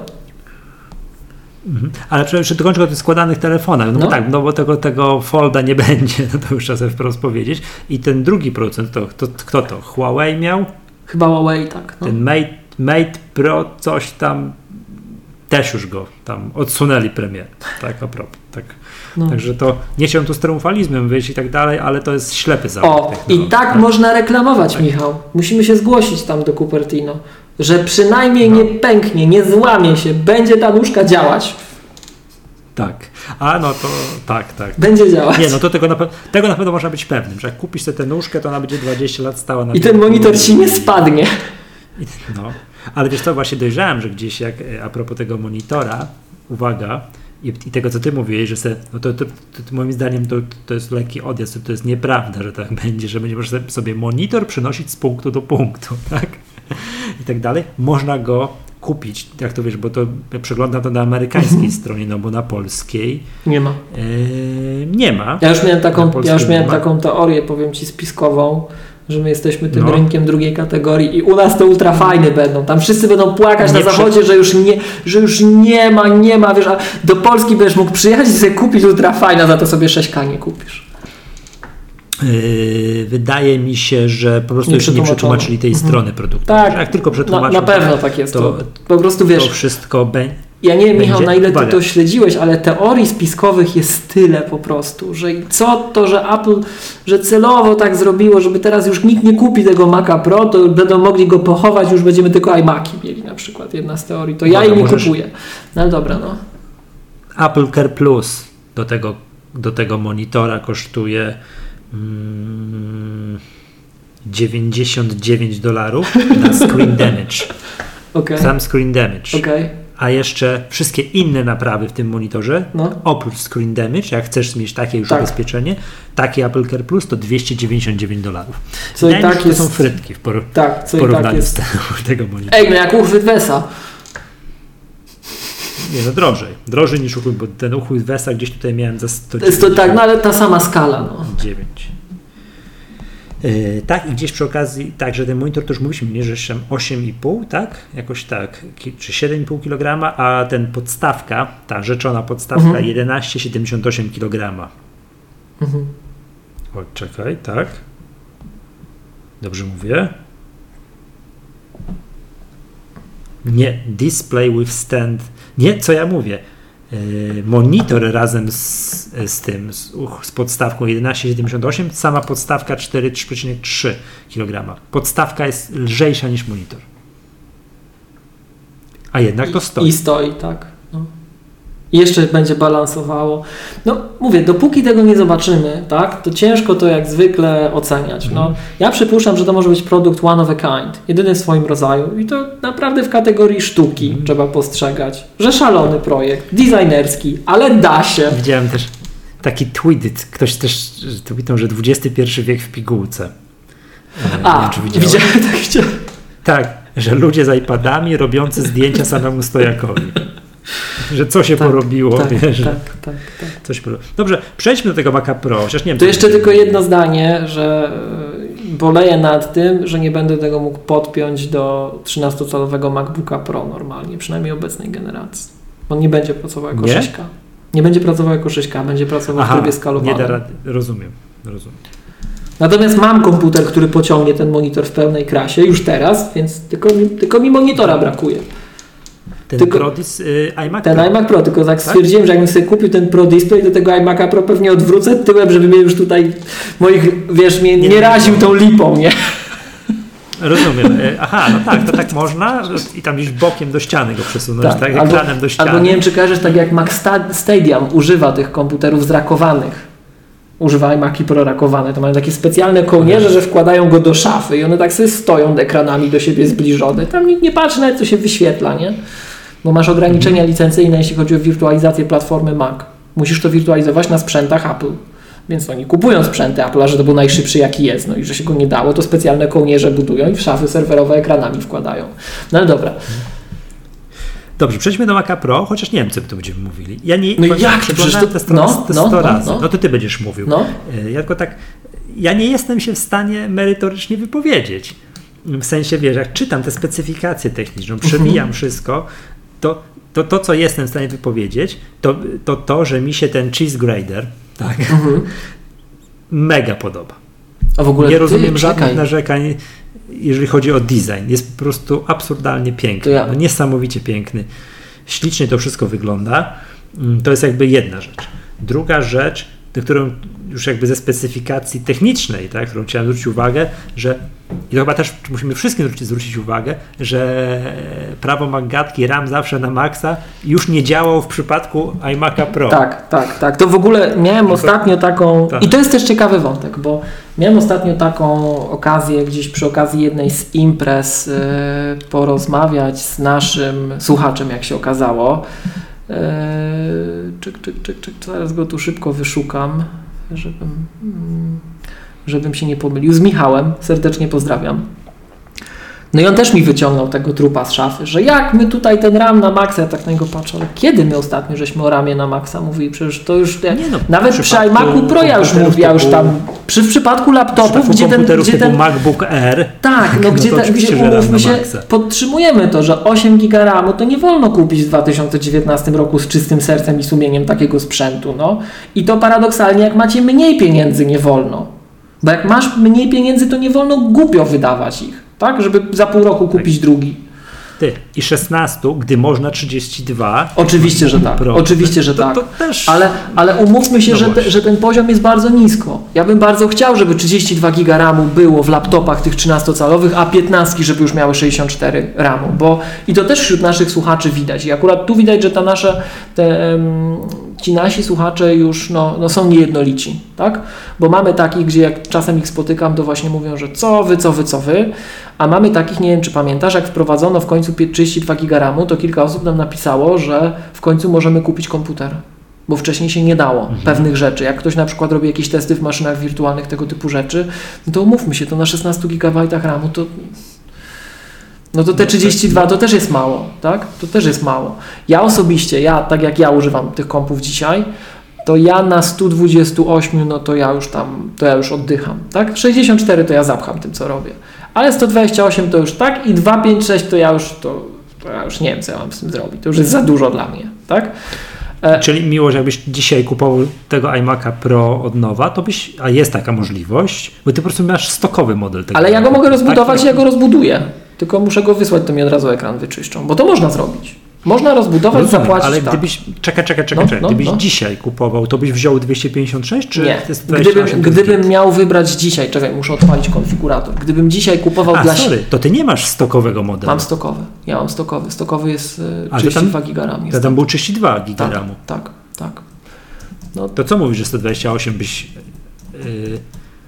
Mhm. Ale przy dokończę o tych składanych telefonach, no, no. Bo tak, no bo tego, tego folda nie będzie, no to już trzeba sobie wprost powiedzieć. I ten drugi producent, to, to, to kto to? Huawei miał? Chyba Huawei, tak. No. Ten Mate, Mate Pro, coś tam, też już go tam odsunęli premier, tak a propos. Tak. No. Także to, nie chciałem tu z triumfalizmem wyjść i tak dalej, ale to jest ślepy zawód. O, i tak, tak można reklamować, tak. Michał. Musimy się zgłosić tam do Cupertino, że przynajmniej no. nie pęknie, nie złamie się, będzie ta nóżka działać. Tak. A no to tak, tak. Będzie działać. Nie, no to tego na, pe- tego na pewno można być pewnym, że jak kupisz sobie tę nóżkę, to ona będzie dwadzieścia lat stała na I ten monitor ci nie spadnie. I, no. Ale wiesz co, właśnie dojrzałem, że gdzieś jak a propos tego monitora, uwaga, i, i tego co ty mówiłeś, że se, no to, to, to, to moim zdaniem to, to jest lekki odjazd, to jest nieprawda, że tak będzie, że będziesz sobie monitor przenosić z punktu do punktu, tak? i tak dalej, można go kupić, jak to wiesz, bo to ja przeglądam to na amerykańskiej stronie, no bo na polskiej nie ma. Yy, nie ma. Ja już miałem taką, ja już miałem taką teorię, powiem Ci, spiskową, że my jesteśmy tym no. rynkiem drugiej kategorii i u nas to ultra fajne będą. Tam wszyscy będą płakać nie na zachodzie, prze... że już nie, że już nie ma, nie ma, wiesz, a do Polski będziesz mógł przyjechać i sobie kupić ultra fajne, za to sobie sześć K nie kupisz. Yy, wydaje mi się, że po prostu nie jeszcze nie przetłumaczyli tej mhm. strony produktu. Tak, jak tylko przetłumaczą, na, na pewno tak jest. To, to po prostu wiesz. To wszystko be- ja nie wiem, będzie. Michał, na ile ty Uwaga. to śledziłeś, ale teorii spiskowych jest tyle po prostu, że co to, że Apple, że celowo tak zrobiło, żeby teraz już nikt nie kupi tego Maca Pro, to będą mogli go pochować, już będziemy tylko iMaki mieli na przykład, jedna z teorii. To ja im nie możesz... kupuję. No ale dobra, no. Apple Care Plus do tego, do tego monitora kosztuje mm, dziewięćdziesiąt dziewięć dolarów na screen damage. Okay. Sam screen damage. Okay. A jeszcze wszystkie inne naprawy w tym monitorze, no. oprócz screen damage, jak chcesz mieć takie już tak. ubezpieczenie, taki Apple Care Plus to dwieście dziewięćdziesiąt dziewięć dolarów. Co i tak to jest... są frytki w, por... tak, co w porównaniu i tak z tego, tego monitora. Ej, no jak uchwyt Wesa. Nie, no drożej. Drożej niż uchwyt, bo ten uchwyt Wesa gdzieś tutaj miałem za sto dziewięćdziesiąt. To tak, no ale ta sama skala. No. dziewięć. Yy, tak, i gdzieś przy okazji, tak, że ten monitor to już mówiliśmy, nie, że osiem i pół, tak? Jakoś tak, czy siedem i pół kilograma, a ten podstawka, ta rzeczona podstawka mhm. jedenaście przecinek siedemdziesiąt osiem kilograma. Mhm. O, czekaj, tak. Dobrze mówię? Nie, display with stand. Nie, co ja mówię? Monitor razem z, z tym, z, z podstawką jedenaście przecinek siedemdziesiąt osiem, sama podstawka cztery przecinek trzy kilograma. Podstawka jest lżejsza niż monitor. A jednak to stoi. I stoi, tak. No. I jeszcze będzie balansowało. No mówię, dopóki tego nie zobaczymy, tak, to ciężko to jak zwykle oceniać. No, ja przypuszczam, że to może być produkt one of a kind, jedyny w swoim rodzaju i to naprawdę w kategorii sztuki mm. trzeba postrzegać, że szalony projekt, designerski, ale da się. Widziałem też taki tweet, ktoś też tweetał, że dwudziesty pierwszy wiek w pigułce. A, wiem, czy widziałem, tak widziałem. Tak, że ludzie z iPadami robiący zdjęcia samemu stojakowi. Że co się tak, porobiło, tak, wiesz, tak, tak, tak. Coś porobiło. Dobrze, przejdźmy do tego Maca Pro. Chociaż nie wiem, to jeszcze będzie... tylko jedno zdanie, że boleję nad tym, że nie będę tego mógł podpiąć do trzynastocalowego MacBooka Pro normalnie, przynajmniej obecnej generacji. On nie będzie pracował jako nie? sześć K. Nie będzie pracował jako sześć K, będzie pracował Aha, w trybie skalowanym. Nie da rady. Rozumiem, rozumiem. Natomiast mam komputer, który pociągnie ten monitor w pełnej krasie już teraz, więc tylko mi, tylko mi monitora brakuje. Ten tylko, Pro dis, y, iMac ten Pro. iMac Pro, tylko tak stwierdziłem, tak? że jakbym sobie kupił ten Pro Display, do tego iMaca Pro pewnie odwrócę tyłem, żeby mnie już tutaj moich, wiesz, mnie nie, nie raził tą lipą, nie? Rozumiem. Aha, no tak, to tak można i tam gdzieś bokiem do ściany go przesunąć, tak, tak albo, ekranem do ściany. Albo nie wiem, czy kojarzysz, tak jak Mac Stadium używa tych komputerów zrakowanych. Używa iMaki Pro rakowane, to mają takie specjalne kołnierze, że wkładają go do szafy i one tak sobie stoją ekranami do siebie zbliżone. Tam nikt nie patrzy nawet, co się wyświetla, nie? Bo masz ograniczenia licencyjne, jeśli chodzi o wirtualizację platformy Mac. Musisz to wirtualizować na sprzętach Apple. Więc oni kupują sprzęty Apple, że to był najszybszy jaki jest, no i że się go nie dało, to specjalne kołnierze budują i w szafy serwerowe ekranami wkładają. No ale dobra. Dobrze, przejdźmy do Maca Pro, chociaż nie wiem, co by to będziemy mówili. Ja nie, no jak? Przeglądałem to, te strony no, te no, sto no, razy. No. no to ty będziesz mówił. No. Ja tylko tak, ja nie jestem się w stanie merytorycznie wypowiedzieć. W sensie, wiesz, jak czytam tę specyfikację techniczną, przebijam mhm. wszystko, to To, to, co jestem w stanie wypowiedzieć, to to, to że mi się ten cheese grater tak, mhm. mega podoba. A w ogóle nie rozumiem ty, żadnych czekaj. narzekań, jeżeli chodzi o design. Jest po prostu absurdalnie piękny. Ja. No, niesamowicie piękny. Ślicznie to wszystko wygląda. To jest jakby jedna rzecz. Druga rzecz, na którą już jakby ze specyfikacji technicznej, tak, którą chciałem zwrócić uwagę, że i to chyba też musimy wszystkim zwrócić, zwrócić uwagę, że prawo Magatki RAM zawsze na maksa już nie działało w przypadku iMaca Pro. Tak, tak, tak. To w ogóle miałem Tylko, ostatnio taką, tak. i to jest też ciekawy wątek, bo miałem ostatnio taką okazję gdzieś przy okazji jednej z imprez yy, porozmawiać z naszym słuchaczem, jak się okazało. Yy, czyk, czyk, czyk, czyk, zaraz go tu szybko wyszukam, żebym, żebym się nie pomylił. Z Michałem, serdecznie pozdrawiam. No i on też mi wyciągnął tego trupa z szafy, że jak my tutaj ten RAM na maksa, ja tak na niego patrzę, ale kiedy my ostatnio żeśmy o ramie na maksa mówili? Przecież to już, ja, no, nawet przy iMacu Pro ja już mówię, ja już tam, przy, w przypadku laptopów, gdzie ten, gdzie ten MacBook Air, tak, no, no gdzie, ten, gdzie umówmy się, podtrzymujemy to, że osiem giga ramu to nie wolno kupić w dwa tysiące dziewiętnastym roku z czystym sercem i sumieniem takiego sprzętu, no. I to paradoksalnie, jak macie mniej pieniędzy, nie wolno. Bo jak masz mniej pieniędzy, to nie wolno głupio wydawać ich, tak? Żeby za pół roku kupić tak. drugi. Ty, i szesnaście, gdy można trzydzieści dwa. Oczywiście, że tak. Pro. Oczywiście, że to, tak. To też... ale, ale umówmy się, no że, te, że ten poziom jest bardzo nisko. Ja bym bardzo chciał, żeby trzydzieści dwa giga ramu było w laptopach tych trzynastocalowych, a piętnastki, żeby już miały sześćdziesiąt cztery ramu. Bo i to też wśród naszych słuchaczy widać. I akurat tu widać, że ta nasza, te, um, ci nasi słuchacze już no, no są niejednolici, tak? Bo mamy takich, gdzie jak czasem ich spotykam, to właśnie mówią, że co wy, co wy, co wy. A mamy takich, nie wiem czy pamiętasz, jak wprowadzono w końcu trzydzieści dwa giga ramu, to kilka osób nam napisało, że w końcu możemy kupić komputer, bo wcześniej się nie dało mhm. pewnych rzeczy. Jak ktoś na przykład robi jakieś testy w maszynach wirtualnych, tego typu rzeczy, no to umówmy się, to na szesnaście gigabajtach ramu to... No to te trzydzieści dwa to też jest mało, tak? To też jest mało. Ja osobiście, ja tak jak ja używam tych kompów dzisiaj, to ja na sto dwadzieścia osiem, no to ja już tam, to ja już oddycham, tak? sześćdziesiąt cztery to ja zapcham tym, co robię. Ale sto dwadzieścia osiem to już tak i dwieście pięćdziesiąt sześć to ja już to, to ja już nie wiem, co ja mam z tym zrobić. To już jest za dużo dla mnie, tak? E... Czyli Miłosz, jakbyś dzisiaj kupował tego iMac'a Pro od nowa, to byś, a jest taka możliwość, bo ty po prostu masz stokowy model tego. Ale ja go mogę rozbudować, tak? Ja go rozbuduję. Tylko muszę go wysłać, to mi od razu ekran wyczyszczą, bo to można zrobić. Można rozbudować, rozumiem, zapłacić. Ale tak. gdybyś, czekaj, czekaj, czekaj, no, no, gdybyś no. dzisiaj kupował, to byś wziął dwieście pięćdziesiąt sześć, czy nie? Gdybym, gdybym miał wybrać dzisiaj, czekaj, muszę odpalić konfigurator. Gdybym dzisiaj kupował A, dla sorry, to ty nie masz stokowego modelu. Mam stokowy, ja mam stokowy. Stokowy jest trzydzieści dwa giga ramu. To tam był trzydzieści dwa giga tak, ramu. Tak, tak. No. To co mówisz, że sto dwadzieścia osiem byś... Yy...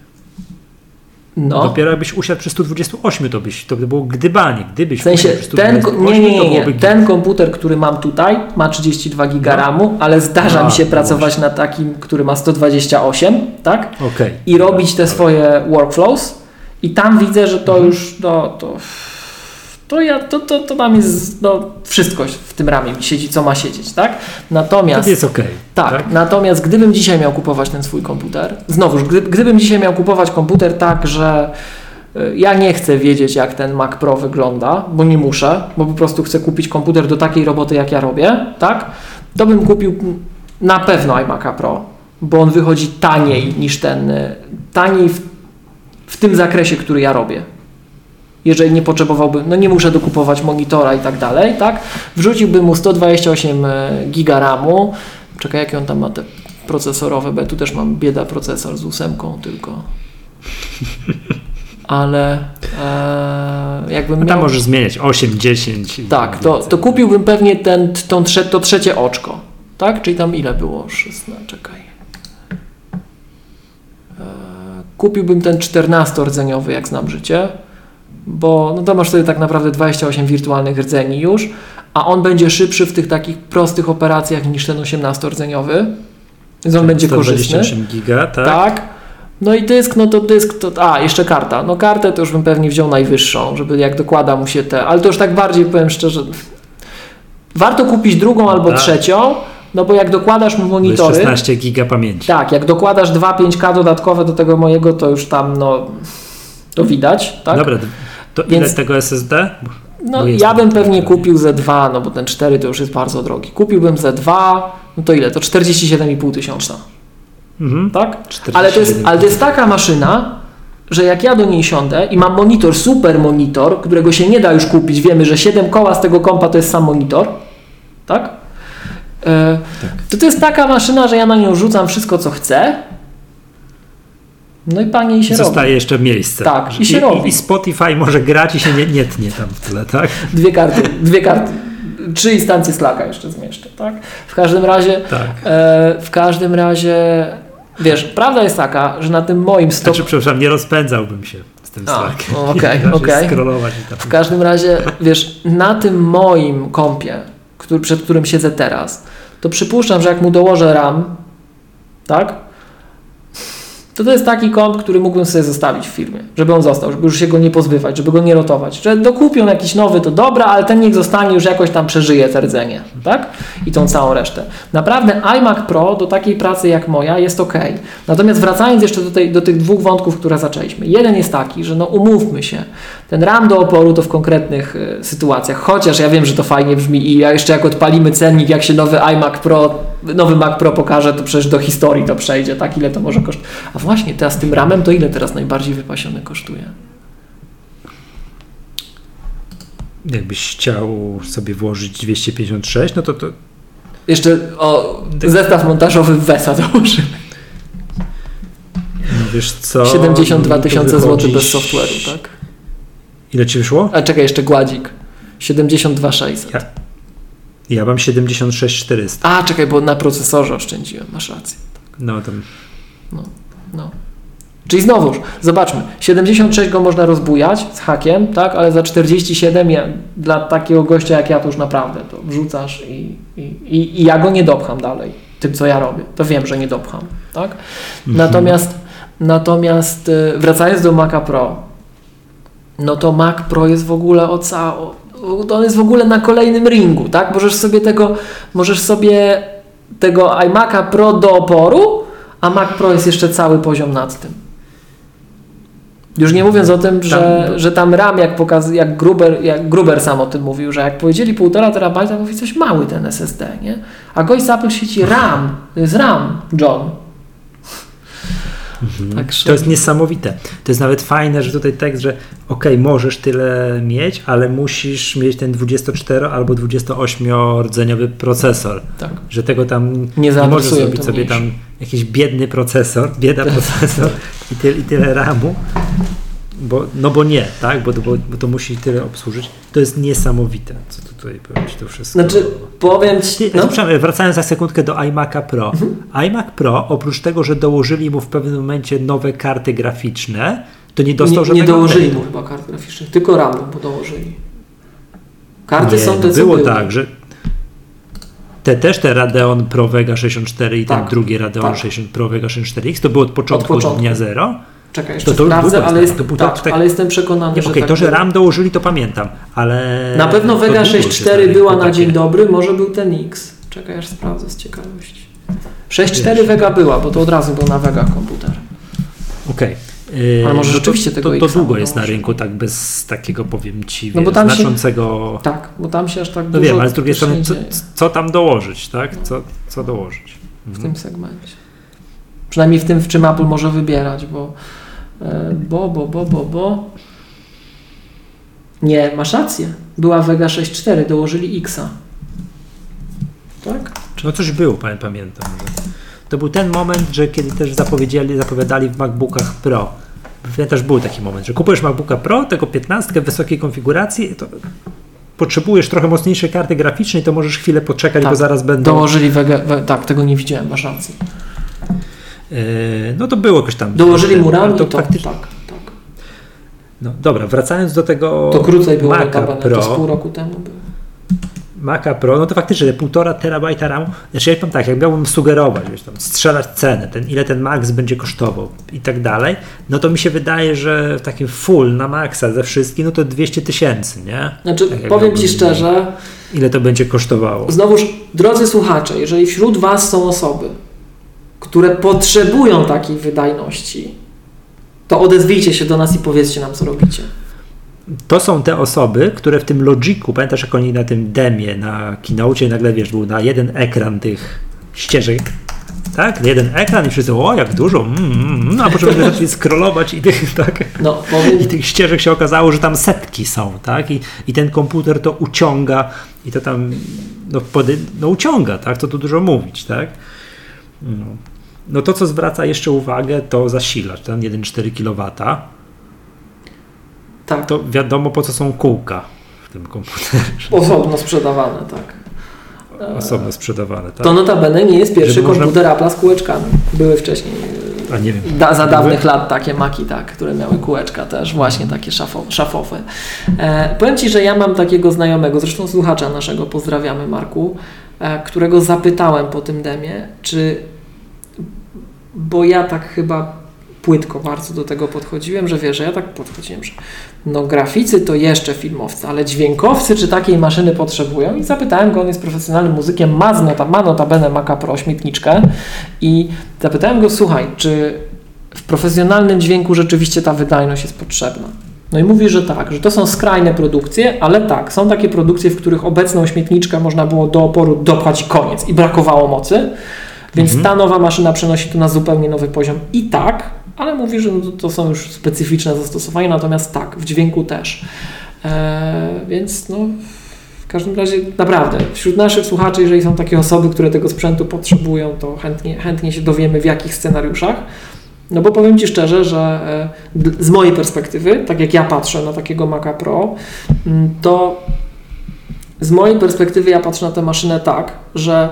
No. Dopiero jakbyś usiadł przy sto dwadzieścia osiem, to byś, to by było gdybanie. Gdybyś w sensie, ten, nie, nie, nie, nie. ten komputer, który mam tutaj, ma trzydzieści dwa giga no. ramu, ale zdarza A, mi się no pracować właśnie. na takim, który ma sto dwadzieścia osiem, tak? Okay. I robić te swoje workflows i tam widzę, że to mhm. już, no, to, to, ja, to, to, to tam jest, no, wszystko w tym ramie mi siedzi, co ma siedzieć, tak? Natomiast... To jest okej. Okay, tak, tak, natomiast gdybym dzisiaj miał kupować ten swój komputer, znowuż, gdy, gdybym dzisiaj miał kupować komputer tak, że y, ja nie chcę wiedzieć, jak ten Mac Pro wygląda, bo nie muszę, bo po prostu chcę kupić komputer do takiej roboty, jak ja robię, tak? To bym kupił na pewno iMac'a Pro, bo on wychodzi taniej niż ten, y, taniej w, w tym zakresie, który ja robię. Jeżeli nie potrzebowałbym, no nie muszę dokupować monitora i tak dalej, tak? Wrzuciłbym mu sto dwadzieścia osiem giga ramu. Czekaj, jakie on tam ma te procesorowe, bo ja tu też mam bieda procesor z ósemką tylko. Ale e, jakbym no tam miał... możesz zmieniać osiem, dziesięć. Tak, to, to kupiłbym pewnie ten, tą trze, to trzecie oczko, tak? Czyli tam ile było? szesnaście, czekaj. E, kupiłbym ten czternastordzeniowy, jak znam życie. Bo no to masz sobie tak naprawdę dwadzieścia osiem wirtualnych rdzeni już, a on będzie szybszy w tych takich prostych operacjach niż ten osiemnastordzeniowy, więc on będzie korzystny. sto dwadzieścia osiem giga, tak? Tak. No i dysk, no to dysk, to, a jeszcze karta. No kartę to już bym pewnie wziął najwyższą, żeby jak dokłada mu się te, ale to już tak bardziej powiem szczerze, warto kupić drugą albo tak. trzecią, no bo jak dokładasz mu monitory... szesnaście giga pamięci. Tak, jak dokładasz dwa pięć K dodatkowe do tego mojego, to już tam no... To widać, tak? Dobra, to ile Więc, tego S S D? No ja bym pewnie kupił Z dwa, no bo ten cztery to już jest bardzo drogi. Kupiłbym Z dwa, no to ile? To czterdzieści siedem i pół tysiąca. Mhm. Tak? Ale to, jest, ale to jest taka maszyna, że jak ja do niej siądę i mam monitor, super monitor, którego się nie da już kupić, wiemy, że siedem koła z tego kompa to jest sam monitor, tak? E, tak. To to jest taka maszyna, że ja na nią rzucam wszystko, co chcę. No i panie i się Zostaje robi. jeszcze miejsce. Tak, i I się I, robi. I Spotify może grać i się nie, nie tnie tam w tle, tak? Dwie karty, dwie karty. Trzy instancje Slacka jeszcze zmieszczę, tak? W każdym razie, tak. e, w każdym razie, wiesz, prawda jest taka, że na tym moim stopniu... Znaczy, przepraszam, nie rozpędzałbym się z tym Slackiem. Okej, okej. W każdym razie, wiesz, na tym moim kompie, który, przed którym siedzę teraz, to przypuszczam, że jak mu dołożę RAM, tak? to to jest taki komp, który mógłbym sobie zostawić w firmie, żeby on został, żeby już się go nie pozbywać, żeby go nie rotować. Że dokupią jakiś nowy, to dobra, ale ten niech zostanie, już jakoś tam przeżyje te rdzenie, tak? I tą całą resztę. Naprawdę iMac Pro do takiej pracy jak moja jest ok. Natomiast wracając jeszcze do, tej, do tych dwóch wątków, które zaczęliśmy. Jeden jest taki, że no umówmy się, ten RAM do oporu to w konkretnych y, sytuacjach, chociaż ja wiem, że to fajnie brzmi i ja jeszcze jak odpalimy cennik, jak się nowy iMac Pro, nowy Mac Pro pokaże, to przecież do historii to przejdzie, tak? Ile to może kosztować? A właśnie, teraz z tym ramem to ile teraz najbardziej wypasiony kosztuje? Jakbyś chciał sobie włożyć dwieście pięćdziesiąt sześć, no to to... Jeszcze o zestaw montażowy w Wesa dołożymy. No wiesz co... siedemdziesiąt dwa tysiące wychodzi... złotych bez software'u, tak? Ile ci wyszło? A czekaj, jeszcze gładzik. siedemdziesiąt dwa tysiące sześćset. Ja, ja mam siedemdziesiąt sześć tysięcy czterysta. A, czekaj, bo na procesorze oszczędziłem, masz rację. No tam... No, no. Czyli znowuż, zobaczmy, siedemdziesiąt sześć go można rozbujać z hakiem, tak, ale za czterdzieści siedem ja, dla takiego gościa jak ja to już naprawdę to wrzucasz i, i, i, i ja go nie dopcham dalej tym, co ja robię. To wiem, że nie dopcham, tak? Mhm. Natomiast, natomiast wracając do Maca Pro, no to Mac Pro jest w ogóle o cało, on jest w ogóle na kolejnym ringu, tak? Możesz sobie tego, możesz sobie tego iMac'a Pro do oporu, a Mac Pro jest jeszcze cały poziom nad tym. Już nie mówiąc o tym, że tam, że tam RAM, jak, pokaz, jak, Gruber, jak Gruber sam o tym mówił, że jak powiedzieli półtora terabajta, mówi coś mały ten S S D, nie? A gość z Apple sieci RAM, to jest RAM, John. Mhm. Także... To jest niesamowite. To jest nawet fajne, że tutaj tekst, że okej, okay, możesz tyle mieć, ale musisz mieć ten dwudziestocztero albo dwudziestoośmiordzeniowy procesor. Tak. Że tego tam nie, nie możesz zrobić sobie mniejszy. Tam jakiś biedny procesor, bieda procesor i, ty, i tyle ramu. Bo, no bo nie, tak? Bo, bo, bo to musi tyle obsłużyć. To jest niesamowite, co tutaj powiem ci to wszystko. Znaczy, powiem ci... No. Wracając za sekundkę do iMac'a Pro. Mhm. iMac Pro, oprócz tego, że dołożyli mu w pewnym momencie nowe karty graficzne, to nie dostał nie, żadnego... Nie dołożyli update'u. Mu chyba kart graficznych, tylko RAM mu dołożyli. Karty nie, są te, co było były. tak, że te też te Radeon Pro Vega sześćdziesiąt cztery i tak, ten drugi Radeon tak. sześćdziesiąt Pro Vega sześćdziesiąt cztery X, to było od początku, od początku. Dnia zero. Czekaj, jeszcze to, to sprawdzę, ale, jest, to tak, tak, ale jestem przekonany, nie, że okay, tak to, że było. RAM dołożyli, to pamiętam, ale... Na pewno Vega sześćdziesiąt cztery była na dzień dobry, może był ten X. Czekaj, aż sprawdzę z ciekawości. sześćdziesiąt cztery Vega była, bo to od razu był na Vega komputer. Okej. Okay. Ale może no rzeczywiście to, tego to, to X-a długo jest na rynku, tak bez takiego, powiem ci, no wiesz, znaczącego... Się, tak, bo tam się aż tak no dużo... wiem, ale z drugiej strony, co, co tam dołożyć, tak? Co, co dołożyć? W mhm. tym segmencie. Przynajmniej w tym, w czym Apple może wybierać, bo bo, bo, bo, bo, bo... Nie, masz rację. Była Vega sześćdziesiąt cztery, dołożyli X-a. Tak? No coś było, pamiętam. To był ten moment, że kiedy też zapowiedzieli, zapowiadali w MacBookach Pro. Też był taki moment, że kupujesz MacBooka Pro, tego piętnastkę w wysokiej konfiguracji, to potrzebujesz trochę mocniejszej karty graficznej, to możesz chwilę poczekać, tak, bo zaraz będą... Dołożyli Vega, we, tak, tego nie widziałem, masz rację. Yy, no to było jakoś tam... Dołożyli mu RAM to, to faktycznie... tak, tak. No dobra, wracając do tego to krócej było Maca Pro, to z pół roku temu było. Maca Pro, no to faktycznie półtora terabajta RAM, znaczy ja powiem tak, jak miałbym sugerować, wiesz, tam, strzelać cenę, ten, ile ten Max będzie kosztował i tak dalej, no to mi się wydaje, że w takim full na Maxa ze wszystkim, no to dwieście tysięcy, nie? Znaczy, tak powiem Ci szczerze, ile to będzie kosztowało. Znowuż, drodzy słuchacze, jeżeli wśród Was są osoby, które potrzebują takiej wydajności, to odezwijcie się do nas i powiedzcie nam, co robicie. To są te osoby, które w tym Logiku, pamiętasz jak oni na tym demie, na keynote nagle, wiesz, był na jeden ekran tych ścieżek, tak? Jeden ekran i wszyscy, o jak dużo, mm, mm, no a potem zaczęli scrollować i tych, tak? No, powiem... I tych ścieżek się okazało, że tam setki są, tak? I, i ten komputer to uciąga i to tam, no, pody, no uciąga, tak? To tu dużo mówić, tak? No. No to, co zwraca jeszcze uwagę, to zasilacz, ten jeden przecinek cztery kilowata. Tak. To wiadomo, po co są kółka w tym komputerze. Osobno sprzedawane, tak. Osobno sprzedawane, tak. To notabene nie jest pierwszy Żeby komputer można... Apple'a z kółeczkami. Były wcześniej, A nie wiem. Da, za dawnych lat takie Maki, tak, które miały kółeczka też, właśnie takie szafowe. szafowe. E, powiem Ci, że ja mam takiego znajomego, zresztą słuchacza naszego, pozdrawiamy Marku, e, którego zapytałem po tym demie, czy, bo ja tak chyba płytko bardzo do tego podchodziłem, że wiesz, że ja tak podchodziłem, że no graficy to jeszcze filmowcy, ale dźwiękowcy czy takiej maszyny potrzebują? I zapytałem go, on jest profesjonalnym muzykiem, ma, nota, ma notabene Maca Pro, śmietniczkę i zapytałem go, słuchaj, czy w profesjonalnym dźwięku rzeczywiście ta wydajność jest potrzebna? No i mówi, że tak, że to są skrajne produkcje, ale tak, są takie produkcje, w których obecną śmietniczkę można było do oporu dopchać i koniec i brakowało mocy, więc mhm. ta nowa maszyna przenosi to na zupełnie nowy poziom i tak, ale mówi, że no to, to są już specyficzne zastosowania, natomiast tak, w dźwięku też. Eee, więc no, w każdym razie naprawdę, wśród naszych słuchaczy, jeżeli są takie osoby, które tego sprzętu potrzebują, to chętnie, chętnie się dowiemy, w jakich scenariuszach. No bo powiem Ci szczerze, że z mojej perspektywy, tak jak ja patrzę na takiego Maca Pro, to z mojej perspektywy ja patrzę na tę maszynę tak, że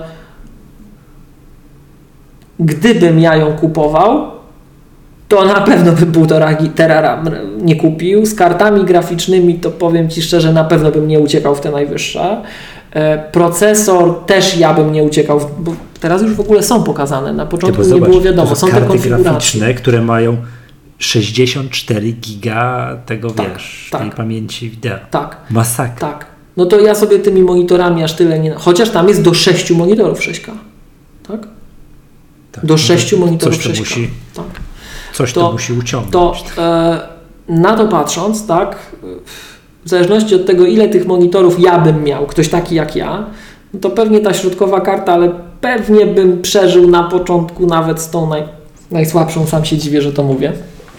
gdybym ja ją kupował, to na pewno bym półtora tera RAM nie kupił. Z kartami graficznymi to powiem Ci szczerze, na pewno bym nie uciekał w te najwyższe. Procesor też ja bym nie uciekał, bo teraz już w ogóle są pokazane. Na początku nie było wiadomo, to są, są karty te konfiguracje graficzne, które mają sześćdziesiąt cztery giga tego, tak, wiesz, tak. tej pamięci wideo. Tak. Masakra. Tak. No to ja sobie tymi monitorami aż tyle nie... Chociaż tam jest do sześciu monitorów sześć K. Tak? tak. Do sześciu no monitorów coś to sześć K. musi, tak. Coś to, to musi uciągnąć. To e, na to patrząc, tak, w zależności od tego, ile tych monitorów ja bym miał, ktoś taki jak ja, no to pewnie ta środkowa karta, ale pewnie bym przeżył na początku nawet z tą naj, najsłabszą, sam się dziwię, że to mówię.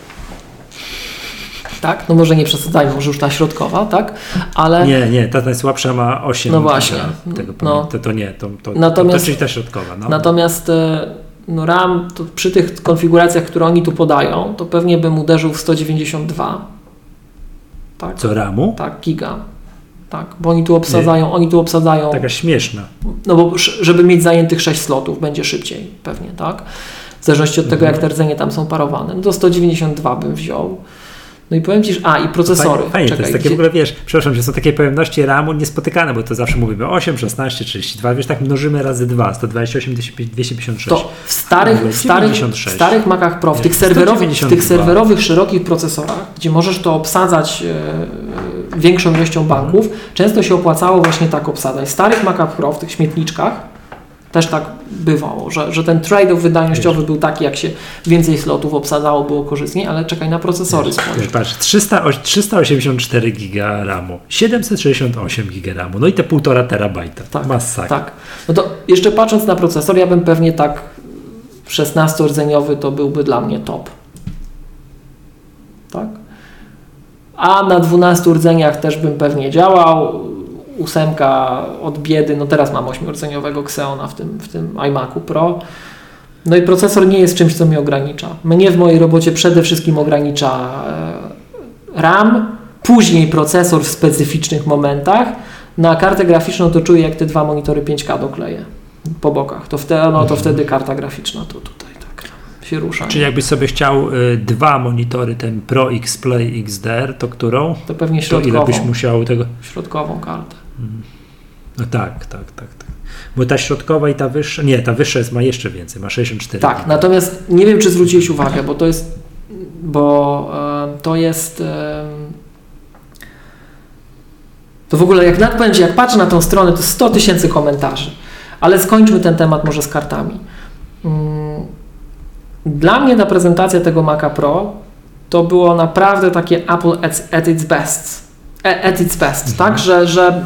Tak? No może nie przesadzajmy, może już ta środkowa, tak? Ale... Nie, nie, ta najsłabsza ma osiem. No właśnie. Tego no. to, to nie, to, to, natomiast, to, to czyli ta środkowa. No. Natomiast no RAM, to przy tych konfiguracjach, które oni tu podają, to pewnie bym uderzył w sto dziewięćdziesiąt dwa. Tak? Co, ramu? Tak, giga. Tak, bo oni tu obsadzają, nie. oni tu obsadzają... Taka śmieszna. No bo żeby mieć zajętych sześć slotów, będzie szybciej pewnie, tak? W zależności od tego, mhm. jak te rdzenie tam są parowane. No to sto dziewięćdziesiąt dwa bym wziął. No i powiem Ci, że... A, i procesory. Fajnie, fajnie Czekaj, to jest takie gdzie... w ogóle, wiesz, przepraszam, że są takie pojemności ramu niespotykane, bo to zawsze mówimy osiem, szesnaście, trzydzieści dwa, wiesz, tak mnożymy razy dwa, sto dwadzieścia osiem, dwieście pięćdziesiąt sześć. To w starych, w starych, w starych Macach Pro, w tych, serwerowych, w tych serwerowych, szerokich procesorach, gdzie możesz to obsadzać e, większą ilością banków, hmm. często się opłacało właśnie tak obsadzać. W starych Macach Pro, w tych śmietniczkach, też tak bywało, że, że ten trade-off wydajnościowy był taki, jak się więcej slotów obsadzało, było korzystniej, ale czekaj na procesory. Wiesz, patrz, trzysta osiemdziesiąt cztery giga ramu, siedemset sześćdziesiąt osiem giga ramu, no i te półtora terabajta. Tak, masakra. Tak. No to jeszcze patrząc na procesor, ja bym pewnie tak szesnastorodzeniowy to byłby dla mnie top. Tak? A na dwunastu rdzeniach też bym pewnie działał. Ósemka od biedy, no teraz mam ośmiordzeniowego Xeona w tym, w tym iMacu Pro. No i procesor nie jest czymś, co mnie ogranicza. Mnie w mojej robocie przede wszystkim ogranicza RAM, później procesor w specyficznych momentach. Na kartę graficzną to czuję, jak te dwa monitory pięć K dokleję po bokach. To wtedy, no, to wtedy karta graficzna to tutaj tak się rusza. Czyli jakbyś sobie chciał y, dwa monitory, ten Pro X-Play X D R, to którą? To pewnie środkową. To ile byś musiał tego? Środkową kartę. No tak, tak, tak, tak. Bo ta środkowa i ta wyższa, nie, ta wyższa jest, ma jeszcze więcej, ma sześćdziesiąt cztery. Tak, giga. Natomiast nie wiem, czy zwróciłeś uwagę, bo to jest, bo e, to jest, e, to w ogóle jak nadpędź, jak patrzę na tą stronę, to sto tysięcy komentarzy, ale skończmy ten temat może z kartami. Mm, dla mnie ta prezentacja tego Maca Pro to było naprawdę takie Apple at, at its best. At its best, mhm. tak? Że, że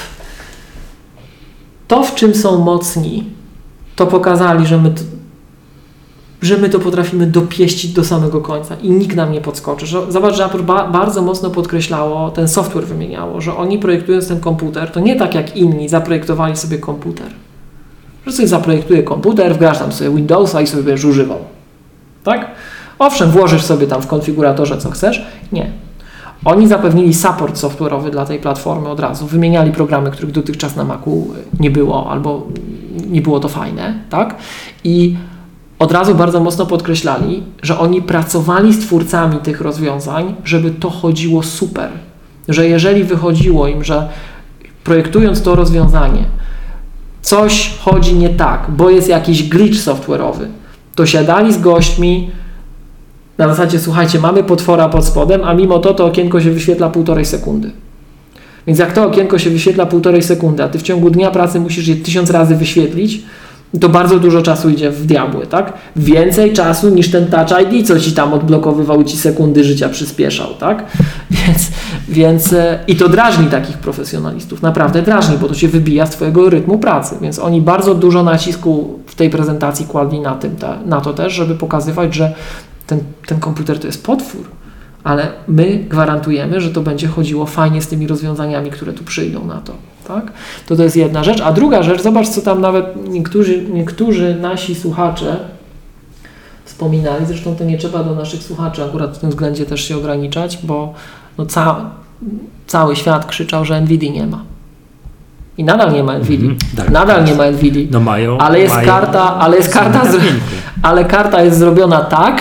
to, w czym są mocni, to pokazali, że my to, że my to potrafimy dopieścić do samego końca i nikt nam nie podskoczy. Że, zobacz, że Apple ba- bardzo mocno podkreślało, ten software wymieniało, że oni projektując ten komputer, to nie tak jak inni zaprojektowali sobie komputer. Że sobie zaprojektuje komputer, wgrasz tam sobie Windowsa i sobie będziesz używał. Tak? Owszem, włożysz sobie tam w konfiguratorze co chcesz. Nie. Oni zapewnili support software'owy dla tej platformy od razu. Wymieniali programy, których dotychczas na Macu nie było albo nie było to fajne, tak? I od razu bardzo mocno podkreślali, że oni pracowali z twórcami tych rozwiązań, żeby to chodziło super. Że jeżeli wychodziło im, że projektując to rozwiązanie coś chodzi nie tak, bo jest jakiś glitch software'owy, to siadali z gośćmi, Na zasadzie, słuchajcie, mamy potwora pod spodem, a mimo to to okienko się wyświetla półtorej sekundy. Więc jak to okienko się wyświetla półtorej sekundy, a ty w ciągu dnia pracy musisz je tysiąc razy wyświetlić, to bardzo dużo czasu idzie w diabły, tak? Więcej czasu niż ten Touch I D, co ci tam odblokowywał, ci sekundy życia przyspieszał, tak? Więc, więc i to drażni takich profesjonalistów, naprawdę drażni, bo to się wybija z twojego rytmu pracy, więc oni bardzo dużo nacisku w tej prezentacji kładli na tym, ta, na to też, żeby pokazywać, że ten, ten komputer to jest potwór, ale my gwarantujemy, że to będzie chodziło fajnie z tymi rozwiązaniami, które tu przyjdą na to. Tak? To to jest jedna rzecz. A druga rzecz, zobacz, co tam nawet niektórzy, niektórzy nasi słuchacze wspominali, zresztą to nie trzeba do naszych słuchaczy akurat w tym względzie też się ograniczać, bo no ca, cały świat krzyczał, że NVIDIA nie ma. I nadal nie ma NVIDIA. Mm, tak, nadal nie ma NVIDIA. No mają, ale jest mają, karta, ale jest karta, z, ale karta jest zrobiona tak,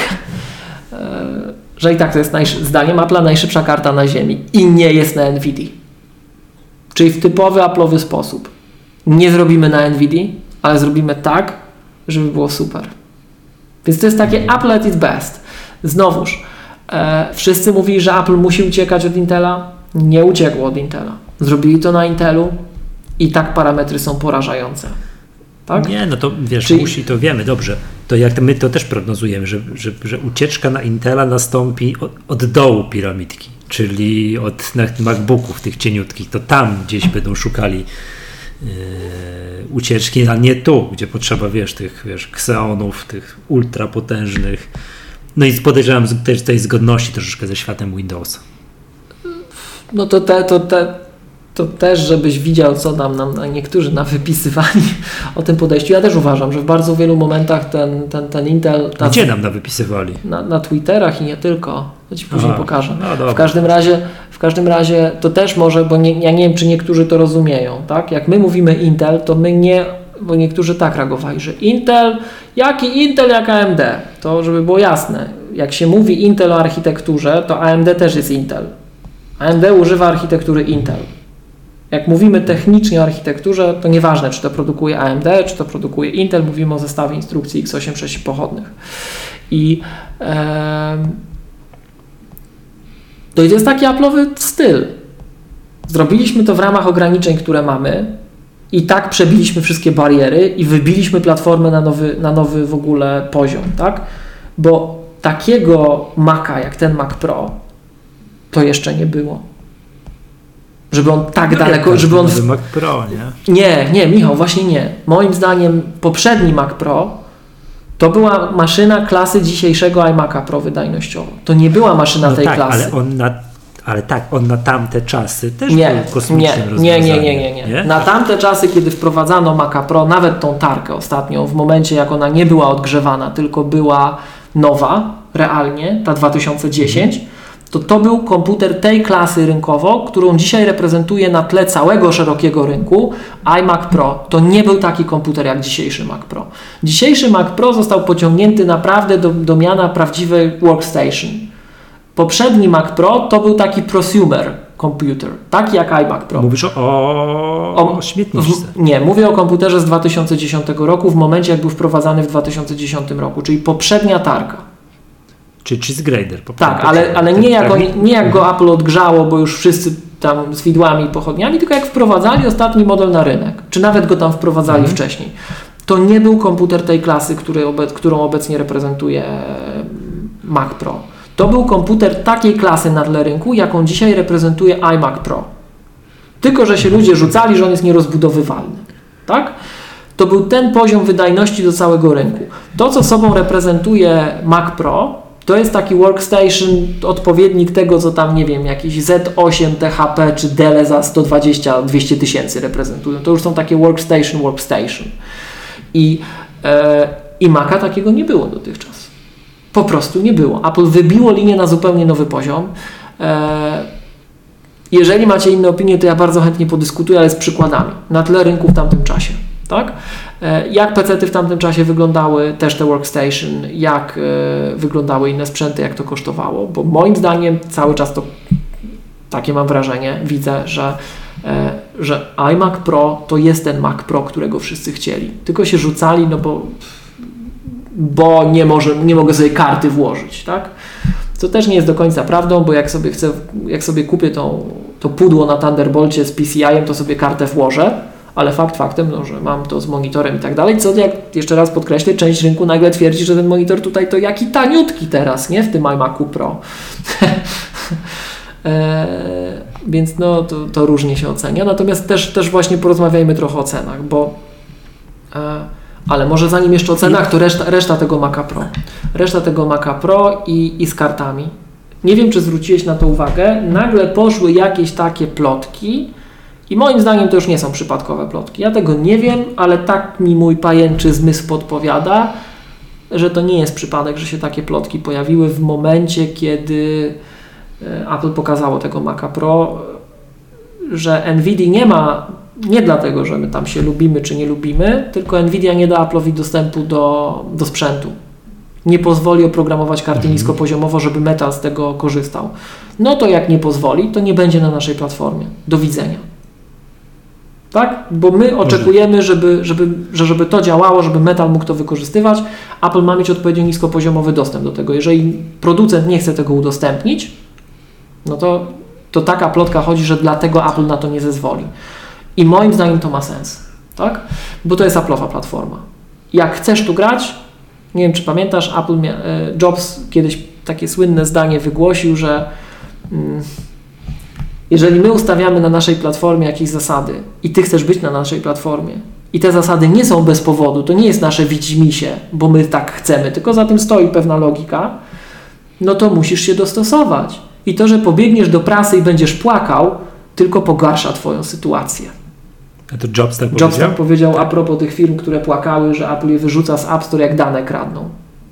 że i tak to jest najszy, zdaniem Apple'a najszybsza karta na ziemi i nie jest na NVIDIA. Czyli w typowy Apple'owy sposób. Nie zrobimy na NVIDIA, ale zrobimy tak, żeby było super. Więc to jest takie Apple at its best. Znowuż, e, wszyscy mówili, że Apple musi uciekać od Intela. Nie uciekło od Intela. Zrobili to na Intelu i tak parametry są porażające. Tak? Nie, no to wiesz, Czyli... musi, to wiemy, dobrze. To jak my to też prognozujemy, że, że, że ucieczka na Intela nastąpi od, od dołu piramidki, czyli od MacBooków tych cieniutkich, to tam gdzieś będą szukali yy, ucieczki, a nie tu, gdzie potrzeba, wiesz, tych wiesz, Xeonów, tych ultrapotężnych. No i podejrzewam też tej zgodności troszeczkę ze światem Windowsa. No to te, to te to też, żebyś widział, co nam, nam niektórzy nawypisywali o tym podejściu. Ja też uważam, że w bardzo wielu momentach ten, ten, ten Intel... Ta, Gdzie nam nawypisywali? Na, na Twitterach i nie tylko. To ci później Aha, pokażę. No w, każdym razie, w każdym razie to też może, bo nie, ja nie wiem, czy niektórzy to rozumieją. Tak? Jak my mówimy Intel, to my nie... Bo niektórzy tak reagowali, że Intel, jaki Intel, jak A M D? To żeby było jasne. Jak się mówi Intel o architekturze, to A M D też jest Intel. A M D używa architektury Intel. Jak mówimy technicznie o architekturze, to nieważne, czy to produkuje A M D, czy to produkuje Intel, mówimy o zestawie instrukcji x osiemdziesiąt sześć pochodnych. I e, to jest taki Apple'owy styl. Zrobiliśmy to w ramach ograniczeń, które mamy i tak przebiliśmy wszystkie bariery i wybiliśmy platformę na nowy, na nowy w ogóle poziom, tak? Bo takiego Maca jak ten Mac Pro to jeszcze nie było. Żeby on tak no daleko, żeby on... Mac Pro, nie? Nie, nie, Michał, właśnie nie. Moim zdaniem poprzedni Mac Pro to była maszyna klasy dzisiejszego iMac'a Pro wydajnościowo. To nie była maszyna no tej tak, klasy. Ale on na, ale tak, on na tamte czasy też nie, był kosmicznym nie, rozwiązaniem. Nie, nie, nie, nie, nie. Na tamte czasy, kiedy wprowadzano Maca Pro, nawet tą tarkę ostatnią, w momencie jak ona nie była odgrzewana, tylko była nowa, realnie, ta dwa tysiące dziesięć, mhm. to to był komputer tej klasy rynkowo, którą dzisiaj reprezentuje na tle całego szerokiego rynku iMac Pro. To nie był taki komputer jak dzisiejszy Mac Pro. Dzisiejszy Mac Pro został pociągnięty naprawdę do, do miana prawdziwej workstation. Poprzedni Mac Pro to był taki prosumer komputer, taki jak iMac Pro. Mówisz o, o, o śmietniczce. W, nie, mówię o komputerze z dwa tysiące dziesiątego roku, w momencie jak był wprowadzany w dwa tysiące dziesiątym roku, czyli poprzednia tarka. Czy cheese grader. Tak, ale, ale nie, jak on, nie jak go Apple odgrzało, bo już wszyscy tam z widłami i pochodniami, tylko jak wprowadzali ostatni model na rynek, czy nawet go tam wprowadzali mhm. wcześniej. To nie był komputer tej klasy, który obec, którą obecnie reprezentuje Mac Pro. To był komputer takiej klasy na tle rynku, jaką dzisiaj reprezentuje iMac Pro. Tylko że się ludzie rzucali, że on jest nierozbudowywalny. Tak? To był ten poziom wydajności do całego rynku. To, co sobą reprezentuje Mac Pro, to jest taki workstation, odpowiednik tego, co tam, nie wiem, jakiś Z osiem T H P czy Dell za sto dwadzieścia dwieście tysięcy reprezentują. To już są takie workstation, workstation. I, e, i Maca takiego nie było dotychczas. Po prostu nie było. Apple wybiło linię na zupełnie nowy poziom. E, jeżeli macie inne opinie, to ja bardzo chętnie podyskutuję, ale z przykładami. Na tle rynku w tamtym czasie. Tak? Jak pecety w tamtym czasie wyglądały, też te workstation, jak e, wyglądały inne sprzęty, jak to kosztowało, bo moim zdaniem cały czas to, takie mam wrażenie, widzę, że, e, że iMac Pro to jest ten Mac Pro, którego wszyscy chcieli. Tylko się rzucali, no bo bo nie, może, nie mogę sobie karty włożyć, tak? Co też nie jest do końca prawdą, bo jak sobie chcę, jak sobie kupię tą, to pudło na Thunderbolcie z P C I-em, to sobie kartę włożę, ale fakt faktem, no, że mam to z monitorem i tak dalej, co jak jeszcze raz podkreślę, część rynku nagle twierdzi, że ten monitor tutaj to jaki taniutki teraz, nie? W tym iMacu Pro. e, więc no to, to różnie się ocenia. Natomiast też, też właśnie porozmawiajmy trochę o cenach, bo e, ale może zanim jeszcze o cenach, to reszta, reszta tego Maca Pro. Reszta tego Maca Pro i, i z kartami. Nie wiem, czy zwróciłeś na to uwagę, nagle poszły jakieś takie plotki i moim zdaniem to już nie są przypadkowe plotki. Ja tego nie wiem, ale tak mi mój pajęczy zmysł podpowiada, że to nie jest przypadek, że się takie plotki pojawiły w momencie, kiedy Apple pokazało tego Maca Pro, że Nvidia nie ma, nie dlatego, że my tam się lubimy czy nie lubimy, tylko Nvidia nie da Apple'owi dostępu do, do sprzętu. Nie pozwoli oprogramować karty mhm. niskopoziomowo, żeby Metal z tego korzystał. No to jak nie pozwoli, to nie będzie na naszej platformie. Do widzenia. Tak? Bo my oczekujemy, żeby, żeby, że żeby to działało, żeby Metal mógł to wykorzystywać. Apple ma mieć odpowiednio niskopoziomowy dostęp do tego. Jeżeli producent nie chce tego udostępnić, no to, to taka plotka chodzi, że dlatego Apple na to nie zezwoli. I moim zdaniem to ma sens. Tak? Bo to jest Apple'owa platforma. Jak chcesz tu grać, nie wiem, czy pamiętasz, Apple mia- Jobs kiedyś takie słynne zdanie wygłosił, że mm, jeżeli my ustawiamy na naszej platformie jakieś zasady i ty chcesz być na naszej platformie i te zasady nie są bez powodu, to nie jest nasze widzimisię, bo my tak chcemy, tylko za tym stoi pewna logika, no to musisz się dostosować. I to, że pobiegniesz do prasy i będziesz płakał, tylko pogarsza twoją sytuację. A to Jobs tak Jobs powiedział? tak powiedział a propos tych firm, które płakały, że Apple je wyrzuca z App Store, jak dane kradną.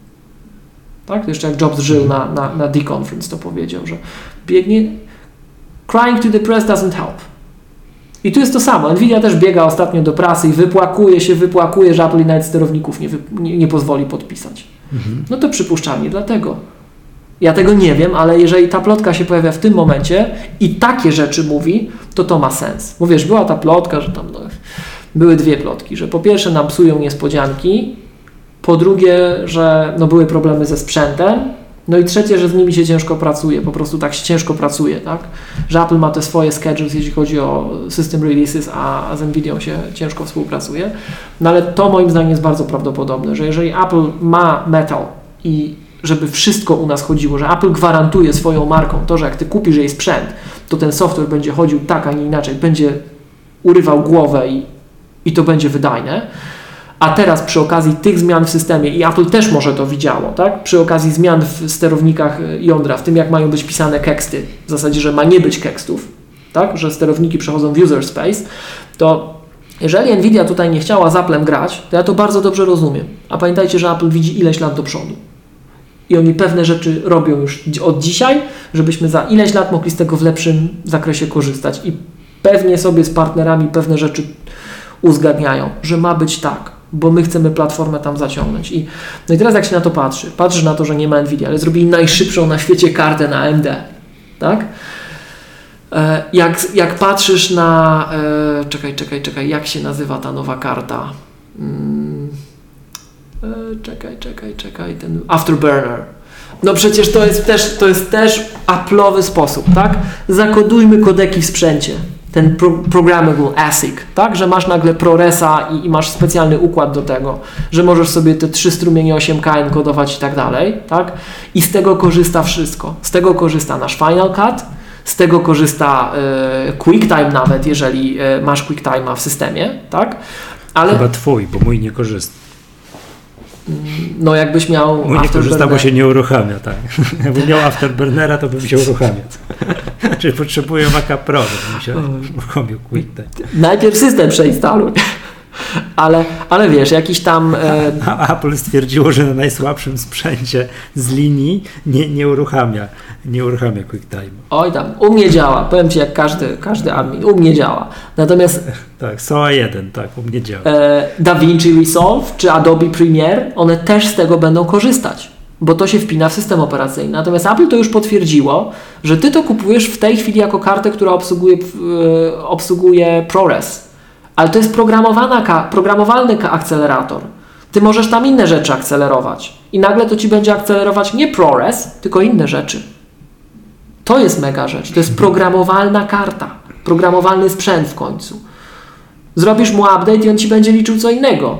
Tak? Jeszcze jak Jobs żył na, na, na D-Conference, to powiedział, że biegnie... Crying to the press doesn't help. I tu jest to samo. Nvidia też biega ostatnio do prasy i wypłakuje się, wypłakuje, że Apple nawet sterowników nie, wy, nie, nie pozwoli podpisać. Mhm. No to przypuszczalnie dlatego. Ja tego nie wiem, ale jeżeli ta plotka się pojawia w tym momencie i takie rzeczy mówi, to to ma sens. Bo wiesz, była ta plotka, że tam no, były dwie plotki, że po pierwsze nam psują niespodzianki, po drugie, że no, były problemy ze sprzętem, no i trzecie, że z nimi się ciężko pracuje, po prostu tak się ciężko pracuje, tak? Że Apple ma te swoje schedules, jeśli chodzi o system releases, a, a z Nvidią się ciężko współpracuje. No ale to moim zdaniem jest bardzo prawdopodobne, że jeżeli Apple ma Metal i żeby wszystko u nas chodziło, że Apple gwarantuje swoją marką to, że jak ty kupisz jej sprzęt, to ten software będzie chodził tak, a nie inaczej, będzie urywał głowę i, i to będzie wydajne. A teraz przy okazji tych zmian w systemie, i Apple też może to widziało, tak? Przy okazji zmian w sterownikach jądra, w tym jak mają być pisane keksty, w zasadzie, że ma nie być kekstów, tak? Że sterowniki przechodzą w user space, to jeżeli Nvidia tutaj nie chciała z Applem grać, to ja to bardzo dobrze rozumiem. A pamiętajcie, że Apple widzi ileś lat do przodu. I oni pewne rzeczy robią już od dzisiaj, żebyśmy za ileś lat mogli z tego w lepszym zakresie korzystać. I pewnie sobie z partnerami pewne rzeczy uzgadniają, że ma być tak, bo my chcemy platformę tam zaciągnąć. I, no i teraz jak się na to patrzy, patrzysz na to, że nie ma Nvidia, ale zrobili najszybszą na świecie kartę na A M D, tak? E, jak, jak patrzysz na, e, czekaj, czekaj, czekaj, jak się nazywa ta nowa karta? Hmm, e, czekaj, czekaj, czekaj, ten Afterburner. No przecież to jest też, to jest też Apple'owy sposób, tak? Zakodujmy kodeki w sprzęcie. Ten pro, programmable A S I C, tak? Że masz nagle ProResa i, i masz specjalny układ do tego, że możesz sobie te trzy strumienie osiem K enkodować i tak dalej, tak? I z tego korzysta wszystko. Z tego korzysta nasz Final Cut, z tego korzysta y, QuickTime nawet, jeżeli y, masz QuickTime'a w systemie, tak? Ale chyba twój, bo mój nie korzysta. No jakbyś miał mój nie korzysta, bo się nie uruchamia, tak. Jakbym miał Afterburnera, to bym się uruchamiał. Czyli potrzebuję Maca Pro, żebym się uruchomił QuickTime. Najpierw system przeinstaluj. Ale, ale wiesz, jakiś tam... E... A Apple stwierdziło, że na najsłabszym sprzęcie z linii nie, nie uruchamia nie uruchamia QuickTime. Oj tam, u mnie działa. Powiem Ci, jak każdy, każdy admin, u mnie działa. Natomiast... Tak, S O A jeden, tak, u mnie działa. E, DaVinci Resolve czy Adobe Premiere, one też z tego będą korzystać, bo to się wpina w system operacyjny. Natomiast Apple to już potwierdziło, że Ty to kupujesz w tej chwili jako kartę, która obsługuje, e, obsługuje ProRes. Ale to jest programowana, programowalny akcelerator. Ty możesz tam inne rzeczy akcelerować. I nagle to ci będzie akcelerować nie ProRes, tylko inne rzeczy. To jest mega rzecz. To jest programowalna karta. Programowalny sprzęt w końcu. Zrobisz mu update i on ci będzie liczył co innego.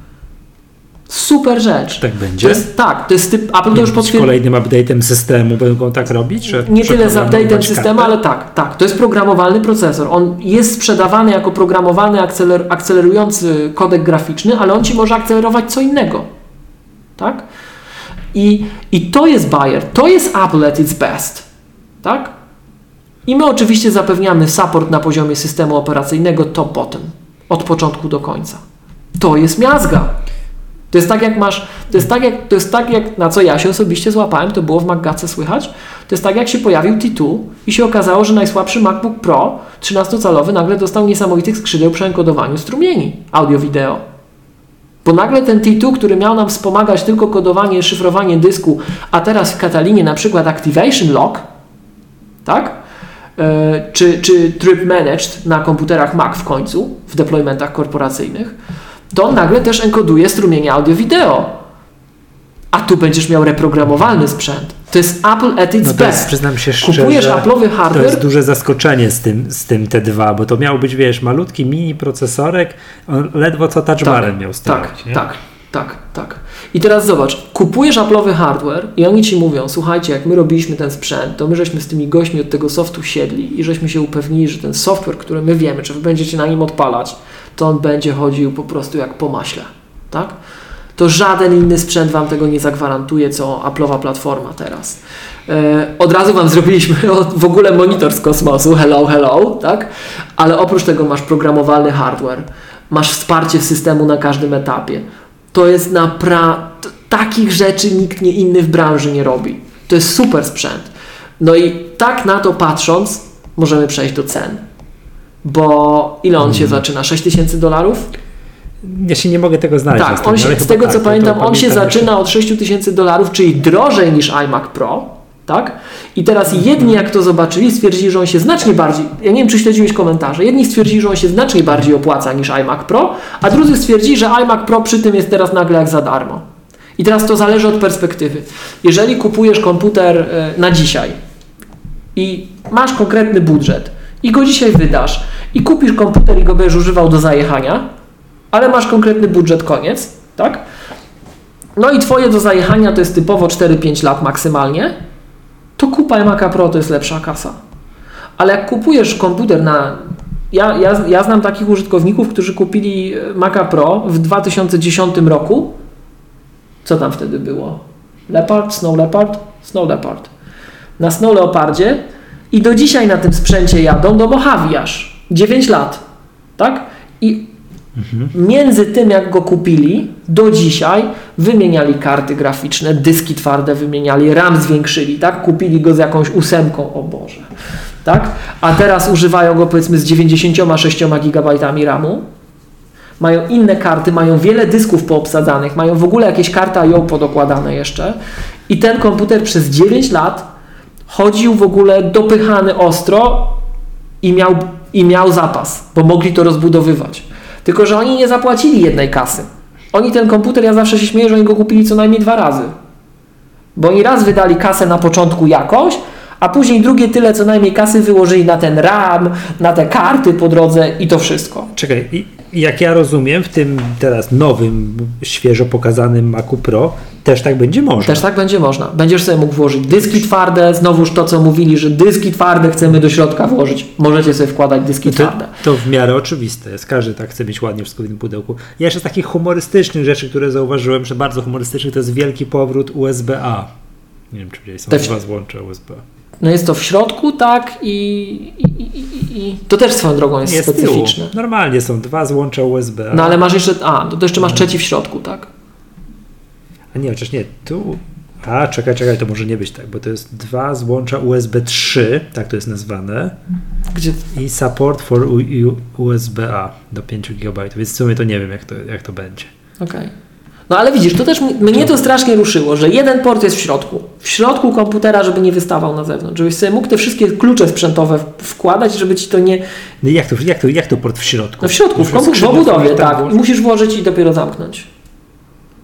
Super rzecz. Tak będzie? To jest, tak, to jest typ, Apple to już potwierdza. Z kolejnym update'em systemu będą tak robić? Że nie tyle z update'em systemu, ale tak, tak. To jest programowalny procesor. On jest sprzedawany jako programowany, akceler, akcelerujący kodek graficzny, ale on ci może akcelerować co innego. Tak? I, i to jest buyer. To jest Apple at its best. Tak? I my oczywiście zapewniamy support na poziomie systemu operacyjnego top-bottom. Od początku do końca. To jest miazga. To jest tak jak masz, to jest tak jak, to jest tak jak, na co ja się osobiście złapałem, to było w MacGatce słychać, to jest tak jak się pojawił T dwa i się okazało, że najsłabszy MacBook Pro trzynastocalowy nagle dostał niesamowitych skrzydeł przy enkodowaniu strumieni audio-wideo. Bo nagle ten T dwa, który miał nam wspomagać tylko kodowanie, szyfrowanie dysku, a teraz w Katalinie na przykład Activation Lock, tak? Yy, czy, czy Trip Managed na komputerach Mac w końcu, w deploymentach korporacyjnych, to on nagle też enkoduje strumienie audio-wideo. A tu będziesz miał reprogramowalny sprzęt. To jest Apple at its no to best. Jest, przyznam się szczerze, kupujesz Apple'owy hardware. To jest duże zaskoczenie z tym, z tym T dwa, bo to miał być, wiesz, malutki mini procesorek, on ledwo co touchbarem tak, miał sterować. Tak, nie? tak, tak, tak. I teraz zobacz, kupujesz Apple'owy hardware i oni ci mówią, słuchajcie, jak my robiliśmy ten sprzęt, to my żeśmy z tymi gośćmi od tego softu siedli i żeśmy się upewnili, że ten software, który my wiemy, czy wy będziecie na nim odpalać, to on będzie chodził po prostu jak po maśle, tak? To żaden inny sprzęt wam tego nie zagwarantuje, co Apple'owa platforma teraz. E, od razu wam zrobiliśmy w ogóle monitor z kosmosu, hello, hello, tak? Ale oprócz tego masz programowalny hardware, masz wsparcie systemu na każdym etapie. To jest naprawdę, takich rzeczy nikt nie inny w branży nie robi. To jest super sprzęt. No i tak na to patrząc, możemy przejść do cen. Bo ile on hmm. się zaczyna? sześć tysięcy dolarów? Ja się nie mogę tego znaleźć. Tak, on się, z tego tak, co pamiętam, on się zaczyna się. od sześć tysięcy dolarów, czyli drożej niż iMac Pro, tak? I teraz mm. jedni jak to zobaczyli, stwierdzili, że on się znacznie bardziej, ja nie wiem, czy śledziłeś komentarze, jedni stwierdzili, że on się znacznie bardziej opłaca niż iMac Pro, a drudzy stwierdzili, że iMac Pro przy tym jest teraz nagle jak za darmo. I teraz to zależy od perspektywy. Jeżeli kupujesz komputer na dzisiaj i masz konkretny budżet i go dzisiaj wydasz i kupisz komputer i go będziesz używał do zajechania, ale masz konkretny budżet, koniec, tak? No i twoje do zajechania to jest typowo cztery pięć lat maksymalnie, to kupa Maca Pro to jest lepsza kasa. Ale jak kupujesz komputer na... Ja, ja, ja znam takich użytkowników, którzy kupili Maca Pro w dwa tysiące dziesiątym roku. Co tam wtedy było? Leopard? Snow Leopard? Snow Leopard. Na Snow Leopardzie i do dzisiaj na tym sprzęcie jadą do Mojave aż. dziewięć lat. Tak? I Mhm. między tym, jak go kupili, do dzisiaj wymieniali karty graficzne, dyski twarde wymieniali, RAM zwiększyli, tak? Kupili go z jakąś ósemką, o Boże, tak? A teraz używają go powiedzmy z dziewięćdziesięcioma sześcioma gigabajtami ramu. Mają inne karty, mają wiele dysków poobsadzanych, mają w ogóle jakieś karty I O podokładane jeszcze i ten komputer przez dziewięć lat chodził w ogóle dopychany ostro i miał, i miał zapas, bo mogli to rozbudowywać. Tylko że oni nie zapłacili jednej kasy. Oni ten komputer, ja zawsze się śmieję, że oni go kupili co najmniej dwa razy. Bo oni raz wydali kasę na początku jakąś, a później drugie tyle co najmniej kasy wyłożyli na ten RAM, na te karty po drodze i to wszystko. Czekaj, i jak ja rozumiem, w tym teraz nowym, świeżo pokazanym Macu Pro też tak będzie można. Też tak będzie można. Będziesz sobie mógł włożyć dyski twarde, znowuż to co mówili, że dyski twarde chcemy do środka włożyć. Możecie sobie wkładać dyski to, twarde. To w miarę oczywiste jest. Każdy tak chce mieć ładnie wszystko w jednym pudełku. Ja jeszcze z takich humorystycznych rzeczy, które zauważyłem, że bardzo humorystycznych, to jest wielki powrót U S B A. Nie wiem, czy gdzieś są dwa złącza U S B A. No jest to w środku, tak, i, i, i, i to też swoją drogą jest, jest specyficzne. Tyłu. Normalnie są dwa złącza U S B A. No ale masz jeszcze, a, to jeszcze masz trzeci w środku, tak? A nie, chociaż nie, tu, a czekaj, czekaj, to może nie być tak, bo to jest dwa złącza U S B trzy, tak to jest nazwane. Gdzie? I support for U, U, U S B A do pięć gigabajtów, więc w sumie to nie wiem, jak to, jak to będzie. Okej. Okay. No ale widzisz, to też mnie to strasznie ruszyło, że jeden port jest w środku. W środku komputera, żeby nie wystawał na zewnątrz. Żebyś sobie mógł te wszystkie klucze sprzętowe wkładać, żeby ci to nie... No jak to, jak to, jak to port w środku? No w środku, w, kompu- w obudowie, tak. Włożyć? Musisz włożyć i dopiero zamknąć.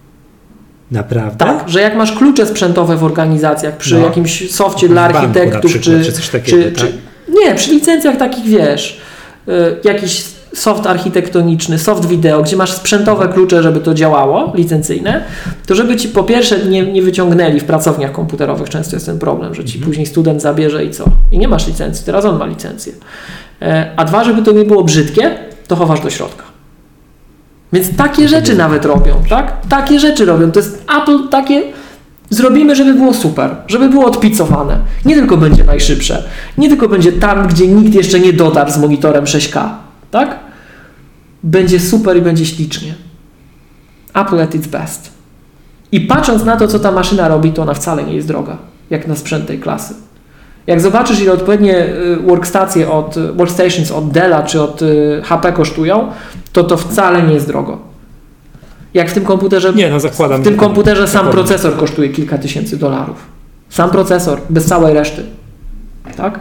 Naprawdę? Tak, że jak masz klucze sprzętowe w organizacjach, przy no. jakimś softie dla w architektów, przykład, czy, czy coś takiego, czy, tak? czy nie, przy licencjach takich, wiesz, y, jakiś soft architektoniczny, soft wideo, gdzie masz sprzętowe klucze, żeby to działało, licencyjne, to żeby ci po pierwsze nie, nie wyciągnęli w pracowniach komputerowych, często jest ten problem, że ci mhm. później student zabierze i co? I nie masz licencji, teraz on ma licencję. E, a dwa, żeby to nie było brzydkie, to chowasz do środka. Więc takie rzeczy nawet robią, tak? Takie rzeczy robią. To jest Apple takie... Zrobimy, żeby było super, żeby było odpicowane. Nie tylko będzie najszybsze, nie tylko będzie tam, gdzie nikt jeszcze nie dotarł z monitorem sześć K, tak? Będzie super i będzie ślicznie. Apple at its best. I patrząc na to, co ta maszyna robi, to ona wcale nie jest droga, jak na sprzęt tej klasy. Jak zobaczysz, ile odpowiednie workstacje od, workstations od Della czy od H P kosztują, to to wcale nie jest drogo. Jak w tym komputerze, nie, no zakładam, w tym komputerze sam zakładam. procesor kosztuje kilka tysięcy dolarów. Sam procesor, bez całej reszty. Tak?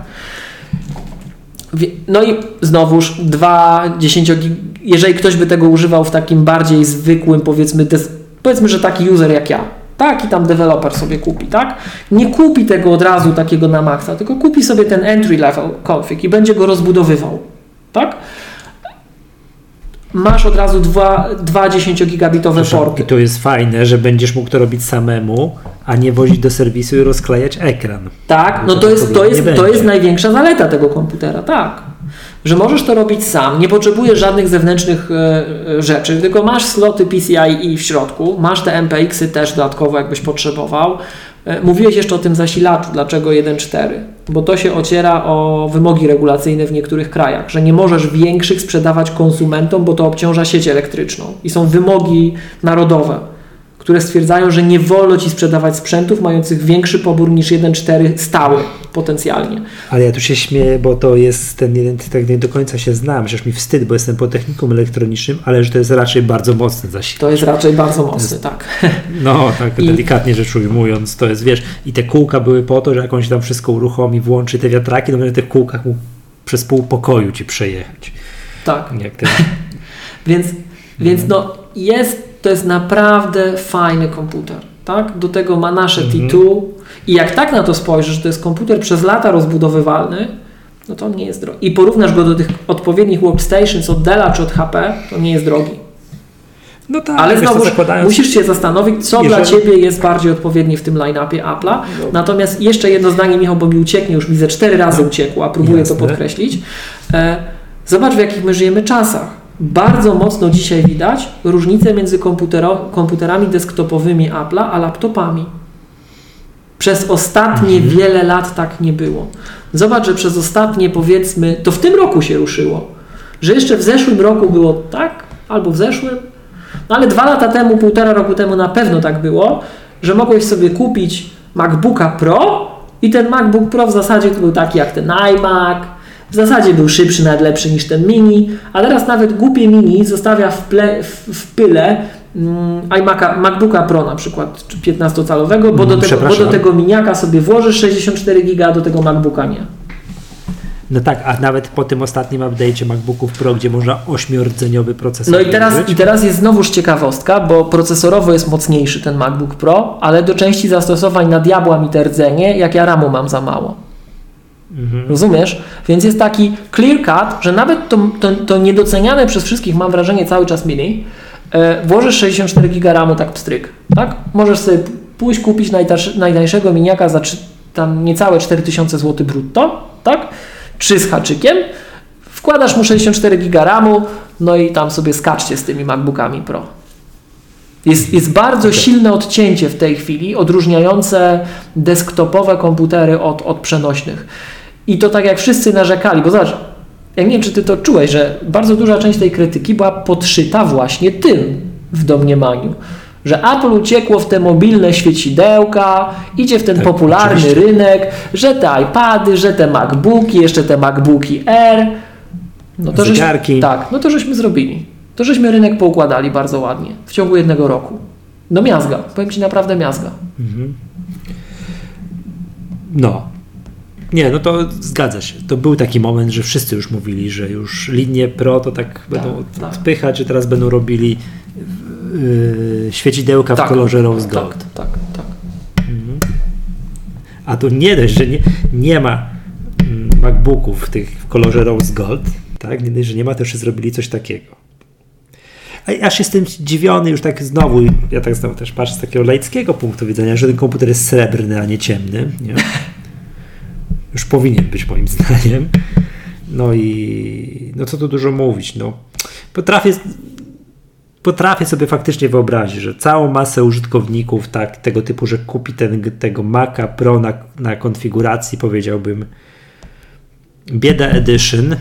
No i znowuż dwa dziesięcio jeżeli ktoś by tego używał w takim bardziej zwykłym, powiedzmy, des, powiedzmy, że taki user jak ja, taki tam deweloper sobie kupi, tak? Nie kupi tego od razu takiego na maksa, tylko kupi sobie ten entry level config i będzie go rozbudowywał, tak? Masz od razu dwa, dwa dziesięciogigabitowe porty. I to jest fajne, że będziesz mógł to robić samemu, a nie wozić do serwisu i rozklejać ekran. Tak, no to jest, to, jest, to jest największa zaleta tego komputera, tak. Że możesz to robić sam, nie potrzebujesz żadnych zewnętrznych e, rzeczy, tylko masz sloty P C I w środku, masz te M P X-y też dodatkowo, jakbyś potrzebował. E, mówiłeś jeszcze o tym zasilaczu, dlaczego jeden cztery? Bo to się ociera o wymogi regulacyjne w niektórych krajach, że nie możesz większych sprzedawać konsumentom, bo to obciąża sieć elektryczną. I są wymogi narodowe, które stwierdzają, że nie wolno ci sprzedawać sprzętów mających większy pobór niż jeden cztery stały potencjalnie. Ale ja tu się śmieję, bo to jest ten jeden, tak nie do końca się znam, przecież mi wstyd, bo jestem po technikum elektronicznym, ale że to jest raczej bardzo mocny zasilacz. To jest raczej bardzo mocny, jest, tak. No, tak I... delikatnie rzecz ujmując, to jest, wiesz, i te kółka były po to, że jak on się tam wszystko uruchomi, włączy te wiatraki, to będzie w tych kółkach mógł przez pół pokoju ci przejechać. Tak. Jak ten... więc, więc no jest to jest naprawdę fajny komputer, tak? Do tego ma nasze mm-hmm. T dwa i jak tak na to spojrzysz, że to jest komputer przez lata rozbudowywalny, no to on nie jest drogi. I porównasz go do tych odpowiednich workstations od Della czy od H P, to nie jest drogi. No tak, ale znowu zakładając... musisz się zastanowić, co Jeżeli... dla Ciebie jest bardziej odpowiednie w tym line-upie Apple'a. No. Natomiast jeszcze jedno zdanie, Michał, bo mi ucieknie, już mi ze cztery razy no. uciekło, a próbuję Jasne. to podkreślić. E, zobacz, w jakich my żyjemy czasach. Bardzo mocno dzisiaj widać różnicę między komputerami desktopowymi Apple'a a laptopami. Przez ostatnie mhm. wiele lat tak nie było. Zobacz, że przez ostatnie, powiedzmy, to w tym roku się ruszyło, że jeszcze w zeszłym roku było tak, albo w zeszłym, no ale dwa lata temu, półtora roku temu na pewno tak było, że mogłeś sobie kupić MacBooka Pro i ten MacBook Pro w zasadzie to był taki jak ten iMac, w zasadzie był szybszy, nawet lepszy niż ten mini, a teraz nawet głupie mini zostawia w, ple, w, w pyle mm, iMac'a, MacBooka Pro na przykład, czy piętnastocalowego, bo, do tego, bo do tego miniaka sobie włożysz sześćdziesiąt cztery giga, a do tego MacBooka nie. No tak, a nawet po tym ostatnim update'cie MacBooków Pro, gdzie można ośmiordzeniowy procesor No i teraz, i teraz jest znowuż ciekawostka, bo procesorowo jest mocniejszy ten MacBook Pro, ale do części zastosowań nadiabła mi te rdzenie, jak ja ramu mam za mało. Mhm. Rozumiesz? Więc jest taki clear cut, że nawet to, to, to niedoceniane przez wszystkich, mam wrażenie, cały czas mini, e, włożysz sześćdziesiąt cztery giga ramu tak pstryk, tak? Możesz sobie pójść kupić najtańszego miniaka za czy, tam niecałe cztery tysiące złotych brutto, tak? trzy z haczykiem, wkładasz mu sześćdziesiąt cztery giga ramu, no i tam sobie skaczcie z tymi MacBookami Pro. Jest, jest bardzo okay. silne odcięcie w tej chwili, odróżniające desktopowe komputery od, od przenośnych. I to tak jak wszyscy narzekali, bo zobacz, ja nie wiem, czy ty to czułeś, że bardzo duża część tej krytyki była podszyta właśnie tym w domniemaniu, że Apple uciekło w te mobilne świecidełka, idzie w ten tak, popularny oczywiście. rynek, że te iPady, że te MacBooki, jeszcze te MacBooki Air. No to żeśmy, tak, no to żeśmy zrobili. To żeśmy rynek poukładali bardzo ładnie w ciągu jednego roku. No miazga, powiem Ci naprawdę miazga. Mhm. No. Nie, no to zgadza się. To był taki moment, że wszyscy już mówili, że już linie Pro to tak, tak będą odpychać, że teraz będą robili yy, świecidełka tak, w kolorze rose gold. Tak, tak, tak. Mhm. A tu nie dość, że nie, nie ma mm, MacBooków w tych w kolorze rose gold, tak? Nie dość, że nie ma, to jeszcze zrobili coś takiego. A aż jestem zdziwiony już tak znowu, ja tak znowu też patrzę z takiego laickiego punktu widzenia, że ten komputer jest srebrny, a nie ciemny. Nie? Już powinien być moim zdaniem. No i no co tu dużo mówić. No, potrafię, potrafię sobie faktycznie wyobrazić, że całą masę użytkowników tak, tego typu, że kupi ten, tego Maca Pro na, na konfiguracji, powiedziałbym Bieda Edition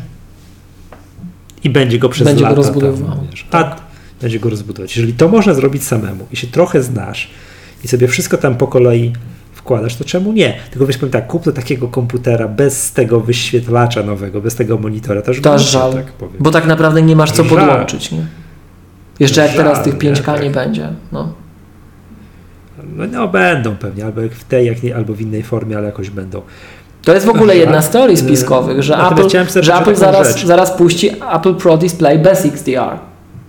i będzie go przez będzie lata go rozbudowywał. Tam, wiesz, a będzie go rozbudować. Jeżeli to można zrobić samemu i się trochę znasz i sobie wszystko tam po kolei wkładasz, to czemu nie? Tylko wiesz, powiem tak, kup do takiego komputera bez tego wyświetlacza nowego, bez tego monitora. To już to żal, tak powiem. Bo tak naprawdę nie masz co żal. podłączyć. Nie? Jeszcze jak żal, teraz tych pięć K nie, nie będzie. No. No, no będą pewnie, albo w tej, jak nie, albo w innej formie, ale jakoś będą. To jest w ogóle jedna z teorii spiskowych, że Apple, że Apple zaraz, zaraz puści Apple Pro Display bez X D R.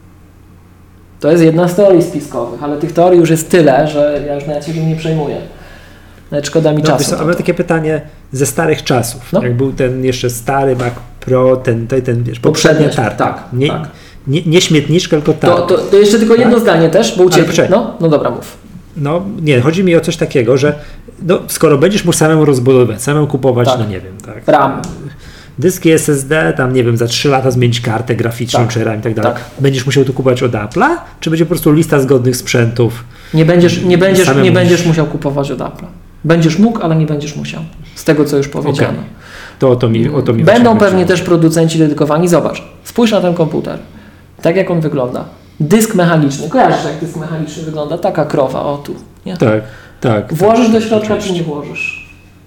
To jest jedna z teorii spiskowych, ale tych teorii już jest tyle, że ja już nawet się tym nie przejmuję. Nawet szkoda mi no, czasu. A mam takie pytanie ze starych czasów. No. Jak był ten jeszcze stary Mac Pro, ten, ten, ten wiesz, poprzednia tarta. Tak, nie, tak. Nie, nie śmietniczka, tylko tarta. To, to, to jeszcze tylko jedno tak? zdanie też, bo uciekł. No, no dobra, mów. No nie, chodzi mi o coś takiego, że no, skoro będziesz mógł samemu rozbudować, samemu kupować, tak. no nie wiem, tak. RAM. Dyski S S D, tam nie wiem, za trzy lata zmienić kartę graficzną, tak. czy RAM i tak dalej. Tak. Będziesz musiał tu kupować od Apple'a, czy będzie po prostu lista zgodnych sprzętów? Nie będziesz, nie będziesz, nie będziesz musiał kupować od Apple'a. Będziesz mógł, ale nie będziesz musiał. Z tego, co już powiedziano. Okay. To o to mi, o to mi Będą pewnie też producenci dedykowani. Zobacz, spójrz na ten komputer. Tak jak on wygląda. Dysk mechaniczny. Kojarzysz, jak dysk mechaniczny wygląda? Taka krowa, o tu. Nie? Tak, tak. Włożysz do środka, czy nie włożysz?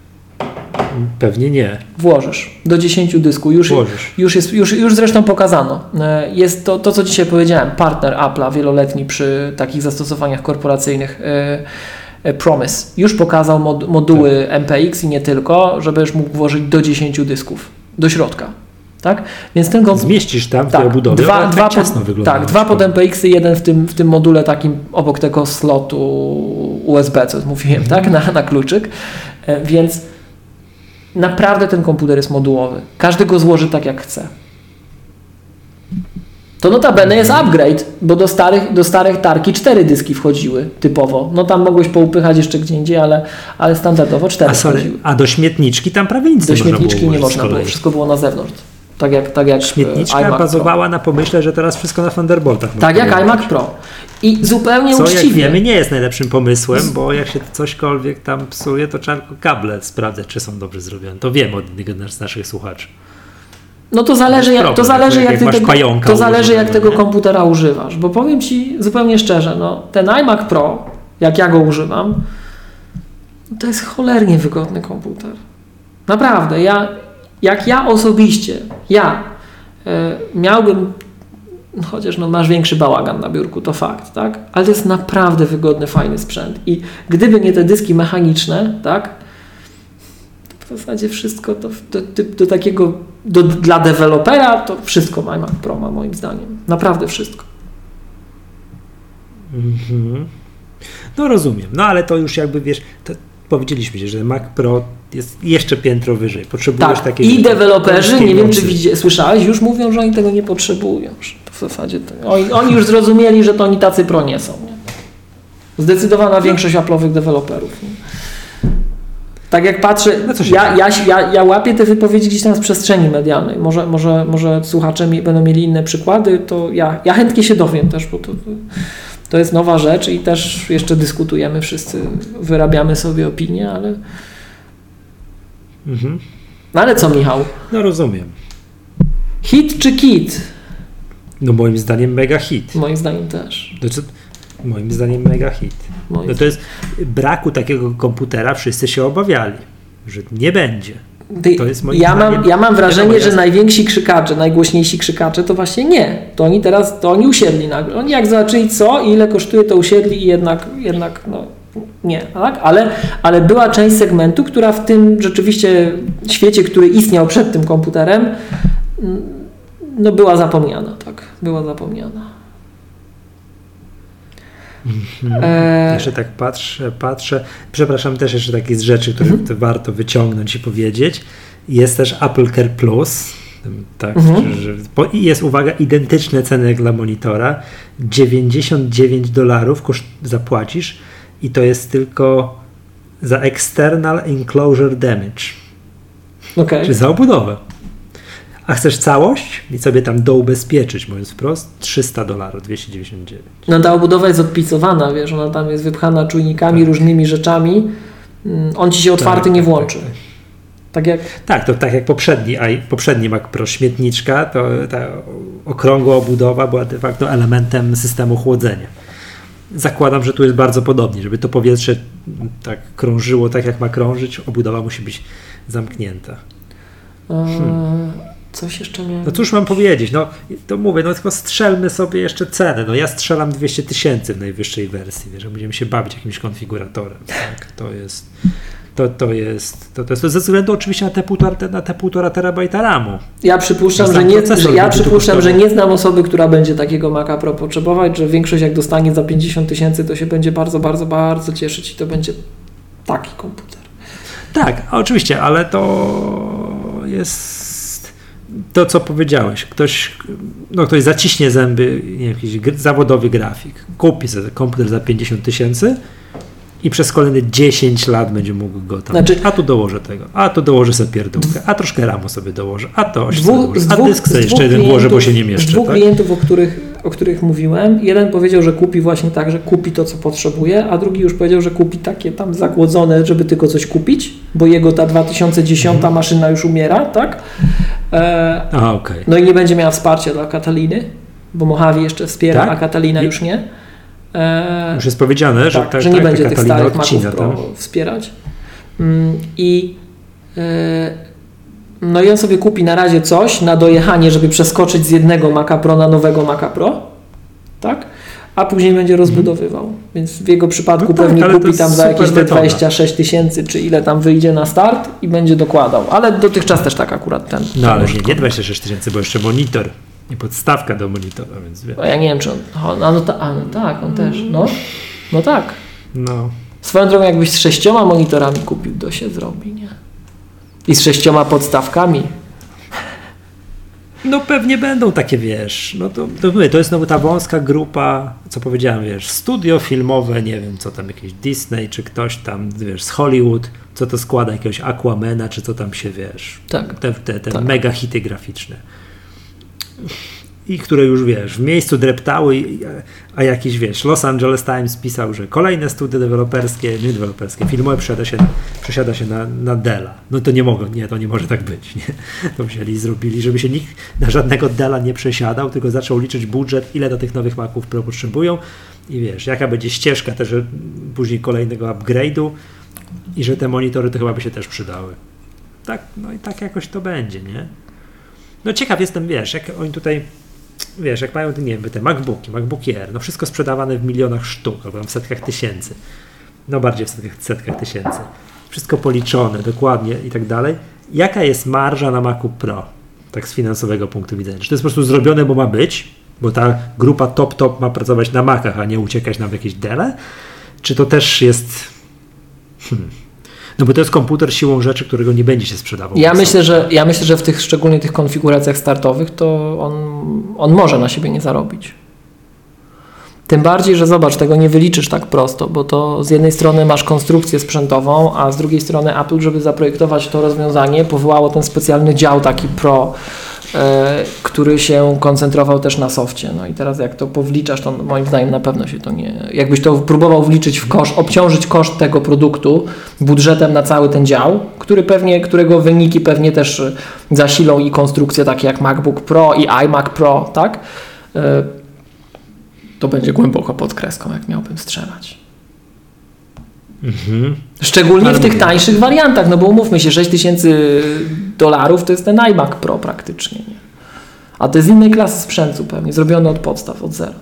Pewnie nie. Włożysz. Do dziesięciu dysku. Już, już, jest, już, już zresztą pokazano. Jest to, to, co dzisiaj powiedziałem. Partner Apple'a wieloletni przy takich zastosowaniach korporacyjnych Promise. Już pokazał mod, moduły tak. M P X i nie tylko, żebyś mógł włożyć do dziesięciu dysków. Do środka. Tak? Więc ten komputer... Zmieścisz tam w tak, tej obudowie, dwa, dwa tak ciasno wygląda. Tak, dwa pod M P X y, jeden w tym, w tym module takim obok tego slotu U S B, co mówiłem, mm. tak? Na, na kluczyk. E, więc naprawdę ten komputer jest modułowy. Każdy go złoży tak, jak chce. To notabene jest upgrade, bo do starych, do starych tarki cztery dyski wchodziły typowo. No tam mogłeś poupychać jeszcze gdzie indziej, ale, ale standardowo cztery a sorry, wchodziły. A do śmietniczki tam prawie nic do nie można było. Do śmietniczki nie można było, wszystko było na zewnątrz. Tak jak, tak jak Śmietniczka iMac bazowała Pro. na pomyśle, że teraz wszystko na Thunderboltach. Tak jak iMac Pro. I zupełnie Co, uczciwie. Co jak wiemy nie jest najlepszym pomysłem, bo jak się cośkolwiek tam psuje, to trzeba tylko kable sprawdzać, czy są dobrze zrobione. To wiem od jednego z naszych słuchaczy. No to zależy, jak, problem, to zależy, jak, jak, ty tego, to zależy jak tego nie? komputera używasz. Bo powiem Ci zupełnie szczerze, no, ten iMac Pro, jak ja go używam, to jest cholernie wygodny komputer. Naprawdę. Ja, jak ja osobiście, ja y, miałbym, no chociaż no, masz większy bałagan na biurku, to fakt, tak? Ale to jest naprawdę wygodny, fajny sprzęt. I gdyby nie te dyski mechaniczne, tak? To w zasadzie wszystko to do, do, do takiego, do, dla dewelopera to wszystko iMac Pro ma moim zdaniem. Naprawdę wszystko. Mm-hmm. No rozumiem. No ale to już jakby wiesz, to powiedzieliśmy się, że Mac Pro jest jeszcze piętro wyżej. Potrzebujesz tak, takiej... i deweloperzy, nie wiem czy widzi, słyszałeś, już mówią, że oni tego nie potrzebują. To w zasadzie to, oni, oni już zrozumieli, że to oni tacy pro nie są. Nie? Zdecydowana większość Apple'owych deweloperów. Nie? Tak jak patrzę, no ja, ja, ja, ja łapię te wypowiedzi gdzieś tam z przestrzeni medialnej. Może, może, może słuchacze mi, będą mieli inne przykłady, to ja, ja chętnie się dowiem też, bo to, to jest nowa rzecz i też jeszcze dyskutujemy wszyscy, wyrabiamy sobie opinie, ale... Mhm. No ale co, Michał? No rozumiem. Hit czy kit? No moim zdaniem mega hit. Moim zdaniem też. Znaczy, moim zdaniem mega hit. Moim no to jest braku takiego komputera, wszyscy się obawiali, że nie będzie. To jest moim ja, zdaniem, mam, ja mam wrażenie, wiadomo, że jest... najwięksi krzykacze, najgłośniejsi krzykacze to właśnie nie. To oni teraz, to oni usiedli nagle. Oni jak zobaczyli co i ile kosztuje, to usiedli i jednak, jednak no nie, tak? Ale, ale była część segmentu, która w tym rzeczywiście świecie, który istniał przed tym komputerem, no była zapomniana, tak, była zapomniana. Mhm. E... Jeszcze tak patrzę, patrzę. Przepraszam, też jeszcze takie z rzeczy, które mhm. warto wyciągnąć i powiedzieć. Jest też Apple Care Plus. Tak, mhm. że, bo jest, uwaga, identyczne ceny jak dla monitora. dziewięćdziesiąt dziewięć dolarów koszt zapłacisz i to jest tylko za external enclosure damage. Okay. Czyli za obudowę. A chcesz całość i sobie tam doubezpieczyć, mówiąc wprost, trzysta dolarów, dwieście dziewięćdziesiąt dziewięć. No ta obudowa jest odpicowana, wiesz, ona tam jest wypchana czujnikami, tak. różnymi rzeczami. On ci się otwarty tak, nie włączy. Tak, tak. Tak jak... Tak, to tak jak poprzedni, a poprzedni Mac Pro śmietniczka, to ta okrągła obudowa była de facto elementem systemu chłodzenia. Zakładam, że tu jest bardzo podobnie, żeby to powietrze tak krążyło tak jak ma krążyć, obudowa musi być zamknięta. Hmm. Coś jeszcze miałem... No cóż mam powiedzieć, no to mówię, no tylko strzelmy sobie jeszcze cenę, no ja strzelam dwieście tysięcy w najwyższej wersji, że będziemy się bawić jakimś konfiguratorem, tak, to jest... To, to, jest, to, to jest to ze względu oczywiście na te półtora, na te półtora terabajta ramu. Ja przypuszczam, że nie, że, ja przypuszczam że nie znam osoby, która będzie takiego Maca Pro potrzebować, że większość jak dostanie za pięćdziesiąt tysięcy, to się będzie bardzo, bardzo, bardzo cieszyć i to będzie taki komputer. Tak, oczywiście, ale to jest to, co powiedziałeś. Ktoś, no, ktoś zaciśnie zęby, nie, jakiś zawodowy grafik, kupi sobie komputer za pięćdziesiąt tysięcy i przez kolejne dziesięć lat będzie mógł go tam, znaczy, a tu dołożę tego, a tu dołożę sobie pierdółkę, a troszkę ramu sobie dołożę, a to dwóch, sobie a dysk sobie jeszcze jeden włożę, bo się nie mieszczę. Z dwóch tak? klientów, o których, o których mówiłem, jeden powiedział, że kupi właśnie tak, że kupi to, co potrzebuje, a drugi już powiedział, że kupi takie tam zagłodzone, żeby tylko coś kupić, bo jego ta dwa tysiące dziesiąta mhm. maszyna już umiera, tak? E, a, okay. No i nie będzie miała wsparcia dla Cataliny, bo Mojave jeszcze wspiera, tak? A Catalina już nie. E, już jest powiedziane, że, tak, ta, że nie tak, będzie tych starych Maców Pro wspierać. Mm, I e, no i on sobie kupi na razie coś na dojechanie, żeby przeskoczyć z jednego Maca Pro na nowego Maca Pro, tak? A później będzie rozbudowywał. Mm. Więc w jego przypadku no pewnie tak, kupi tam za jakieś te dwadzieścia sześć tysięcy, czy ile tam wyjdzie na start i będzie dokładał. Ale dotychczas też tak akurat ten. No ale nie, nie dwadzieścia sześć tysięcy, bo jeszcze monitor. I podstawka do monitora, więc wiem. O, ja nie wiem, czy on... No, no, ta, a, no tak, on też, no. No tak. No. Swoją drogą, jakbyś z sześcioma monitorami kupił, to się zrobi, nie? I z sześcioma podstawkami. No pewnie będą takie, wiesz, no to, to mówię, to jest znowu ta wąska grupa, co powiedziałem, wiesz, studio filmowe, nie wiem, co tam, jakieś Disney, czy ktoś tam, wiesz, z Hollywood, co to składa, jakiegoś Aquamana, czy co tam się, wiesz, tak. te, te, te tak. mega hity graficzne. I które już, wiesz, w miejscu dreptały, a jakiś, wiesz, Los Angeles Times pisał, że kolejne studia deweloperskie, nie deweloperskie, filmowe przesiada się, przesiada się na, na Della. No to nie mogą, nie, to nie może tak być, nie? To wzięli i zrobili, żeby się nikt na żadnego Della nie przesiadał, tylko zaczął liczyć budżet, ile do tych nowych Maców Pro potrzebują i wiesz, jaka będzie ścieżka też później kolejnego upgrade'u i że te monitory to chyba by się też przydały. Tak, no i tak jakoś to będzie, nie? No ciekaw jestem, wiesz, jak oni tutaj, wiesz, jak mają, nie wiem, te MacBooki, MacBooki Air, no wszystko sprzedawane w milionach sztuk, albo w setkach tysięcy, no bardziej w setkach, setkach tysięcy, wszystko policzone dokładnie i tak dalej. Jaka jest marża na Macu Pro, tak z finansowego punktu widzenia? Czy to jest po prostu zrobione, bo ma być, bo ta grupa top top ma pracować na Macach, a nie uciekać na jakieś Delle? Czy to też jest... Hmm. No bo to jest komputer siłą rzeczy, którego nie będzie się sprzedawał. Ja myślę, że, ja myślę, że w tych szczególnie tych konfiguracjach startowych to on, on może na siebie nie zarobić. Tym bardziej, że zobacz, tego nie wyliczysz tak prosto, bo to z jednej strony masz konstrukcję sprzętową, a z drugiej strony Apple, żeby zaprojektować to rozwiązanie, powołało ten specjalny dział taki Pro, e, który się koncentrował też na sofcie. No i teraz jak to powliczasz, to moim zdaniem na pewno się to nie... Jakbyś to próbował wliczyć w koszt, obciążyć koszt tego produktu budżetem na cały ten dział, który pewnie, którego wyniki pewnie też zasilą i konstrukcje takie jak MacBook Pro i iMac Pro, tak? E, to będzie głęboko pod kreską, jak miałbym strzelać. Mhm. Szczególnie Ale w tych mówię. tańszych wariantach, no bo umówmy się, sześć tysięcy dolarów to jest ten iMac Pro praktycznie. Nie? A to jest z innej klasy sprzętu pewnie, zrobiony od podstaw, od zera.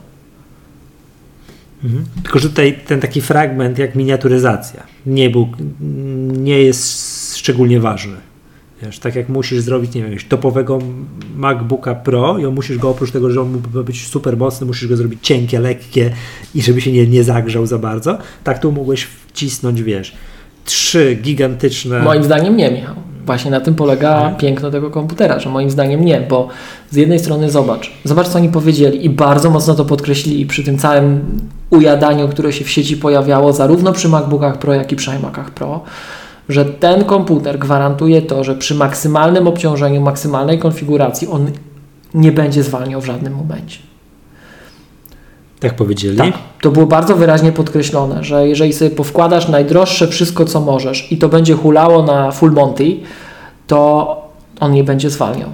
Mhm. Tylko, że tutaj ten taki fragment jak miniaturyzacja nie był, nie jest szczególnie ważny. Wiesz, tak jak musisz zrobić, nie wiem, jakiegoś topowego MacBooka Pro i on musisz go oprócz tego, że on mógłby być super mocny, musisz go zrobić cienkie, lekkie i żeby się nie, nie zagrzał za bardzo, tak tu mogłeś wcisnąć, wiesz, trzy gigantyczne... Moim zdaniem nie, Michał. Właśnie na tym polega nie. piękno tego komputera, że moim zdaniem nie, bo z jednej strony zobacz, zobacz co oni powiedzieli i bardzo mocno to podkreślili przy tym całym ujadaniu, które się w sieci pojawiało zarówno przy MacBookach Pro, jak i przy iMacach Pro, że ten komputer gwarantuje to, że przy maksymalnym obciążeniu, maksymalnej konfiguracji on nie będzie zwalniał w żadnym momencie. Tak powiedzieli? Tak, to było bardzo wyraźnie podkreślone, że jeżeli sobie powkładasz najdroższe wszystko, co możesz i to będzie hulało na full monty, to on nie będzie zwalniał.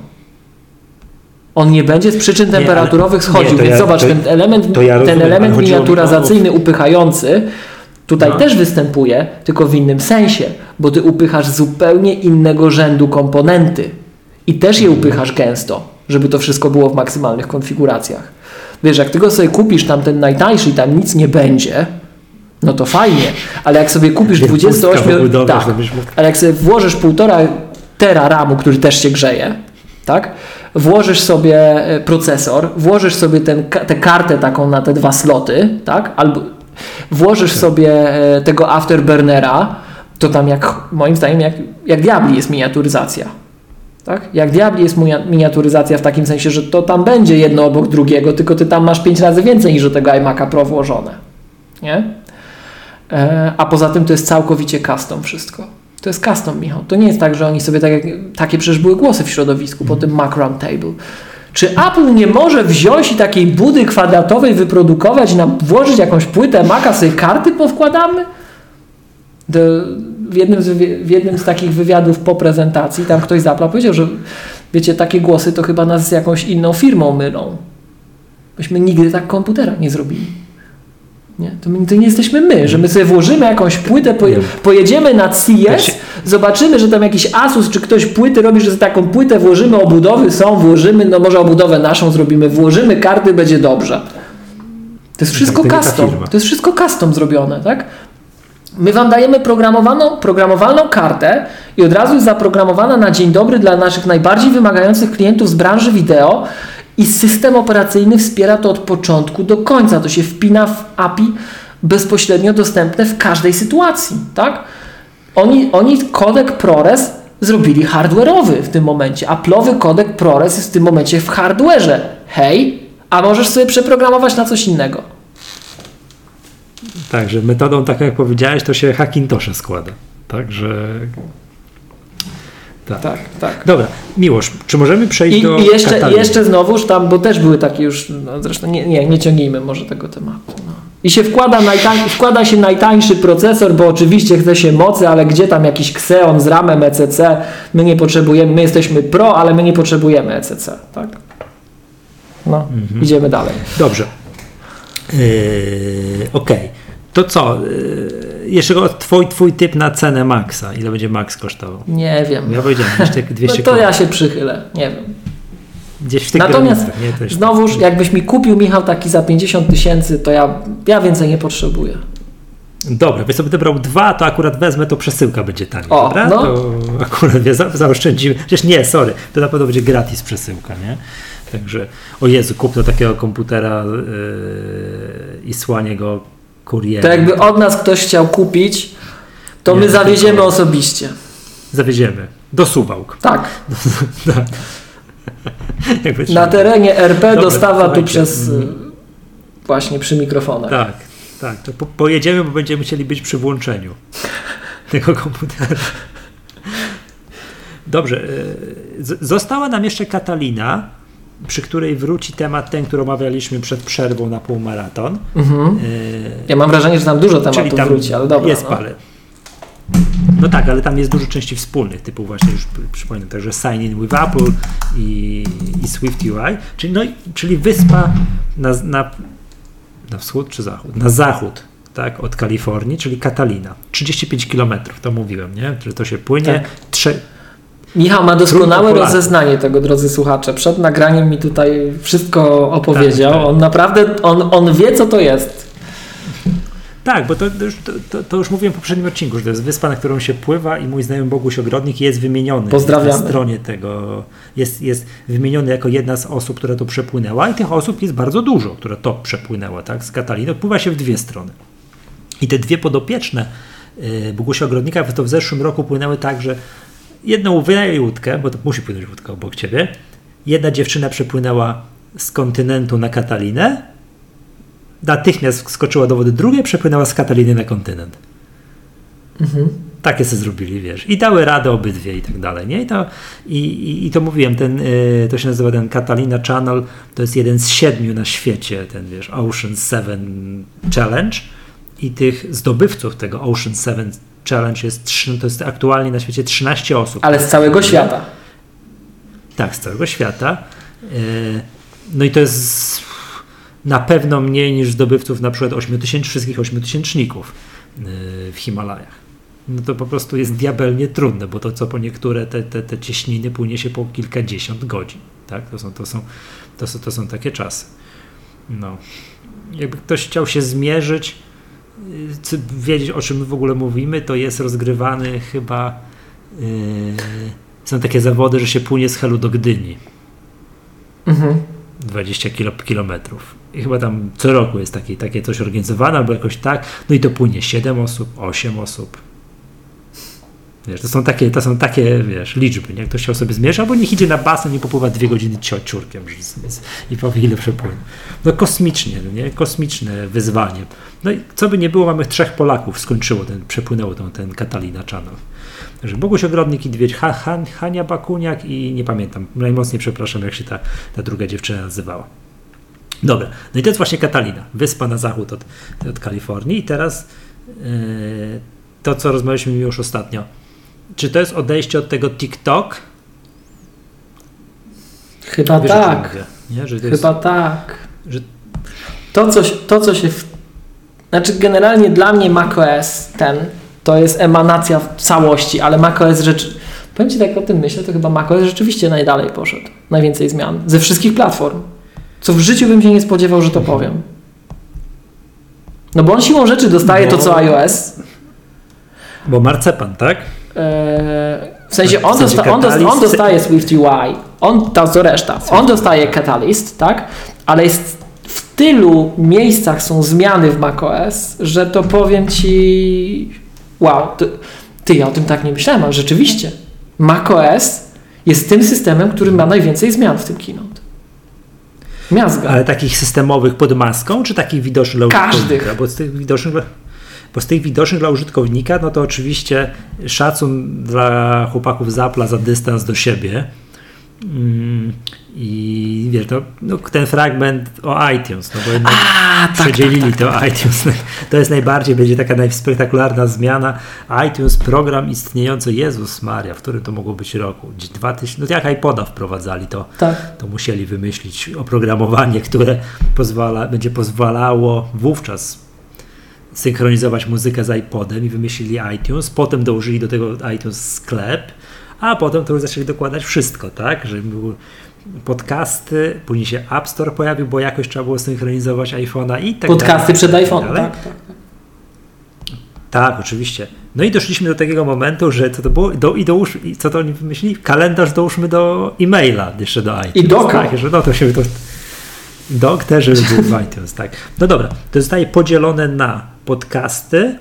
On nie będzie z przyczyn temperaturowych nie, ale, schodził, nie, więc ja, zobacz, to, ten element, ja rozumiem, ten element miniaturyzacyjny, upychający tutaj no. też występuje, tylko w innym sensie, bo ty upychasz zupełnie innego rzędu komponenty i też je upychasz gęsto, żeby to wszystko było w maksymalnych konfiguracjach. Wiesz, jak ty go sobie kupisz tam ten najtańszy i tam nic nie będzie, no to fajnie, ale jak sobie kupisz dwadzieścia osiem, tak, ale jak sobie włożysz półtora tera ramu, który też się grzeje, tak, włożysz sobie procesor, włożysz sobie ten, tę kartę taką na te dwa sloty, tak, albo włożysz sobie tego Afterburnera, to tam jak, moim zdaniem, jak, jak diabli jest miniaturyzacja. Tak? Jak diabli jest miniaturyzacja w takim sensie, że to tam będzie jedno obok drugiego, tylko ty tam masz pięć razy więcej niż do tego iMac'a Pro włożone. Nie? E, a poza tym to jest całkowicie custom wszystko. To jest custom, Michał. To nie jest tak, że oni sobie tak jak, takie przecież były głosy w środowisku po tym Mac Roundtable. Czy Apple nie może wziąć i takiej budy kwadratowej wyprodukować, na, włożyć jakąś płytę Maca, sobie karty powkładamy? Do, w, jednym z, w jednym z takich wywiadów po prezentacji tam ktoś z Apple'a powiedział, że wiecie, takie głosy to chyba nas z jakąś inną firmą mylą. Myśmy nigdy tak komputera nie zrobili. Nie? To, my, to nie jesteśmy my, że my sobie włożymy jakąś płytę, poje, pojedziemy na C E S, zobaczymy, że tam jakiś Asus czy ktoś płyty robi, że sobie taką płytę włożymy, obudowy są, włożymy, no może obudowę naszą zrobimy, włożymy karty, będzie dobrze. To jest wszystko tak, custom. To jest wszystko custom zrobione, tak? My wam dajemy programowaną, programowalną kartę i od razu jest zaprogramowana na dzień dobry dla naszych najbardziej wymagających klientów z branży wideo i system operacyjny wspiera to od początku do końca. To się wpina w A P I bezpośrednio dostępne w każdej sytuacji. Tak? Oni, oni kodek ProRes zrobili hardware'owy w tym momencie. Apple'owy kodek ProRes jest w tym momencie w hardware'ze. Hej, a możesz sobie przeprogramować na coś innego. Także metodą, tak jak powiedziałeś, to się Hackintosze składa. Także... Tak. tak, tak. Dobra, Miłosz, czy możemy przejść I, do i jeszcze, Katalii? jeszcze znowuż tam, bo też były takie już, no zresztą nie, nie, nie ciągnijmy może tego tematu. No. I się wkłada, najtań, wkłada się najtańszy procesor, bo oczywiście chce się mocy, ale gdzie tam jakiś Xeon z ramem E C C, my nie potrzebujemy, my jesteśmy pro, ale my nie potrzebujemy E C C, tak? No, mhm. Idziemy dalej. Dobrze. Yy, Okej. Okay. To co? Yy, jeszcze twój, twój typ na cenę Maxa. Ile będzie Max kosztował? Nie wiem. Ja powiedziałem, jeszcze dwieście no to ja się przychylę. Nie wiem. Gdzieś w tych Natomiast nie, to znowuż, tak. Jakbyś mi kupił, Michał, taki za pięćdziesiąt tysięcy, to ja, ja więcej nie potrzebuję. Dobra, wiesz, sobie wybrał dwa, to akurat wezmę, to przesyłka będzie tania, o, dobra? No. To akurat wie, za, zaoszczędzimy. Przecież nie, sorry, to na pewno będzie gratis przesyłka, nie? Także, o Jezu, kupno takiego komputera yy, i słanie go kurierem. To jakby od nas ktoś chciał kupić, to nie, my zawieziemy tylko... osobiście. Zawieziemy. Do Suwałk. Tak. tak. Na terenie R P Dobra, dostawa słuchajcie. Tu przez mm. właśnie przy mikrofonach. Tak, tak. To po, pojedziemy, bo będziemy musieli być przy włączeniu tego komputera. Dobrze. Z- została nam jeszcze Katalina, przy której wróci temat ten, który omawialiśmy przed przerwą na półmaraton. Mhm. Ja mam wrażenie, że tam dużo tematów tam wróci, ale dobra. Jest no. parę. No tak, ale tam jest dużo części wspólnych, typu właśnie już przypominam, także Sign in with Apple i, i Swift U I, czyli, no, czyli wyspa na, na, na wschód czy zachód? Na zachód, tak, od Kalifornii, czyli Catalina. trzydzieści pięć kilometrów, to mówiłem, nie? Że to się płynie. Tak. Trze- Michał ma doskonałe rozeznanie tego, drodzy słuchacze. Przed nagraniem mi tutaj wszystko opowiedział. Tak, tak. On naprawdę, on, on wie, co to jest. Tak, bo to, to, to, to już mówiłem w poprzednim odcinku, że to jest wyspa, na którą się pływa i mój znajomy Boguś Ogrodnik jest wymieniony. Pozdrawiamy. Na stronie tego. Jest, jest wymieniony jako jedna z osób, która to przepłynęła i tych osób jest bardzo dużo, która to przepłynęła, tak, z Kataliny. Pływa się w dwie strony. I te dwie podopieczne yy, Bogusia Ogrodnika to w zeszłym roku płynęły tak, że jedną wynajęli łódkę, bo to musi płynąć łódka obok ciebie. Jedna dziewczyna przepłynęła z kontynentu na Katalinę, natychmiast skoczyła do wody, drugie przepłynęła z Kataliny na kontynent. Mhm. Takie sobie zrobili, wiesz. I dały radę obydwie i tak dalej, nie? I to, i, i, i to mówiłem, ten, y, to się nazywa ten Catalina Channel, to jest jeden z siedmiu na świecie, ten, wiesz, Ocean Seven Challenge i tych zdobywców tego Ocean Seven Challenge jest, trzy, to jest aktualnie na świecie trzynaście osób. Ale z całego świata. Tak, z całego świata. Y, no i to jest na pewno mniej niż zdobywców na przykład ośmiotysięczników, wszystkich ośmiotysięczników w Himalajach. No to po prostu jest diabelnie trudne, bo to co po niektóre te, te, te cieśniny płynie się po kilkadziesiąt godzin. Tak? To, są, to, są, to, są, to są takie czasy. No. Jakby ktoś chciał się zmierzyć, wiedzieć o czym my w ogóle mówimy, to jest rozgrywany chyba yy, są takie zawody, że się płynie z Helu do Gdyni. Mhm. dwadzieścia kilometrów. I chyba tam co roku jest takie, takie coś organizowane, albo jakoś tak. No i to płynie siedem osób, osiem osób. Wiesz, to są takie, to są takie, wiesz, liczby, nie? Ktoś chciał sobie zmierzyć, albo niech idzie na basen i popływa dwie godziny ciurkiem i powie, ile przepłynie. No kosmicznie, nie? Kosmiczne wyzwanie. No i co by nie było, mamy trzech Polaków, skończyło ten, przepłynęło ten, ten Catalina Channel. Także Boguś Ogrodnik i dwie, ha, ha, Hania Bakuniak i nie pamiętam, najmocniej przepraszam, jak się ta, ta druga dziewczyna nazywała. Dobra, no i to jest właśnie Catalina, wyspa na zachód od, od Kalifornii i teraz yy, to, co rozmawialiśmy już ostatnio. Czy to jest odejście od tego TikTok? Chyba Wiesz, tak. mówię, nie? Że to Chyba jest, tak. Że... To, co, to, co się... W... Znaczy generalnie dla mnie macOS ten to jest emanacja całości, ale macOS rzeczy... Powiem Ci, tak o tym myślę, to chyba macOS rzeczywiście najdalej poszedł. Najwięcej zmian. Ze wszystkich platform. Co w życiu bym się nie spodziewał, że to powiem. No bo on siłą rzeczy dostaje bo... to, co iOS. Bo marcepan, tak? W sensie on, dosta, on, dosta, on dostaje SwiftUI, on, to co reszta, on dostaje Catalyst, tak? Ale jest w tylu miejscach są zmiany w macOS, że to powiem Ci, wow, ty, ty ja o tym tak nie myślałem, ale rzeczywiście macOS jest tym systemem, który ma najwięcej zmian w tym Keynote. Miazga. Ale takich systemowych pod maską, czy takich widocznych dla użytkownika? Bo z tych widocznych Bo z tych widocznych dla użytkownika, no to oczywiście szacun dla chłopaków z Apple'a za dystans do siebie. Mm, I wiesz, no, no, ten fragment o iTunes, no bo jednak A, tak, przedzielili tak, tak, to tak, iTunes. Tak. To jest najbardziej, będzie taka najspektakularna zmiana. iTunes, program istniejący, Jezus Maria, w którym to mogło być roku? dwa tysiące, no jak iPoda wprowadzali, to, tak. to musieli wymyślić oprogramowanie, które pozwala, będzie pozwalało wówczas synchronizować muzykę z iPodem i wymyślili iTunes, potem dołożyli do tego iTunes sklep, a potem to już zaczęli dokładać wszystko, tak, że były podcasty, później się App Store pojawił, bo jakoś trzeba było synchronizować iPhone'a i tak Podcasty dalej. przed iPhone'em, tak, tak, tak. Tak, oczywiście. No i doszliśmy do takiego momentu, że co to było, do, i dołóż, i co to oni wymyślili? Kalendarz dołóżmy do e-maila, jeszcze do iTunes. I doka. Tak, że no to się to Dok też był w iTunes, tak. No dobra, to zostaje podzielone na podcasty,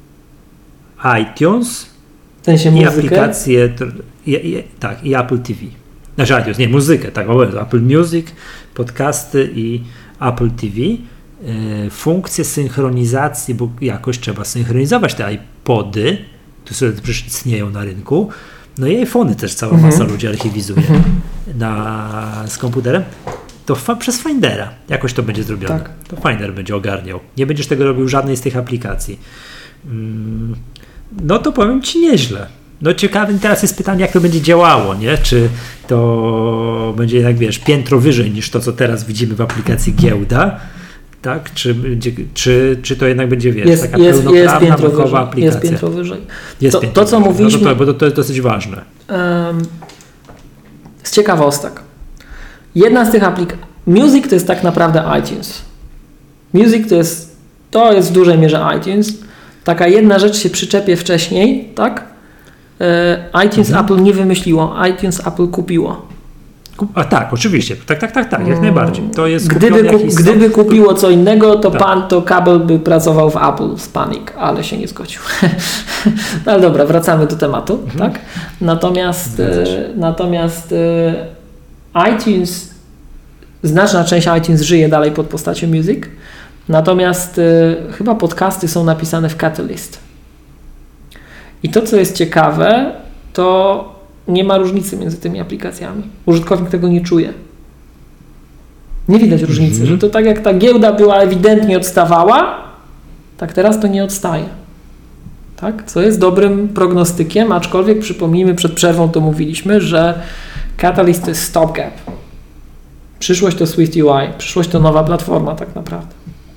iTunes w sensie i muzykę? aplikacje, i, i, tak, i Apple T V. Znaczy iTunes, nie, muzykę, tak, Apple Music, podcasty i Apple T V. Yy, funkcje synchronizacji, bo jakoś trzeba synchronizować te iPody, które przecież istnieją na rynku. No i iPhony też cała masa mm-hmm. ludzi archiwizuje mm-hmm. na, z komputerem. To fa- przez Findera jakoś to będzie zrobione. Tak. To Finder będzie ogarniał. Nie będziesz tego robił żadnej z tych aplikacji. Mm, no to powiem Ci nieźle. No ciekawe teraz jest pytanie, jak to będzie działało, nie? Czy to będzie jednak, wiesz, piętro wyżej niż to, co teraz widzimy w aplikacji Giełda, tak? Czy, czy, czy to jednak będzie, wiesz, jest, taka jest, pełnoprawna, jest makowa aplikacja? Jest piętro wyżej. Jest to, piętro to, co wyżej. mówiliśmy... No to, bo to, to jest dosyć ważne. Um, z ciekawostek. Jedna z tych aplikacji... Music to jest tak naprawdę iTunes. Music to jest to jest w dużej mierze iTunes. Taka jedna rzecz się przyczepię wcześniej, tak? E, iTunes mhm. Apple nie wymyśliło, iTunes Apple kupiło. A tak, oczywiście. Tak, tak, tak, tak, jak hmm. najbardziej. To jest gdyby, kup, gdyby kupiło co innego, to tak. pan, to kabel by pracował w Apple z Panic, ale się nie zgodził. No ale dobra, wracamy do tematu, mhm. tak? Natomiast, e, natomiast e, iTunes, znaczna część iTunes żyje dalej pod postacią Music, natomiast e, chyba podcasty są napisane w Catalyst. I to, co jest ciekawe, to nie ma różnicy między tymi aplikacjami. Użytkownik tego nie czuje. Nie widać różnicy, mm-hmm. że to tak jak ta giełda była ewidentnie odstawała, tak teraz to nie odstaje. Tak? Co jest dobrym prognostykiem, aczkolwiek przypomnijmy, przed przerwą to mówiliśmy, że Catalyst to jest stopgap. Przyszłość to Swift U I, przyszłość to nowa platforma tak naprawdę.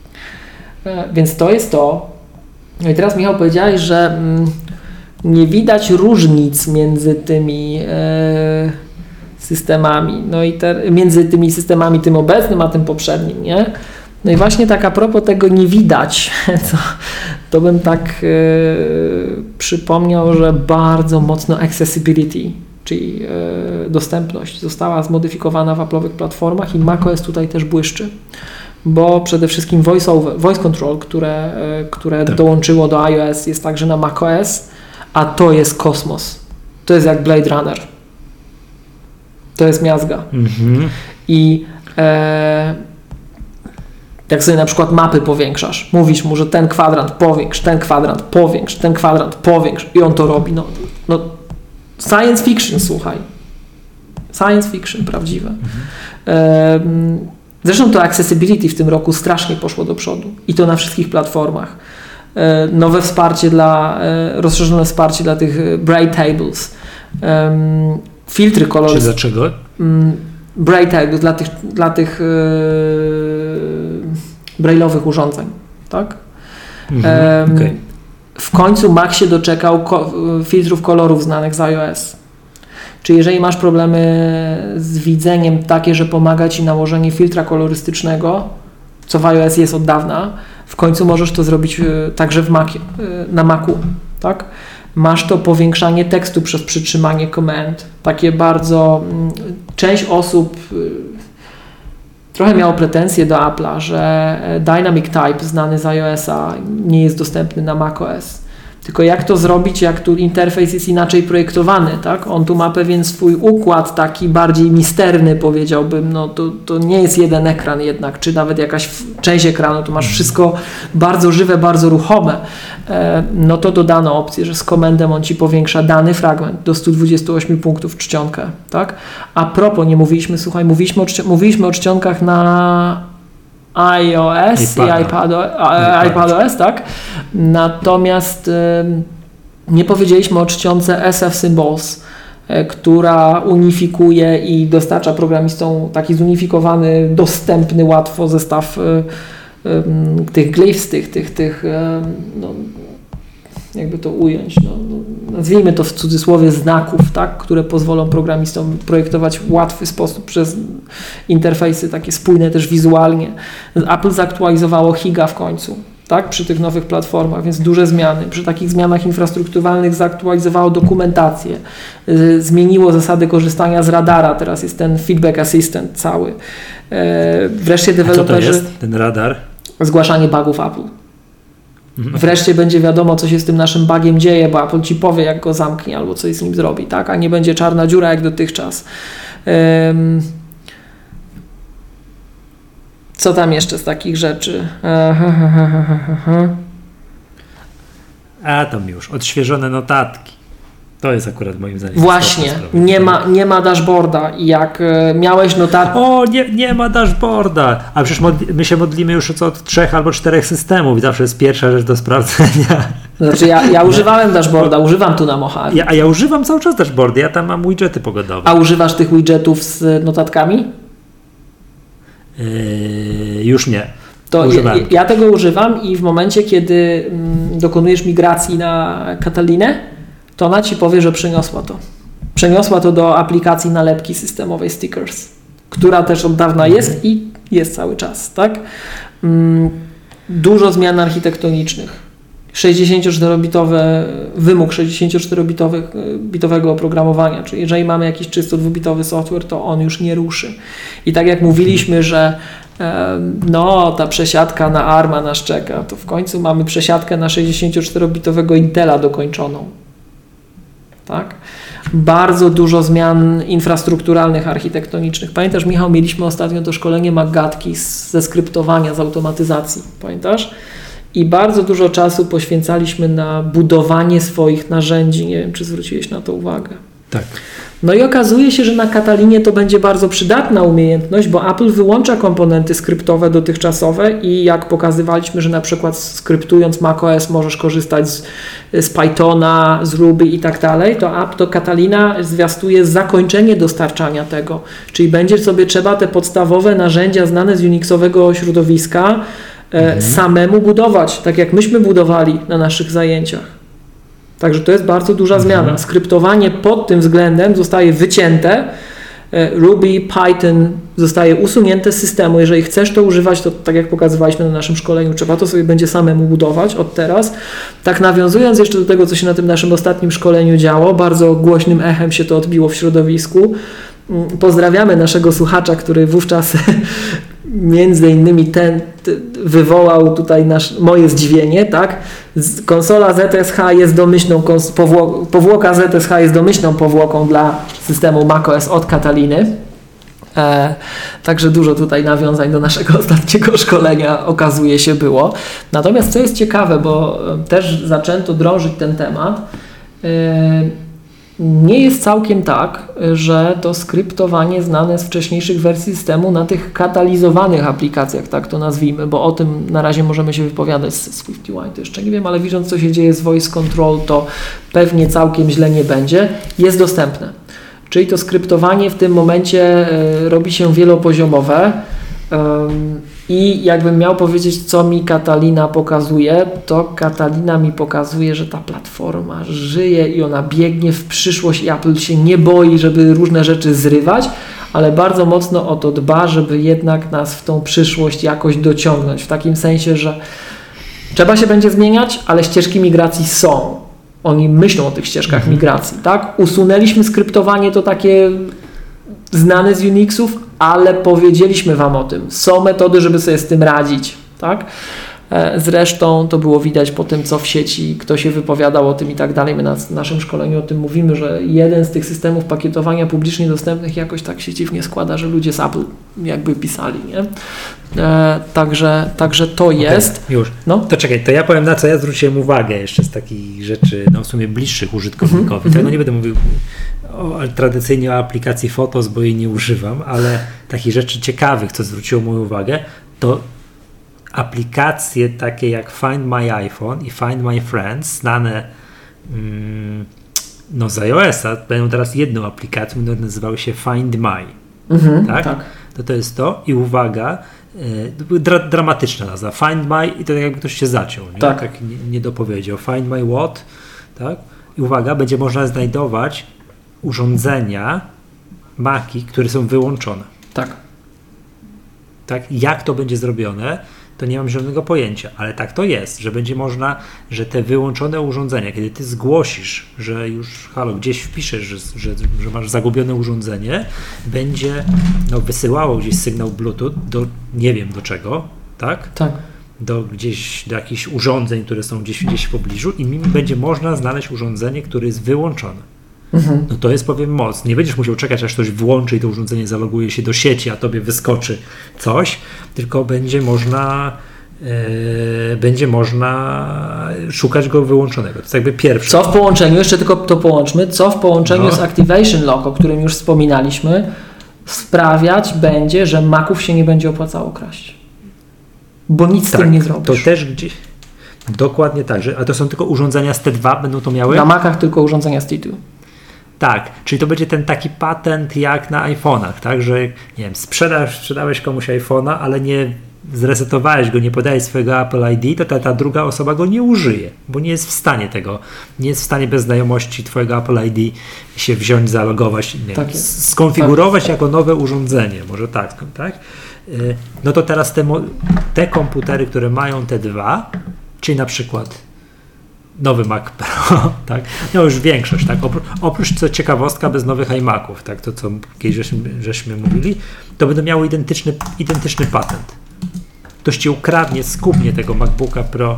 E, więc to jest to. No i teraz Michał powiedziałeś, że mm, nie widać różnic między tymi e, systemami, no i te, między tymi systemami, tym obecnym, a tym poprzednim, nie? No i właśnie tak a propos tego nie widać, to, to bym tak e, przypomniał, że bardzo mocno accessibility, czyli e, dostępność została zmodyfikowana w Apple'owych platformach i macOS tutaj też błyszczy. Bo przede wszystkim voice, over, voice control, które, które tak. dołączyło do iOS, jest także na macOS, a to jest kosmos. To jest jak Blade Runner. To jest miazga. Mm-hmm. I e, jak sobie na przykład mapy powiększasz, mówisz mu, że ten kwadrant powiększ, ten kwadrant powiększ, ten kwadrant powiększ i on to robi. No, no science fiction, słuchaj. Science fiction prawdziwe. Mm-hmm. E, Zresztą to accessibility w tym roku strasznie poszło do przodu i to na wszystkich platformach. E, nowe wsparcie dla, e, rozszerzone wsparcie dla tych braille tables, e, filtry kolorystyczne. Czy dlaczego? M, braille tables dla tych, dla tych e, braille'owych urządzeń, tak? Mhm, e, okay. W końcu Mac się doczekał ko- filtrów kolorów znanych z iOS. Czy jeżeli masz problemy z widzeniem takie, że pomaga Ci nałożenie filtra kolorystycznego, co w iOS jest od dawna, w końcu możesz to zrobić także w Macie, na Macu, tak? Masz to powiększanie tekstu przez przytrzymanie command. Takie bardzo... Część osób trochę miało pretensje do Apple'a, że Dynamic Type znany z iOS-a nie jest dostępny na macOS. Tylko jak to zrobić, jak tu interfejs jest inaczej projektowany, tak? On tu ma pewien swój układ taki bardziej misterny, powiedziałbym, no to, to nie jest jeden ekran jednak, czy nawet jakaś część ekranu, to masz wszystko bardzo żywe, bardzo ruchome, e, no to dodano opcję, że z komendem on Ci powiększa dany fragment do stu dwudziestu ośmiu punktów czcionkę, tak? A propos, nie mówiliśmy, słuchaj, mówiliśmy o, czci- mówiliśmy o czcionkach na iOS iPada. i iPadOS, iPadOS, tak? Natomiast y, nie powiedzieliśmy o czcionce S F Symbols, y, która unifikuje i dostarcza programistom taki zunifikowany, dostępny łatwo zestaw y, y, tych glyphs, tych, tych, tych y, no, jakby to ująć, no, no, nazwijmy to w cudzysłowie znaków, tak, które pozwolą programistom projektować w łatwy sposób przez interfejsy takie spójne też wizualnie. Apple zaktualizowało Higa w końcu, tak, przy tych nowych platformach, więc duże zmiany. Przy takich zmianach infrastrukturalnych zaktualizowało dokumentację, y, zmieniło zasady korzystania z radara, teraz jest ten feedback assistant cały. Y, wreszcie deweloperzy... A co to jest, ten radar? Zgłaszanie bugów Apple. Wreszcie będzie wiadomo, co się z tym naszym bugiem dzieje, bo Apple Ci powie, jak go zamknie albo coś z nim zrobi, tak? A nie będzie czarna dziura jak dotychczas. Um, co tam jeszcze z takich rzeczy? A tam już, odświeżone notatki. To jest akurat moim zdaniem. Właśnie, nie ma, nie ma dashboarda i jak e, miałeś notatki... O, nie, nie ma dashboarda! A przecież modli, my się modlimy już od trzech albo czterech systemów i zawsze jest pierwsza rzecz do sprawdzenia. Znaczy ja, ja używałem dashboarda, używam tu na Mojave. Ja, a ja używam cały czas dashboardy, ja tam mam widgety pogodowe. A używasz tych widgetów z notatkami? Yy, już nie. To ja, ja tego używam i w momencie, kiedy mm, dokonujesz migracji na Katalinę, to ona Ci powie, że przeniosła to. Przeniosła to do aplikacji nalepki systemowej Stickers, która też od dawna jest i jest cały czas, tak? Dużo zmian architektonicznych. sześćdziesięcioczterobitowe, wymóg sześćdziesięcioczterobitowego oprogramowania, czyli jeżeli mamy jakiś czysto dwubitowy software, to on już nie ruszy. I tak jak mówiliśmy, że e, no ta przesiadka na ARMA nas czeka, to w końcu mamy przesiadkę na sześćdziesięcioczterobitowego Intela dokończoną. Tak? Bardzo dużo zmian infrastrukturalnych, architektonicznych. Pamiętasz, Michał, mieliśmy ostatnio to szkolenie Maggatki ze skryptowania, z automatyzacji. Pamiętasz? I bardzo dużo czasu poświęcaliśmy na budowanie swoich narzędzi. Nie wiem, czy zwróciłeś na to uwagę. Tak. No i okazuje się, że na Katalinie to będzie bardzo przydatna umiejętność, bo Apple wyłącza komponenty skryptowe dotychczasowe i jak pokazywaliśmy, że na przykład skryptując macOS możesz korzystać z, z Pythona, z Ruby i tak dalej, to, app, to Catalina zwiastuje zakończenie dostarczania tego. Czyli będzie sobie trzeba te podstawowe narzędzia znane z Unixowego środowiska mhm. samemu budować, tak jak myśmy budowali na naszych zajęciach. Także to jest bardzo duża mhm. zmiana. Skryptowanie pod tym względem zostaje wycięte. Ruby, Python zostaje usunięte z systemu. Jeżeli chcesz to używać, to tak jak pokazywaliśmy na naszym szkoleniu, trzeba to sobie będzie samemu budować od teraz. Tak nawiązując jeszcze do tego, co się na tym naszym ostatnim szkoleniu działo, bardzo głośnym echem się to odbiło w środowisku. Pozdrawiamy naszego słuchacza, który wówczas między innymi ten wywołał tutaj nasz, moje zdziwienie, tak? Konsola Z S H jest domyślną, powło, powłoka Z S H jest domyślną powłoką dla systemu macOS od Cataliny. E, także dużo tutaj nawiązań do naszego ostatniego szkolenia okazuje się było. Natomiast co jest ciekawe, bo też zaczęto drążyć ten temat, e, nie jest całkiem tak, że to skryptowanie znane z wcześniejszych wersji systemu na tych katalizowanych aplikacjach, tak to nazwijmy, bo o tym na razie możemy się wypowiadać z SwiftUI, to jeszcze nie wiem, ale widząc co się dzieje z Voice Control, to pewnie całkiem źle nie będzie, jest dostępne. Czyli to skryptowanie w tym momencie y, robi się wielopoziomowe y, i jakbym miał powiedzieć, co mi Catalina pokazuje, to Catalina mi pokazuje, że ta platforma żyje i ona biegnie w przyszłość i Apple się nie boi, żeby różne rzeczy zrywać, ale bardzo mocno o to dba, żeby jednak nas w tą przyszłość jakoś dociągnąć. W takim sensie, że trzeba się będzie zmieniać, ale ścieżki migracji są. Oni myślą o tych ścieżkach mhm. migracji, tak? Usunęliśmy skryptowanie, to takie znane z Unixów, ale powiedzieliśmy Wam o tym. Są metody, żeby sobie z tym radzić, tak? Zresztą to było widać po tym, co w sieci, kto się wypowiadał o tym i tak dalej. My na naszym szkoleniu o tym mówimy, że jeden z tych systemów pakietowania publicznie dostępnych jakoś tak się dziwnie składa, że ludzie z Apple jakby pisali, nie? E, także, także to okay, jest. Już. No? To czekaj, to ja powiem, na co ja zwróciłem uwagę jeszcze z takich rzeczy, no w sumie bliższych użytkownikowi. Mm-hmm. Tak, no nie będę mówił o, tradycyjnie o aplikacji Photos, bo jej nie używam, ale takich rzeczy ciekawych, co zwróciło moją uwagę, to aplikacje takie jak Find My iPhone i Find My Friends, znane mm, no z iOS-a, będą teraz jedną aplikacją, będą nazywały się Find My. Mhm, tak? tak? To to jest to i uwaga, y, dra, dramatyczna nazwa. Find My i to jakby ktoś się zaciął, nie? Tak. Tak nie, nie dopowiedział. Find My What, tak? I uwaga, będzie można znajdować urządzenia Maci, które są wyłączone. Tak. Tak? Jak to będzie zrobione, to nie mam żadnego pojęcia, ale tak to jest, że będzie można, że te wyłączone urządzenia, kiedy ty zgłosisz, że już halo, gdzieś wpiszesz, że, że, że masz zagubione urządzenie, będzie no, wysyłało gdzieś sygnał Bluetooth do nie wiem do czego, tak? Tak. Do gdzieś, do jakichś urządzeń, które są gdzieś, gdzieś w pobliżu i będzie można znaleźć urządzenie, które jest wyłączone. Mhm. No to jest, powiem, moc. Nie będziesz musiał czekać, aż ktoś włączy i to urządzenie zaloguje się do sieci, a tobie wyskoczy coś, tylko będzie można e, będzie można szukać go wyłączonego. To jest jakby pierwsze. Co w połączeniu, jeszcze tylko to połączmy, co w połączeniu no. z Activation Lock, o którym już wspominaliśmy, sprawiać będzie, że Maców się nie będzie opłacało kraść. Bo nic tak, z tym nie zrobisz. To też gdzieś dokładnie tak, że, a to są tylko urządzenia z T dwa będą to miały? Na Macach tylko urządzenia z T dwa. Tak, czyli to będzie ten taki patent jak na iPhone'ach, tak, że nie wiem, sprzedasz, sprzedałeś komuś iPhone'a, ale nie zresetowałeś go, nie podajesz swojego Apple I D, to ta, ta druga osoba go nie użyje, bo nie jest w stanie tego, nie jest w stanie bez znajomości twojego Apple I D się wziąć, zalogować, nie, tak skonfigurować tak. jako nowe urządzenie, może tak, tak? No to teraz te, te komputery, które mają te dwa, czyli na przykład nowy Mac Pro, tak? No już większość, tak? Oprócz, oprócz co ciekawostka, bez nowych iMaców, tak? To co kiedyś żeśmy, żeśmy mówili, to będą miały identyczny, identyczny patent. Ktoś ci ukradnie, skubnie tego MacBooka Pro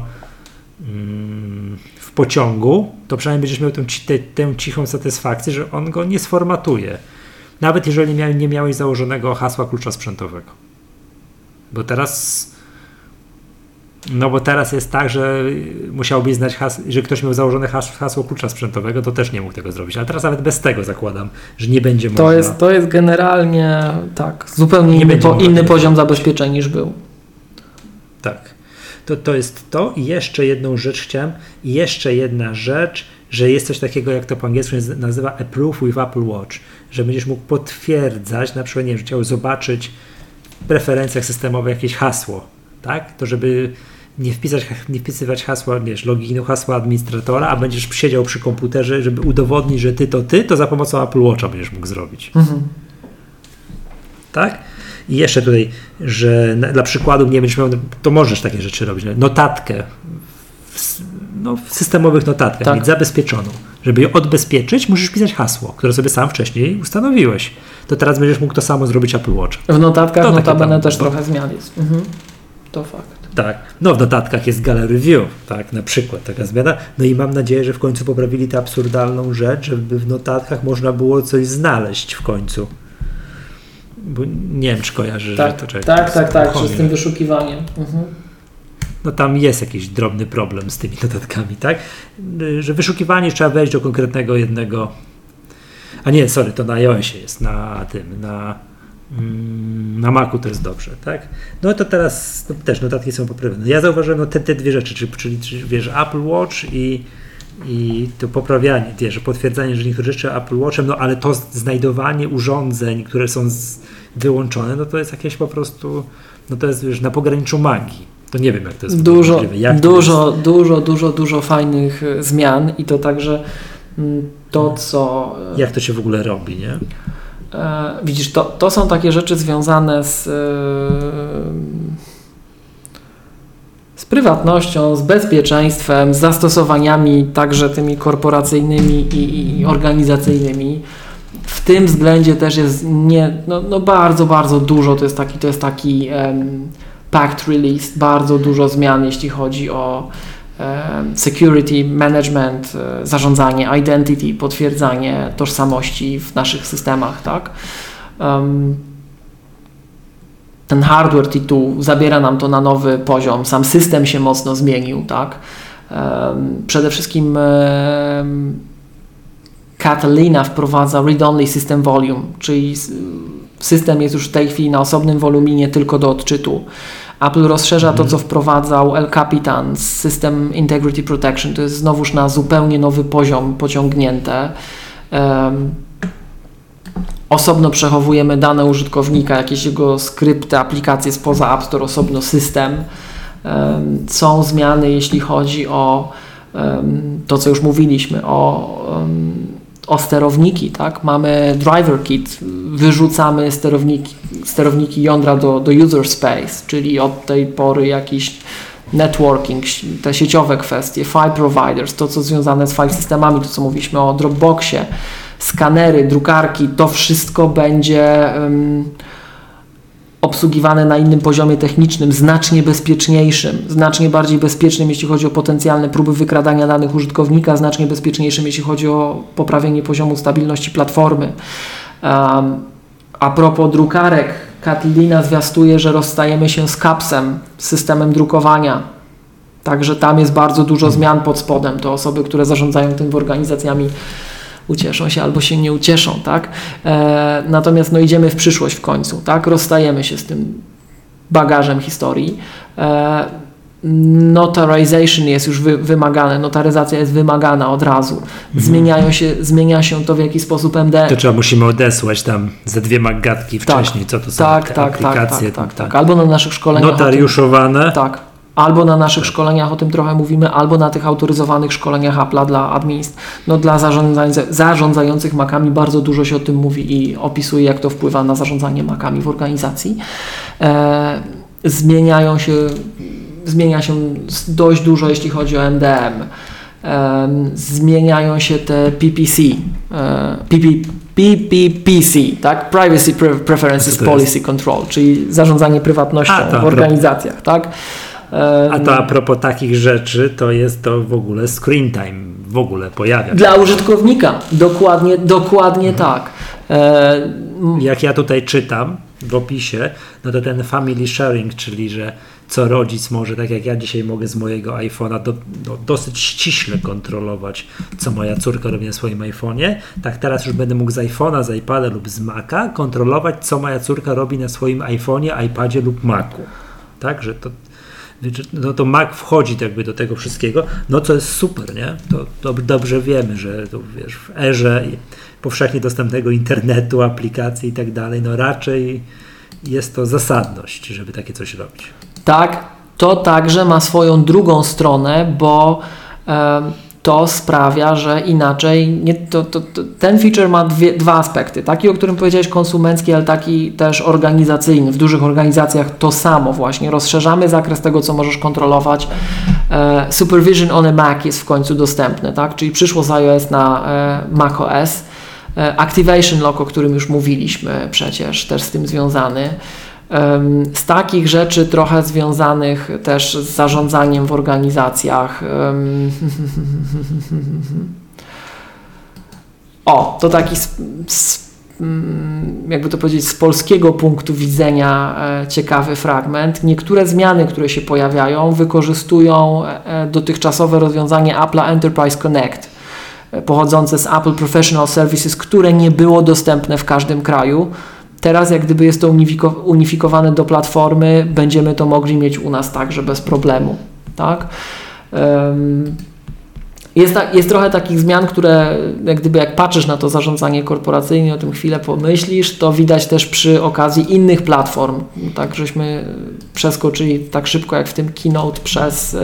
mm, w pociągu, to przynajmniej będziesz miał tę, tę, tę cichą satysfakcję, że on go nie sformatuje. Nawet jeżeli mia, nie miałeś założonego hasła klucza sprzętowego. Bo teraz No bo teraz jest tak, że musiałbyś znać hasło, że ktoś miał założone has- hasło klucza sprzętowego, to też nie mógł tego zrobić. Ale teraz nawet bez tego zakładam, że nie będzie to można. Jest, to jest generalnie tak, zupełnie inny, po, inny poziom zabezpieczeń niż był. Tak. To, to jest to i jeszcze jedną rzecz chciałem, i jeszcze jedna rzecz, że jest coś takiego, jak to po angielsku się nazywa Approve with Apple Watch, że będziesz mógł potwierdzać, na przykład nie wiem, że chciałeś zobaczyć w preferencjach systemowych jakieś hasło, tak? To żeby nie wpisać, nie wpisywać hasła, wiesz, loginu, hasła administratora, a będziesz siedział przy komputerze, żeby udowodnić, że ty to ty, to za pomocą Apple Watcha będziesz mógł zrobić. Mhm. Tak? I jeszcze tutaj, że na, dla przykładu nie będziesz miał, to możesz takie rzeczy robić, notatkę w, no, w systemowych notatkach tak. mieć zabezpieczoną. Żeby ją odbezpieczyć, musisz pisać hasło, które sobie sam wcześniej ustanowiłeś. To teraz będziesz mógł to samo zrobić Apple Watch. W notatkach to notabene też trochę zmian jest. Mhm. To fakt. Tak, no w notatkach jest Gallery View, tak, na przykład taka zmiana. No i mam nadzieję, że w końcu poprawili tę absurdalną rzecz, żeby w notatkach można było coś znaleźć w końcu. Bo nie wiem, czy kojarzy, tak, że to człowiek. Tak, tak, tak, że z tym wyszukiwaniem. Mhm. No tam jest jakiś drobny problem z tymi notatkami, tak? Że wyszukiwanie trzeba wejść do konkretnego jednego. A nie, sorry, to na iOSie jest, na tym, na. Na Macu to jest dobrze, tak? No to teraz no też notatki są poprawione. Ja zauważyłem no, te, te dwie rzeczy, czyli, czyli, czyli wiesz, Apple Watch i, i to poprawianie, wiesz, potwierdzanie, że niektóre rzeczy Apple Watchem, no ale to znajdowanie urządzeń, które są z, wyłączone, no to jest jakieś po prostu, no to jest wiesz, na pograniczu magii. To nie wiem, jak to jest dużo, możliwe. Jak dużo, jest? dużo, dużo, dużo fajnych zmian i to także to, co... Jak to się w ogóle robi, nie? Widzisz, to, to są takie rzeczy związane z, z prywatnością, z bezpieczeństwem, z zastosowaniami także tymi korporacyjnymi i, i organizacyjnymi. W tym względzie też jest nie, no, no bardzo, bardzo dużo, to jest taki, to jest taki um, packed release, bardzo dużo zmian, jeśli chodzi o security, management, zarządzanie, identity, potwierdzanie tożsamości w naszych systemach, tak? Um, ten hardware T dwa zabiera nam to na nowy poziom, sam system się mocno zmienił, tak? Um, przede wszystkim um, Catalina wprowadza read-only system volume, czyli system jest już w tej chwili na osobnym woluminie tylko do odczytu. Apple rozszerza to, co wprowadzał El Capitan, System Integrity Protection. To jest znowuż na zupełnie nowy poziom pociągnięte. Um, osobno przechowujemy dane użytkownika, jakieś jego skrypty, aplikacje spoza App Store, osobno system. Um, są zmiany, jeśli chodzi o um, to, co już mówiliśmy, o um, o sterowniki, tak? Mamy driver kit, wyrzucamy sterowniki, sterowniki jądra do, do user space, czyli od tej pory jakiś networking, te sieciowe kwestie, file providers, to co związane z file systemami, to co mówiliśmy o Dropboxie, skanery, drukarki, to wszystko będzie um, obsługiwane na innym poziomie technicznym, znacznie bezpieczniejszym, znacznie bardziej bezpiecznym, jeśli chodzi o potencjalne próby wykradania danych użytkownika, znacznie bezpieczniejszym, jeśli chodzi o poprawienie poziomu stabilności platformy. Um, a propos drukarek, Catalina zwiastuje, że rozstajemy się z kapsem, systemem drukowania. Także tam jest bardzo dużo zmian pod spodem. To osoby, które zarządzają tym organizacjami, ucieszą się albo się nie ucieszą, tak? E, natomiast no, idziemy w przyszłość w końcu, tak? Rozstajemy się z tym bagażem historii. E, notarization jest już wy, wymagane, notaryzacja jest wymagana od razu. Zmieniają się, zmienia się to, w jaki sposób M D... To trzeba, musimy odesłać tam ze dwie magatki wcześniej, tak, co to są tak, te tak, aplikacje. Tak, tak, tak, tak. Albo na naszych szkoleniach... Notariuszowane. Tym, tak. Albo na naszych szkoleniach, o tym trochę mówimy, albo na tych autoryzowanych szkoleniach Apple'a dla administ, no dla zarządzających, zarządzających Macami bardzo dużo się o tym mówi i opisuje, jak to wpływa na zarządzanie Macami w organizacji. E, zmieniają się, zmienia się dość dużo, jeśli chodzi o M D M. E, zmieniają się te P P C, e, P P, P P P C, tak? Privacy Preferences Policy Control, czyli zarządzanie prywatnością A, w organizacjach, tak? A to a propos takich rzeczy, to jest to w ogóle screen time, w ogóle pojawia. Dla użytkownika, dokładnie, dokładnie mhm. tak. E... Jak ja tutaj czytam w opisie, no to ten family sharing, czyli że co rodzic może, tak jak ja dzisiaj mogę z mojego iPhone'a do, no, dosyć ściśle kontrolować, co moja córka robi na swoim iPhone'ie, tak teraz już będę mógł z iPhone'a, z iPada lub z Maca kontrolować, co moja córka robi na swoim iPhone'ie, iPadzie lub Macu. Tak, że to no to Mac wchodzi jakby do tego wszystkiego, no co jest super, nie? To, to dobrze wiemy, że to, wiesz, w erze powszechnie dostępnego internetu, aplikacji i tak dalej, no raczej jest to zasadność, żeby takie coś robić. Tak, to także ma swoją drugą stronę, bo e, to sprawia, że inaczej nie, to, to, to, ten feature ma dwie, dwa aspekty. Taki, o którym powiedziałeś, konsumencki, ale taki też organizacyjny. W dużych organizacjach to samo właśnie. Rozszerzamy zakres tego, co możesz kontrolować. E, Supervision on a Mac jest w końcu dostępny, tak? Czyli przyszło z iOS na e, macOS. E, Activation Lock, o którym już mówiliśmy przecież, też z tym związany. Z takich rzeczy trochę związanych też z zarządzaniem w organizacjach. O, to taki z, z, jakby to powiedzieć, z polskiego punktu widzenia ciekawy fragment. Niektóre zmiany, które się pojawiają, wykorzystują dotychczasowe rozwiązanie Apple'a Enterprise Connect, pochodzące z Apple Professional Services, które nie było dostępne w każdym kraju. Teraz jak gdyby jest to unifikowane do platformy, będziemy to mogli mieć u nas także bez problemu. Tak? Jest, jest trochę takich zmian, które jak gdyby jak patrzysz na to zarządzanie korporacyjne, o tym chwilę pomyślisz, to widać też przy okazji innych platform. Tak, żeśmy przeskoczyli tak szybko jak w tym Keynote przez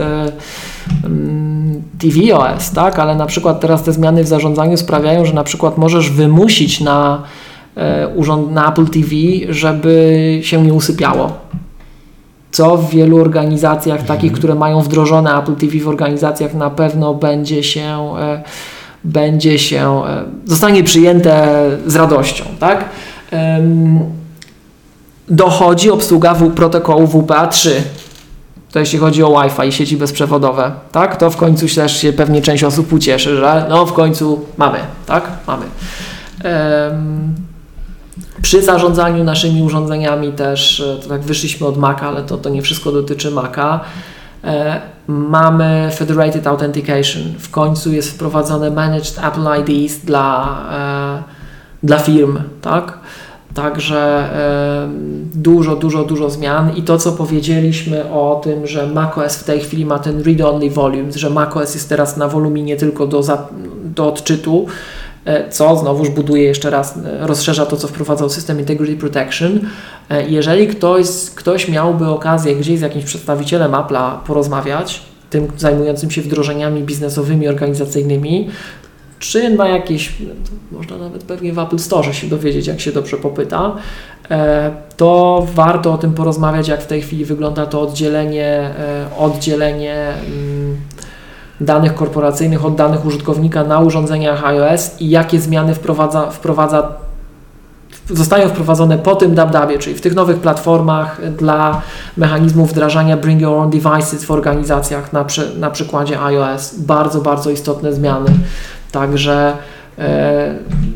tvOS, tak? Ale na przykład teraz te zmiany w zarządzaniu sprawiają, że na przykład możesz wymusić na urząd na Apple T V, żeby się nie usypiało. Co w wielu organizacjach mhm. takich, które mają wdrożone Apple T V w organizacjach, na pewno będzie się e, będzie się e, zostanie przyjęte z radością, tak? Ehm, dochodzi obsługa w, protokołu W P A trzy. To jeśli chodzi o Wi-Fi i sieci bezprzewodowe, tak? To w końcu też się pewnie część osób ucieszy, że no w końcu mamy, tak? Mamy. Ehm, Przy zarządzaniu naszymi urządzeniami też, to tak wyszliśmy od Maca, ale to, to nie wszystko dotyczy Maca. E, mamy Federated Authentication. W końcu jest wprowadzone Managed Apple I Ds dla, e, dla firm, tak? Także e, dużo, dużo, dużo zmian i to, co powiedzieliśmy o tym, że macOS w tej chwili ma ten read-only volumes, że macOS jest teraz na woluminie tylko do, za, do odczytu, co znowuż buduje jeszcze raz, rozszerza to, co wprowadzał System Integrity Protection. Jeżeli ktoś, ktoś miałby okazję gdzieś z jakimś przedstawicielem Apple'a porozmawiać, tym zajmującym się wdrożeniami biznesowymi, organizacyjnymi, czy na jakieś, można nawet pewnie w Apple Store się dowiedzieć, jak się dobrze popyta, to warto o tym porozmawiać, jak w tej chwili wygląda to oddzielenie, oddzielenie danych korporacyjnych od danych użytkownika na urządzeniach iOS i jakie zmiany wprowadza, wprowadza, zostają wprowadzone po tym dab-dabie, czyli w tych nowych platformach dla mechanizmów wdrażania Bring Your Own Devices w organizacjach na, przy, na przykładzie iOS. Bardzo, bardzo istotne zmiany. Także e,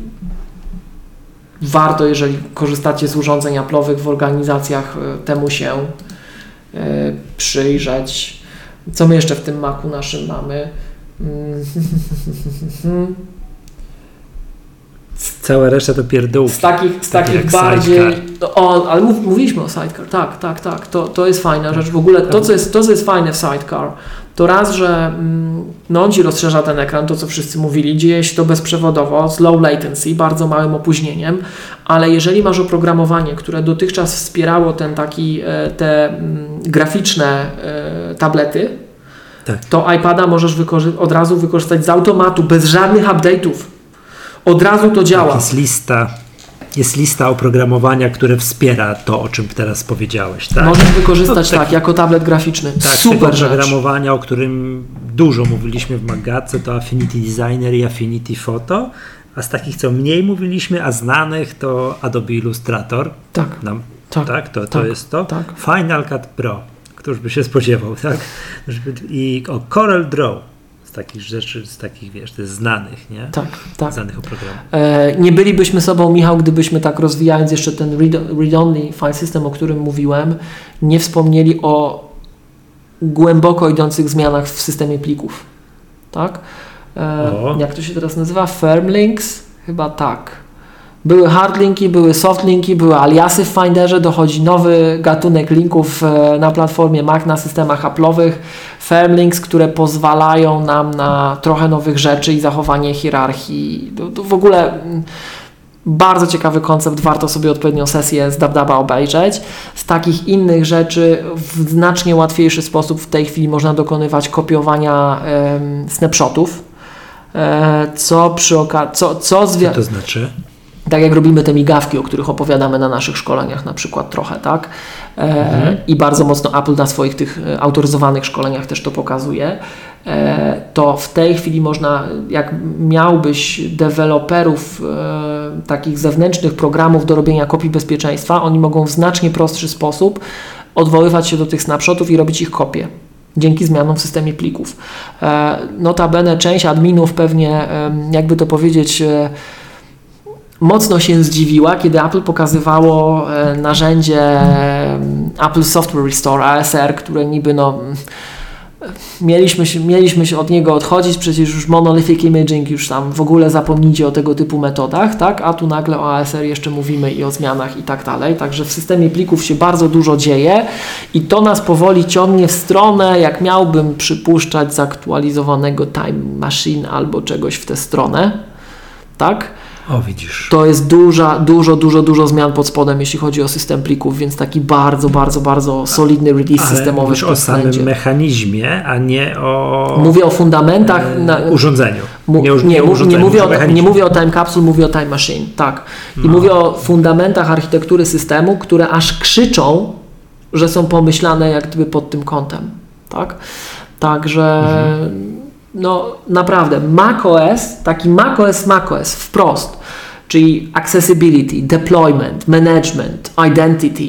warto, jeżeli korzystacie z urządzeń Apple'owych w organizacjach, temu się e, przyjrzeć. Co my jeszcze w tym Macu naszym mamy? Cała reszta to pierdółki. Z takich, z takich bardziej... O, ale mów, mówiliśmy o Sidecar, tak, tak, tak. To, to jest fajna rzecz. W ogóle to co, jest, to, co jest fajne w Sidecar, to raz, że no, on ci rozszerza ten ekran, to co wszyscy mówili, dzieje się to bezprzewodowo, z low latency, bardzo małym opóźnieniem, ale jeżeli masz oprogramowanie, które dotychczas wspierało ten taki, te graficzne tablety, tak. to iPada możesz wykorzy- od razu wykorzystać z automatu, bez żadnych update'ów. Od razu to działa. Tak, jest lista, jest lista oprogramowania, które wspiera to, o czym teraz powiedziałeś. Tak? Możesz wykorzystać no, tak, jako tablet graficzny. Tak, super tego rzecz. oprogramowania, o którym dużo mówiliśmy w Magatce, to Affinity Designer i Affinity Photo, a z takich, co mniej mówiliśmy, a znanych, to Adobe Illustrator. Tak. Nam, tak, tak, to, tak, to jest to. Tak. Final Cut Pro, któż by się spodziewał, tak? I o Corel Draw. Z takich rzeczy, z takich, wiesz, to jest znanych, nie? Tak, tak. Znanych oprogramowań. E, nie bylibyśmy sobą, Michał, gdybyśmy tak rozwijając jeszcze ten read-only file system, o którym mówiłem, nie wspomnieli o głęboko idących zmianach w systemie plików. Tak? E, jak to się teraz nazywa? Firmlinks? Chyba tak. Były hardlinki, były softlinki, były aliasy w Finderze, dochodzi nowy gatunek linków na platformie Mac na systemach Apple'owych, firmlinks, które pozwalają nam na trochę nowych rzeczy i zachowanie hierarchii. To, to w ogóle bardzo ciekawy koncept, warto sobie odpowiednią sesję z DabDaba obejrzeć. Z takich innych rzeczy w znacznie łatwiejszy sposób w tej chwili można dokonywać kopiowania um, snapshotów, e, co przy okazji... Co, co, zwi- co to znaczy? Tak jak robimy te migawki, o których opowiadamy na naszych szkoleniach na przykład trochę, tak? E, mhm. I bardzo mocno Apple na swoich tych autoryzowanych szkoleniach też to pokazuje. E, to w tej chwili można, jak miałbyś deweloperów e, takich zewnętrznych programów do robienia kopii bezpieczeństwa, oni mogą w znacznie prostszy sposób odwoływać się do tych snapshotów i robić ich kopie. Dzięki zmianom w systemie plików. E, notabene część adminów pewnie, e, jakby to powiedzieć, e, mocno się zdziwiła, kiedy Apple pokazywało e, narzędzie e, Apple Software Restore, A S R, które niby no mieliśmy się, mieliśmy się od niego odchodzić, przecież już monolithic imaging, już tam w ogóle zapomnijcie o tego typu metodach, tak? A tu nagle o A S R jeszcze mówimy i o zmianach i tak dalej, także w systemie plików się bardzo dużo dzieje i to nas powoli ciągnie w stronę, jak miałbym przypuszczać, zaktualizowanego Time Machine albo czegoś w tę stronę, tak? O, widzisz. To jest duża, dużo, dużo, dużo zmian pod spodem, jeśli chodzi o system plików, więc taki bardzo, bardzo, bardzo solidny release Ale systemowy. Mówisz o samym będzie. mechanizmie, a nie o... Mówię o fundamentach... E, na, urządzeniu. Mu, nie, nie, nie, urządzeniu, nie, mówię o, nie mówię o Time Capsule, mówię o Time Machine, tak. I no. mówię o fundamentach architektury systemu, które aż krzyczą, że są pomyślane jak gdyby pod tym kątem, tak? Także... Mhm. No naprawdę, macOS, taki macOS, macOS wprost, czyli accessibility, deployment, management, identity,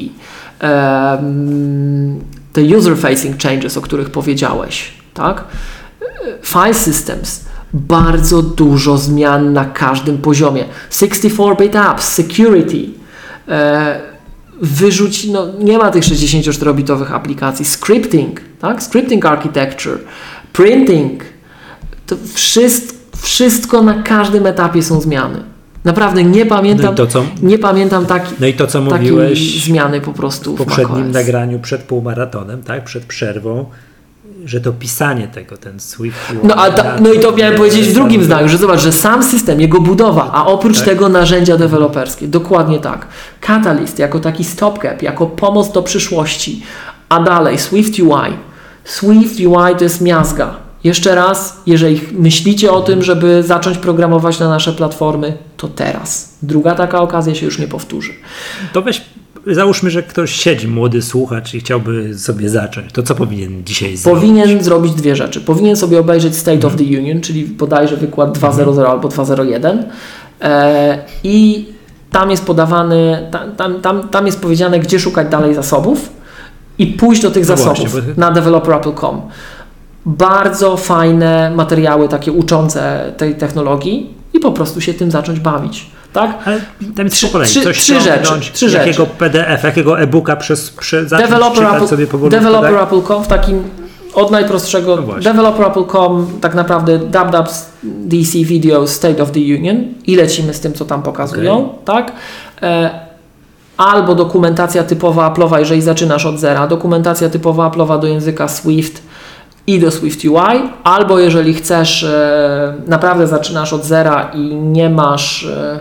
um, te user-facing changes, o których powiedziałeś, tak? File systems, bardzo dużo zmian na każdym poziomie. sixty-four bit apps, security, e, wyrzuć, no nie ma tych sześćdziesięcioczterobitowych aplikacji, scripting, tak? Scripting architecture, printing, to wszystko, wszystko na każdym etapie są zmiany. Naprawdę nie pamiętam, no co, nie pamiętam taki, no i to, co mówiłeś zmiany po prostu w poprzednim nagraniu przed półmaratonem, tak, przed przerwą, że to pisanie tego, ten Swift... No, a ta, no i to miałem powiedzieć w drugim zdaniu, że zobacz, że sam system, jego budowa, a oprócz tak. tego narzędzia deweloperskie, dokładnie tak. Catalyst jako taki stopgap, jako pomoc do przyszłości, a dalej Swift U I. Swift U I to jest miazga. Jeszcze raz, jeżeli myślicie o tym, żeby zacząć programować na nasze platformy, to teraz. Druga taka okazja się już nie powtórzy. To weź, załóżmy, że ktoś siedzi, młody słuchacz i chciałby sobie zacząć. To co powinien dzisiaj zrobić? Powinien zrobić dwie rzeczy. Powinien sobie obejrzeć State of the Union, czyli bodajże wykład dwa zero zero albo dwa zero jeden e, i tam jest podawany, tam, tam, tam, tam jest powiedziane, gdzie szukać dalej zasobów i pójść do tych no zasobów właśnie, bo... na developer apple kropka com. Bardzo fajne materiały takie uczące tej technologii i po prostu się tym zacząć bawić. Tak? Ale tam jest trzy, kolei. Coś trzy rzeczy. Trzy jakiego rzeczy. P D F, jakiego e-booka przez, przez developer apple, sobie powolutku, developer tak? apple kropka com w takim od najprostszego no developer apple kropka com, tak naprawdę dubdub D C Video State of the Union i lecimy z tym, co tam pokazują, okay. tak? E, albo dokumentacja typowa Apple'owa, jeżeli zaczynasz od zera, dokumentacja typowa Apple'owa do języka Swift i do Swift U I, albo jeżeli chcesz, e, naprawdę zaczynasz od zera i nie masz, e,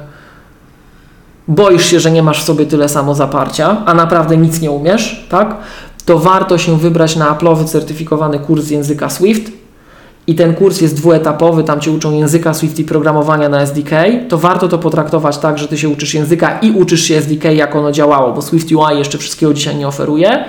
boisz się, że nie masz w sobie tyle samo zaparcia, a naprawdę nic nie umiesz, tak? To warto się wybrać na Apple'owy certyfikowany kurs z języka Swift i ten kurs jest dwuetapowy, tam Cię uczą języka Swift i programowania na S D K, to warto to potraktować tak, że Ty się uczysz języka i uczysz się S D K, jak ono działało, bo Swift U I jeszcze wszystkiego dzisiaj nie oferuje,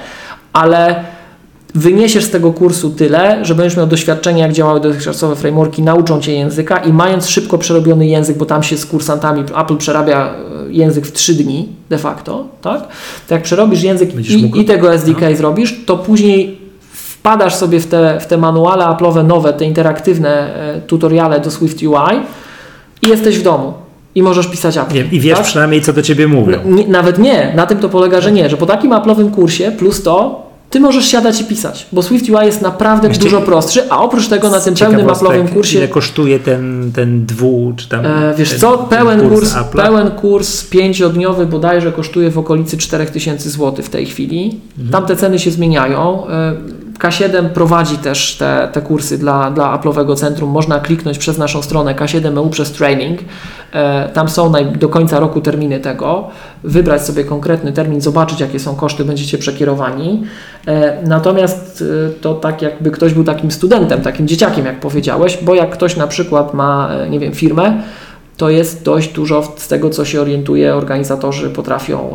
ale wyniesiesz z tego kursu tyle, że będziesz miał doświadczenie, jak działały dotychczasowe frameworki, nauczą Cię języka i mając szybko przerobiony język, bo tam się z kursantami Apple przerabia język w trzy dni de facto, tak? To jak przerobisz język i, i tego S D K no. zrobisz, to później wpadasz sobie w te, w te manuale Apple'owe nowe, te interaktywne e, tutoriale do Swift U I i jesteś w domu. I możesz pisać apki. I wiesz tak? przynajmniej, co do Ciebie mówią. N- nie, nawet nie. Na tym to polega, że nie. Że po takim Apple'owym kursie plus to Ty możesz siadać i pisać, bo Swift U I jest naprawdę Jeszcze dużo prostszy, a oprócz tego na tym pełnym Apple'owym kursie... Ile kosztuje ten, ten dwu, czy tam... E, wiesz ten, co, pełen ten kurs, kurs pełen kurs pięciodniowy bodajże kosztuje w okolicy cztery tysiące złotych w tej chwili. Mhm. Tam te ceny się zmieniają. K siedem prowadzi też te, te kursy dla, dla Apple'owego Centrum. Można kliknąć przez naszą stronę K siedem E U przez training. E, tam są naj, do końca roku terminy tego. Wybrać sobie konkretny termin, zobaczyć jakie są koszty, będziecie przekierowani. E, natomiast e, to tak jakby ktoś był takim studentem, takim dzieciakiem jak powiedziałeś, bo jak ktoś na przykład ma, e, nie wiem, firmę, to jest dość dużo z tego, co się orientuje, organizatorzy potrafią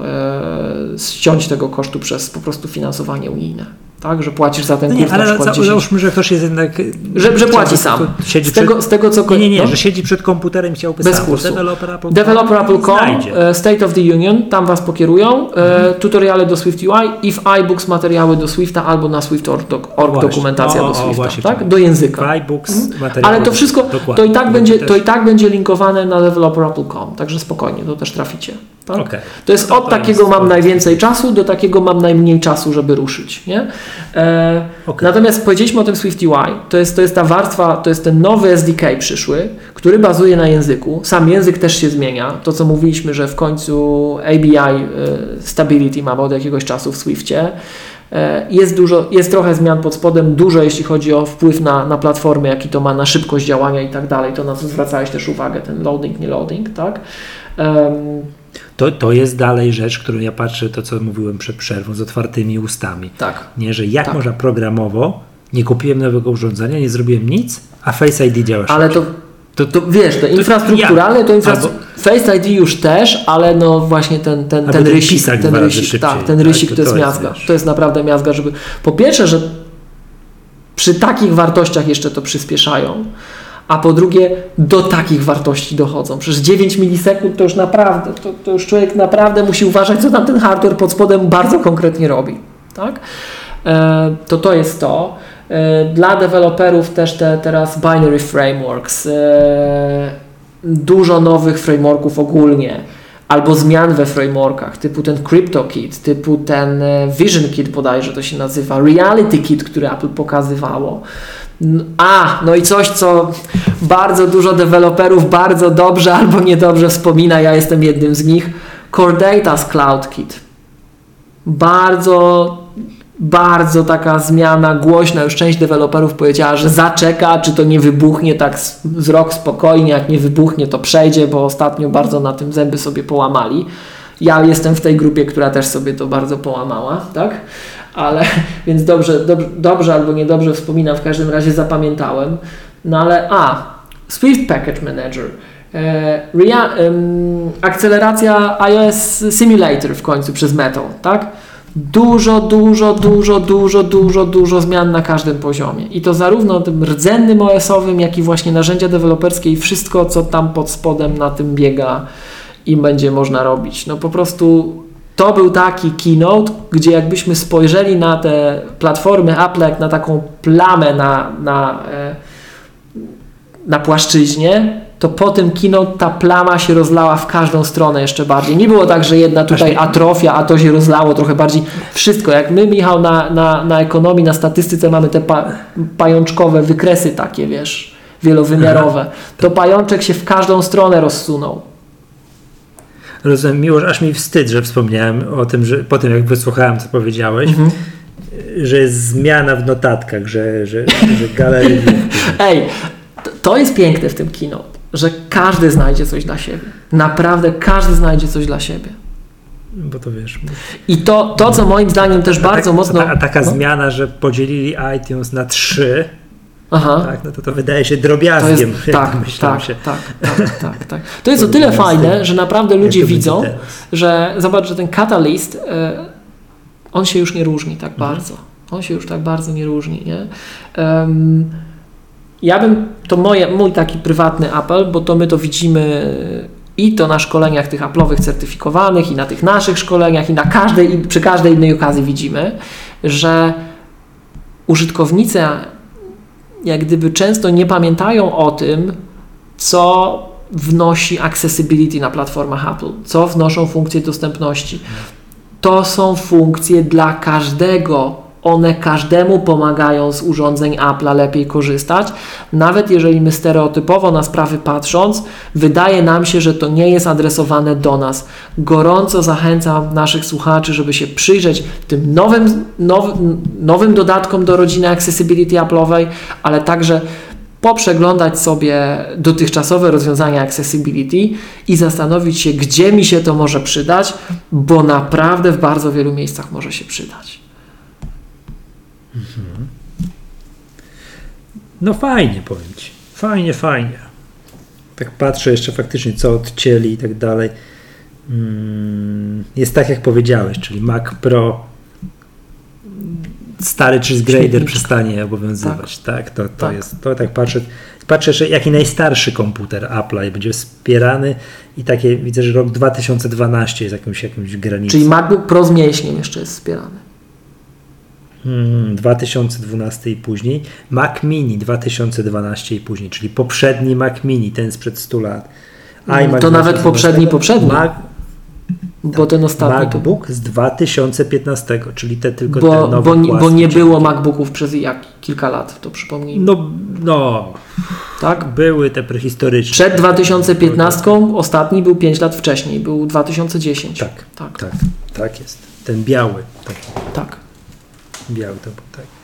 e, ściąć tego kosztu przez po prostu finansowanie unijne. Tak, że płacisz za ten no kurs nie, na ale przykład za, załóżmy, że ktoś jest jednak... Że, że płaci sam. Siedzi z, tego, przed, z tego, co... Nie, nie, nie, no? że siedzi przed komputerem i chciałby bez sam. kursu. Developer Apple Developer Apple kropka com, State of the Union, tam Was pokierują. Mhm. E, tutoriale do Swift U I i w iBooks materiały do Swifta albo na Swift kropka org dokumentacja o, o, do Swifta. Właśnie, tak? Do języka. iBooks mhm. materiały. Ale to wszystko, to i, tak będzie, to i tak będzie linkowane na Developer Apple kropka com, także spokojnie, to też traficie. Tak? Okay. To jest to, od to takiego jest mam to... najwięcej czasu do takiego mam najmniej czasu, żeby ruszyć. Nie? E, okay. Natomiast powiedzieliśmy o tym Swift U I, to jest, to jest ta warstwa, to jest ten nowy S D K przyszły, który bazuje na języku. Sam język też się zmienia. To co mówiliśmy, że w końcu A B I e, Stability mamy od jakiegoś czasu w Swiftie. E, jest dużo, jest trochę zmian pod spodem, dużo jeśli chodzi o wpływ na, na platformę, jaki to ma na szybkość działania i tak dalej. To na co zwracałeś też uwagę, ten loading, nie loading, tak? Um, To, to jest dalej rzecz, którą ja patrzę, to co mówiłem przed przerwą, z otwartymi ustami. Tak. Nie, że jak tak. można programowo, nie kupiłem nowego urządzenia, nie zrobiłem nic, a Face I D działa ale to, to, to wiesz, to infrastrukturalne, to infra... Albo... Face I D już też, ale no właśnie ten, ten, ten rysik, ten, ten rysik, szybciej, tak, ten rysik tak, to, to jest miazga. Jest, to jest naprawdę miazga, żeby po pierwsze, że przy takich wartościach jeszcze to przyspieszają, a po drugie do takich wartości dochodzą. Przecież dziewięć milisekund to już naprawdę, to, to już człowiek naprawdę musi uważać, co tam ten hardware pod spodem bardzo konkretnie robi. Tak? E, to to jest to. E, dla deweloperów też te teraz binary frameworks, e, dużo nowych frameworków ogólnie, albo zmian we frameworkach, typu ten CryptoKit, typu ten Vision Kit bodajże to się nazywa, Reality Kit, który Apple pokazywało. A, no i coś, co bardzo dużo deweloperów bardzo dobrze albo niedobrze wspomina, ja jestem jednym z nich, Core Data's Cloud Kit. Bardzo, bardzo taka zmiana głośna, już część deweloperów powiedziała, że zaczeka, czy to nie wybuchnie tak z, z rok spokojnie, jak nie wybuchnie, to przejdzie, bo ostatnio bardzo na tym zęby sobie połamali. Ja jestem w tej grupie, która też sobie to bardzo połamała, tak? Ale, więc dobrze, dobrze, dobrze albo niedobrze wspominam, w każdym razie zapamiętałem. No ale, a, Swift Package Manager, e, rea, um, akceleracja iOS Simulator w końcu przez Metal, tak? Dużo, dużo, dużo, dużo, dużo, dużo zmian na każdym poziomie. I to zarówno tym rdzennym O S-owym, jak i właśnie narzędzia deweloperskie i wszystko, co tam pod spodem na tym biega i będzie można robić. No po prostu to był taki keynote, gdzie jakbyśmy spojrzeli na te platformy Apple jak na taką plamę na, na, na płaszczyźnie, to po tym keynote ta plama się rozlała w każdą stronę jeszcze bardziej. Nie było tak, że jedna tutaj atrofia, a to się rozlało trochę bardziej. Wszystko. Jak my, Michał, na, na, na ekonomii, na statystyce mamy te pa, pajączkowe wykresy takie, wiesz, wielowymiarowe, to pajączek się w każdą stronę rozsunął. Rozumiem, Miłosz, aż mi wstyd, że wspomniałem o tym, że po tym jak wysłuchałem, co powiedziałeś, mhm. że jest zmiana w notatkach, że, że, że galerii... Ej, to, to jest piękne w tym keynote, że każdy znajdzie coś dla siebie. Naprawdę każdy znajdzie coś dla siebie. Bo to wiesz... I to, to co moim zdaniem też a bardzo tak, mocno... A, a taka no? zmiana, że podzielili iTunes na trzy... Aha. Tak, no to to wydaje się drobiazgiem. To jest, tak, tak, się. tak, tak, tak, tak. To jest o tyle fajne, że naprawdę ludzie widzą, że zobacz, że ten Catalyst, on się już nie różni tak mhm. bardzo. On się już tak bardzo nie różni, nie? Um, ja bym, to moje, mój taki prywatny apel, bo to my to widzimy i to na szkoleniach tych Apple'owych certyfikowanych, i na tych naszych szkoleniach, i na każdej, i przy każdej innej okazji widzimy, że użytkownicy jak gdyby często nie pamiętają o tym, co wnosi accessibility na platformach Apple, co wnoszą funkcje dostępności. To są funkcje dla każdego. One każdemu pomagają z urządzeń Apple'a lepiej korzystać. Nawet jeżeli my stereotypowo na sprawy patrząc, wydaje nam się, że to nie jest adresowane do nas. Gorąco zachęcam naszych słuchaczy, żeby się przyjrzeć tym nowym, now, nowym dodatkom do rodziny accessibility Apple'owej, ale także poprzeglądać sobie dotychczasowe rozwiązania accessibility i zastanowić się, gdzie mi się to może przydać, bo naprawdę w bardzo wielu miejscach może się przydać. Mhm. No fajnie, powiem Ci. Fajnie, fajnie. Tak patrzę jeszcze faktycznie, co odcięli i tak dalej. Jest tak, jak powiedziałeś, czyli Mac Pro stary czy grader przestanie obowiązywać. Tak, tak? To, to tak. jest, to tak patrzę. Patrzę, że jaki najstarszy komputer Apple'a będzie wspierany i takie, widzę, że rok dwa tysiące dwunasty jest jakąś, jakąś granicą. Czyli MacBook Pro z mięśniem jeszcze jest wspierany. Hmm, dwa tysiące dwunasty i później. Mac Mini dwa tysiące dwunasty i później, czyli poprzedni Mac Mini, ten sprzed stu lat. iMac to nawet poprzedni, poprzedni. Mac, bo ten ostatni MacBook to... z dwa tysiące piętnastego, czyli te tylko bo, te nowe bo, nie, bo nie było MacBooków przez jak kilka lat, to przypomnijmy. No, no. Tak? Były te prehistoryczne. Przed dwa tysiące piętnastką ostatni był pięć lat wcześniej, był dwa tysiące dziesięć. Tak, tak, tak, tak jest. Ten biały. Tak. tak. Biały to był, tak.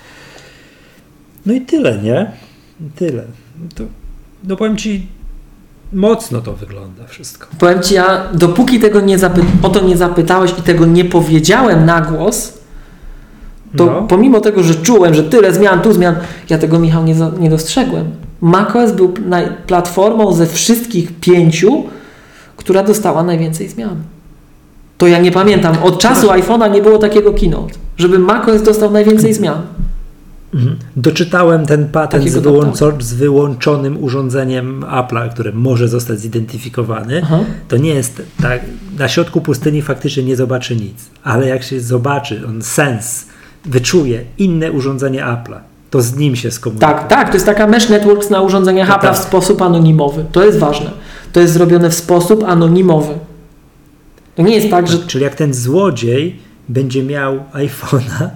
No i tyle, nie? Tyle. To, no powiem Ci, mocno to wygląda wszystko. Powiem Ci, ja dopóki tego nie zapy- o to nie zapytałeś i tego nie powiedziałem na głos, to no. pomimo tego, że czułem, że tyle zmian, tu zmian, ja tego, Michał, nie, za- nie dostrzegłem. macOS był naj- platformą ze wszystkich pięciu, która dostała najwięcej zmian. To ja nie pamiętam. Od czasu iPhone'a nie było takiego keynote, żeby macOS dostał najwięcej zmian. Mhm. Doczytałem ten patent z, wyłączo- z wyłączonym urządzeniem Apple'a, które może zostać zidentyfikowane. Aha. To nie jest tak, na środku pustyni faktycznie nie zobaczy nic, ale jak się zobaczy, on sens, wyczuje inne urządzenie Apple'a, to z nim się skomunikuje. Tak, tak, to jest taka mesh networks na urządzeniach Apple'a tak. w sposób anonimowy. To jest ważne. To jest zrobione w sposób anonimowy. To nie jest tak, że... Czyli jak ten złodziej będzie miał iPhone'a,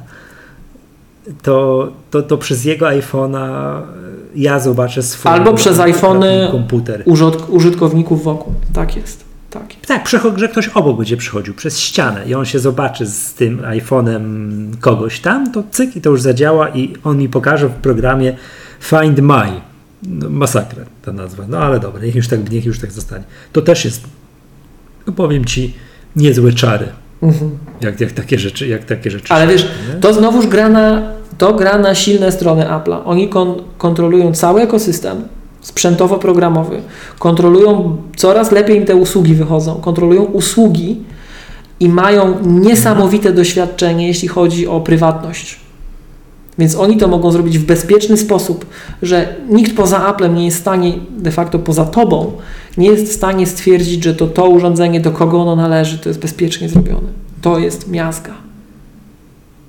to, to, to przez jego iPhone'a ja zobaczę swój albo przez iPhony komputer. użytkowników wokół. Tak jest. Tak, jest. tak przychod- że ktoś obok będzie przychodził przez ścianę i on się zobaczy z tym iPhone'em kogoś tam, to cyk i to już zadziała i on mi pokaże w programie Find My. No, masakra ta nazwa. No ale dobra, niech już tak, niech już tak zostanie. To też jest, no powiem Ci, niezłe czary. Mhm. Jak, jak takie rzeczy, jak takie rzeczy. Ale wiesz, nie? to znowuż gra na, to gra na silne strony Apple'a. Oni kon, kontrolują cały ekosystem sprzętowo-programowy. Kontrolują, coraz lepiej im te usługi wychodzą. Kontrolują usługi i mają niesamowite mhm. doświadczenie, jeśli chodzi o prywatność. Więc oni to mogą zrobić w bezpieczny sposób, że nikt poza Applem nie jest w stanie, de facto poza tobą, nie jest w stanie stwierdzić, że to to urządzenie, do kogo ono należy, to jest bezpiecznie zrobione. To jest miazga.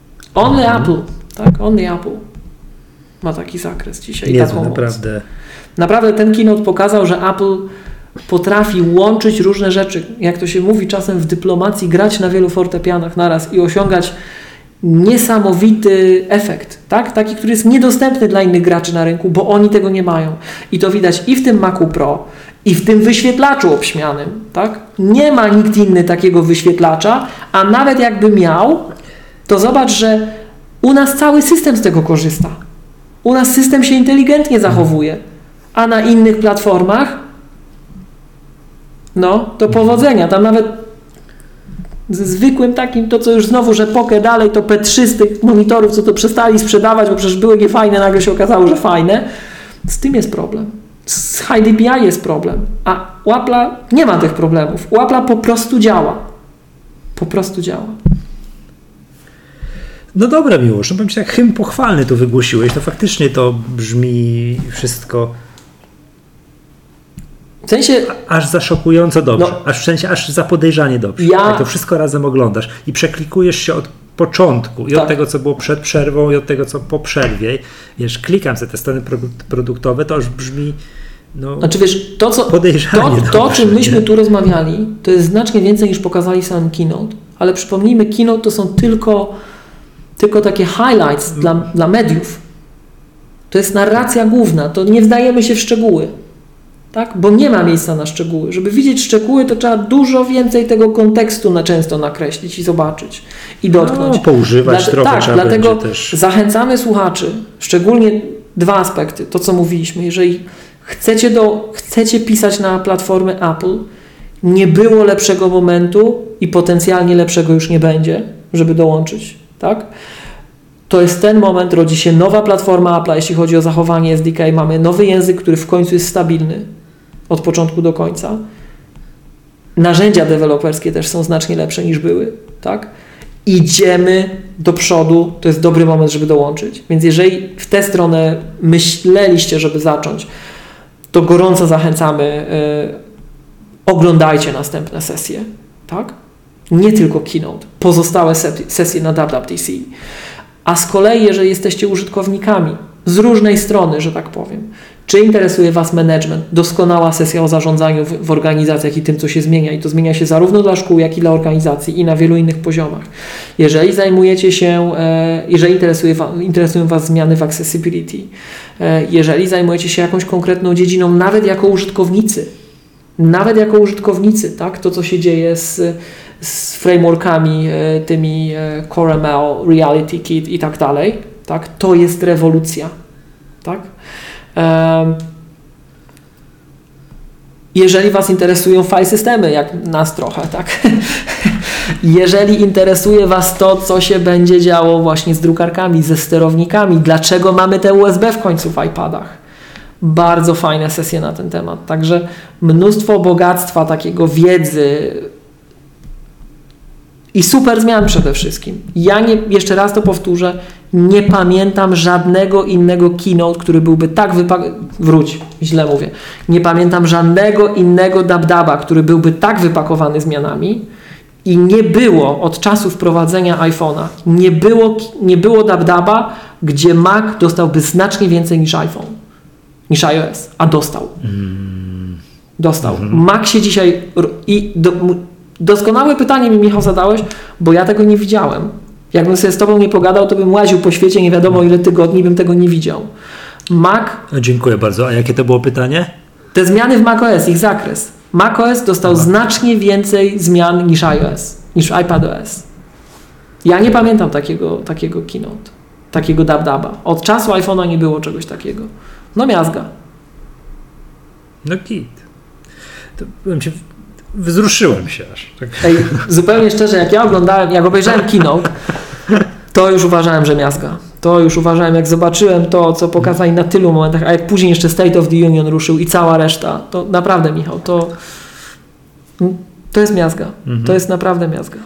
Only mhm. Apple, tak? Only Apple ma taki zakres dzisiaj. Jezu, taką naprawdę. Naprawdę ten keynote pokazał, że Apple potrafi łączyć różne rzeczy, jak to się mówi czasem w dyplomacji, grać na wielu fortepianach naraz i osiągać niesamowity efekt, tak? Taki, który jest niedostępny dla innych graczy na rynku, bo oni tego nie mają. I to widać i w tym Macu Pro, i w tym wyświetlaczu obśmianym, tak? Nie ma nikt inny takiego wyświetlacza, a nawet jakby miał, to zobacz, że u nas cały system z tego korzysta. U nas system się inteligentnie zachowuje, a na innych platformach no, to powodzenia. Tam nawet ze zwykłym takim, to co już znowu, że pokę dalej, to P trzy z tych monitorów, co to przestali sprzedawać, bo przecież były niefajne, nagle się okazało, że fajne. Z tym jest problem. Z High D P I jest problem. A u Apple'a nie ma tych problemów. U Apple'a po prostu działa. Po prostu działa. No dobra, Miłosz, no powiem Ci, jak hymn pochwalny tu wygłosiłeś, to faktycznie to brzmi wszystko w sensie, aż za szokująco dobrze, no, aż w sensie aż za podejrzanie dobrze. Ja, jak to wszystko razem oglądasz i przeklikujesz się od początku i tak. od tego, co było przed przerwą i od tego, co po przerwie. Wiesz, klikam sobie te strony produktowe, to już brzmi no, znaczy wiesz, to, co, podejrzanie to, to o czym myśmy nie? tu rozmawiali, to jest znacznie więcej niż pokazali w samym keynote, ale przypomnijmy, keynote to są tylko tylko takie highlights mm. dla, dla mediów. To jest narracja główna, to nie wdajemy się w szczegóły. Tak? Bo nie ma miejsca na szczegóły. Żeby widzieć szczegóły, to trzeba dużo więcej tego kontekstu na często nakreślić i zobaczyć i dotknąć. No, poużywać Dla, trochę. Tak, trzeba dlatego też... zachęcamy słuchaczy, szczególnie dwa aspekty, to co mówiliśmy. Jeżeli chcecie, do, chcecie pisać na platformę Apple, nie było lepszego momentu i potencjalnie lepszego już nie będzie, żeby dołączyć. Tak? To jest ten moment, rodzi się nowa platforma Apple'a, jeśli chodzi o zachowanie S D K. Mamy nowy język, który w końcu jest stabilny od początku do końca. Narzędzia deweloperskie też są znacznie lepsze niż były. Tak? Idziemy do przodu, to jest dobry moment, żeby dołączyć. Więc jeżeli w tę stronę myśleliście, żeby zacząć, to gorąco zachęcamy, yy, oglądajcie następne sesje. Tak? Nie tylko keynote, pozostałe sesje na W W D C. A z kolei, jeżeli jesteście użytkownikami z różnej strony, że tak powiem, czy interesuje Was management, doskonała sesja o zarządzaniu w, w organizacjach i tym, co się zmienia, i to zmienia się zarówno dla szkół, jak i dla organizacji i na wielu innych poziomach. Jeżeli zajmujecie się, e, jeżeli interesuje wa, interesują Was zmiany w accessibility, e, jeżeli zajmujecie się jakąś konkretną dziedziną, nawet jako użytkownicy, nawet jako użytkownicy, tak, to co się dzieje z z frameworkami tymi Core M L, Reality Kit i tak dalej, tak? To jest rewolucja, tak? Um, jeżeli Was interesują file systemy, jak nas trochę, tak? Jeżeli interesuje Was to, co się będzie działo właśnie z drukarkami, ze sterownikami, dlaczego mamy te U S B w końcu w iPadach, bardzo fajne sesje na ten temat, także mnóstwo bogactwa, takiego wiedzy, i super zmian przede wszystkim. Ja nie, jeszcze raz to powtórzę, nie pamiętam żadnego innego keynote, który byłby tak wypakowany, wróć, źle mówię, nie pamiętam żadnego innego dab-daba, który byłby tak wypakowany zmianami i nie było od czasu wprowadzenia iPhone'a, nie było, nie było dab-daba, gdzie Mac dostałby znacznie więcej niż iPhone, niż iOS, a dostał. Mm. Dostał. Mm-hmm. Mac się dzisiaj i do, doskonałe pytanie mi, Michał, zadałeś, bo ja tego nie widziałem. Jakbym sobie z Tobą nie pogadał, to bym łaził po świecie nie wiadomo ile tygodni, bym tego nie widział. Mac... Dziękuję bardzo. A jakie to było pytanie? Te zmiany w macOS, ich zakres. macOS dostał Aha. znacznie więcej zmian niż iOS, niż iPadOS. Ja nie pamiętam takiego, takiego keynote, takiego dab-daba. Od czasu iPhone'a nie było czegoś takiego. No miazga. No git. To byłem się... Wzruszyłem się aż. Tak. Ej, zupełnie szczerze, jak ja oglądałem, jak obejrzałem keynote, to już uważałem, że miazga. To już uważałem, jak zobaczyłem to, co pokazali na tylu momentach, a jak później jeszcze State of the Union ruszył i cała reszta, to naprawdę, Michał, to, to jest miazga. Mhm. To jest naprawdę miazga.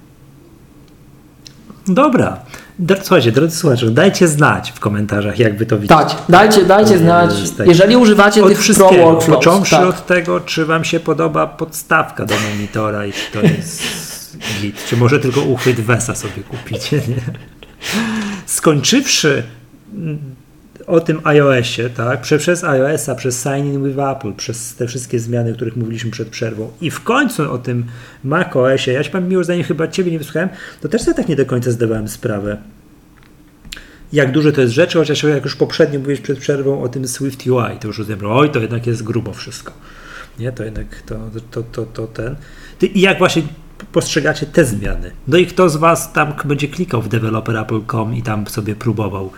Dobra. Słuchajcie, drodzy słuchacze, dajcie znać w komentarzach, jak wy to widzicie. Tak, dajcie, dajcie znać, jeżeli używacie od tych Pro Workflows. Począwszy tak. od tego, czy wam się podoba podstawka do monitora i czy to jest git, czy może tylko uchwyt Wesa sobie kupicie, nie? Skończywszy o tym iOSie, tak? Prze, przez iOS-a, przez Sign in with Apple, przez te wszystkie zmiany, o których mówiliśmy przed przerwą i w końcu o tym macOSie, ja się powiem miło, zanim chyba ciebie nie wysłuchałem, to też sobie tak nie do końca zdawałem sprawę, jak dużo to jest rzeczy, chociaż jak już poprzednio mówiłeś przed przerwą o tym Swift U I, to już rozumiem, oj, to jednak jest grubo wszystko. Nie, to jednak to, to, to, to ten. I jak właśnie postrzegacie te zmiany? No i kto z was tam będzie klikał w developer apple kropka com i tam sobie próbował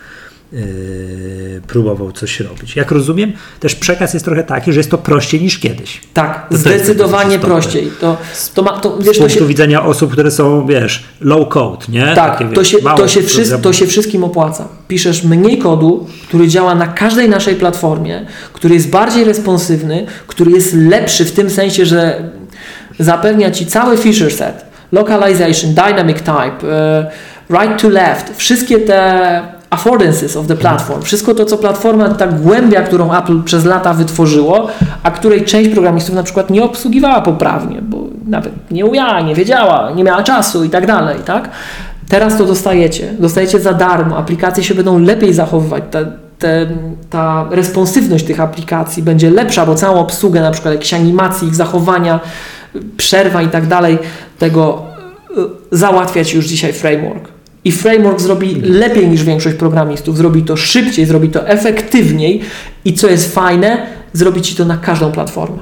Yy, próbował coś robić. Jak rozumiem, też przekaz jest trochę taki, że jest to prościej niż kiedyś. Tak, to zdecydowanie to prościej. To, to ma, to, wiesz, z punktu to się... widzenia osób, które są, wiesz, low code, nie? Tak, Takie, to, wiesz, się, to, się program... to się wszystkim opłaca. Piszesz mniej kodu, który działa na każdej naszej platformie, który jest bardziej responsywny, który jest lepszy w tym sensie, że zapewnia Ci cały feature set, localization, dynamic type, uh, right to left, wszystkie te affordances of the platform, wszystko to, co platforma, ta głębia, którą Apple przez lata wytworzyło, a której część programistów na przykład nie obsługiwała poprawnie, bo nawet nie umiała, nie wiedziała, nie miała czasu i tak dalej, tak? Teraz to dostajecie, dostajecie za darmo, aplikacje się będą lepiej zachowywać, ta, te, ta responsywność tych aplikacji będzie lepsza, bo całą obsługę, na przykład jakieś animacji, ich zachowania, przerwa i tak dalej, tego załatwiać już dzisiaj framework. I framework zrobi lepiej niż większość programistów, zrobi to szybciej, zrobi to efektywniej i co jest fajne, zrobi Ci to na każdą platformę.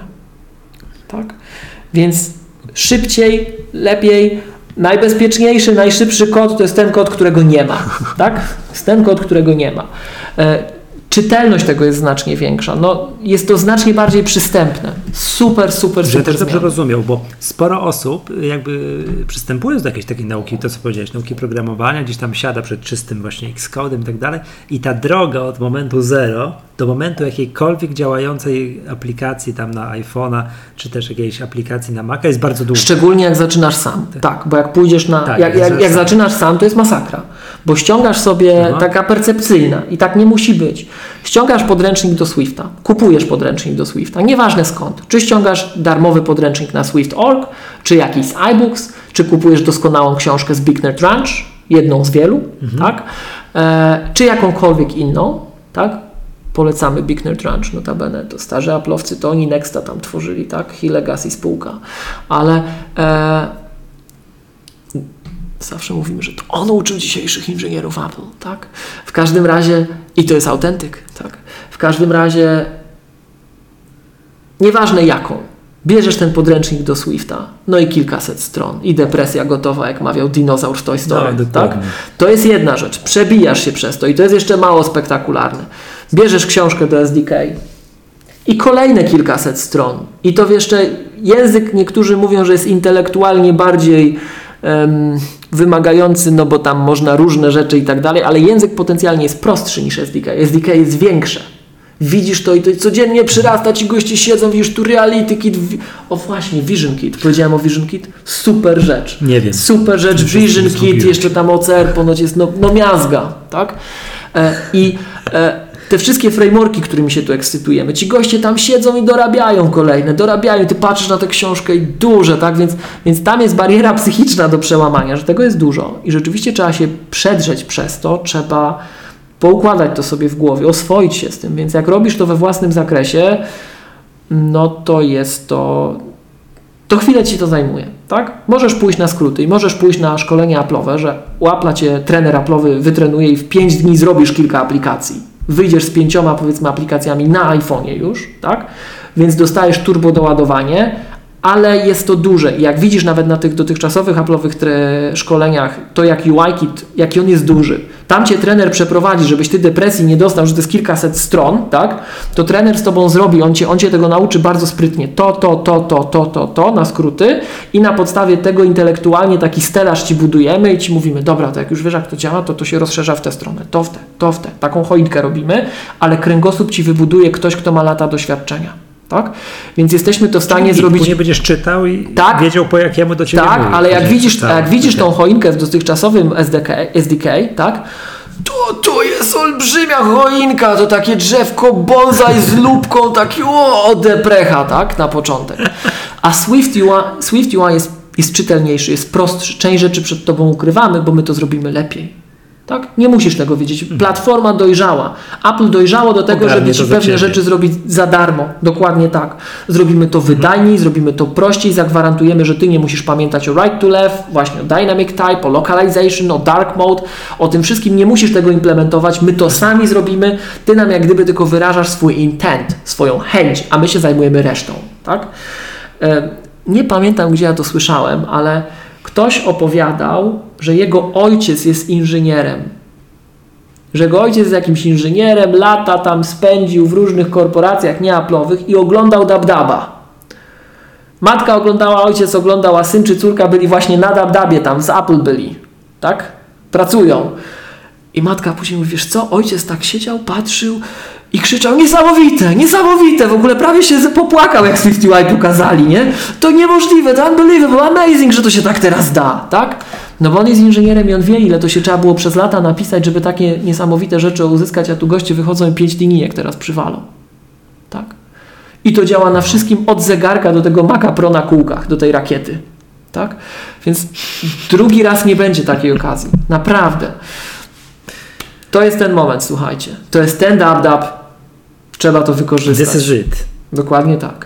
Tak? Więc szybciej, lepiej, najbezpieczniejszy, najszybszy kod to jest ten kod, którego nie ma. Tak? Jest ten kod, którego nie ma. E, czytelność tego jest znacznie większa. No, jest to znacznie bardziej przystępne. Super, super, że super. Też dobrze zmiana. rozumiał, bo sporo osób jakby przystępując do jakiejś takiej nauki, to co powiedziałeś, nauki programowania, gdzieś tam siada przed czystym właśnie Xcode'em i tak dalej i ta droga od momentu zero do momentu jakiejkolwiek działającej aplikacji tam na iPhone'a, czy też jakiejś aplikacji na Maca jest bardzo długa. Szczególnie jak zaczynasz sam. Tak, tak bo jak pójdziesz na... Tak, jak, jak, jak zaczynasz sam, to jest masakra. Bo ściągasz sobie Aha. taka percepcyjna i tak nie musi być. Ściągasz podręcznik do Swifta, kupujesz podręcznik do Swifta, nieważne skąd. Czy ściągasz darmowy podręcznik na swift kropka org, czy jakiś z iBooks, czy kupujesz doskonałą książkę z Big Nerd Ranch, jedną z wielu, mhm. tak? E, czy jakąkolwiek inną, tak? Polecamy Big Nerd Ranch, notabene, to starzy Apple'owcy, to oni Nexta tam tworzyli, tak? Hi Legacy spółka. Ale e, zawsze mówimy, że to on uczył dzisiejszych inżynierów Apple, tak? W każdym razie, i to jest autentyk, tak? W każdym razie, nieważne jaką, bierzesz ten podręcznik do Swifta, no i kilkaset stron i depresja gotowa, jak mawiał dinozaur w Toy Story, no, tak? To jest jedna rzecz, przebijasz się przez to i to jest jeszcze mało spektakularne. Bierzesz książkę do S D K i kolejne kilkaset stron i to jeszcze język, niektórzy mówią, że jest intelektualnie bardziej um, wymagający, no bo tam można różne rzeczy i tak dalej, ale język potencjalnie jest prostszy niż S D K. S D K jest większe. Widzisz to i to codziennie przyrasta, ci goście siedzą, widzisz tu Reality Kit. O właśnie, Vision Kit. Powiedziałem o Vision Kit? Super rzecz. Nie wiem. Super rzecz, Vision Kit, jeszcze tam O C R ponoć jest, no, no miazga, tak? E, I e, te wszystkie frameworki, którymi się tu ekscytujemy, ci goście tam siedzą i dorabiają kolejne, dorabiają, ty patrzysz na tę książkę i duże, tak? Więc, więc tam jest bariera psychiczna do przełamania, że tego jest dużo i rzeczywiście trzeba się przedrzeć przez to, trzeba poukładać to sobie w głowie, oswoić się z tym, więc jak robisz to we własnym zakresie, no to jest to, to chwilę ci to zajmuje, tak? Możesz pójść na skróty i możesz pójść na szkolenie Apple'owe, że u Apple'a cię trener Apple'owy wytrenuje i w pięć dni zrobisz kilka aplikacji. Wyjdziesz z pięcioma, powiedzmy, aplikacjami na iPhone'ie już, tak? Więc dostajesz turbo doładowanie, ale jest to duże i jak widzisz nawet na tych dotychczasowych Apple'owych tre- szkoleniach, to jak U I Kit, jaki on jest duży. Tam cię trener przeprowadzi, żebyś ty depresji nie dostał, że to jest kilkaset stron, tak? To trener z tobą zrobi, on cię, on cię tego nauczy bardzo sprytnie. To, to, to, to, to, to, to, na skróty i na podstawie tego intelektualnie taki stelaż ci budujemy i ci mówimy, dobra, to jak już wiesz jak to działa, to to się rozszerza w tę stronę, to w tę, to w tę. Taką choinkę robimy, ale kręgosłup ci wybuduje ktoś, kto ma lata doświadczenia. Tak? Więc jesteśmy to w stanie Czyli zrobić. Nie będziesz czytał i tak, wiedział, po jakiemu do ciebie Tak, mówi, ale jak widzisz, czytał, jak widzisz okay. tą choinkę w dotychczasowym S D K, S D K, tak? To, to jest olbrzymia choinka, to takie drzewko bonsai z lubką, taki o, deprecha, tak? Na początek. A Swift U I, Swift U I jest, jest czytelniejszy, jest prostszy. Część rzeczy przed tobą ukrywamy, bo my to zrobimy lepiej. Tak? Nie musisz tego wiedzieć. Platforma dojrzała. Apple dojrzało do tego, Ogarnie żeby ci to za pewne ciebie. rzeczy zrobić za darmo. Dokładnie tak. Zrobimy to wydajniej, zrobimy to prościej, zagwarantujemy, że ty nie musisz pamiętać o right to left, właśnie o dynamic type, o localization, o dark mode. O tym wszystkim nie musisz tego implementować. My to sami zrobimy. Ty nam jak gdyby tylko wyrażasz swój intent, swoją chęć, a my się zajmujemy resztą. Tak? Nie pamiętam, gdzie ja to słyszałem, ale ktoś opowiadał, że jego ojciec jest inżynierem. Że jego ojciec jest jakimś inżynierem, lata tam spędził w różnych korporacjach nieaplowych i oglądał Dab-Daba. Matka oglądała, ojciec oglądał, a syn czy córka byli właśnie na Dab-Dabie, tam z Apple byli. Tak? Pracują. I matka później mówi, wiesz co, ojciec tak siedział, patrzył i krzyczał, niesamowite, niesamowite, w ogóle prawie się popłakał, jak Swifty Y pokazali, nie? To niemożliwe, to unbelievable, amazing, że to się tak teraz da, tak? No bo on jest inżynierem i on wie, ile to się trzeba było przez lata napisać, żeby takie niesamowite rzeczy uzyskać, a tu goście wychodzą i pięć linijek teraz przywalą, tak? I to działa na wszystkim, od zegarka do tego Maca Pro na kółkach, do tej rakiety, tak? Więc drugi raz nie będzie takiej okazji, naprawdę. To jest ten moment, słuchajcie. To jest ten dab-dab. Trzeba to wykorzystać. This is it. Dokładnie tak.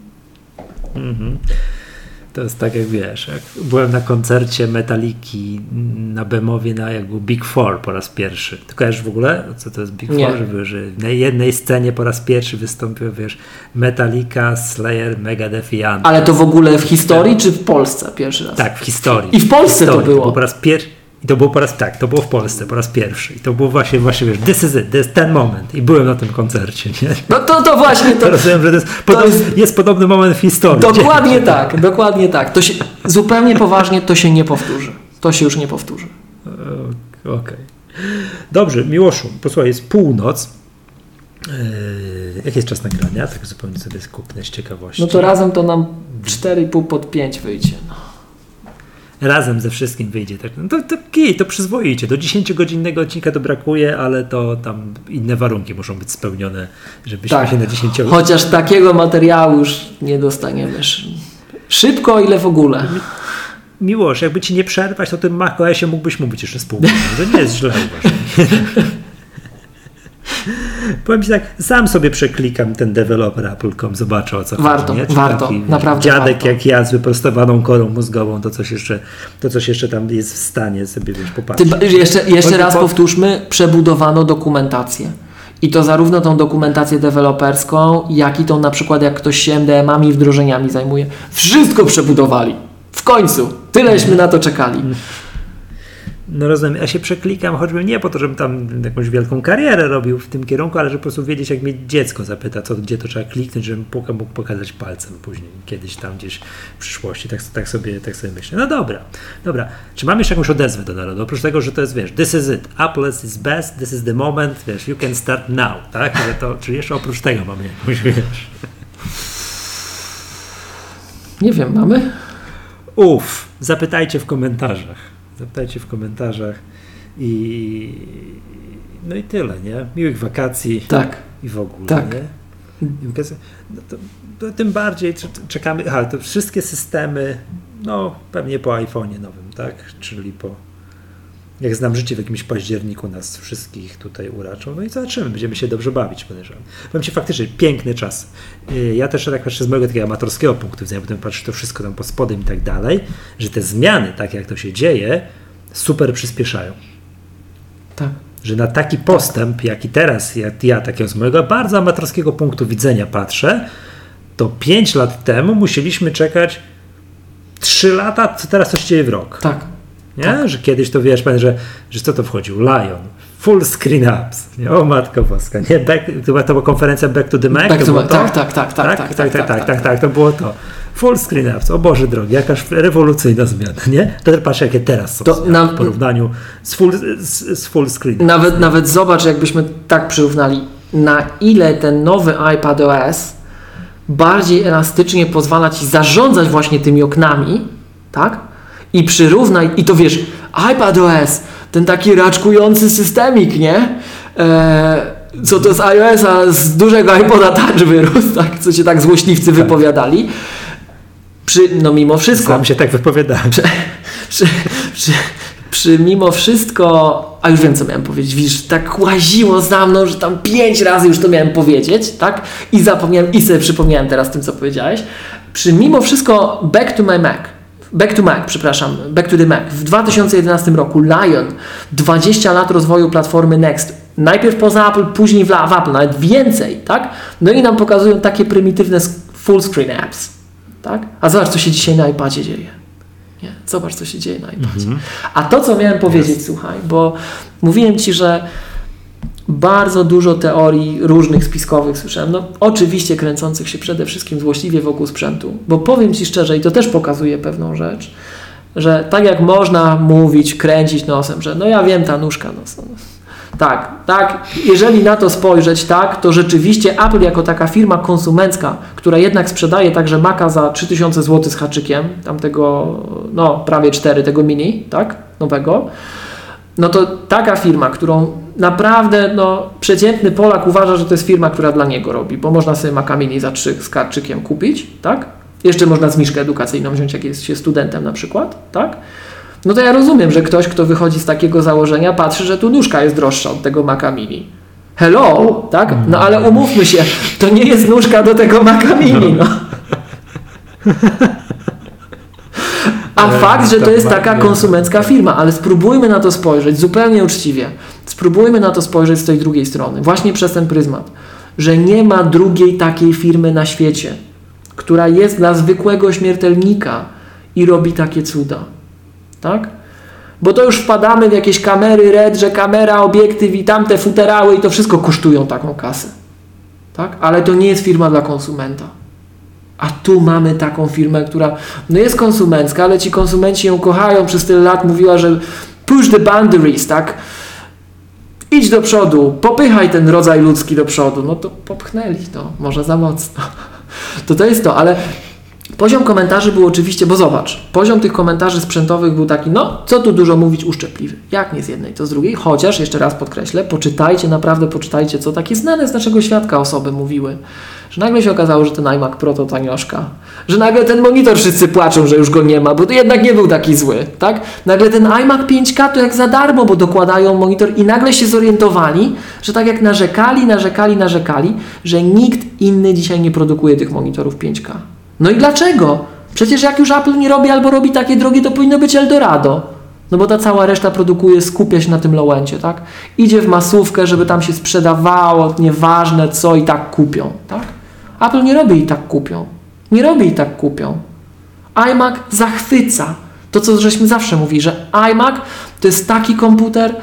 Mhm. To jest tak, jak wiesz, jak byłem na koncercie Metaliki na Bemowie, na jak był Big Four po raz pierwszy. Ty kojarzysz w ogóle, co to jest Big Nie. Four? Że, że na jednej scenie po raz pierwszy wystąpił, wiesz, Metallica, Slayer, Megadeth i Anthrax. Ale to w ogóle w historii, czy w Polsce pierwszy raz? Tak, w historii. I w Polsce w historii. to było. To było po raz pierwszy. I to było po raz, tak, to było w Polsce po raz pierwszy. I to było właśnie, właśnie, wiesz, this is it, to jest ten moment. I byłem na tym koncercie, nie? No to, to właśnie. To, to rozumiem, że to jest, podobny, jest- jest podobny moment w historii. dokładnie tak, dokładnie tak. To się, zupełnie poważnie to się nie powtórzy. To się już nie powtórzy. Okej. Okay. Dobrze, Miłoszu, posłuchaj, jest północ. Yy, jaki jest czas nagrania? Tak zupełnie sobie skupnę z ciekawości. No to razem to nam cztery i pół pod pięć wyjdzie. No. Razem ze wszystkim wyjdzie. Tak. No to, to kij, to przyzwoicie. Do dziesięciogodzinnego odcinka to brakuje, ale to tam inne warunki muszą być spełnione, żebyśmy Tak. się na dziesięć... Chociaż takiego materiału już nie dostaniemy szybko, o ile w ogóle. Miłosz, jakby ci nie przerwać, to tym macOSie mógłbyś mówić jeszcze z pół godziny. To nie jest źle, uważam. Powiem ci tak, sam sobie przeklikam ten developer apple kropka com, zobaczę, o co Warto, chodzi. Nie? Czy warto, taki naprawdę dziadek warto. jak ja z wyprostowaną korą mózgową, to coś jeszcze, to coś jeszcze tam jest w stanie sobie, wiesz, popatrzeć. Ty, jeszcze jeszcze Chodzi raz po- powtórzmy, przebudowano dokumentację. I to zarówno tą dokumentację deweloperską, jak i tą na przykład jak ktoś się M D M-ami i wdrożeniami zajmuje. Wszystko przebudowali. W końcu. Tyleśmy na to czekali. No rozumiem, ja się przeklikam, choćby nie po to, żebym tam jakąś wielką karierę robił w tym kierunku, ale żeby po prostu wiedzieć, jak mnie dziecko zapyta, co, gdzie to trzeba kliknąć, żebym mógł mógł pokazać palcem później, kiedyś tam gdzieś w przyszłości, tak, tak, sobie, tak sobie myślę. No dobra, dobra. Czy mam jeszcze jakąś odezwę do narodu? Oprócz tego, że to jest, wiesz, this is it, Apple is best, this is the moment, wiesz, you can start now, tak? Ale to, czy jeszcze oprócz tego mamy jakąś, wiesz? Nie wiem, mamy? Uff, zapytajcie w komentarzach. Zapytajcie w komentarzach i no i tyle, nie? Miłych wakacji Tak. i w ogóle, Tak. nie? I wakacji- no to, to tym bardziej c- czekamy, aha, to wszystkie systemy, no pewnie po iPhone'ie nowym, tak? Czyli po, jak znam życie, w jakimś październiku nas wszystkich tutaj uraczą, no i zobaczymy, będziemy się dobrze bawić, podejrzewam. Powiem ci, faktycznie piękny czas. Yy, Ja też tak patrzę z mojego takiego amatorskiego punktu widzenia, potem patrzę to wszystko tam pod spodem i tak dalej, że te zmiany, tak jak to się dzieje, super przyspieszają. Tak. Że na taki postęp, jaki teraz ja, ja takiego z mojego bardzo amatorskiego punktu widzenia patrzę, to pięć lat temu musieliśmy czekać trzy lata, co teraz to się dzieje w rok. Tak. Nie? Tak. Że kiedyś to wiesz, pan, że, że co to wchodził? Lion, full screen apps. Nie? O matko boska. Nie? Back, to, była, to była konferencja Back to the Mac? Back to to było Mac. to? Tak, tak, tak, tak, tak, tak, tak, tak, tak, tak, to było to. Full screen apps. O Boże drogi, jakaż rewolucyjna zmiana, nie? To patrz, jakie teraz są To zmiany na- w porównaniu z full, z, z full screen. Nawet, nawet zobacz, jakbyśmy tak przyrównali, na ile ten nowy iPadOS bardziej elastycznie pozwala Ci zarządzać właśnie tymi oknami, tak? I przyrównaj, i to wiesz, iPadOS, ten taki raczkujący systemik, nie? Eee, co to z iOS-a, z dużego iPoda Touch wyrósł, tak? Co się tak złośliwcy Tak. wypowiadali. Przy, no mimo wszystko... Sam się tak wypowiadałem. przy, przy, przy mimo wszystko A już wiem, co miałem powiedzieć. Widzisz, tak łaziło za mną, że tam pięć razy już to miałem powiedzieć, tak? I zapomniałem, i sobie przypomniałem teraz tym, co powiedziałeś. Przy mimo wszystko Back to my Mac, Back to Mac, przepraszam, Back to the Mac. W dwa tysiące jedenastym roku Lion, dwadzieścia lat rozwoju platformy Next. Najpierw poza Apple, później w, w Apple, nawet więcej, tak? No i nam pokazują takie prymitywne full screen apps, tak? A zobacz, co się dzisiaj na iPadzie dzieje. Nie? Zobacz, co się dzieje na iPadzie. Mm-hmm. A to, co miałem powiedzieć, yes. słuchaj, bo mówiłem Ci, że bardzo dużo teorii różnych spiskowych słyszałem, no oczywiście kręcących się przede wszystkim złośliwie wokół sprzętu, bo powiem Ci szczerze, i to też pokazuje pewną rzecz, że tak jak można mówić, kręcić nosem, że no ja wiem, ta nóżka, no, no tak, tak, jeżeli na to spojrzeć, tak, to rzeczywiście Apple jako taka firma konsumencka, która jednak sprzedaje także Maca za trzy tysiące złotych z haczykiem, tamtego, no prawie cztery, tego mini, tak, nowego, no to taka firma, którą naprawdę, no, przeciętny Polak uważa, że to jest firma, która dla niego robi, bo można sobie Maca mini za trzy z haczykiem kupić, tak, jeszcze można zniżkę edukacyjną wziąć, jak jest się studentem na przykład, tak. No to ja rozumiem, że ktoś, kto wychodzi z takiego założenia, patrzy, że tu nóżka jest droższa od tego Maca mini. Hello, tak? No ale umówmy się, to nie jest nóżka do tego Maca mini, no. A fakt, że to jest taka konsumencka firma, ale spróbujmy na to spojrzeć zupełnie uczciwie. Spróbujmy na to spojrzeć z tej drugiej strony, właśnie przez ten pryzmat, że nie ma drugiej takiej firmy na świecie, która jest dla zwykłego śmiertelnika i robi takie cuda. Tak? Bo to już wpadamy w jakieś kamery R E D, że kamera, obiektyw i tamte futerały i to wszystko kosztują taką kasę. Tak? Ale to nie jest firma dla konsumenta. A tu mamy taką firmę, która no jest konsumencka, ale ci konsumenci ją kochają. Przez tyle lat mówiła, że push the boundaries, tak? Idź do przodu, popychaj ten rodzaj ludzki do przodu. No to popchnęli to, może za mocno. To to jest to, ale poziom komentarzy był oczywiście, bo zobacz, poziom tych komentarzy sprzętowych był taki, no co tu dużo mówić, uszczypliwy. Jak nie z jednej, to z drugiej. Chociaż, jeszcze raz podkreślę, poczytajcie, naprawdę poczytajcie, co takie znane z naszego świadka osoby mówiły. Że nagle się okazało, że ten iMac Pro to tanioszka. Że nagle ten monitor wszyscy płaczą, że już go nie ma, bo to jednak nie był taki zły, tak? Nagle ten iMac pięć K to jak za darmo, bo dokładają monitor i nagle się zorientowali, że tak jak narzekali, narzekali, narzekali, że nikt inny dzisiaj nie produkuje tych monitorów pięć K. No i dlaczego? Przecież jak już Apple nie robi albo robi takie drogie, to powinno być Eldorado. No bo ta cała reszta produkuje, skupia się na tym low-endzie, tak? Idzie w masówkę, żeby tam się sprzedawało, nieważne co, i tak kupią, tak? Apple nie robi i tak kupią. Nie robi i tak kupią. iMac zachwyca. To, co żeśmy zawsze mówili, że iMac to jest taki komputer,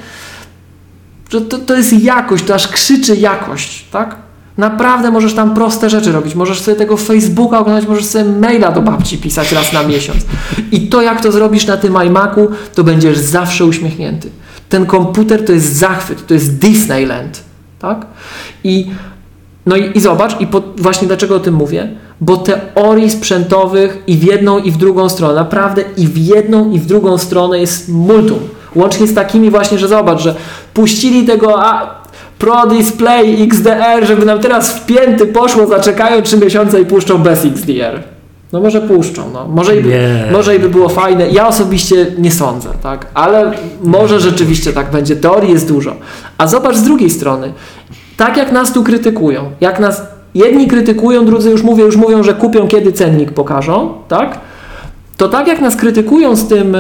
że to, to jest jakość, to aż krzyczy jakość, tak? Naprawdę możesz tam proste rzeczy robić. Możesz sobie tego Facebooka oglądać, możesz sobie maila do babci pisać raz na miesiąc. I to, jak to zrobisz na tym iMacu, to będziesz zawsze uśmiechnięty. Ten komputer to jest zachwyt, to jest Disneyland, tak? I no i, i zobacz, i po, właśnie dlaczego o tym mówię, bo teorii sprzętowych i w jedną, i w drugą stronę, naprawdę i w jedną, i w drugą stronę jest multum. Łącznie z takimi właśnie, że zobacz, że puścili tego a, Pro Display X D R, żeby nam teraz w pięty poszło, zaczekają trzy miesiące i puszczą bez X D R. No może puszczą, no. Może i, by, może i by było fajne. Ja osobiście nie sądzę, tak? Ale może rzeczywiście tak będzie. Teorii jest dużo. A zobacz z drugiej strony, tak jak nas tu krytykują, jak nas jedni krytykują, drudzy już mówią, już mówią, że kupią, kiedy cennik pokażą, tak? To tak jak nas krytykują z tym,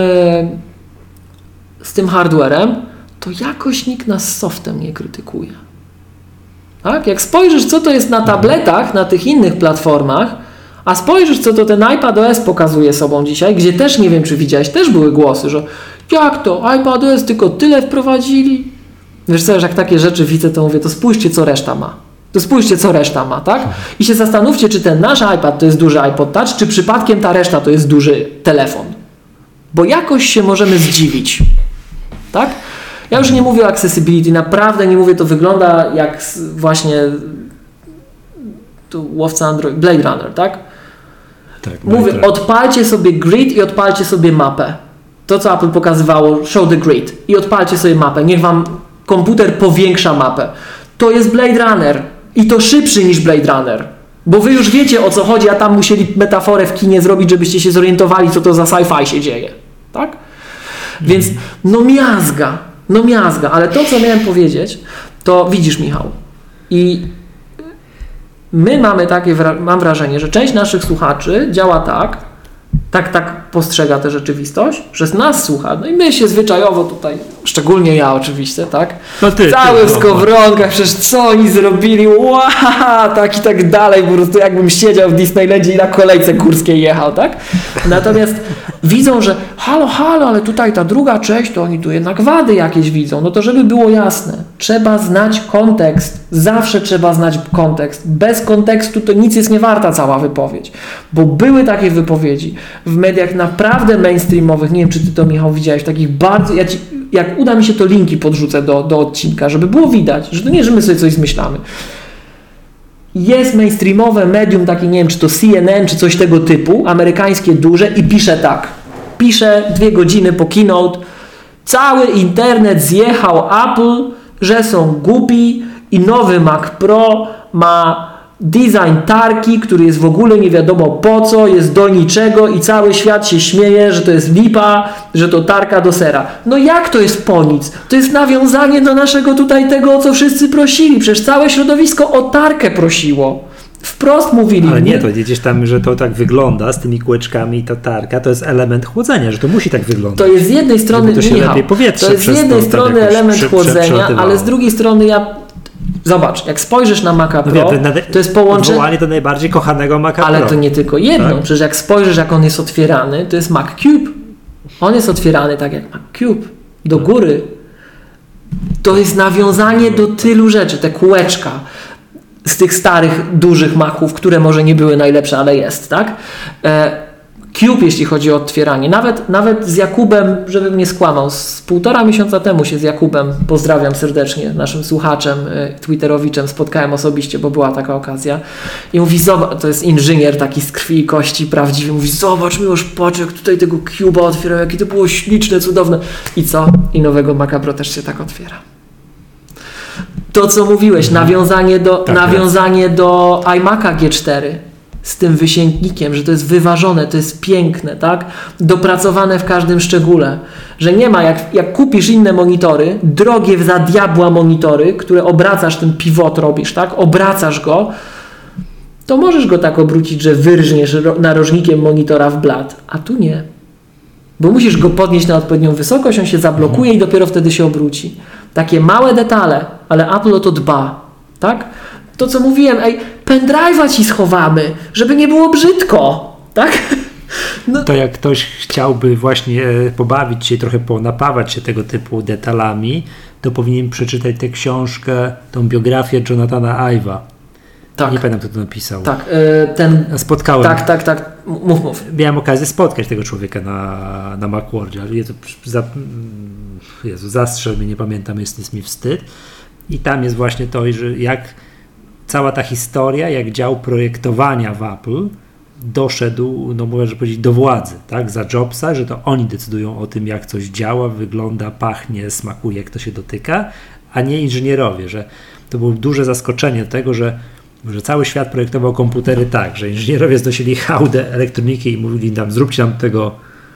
z tym hardwarem, to jakoś nikt nas z softem nie krytykuje. Tak? Jak spojrzysz, co to jest na tabletach, na tych innych platformach, a spojrzysz, co to ten iPadOS pokazuje sobą dzisiaj, gdzie też, nie wiem, czy widziałeś, też były głosy, że jak to, iPadOS tylko tyle wprowadzili? Wiesz co, że jak takie rzeczy widzę, to mówię, to spójrzcie, co reszta ma. To spójrzcie, co reszta ma, tak? I się zastanówcie, czy ten nasz iPad to jest duży iPod Touch, czy przypadkiem ta reszta to jest duży telefon. Bo jakoś się możemy zdziwić. Tak? Ja już nie mówię o accessibility, naprawdę nie mówię, to wygląda jak właśnie tu łowca Android, Blade Runner, tak? Tak, mówię, Runner. Odpalcie sobie grid i odpalcie sobie mapę. To, co Apple pokazywało, show the grid i odpalcie sobie mapę. Niech wam komputer powiększa mapę. To jest Blade Runner i to szybszy niż Blade Runner. Bo wy już wiecie, o co chodzi, a tam musieli metaforę w kinie zrobić, żebyście się zorientowali, co to za sci-fi się dzieje. Tak? Więc no miazga. No miazga, ale to, co miałem powiedzieć, to widzisz, Michał, i my mamy takie, mam wrażenie, że część naszych słuchaczy działa tak, tak, tak postrzega tę rzeczywistość, że z nas słucha, no i my się zwyczajowo tutaj, szczególnie ja oczywiście, tak, no ty, cały ty, w skowronkach, przecież co oni zrobili, ła, tak i tak dalej, po prostu jakbym siedział w Disneylandzie i na kolejce górskiej jechał, tak, natomiast widzą, że halo, halo, ale tutaj ta druga część, to oni tu jednak wady jakieś widzą, no to żeby było jasne, trzeba znać kontekst, zawsze trzeba znać kontekst, bez kontekstu to nic jest nie warta cała wypowiedź, bo były takie wypowiedzi w mediach naprawdę mainstreamowych, nie wiem, czy ty to, Michał, widziałeś, takich bardzo, ja ci, jak uda mi się, to linki podrzucę do, do odcinka, żeby było widać, że to nie, że my sobie coś zmyślamy. Jest mainstreamowe medium, takie, nie wiem, czy to C N N, czy coś tego typu, amerykańskie duże i pisze tak, pisze dwie godziny po keynote, cały internet zjechał Apple, że są głupi i nowy Mac Pro ma design tarki, który jest w ogóle nie wiadomo po co, jest do niczego i cały świat się śmieje, że to jest lipa, że to tarka do sera. No jak to jest po nic? To jest nawiązanie do naszego tutaj tego, o co wszyscy prosili. Przecież całe środowisko o tarkę prosiło. Wprost mówili. Ale nie, to gdzieś tam, że to tak wygląda z tymi kółeczkami i ta tarka, to jest element chłodzenia, że to musi tak wyglądać. To jest z jednej strony, to się Michał, lepiej powietrze to jest z jednej strony tak element przy, chłodzenia, ale z drugiej strony ja zobacz, jak spojrzysz na Maca Pro, no wie, to jest połączenie... Odwołanie do najbardziej kochanego Maca ale Pro. to nie tylko jedno, tak? Przecież jak spojrzysz, jak on jest otwierany, to jest Mac Cube. On jest otwierany tak jak Mac Cube, do góry. To jest nawiązanie do tylu rzeczy, te kółeczka z tych starych, dużych Maców, które może nie były najlepsze, ale jest, tak? E, Cube, jeśli chodzi o otwieranie. Nawet, nawet z Jakubem, żebym nie skłamał, z półtora miesiąca temu się z Jakubem, pozdrawiam serdecznie, naszym słuchaczem, twitterowiczem, spotkałem osobiście, bo była taka okazja. I mówi, zobacz, to jest inżynier taki z krwi i kości prawdziwy, mówi, zobacz Miłosz, patrz jak tutaj tego Cube'a otwierał, jakie to było śliczne, cudowne. I co? I nowego Maca Pro też się tak otwiera. To, co mówiłeś, mhm. nawiązanie do, tak nawiązanie do iMac'a G cztery. Z tym wysięgnikiem, że to jest wyważone, to jest piękne, tak? Dopracowane w każdym szczególe. Że nie ma, jak, jak kupisz inne monitory, drogie za diabła monitory, które obracasz, ten pivot robisz, tak? Obracasz go, to możesz go tak obrócić, że wyrżniesz narożnikiem monitora w blat. A tu nie. Bo musisz go podnieść na odpowiednią wysokość, on się zablokuje i dopiero wtedy się obróci. Takie małe detale, ale Apple o to dba, tak? To, co mówiłem, ej, pendrive'a ci schowamy, żeby nie było brzydko, tak? No. To jak ktoś chciałby właśnie pobawić się, trochę ponapawać się tego typu detalami, to powinien przeczytać tę książkę, tą biografię Jonathana Ive'a. Tak. Nie pamiętam, kto to napisał. Tak, ten... Spotkałem. Tak, tak, tak. Mów, mów. Miałem okazję spotkać tego człowieka na, na Macworldzie, ale Jezu, za, Jezu, zastrzel mnie, nie pamiętam, jest, jest mi wstyd. I tam jest właśnie to, że jak cała ta historia, jak dział projektowania w Apple doszedł, no można powiedzieć, do władzy, tak, za Jobsa, że to oni decydują o tym, jak coś działa, wygląda, pachnie, smakuje, jak to się dotyka, a nie inżynierowie, że to było duże zaskoczenie tego, że, że cały świat projektował komputery tak, że inżynierowie znosili hałdę elektroniki i mówili nam, zróbcie nam tego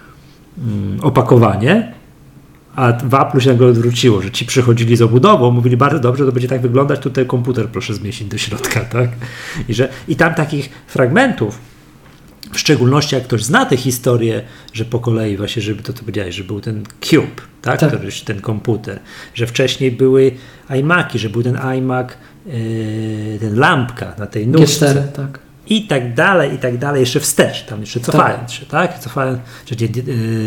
mm, opakowanie, a w Apple się nagle odwróciło, że ci przychodzili z obudową, mówili bardzo dobrze, to będzie tak wyglądać, tutaj komputer proszę zmieścić do środka, tak? I, że, i tam takich fragmentów, w szczególności jak ktoś zna tę historię, że po kolei właśnie, żeby to, co powiedziałeś, że był ten Cube, tak? tak. Któryś, ten komputer, że wcześniej były iMaki, że był ten iMac, yy, ten lampka na tej nóżce. G cztery, tak. I tak dalej, i tak dalej, jeszcze wstecz, tam jeszcze cofając tak. się, tak? Cofając, że, yy,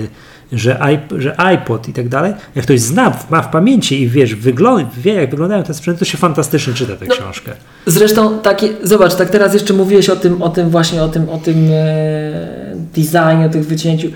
że, iP- że iPod i tak dalej. Jak ktoś zna, ma w pamięci i wiesz, wygląda, wie jak wyglądają te sprzęty, to się fantastycznie czyta tę no, książkę. Zresztą takie, zobacz, tak teraz jeszcze mówiłeś o tym, o tym właśnie, o tym, o tym e, designie, o tych wycięciu.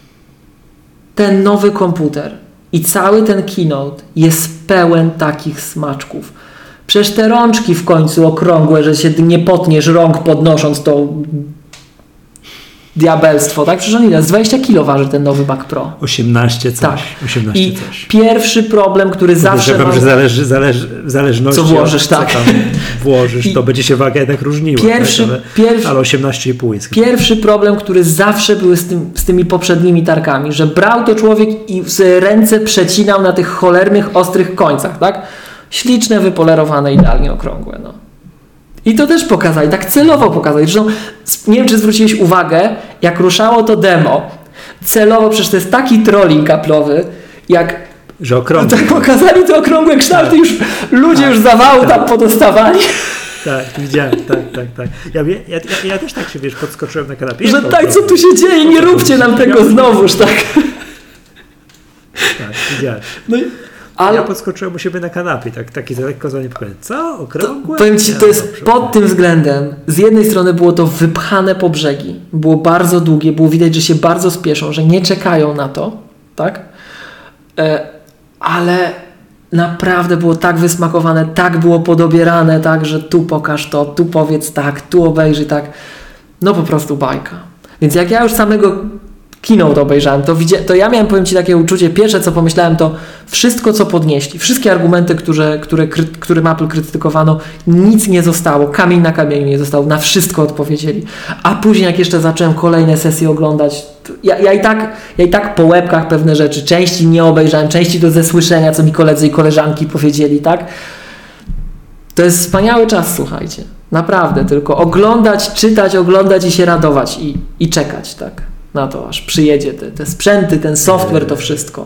Ten nowy komputer i cały ten keynote jest pełen takich smaczków. Przecież te rączki w końcu okrągłe, że się nie potniesz rąk podnosząc to diabelstwo, tak? Przecież on ile? Z dwadzieścia kilo waży ten nowy Mac Pro. osiemnaście coś. Tak. osiemnaście I coś. pierwszy problem, który zawsze Wiem, mam... że zależy, zależy, w zależności co włożysz, od co tak. tam włożysz, I to będzie się waga jednak różniła. Pierwszy, tak? ale, pierwszy, ale osiemnaście i pół jest. Pierwszy problem, który zawsze był z, tym, z tymi poprzednimi targami, że brał to człowiek i z ręce przecinał na tych cholernych, ostrych końcach, tak? Śliczne, wypolerowane, idealnie okrągłe, no. I to też pokazali, tak celowo pokazali. Zresztą nie wiem, czy zwróciłeś uwagę, jak ruszało to demo, celowo, przecież to jest taki trolling Apple'owy, jak że okrągłe. tak pokazali te okrągłe kształty, tak. już ludzie tak. już zawału tak. tam podostawali. Tak, widziałem, tak, tak, tak. Ja, ja, ja, ja też tak się, wiesz, podskoczyłem na kanapie. Że tak, co tu się dzieje, nie róbcie nam tego znowuż, tak. Tak, widziałem. No i ale... Ja podskoczyłem u siebie na kanapie, tak, taki za lekko zaniepokojony. Co? Okrągłe? To, powiem Ci, to jest dobrze, pod tym względem, z jednej strony było to wypchane po brzegi, było bardzo długie, było widać, że się bardzo spieszą, że nie czekają na to, tak? E, ale naprawdę było tak wysmakowane, tak było podobierane, tak, że tu pokaż to, tu powiedz tak, tu obejrzyj tak. No po prostu bajka. Więc jak ja już samego keynote obejrzałem, to, widzi- to ja miałem, powiem Ci, takie uczucie, pierwsze co pomyślałem, to wszystko co podnieśli, wszystkie argumenty, które, które, kry- którym Apple krytykowano, nic nie zostało, kamień na kamieniu nie został, na wszystko odpowiedzieli. A później jak jeszcze zacząłem kolejne sesje oglądać, ja, ja, i tak, ja i tak po łebkach pewne rzeczy, części nie obejrzałem, części to ze słyszenia, co mi koledzy i koleżanki powiedzieli, tak? To jest wspaniały czas, słuchajcie. Naprawdę, tylko oglądać, czytać, oglądać i się radować i, i czekać, tak? Na to, aż przyjedzie te, te sprzęty, ten software, to wszystko.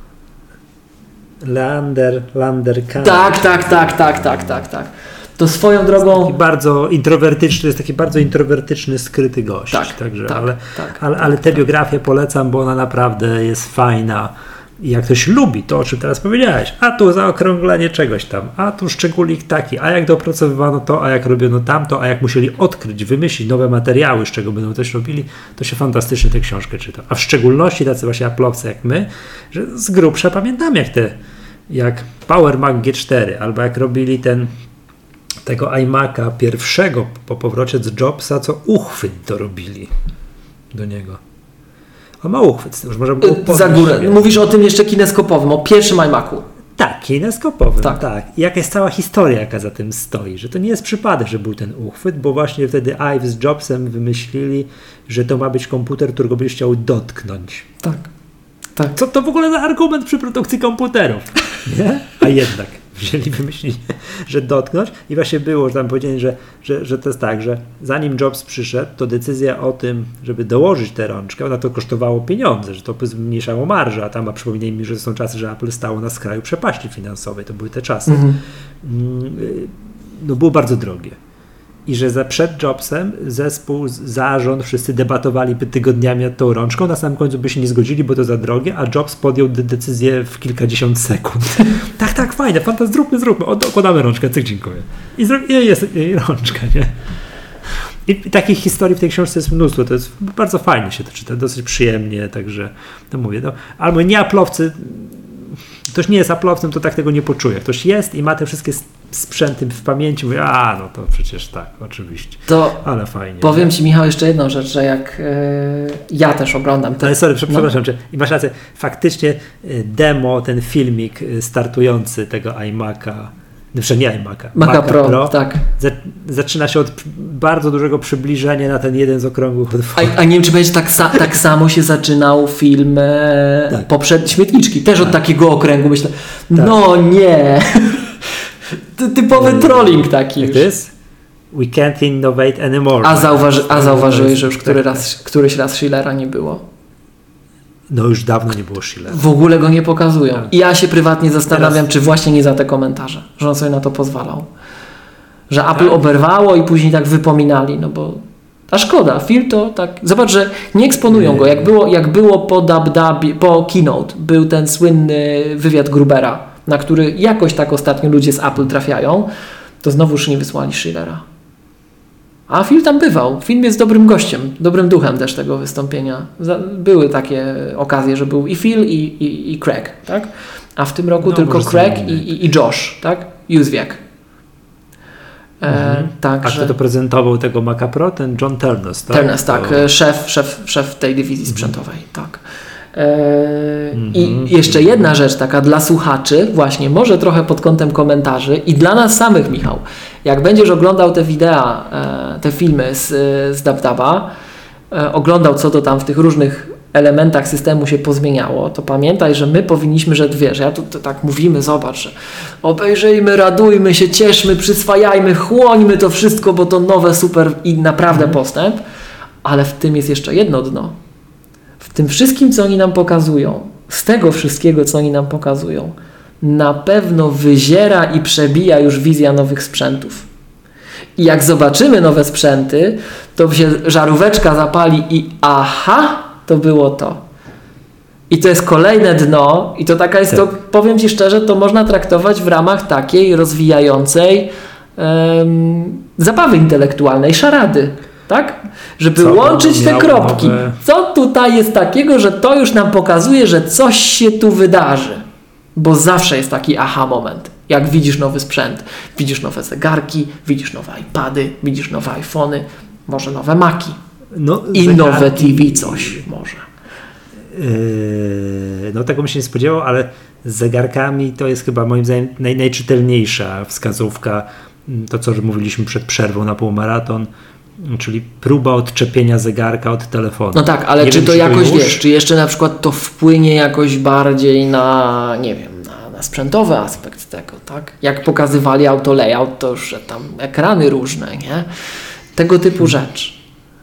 Lander, Lander Kahn. Tak, tak, tak, tak, tak, tak, tak. To swoją drogą... Taki bardzo introwertyczny, jest taki bardzo introwertyczny, skryty gość. Tak, Także, tak, ale, tak, ale, tak, ale tę tak. biografię polecam, bo ona naprawdę jest fajna. I jak ktoś lubi to, o czym teraz powiedziałeś, a tu zaokrąglenie czegoś tam, a tu szczególik taki, a jak dopracowywano to, a jak robiono tamto, a jak musieli odkryć, wymyślić nowe materiały, z czego będą też robili, to się fantastycznie tę książkę czyta. A w szczególności tacy właśnie Apple'owcy jak my, że z grubsza pamiętam jak te, jak Power Mac G cztery, albo jak robili ten tego iMac'a pierwszego po powrocie z Jobsa, co uchwyt to robili do niego. On ma uchwyt, już może było Za górę. Mówisz o tym jeszcze kineskopowym, o pierwszym iMacu. Tak, kineskopowym, tak. tak. I jaka jest cała historia, jaka za tym stoi, że to nie jest przypadek, że był ten uchwyt, bo właśnie wtedy Ive z Jobsem wymyślili, że to ma być komputer, którego byś chciał dotknąć. Tak, tak. Co to w ogóle za argument przy produkcji komputerów? Nie? A jednak wzięli, wymyślili, że dotknąć i właśnie było, że tam powiedzieli, że, że, że to jest tak, że zanim Jobs przyszedł, to decyzja o tym, żeby dołożyć tę rączkę, ona to kosztowało pieniądze, że to zmniejszało marżę, a tam, a przypomnij mi, że są czasy, że Apple stało na skraju przepaści finansowej, to były te czasy. Mhm. No było bardzo drogie. I że za, przed Jobsem zespół, zarząd, wszyscy debatowali tygodniami nad tą rączką, na samym końcu by się nie zgodzili, bo to za drogie, a Jobs podjął de- decyzję w kilkadziesiąt sekund. tak, tak, fajne, fantastycznie, zróbmy, zróbmy, odkładamy rączkę, cyk, dziękuję. I, zro- i jest i rączka, nie? I takich historii w tej książce jest mnóstwo, to jest bardzo fajnie się to czyta, dosyć przyjemnie, także to mówię, no, albo nie Apple'owcy, ktoś nie jest Apple'owcem, to tak tego nie poczuje. Ktoś jest i ma te wszystkie sprzęty w pamięci, mówi, a no to przecież tak, oczywiście. To ale fajnie. Powiem Ci, Michał, jeszcze jedną rzecz, że jak yy, ja też oglądam to. Ale sorry, przepraszam no. Cię. I masz rację, faktycznie demo, ten filmik startujący tego iMac'a, znaczy nie iMac'a, Maca Pro, Pro, tak. Zaczyna się od bardzo dużego przybliżenia na ten jeden z okrągłych otworów. A, a nie wiem, czy będzie tak, sa, tak samo się zaczynał film e, tak. poprzed Śmietniczki, też tak. od takiego okręgu, myślę, tak. no nie, typowy trolling taki jak już. To jest? We can't innovate anymore. A, zauważy, a zauważyłeś, że już który raz, któryś raz Schillera nie było? No już dawno nie było Schillera. W ogóle go nie pokazują. I ja się prywatnie zastanawiam, Teraz... czy właśnie nie za te komentarze, że on sobie na to pozwalał. Że Apple tak. oberwało i później tak wypominali, no bo a szkoda, Phil to tak, zobacz, że nie eksponują nie, go, jak było, jak było po, dub, dub, po keynote, był ten słynny wywiad Grubera, na który jakoś tak ostatnio ludzie z Apple trafiają, to znowuż nie wysłali Schillera. A Phil tam bywał. Film jest dobrym gościem, dobrym duchem też tego wystąpienia. Były takie okazje, że był i Phil, i, i, i Craig, tak? A w tym roku no, tylko Craig i, i, i Josh, tak? Józwiak. Mhm. Także... A kto to prezentował tego Maca Pro? Ten John Ternus, tak? Ternus, tak. To... Szef, szef, szef tej dywizji sprzętowej, mhm. tak. Mhm. I jeszcze jedna rzecz taka dla słuchaczy, właśnie może trochę pod kątem komentarzy i dla nas samych, Michał. Jak będziesz oglądał te wideo, te filmy z, z DubDuba, oglądał co to tam w tych różnych elementach systemu się pozmieniało, to pamiętaj, że my powinniśmy, że wiesz, ja tu to tak mówimy, zobacz, że obejrzyjmy, radujmy się, cieszmy, przyswajajmy, chłońmy to wszystko, bo to nowe, super i naprawdę mhm. postęp, ale w tym jest jeszcze jedno dno. W tym wszystkim, co oni nam pokazują, z tego wszystkiego, co oni nam pokazują, na pewno wyziera i przebija już wizja nowych sprzętów. I jak zobaczymy nowe sprzęty, to się żaróweczka zapali i aha, to było to. I to jest kolejne dno i to taka jest, to powiem Ci szczerze, to można traktować w ramach takiej rozwijającej um, zabawy intelektualnej, szarady. Tak? Żeby co łączyć te kropki. Nowe... Co tutaj jest takiego, że to już nam pokazuje, że coś się tu wydarzy. Bo zawsze jest taki aha moment. Jak widzisz nowy sprzęt, widzisz nowe zegarki, widzisz nowe iPady, widzisz nowe iPhony, może nowe Maci. No, I zegarki... nowe T V coś może. Yy, no tego bym się nie spodziewał, ale z zegarkami to jest chyba moim zdaniem naj, najczytelniejsza wskazówka. To, co mówiliśmy przed przerwą na półmaraton, czyli próba odczepienia zegarka od telefonu. No tak, ale nie czy wiem, to czy jakoś to już... wiesz, czy jeszcze na przykład to wpłynie jakoś bardziej na, nie wiem, na, na sprzętowy aspekt tego, tak? Jak pokazywali auto layout, to już tam ekrany różne, nie? Tego typu hmm. rzecz.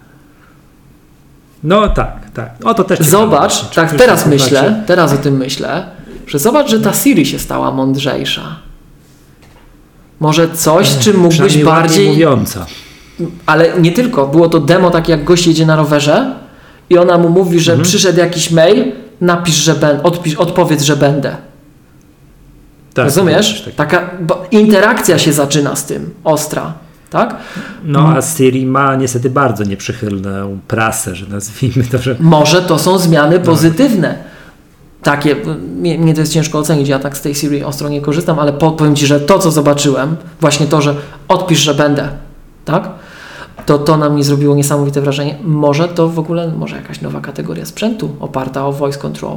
No tak, tak. O to też zobacz, ciekawe, tak teraz myślę, znaczy... teraz o tym myślę, że zobacz, że ta Siri się stała mądrzejsza. Może coś, z czym mógłbyś bardziej... mówiąca. Ale nie tylko. Było to demo tak, jak gość jedzie na rowerze i ona mu mówi, że mhm. przyszedł jakiś mail, napisz, że będę, odpisz, odpowiedz, że będę. Tak, rozumiesz? Tak. Taka bo interakcja się zaczyna z tym, ostra. Tak? No a Siri ma niestety bardzo nieprzychylną prasę, że nazwijmy to, że... Może to są zmiany no. pozytywne. Takie, mnie, mnie to jest ciężko ocenić, ja tak z tej Siri ostro nie korzystam, ale powiem Ci, że to, co zobaczyłem, właśnie to, że odpisz, że będę, tak? To to na mnie zrobiło niesamowite wrażenie. Może to w ogóle, może jakaś nowa kategoria sprzętu oparta o voice control.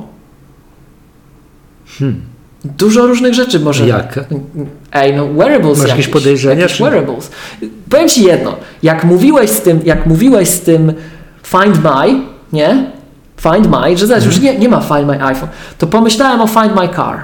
Hmm. Dużo różnych rzeczy może. Jak? Ej, no wearables. Masz jakieś podejrzenia? Jakieś wearables. Powiem Ci jedno. Jak mówiłeś z tym, jak mówiłeś z tym Find My, nie? Find My, że zaś już nie, nie ma Find My iPhone, to pomyślałem o Find My Car.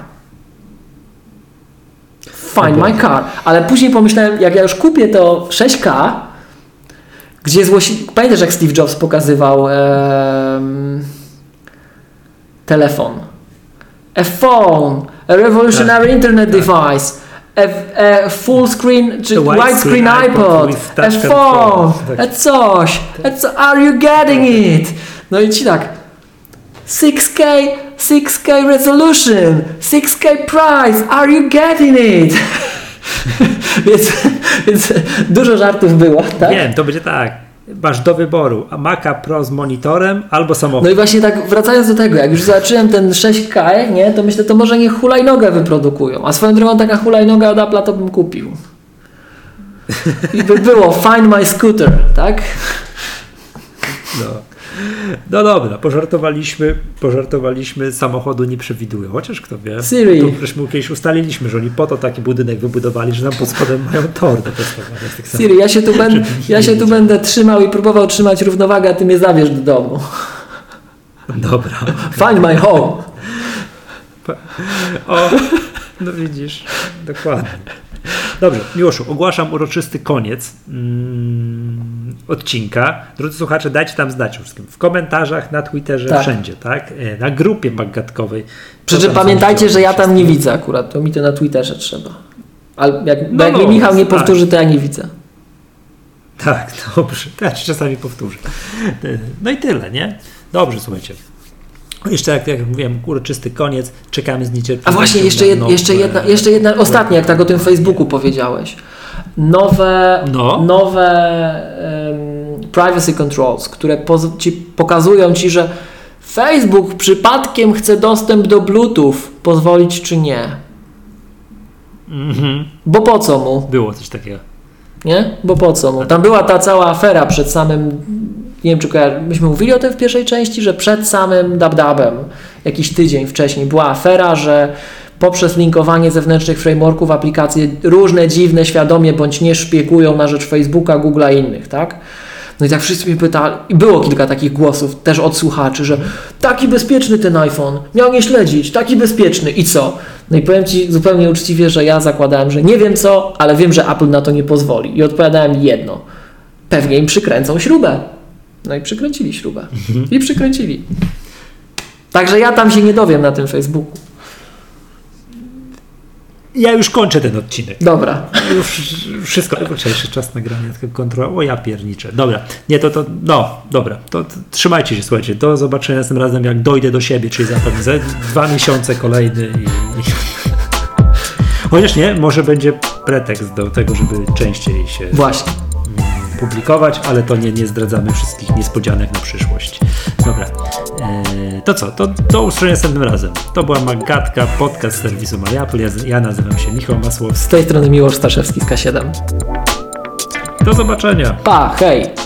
Find My Car. Ale później pomyślałem, jak ja już kupię to sześć K, gdzie złosi... Pamiętasz, jak Steve Jobs pokazywał em, telefon? A phone, a revolutionary tak, internet tak. device, a, a full screen, czy widescreen iPod, a phone, tak. a coś, a co, are you getting it? No i ci tak, six K, six K resolution, six K price, are you getting it? więc, więc dużo żartów było, tak? Wiem, to będzie tak. Masz do wyboru Maca Pro z monitorem albo samochód. No i właśnie tak wracając do tego, jak już zobaczyłem ten sześć K, nie, to myślę, to może niech hulajnogę wyprodukują. A swoją drogą taka hulajnoga od Apple'a to bym kupił. I by było Find My Scooter, tak? No. No dobra, pożartowaliśmy, pożartowaliśmy, samochodu nie przewidują, chociaż kto wie. Siri. Tu przecież kiedyś ustaliliśmy, że oni po to taki budynek wybudowali, że nam pod spodem mają tor do testowania. Siri, ja się tu, ben, ja się tu będę trzymał i próbował trzymać równowagę, a ty mnie zabierz do domu. Dobra. Find my home. O, no widzisz, dokładnie. Dobrze, Miłoszu, ogłaszam uroczysty koniec mm, odcinka. Drodzy słuchacze, dajcie tam znać wszystkim. W komentarzach, na Twitterze, tak. wszędzie, tak? Na grupie maggatkowej. Przy czym pamiętajcie, że ja tam nie widzę akurat, to mi to na Twitterze trzeba. Ale jak, no, jak no, mi Michał nie tak. powtórzy, to ja nie widzę. Tak, dobrze. To ja ci czasami powtórzę. No i tyle, nie? Dobrze, słuchajcie. Jeszcze jak, jak mówiłem, uroczysty koniec, czekamy z niecierpliwością. A właśnie, jeszcze, jed, jeszcze, jedna, jeszcze jedna, ostatnia, jak tak o tym Facebooku powiedziałeś. Nowe, no. nowe um, privacy controls, które poz, ci, pokazują ci, że Facebook przypadkiem chce dostęp do Bluetooth, pozwolić czy nie. Mm-hmm. Bo po co mu? Było coś takiego. Nie? Bo po co mu? Tam była ta cała afera przed samym, nie wiem czy kojarzy, myśmy mówili o tym w pierwszej części, że przed samym DubDubem, jakiś tydzień wcześniej, była afera, że poprzez linkowanie zewnętrznych frameworków aplikacje różne dziwne, świadomie bądź nie szpiegują na rzecz Facebooka, Google'a i innych, tak? No i tak wszyscy mnie pytali, i było kilka takich głosów też od słuchaczy, że taki bezpieczny ten iPhone, miał nie śledzić, taki bezpieczny i co? No i powiem Ci zupełnie uczciwie, że ja zakładałem, że nie wiem co, ale wiem, że Apple na to nie pozwoli. I odpowiadałem jedno, pewnie im przykręcą śrubę. No i przykręcili śrubę. Mhm. I przykręcili. Także ja tam się nie dowiem na tym Facebooku. Ja już kończę ten odcinek. Dobra. Już wszystko. Kurczę, jeszcze czas nagrania, tylko kontrola. O ja pierniczę. Dobra. Nie, to, to no, dobra. To, to trzymajcie się, słuchajcie. Do zobaczenia następnym razem, jak dojdę do siebie, czyli za pewnie za dwa miesiące kolejny. I, i... Chociaż nie, może będzie pretekst do tego, żeby częściej się Właśnie. publikować, ale to nie, nie zdradzamy wszystkich niespodzianek na przyszłość. Dobra. Eee, to co? To do usłyszenia następnym razem. To była Magatka, podcast serwisu MyApple. Ja, ja nazywam się Michał Masłowski. Z tej strony Miłosz Staszewski z K siedem. Do zobaczenia. Pa, hej!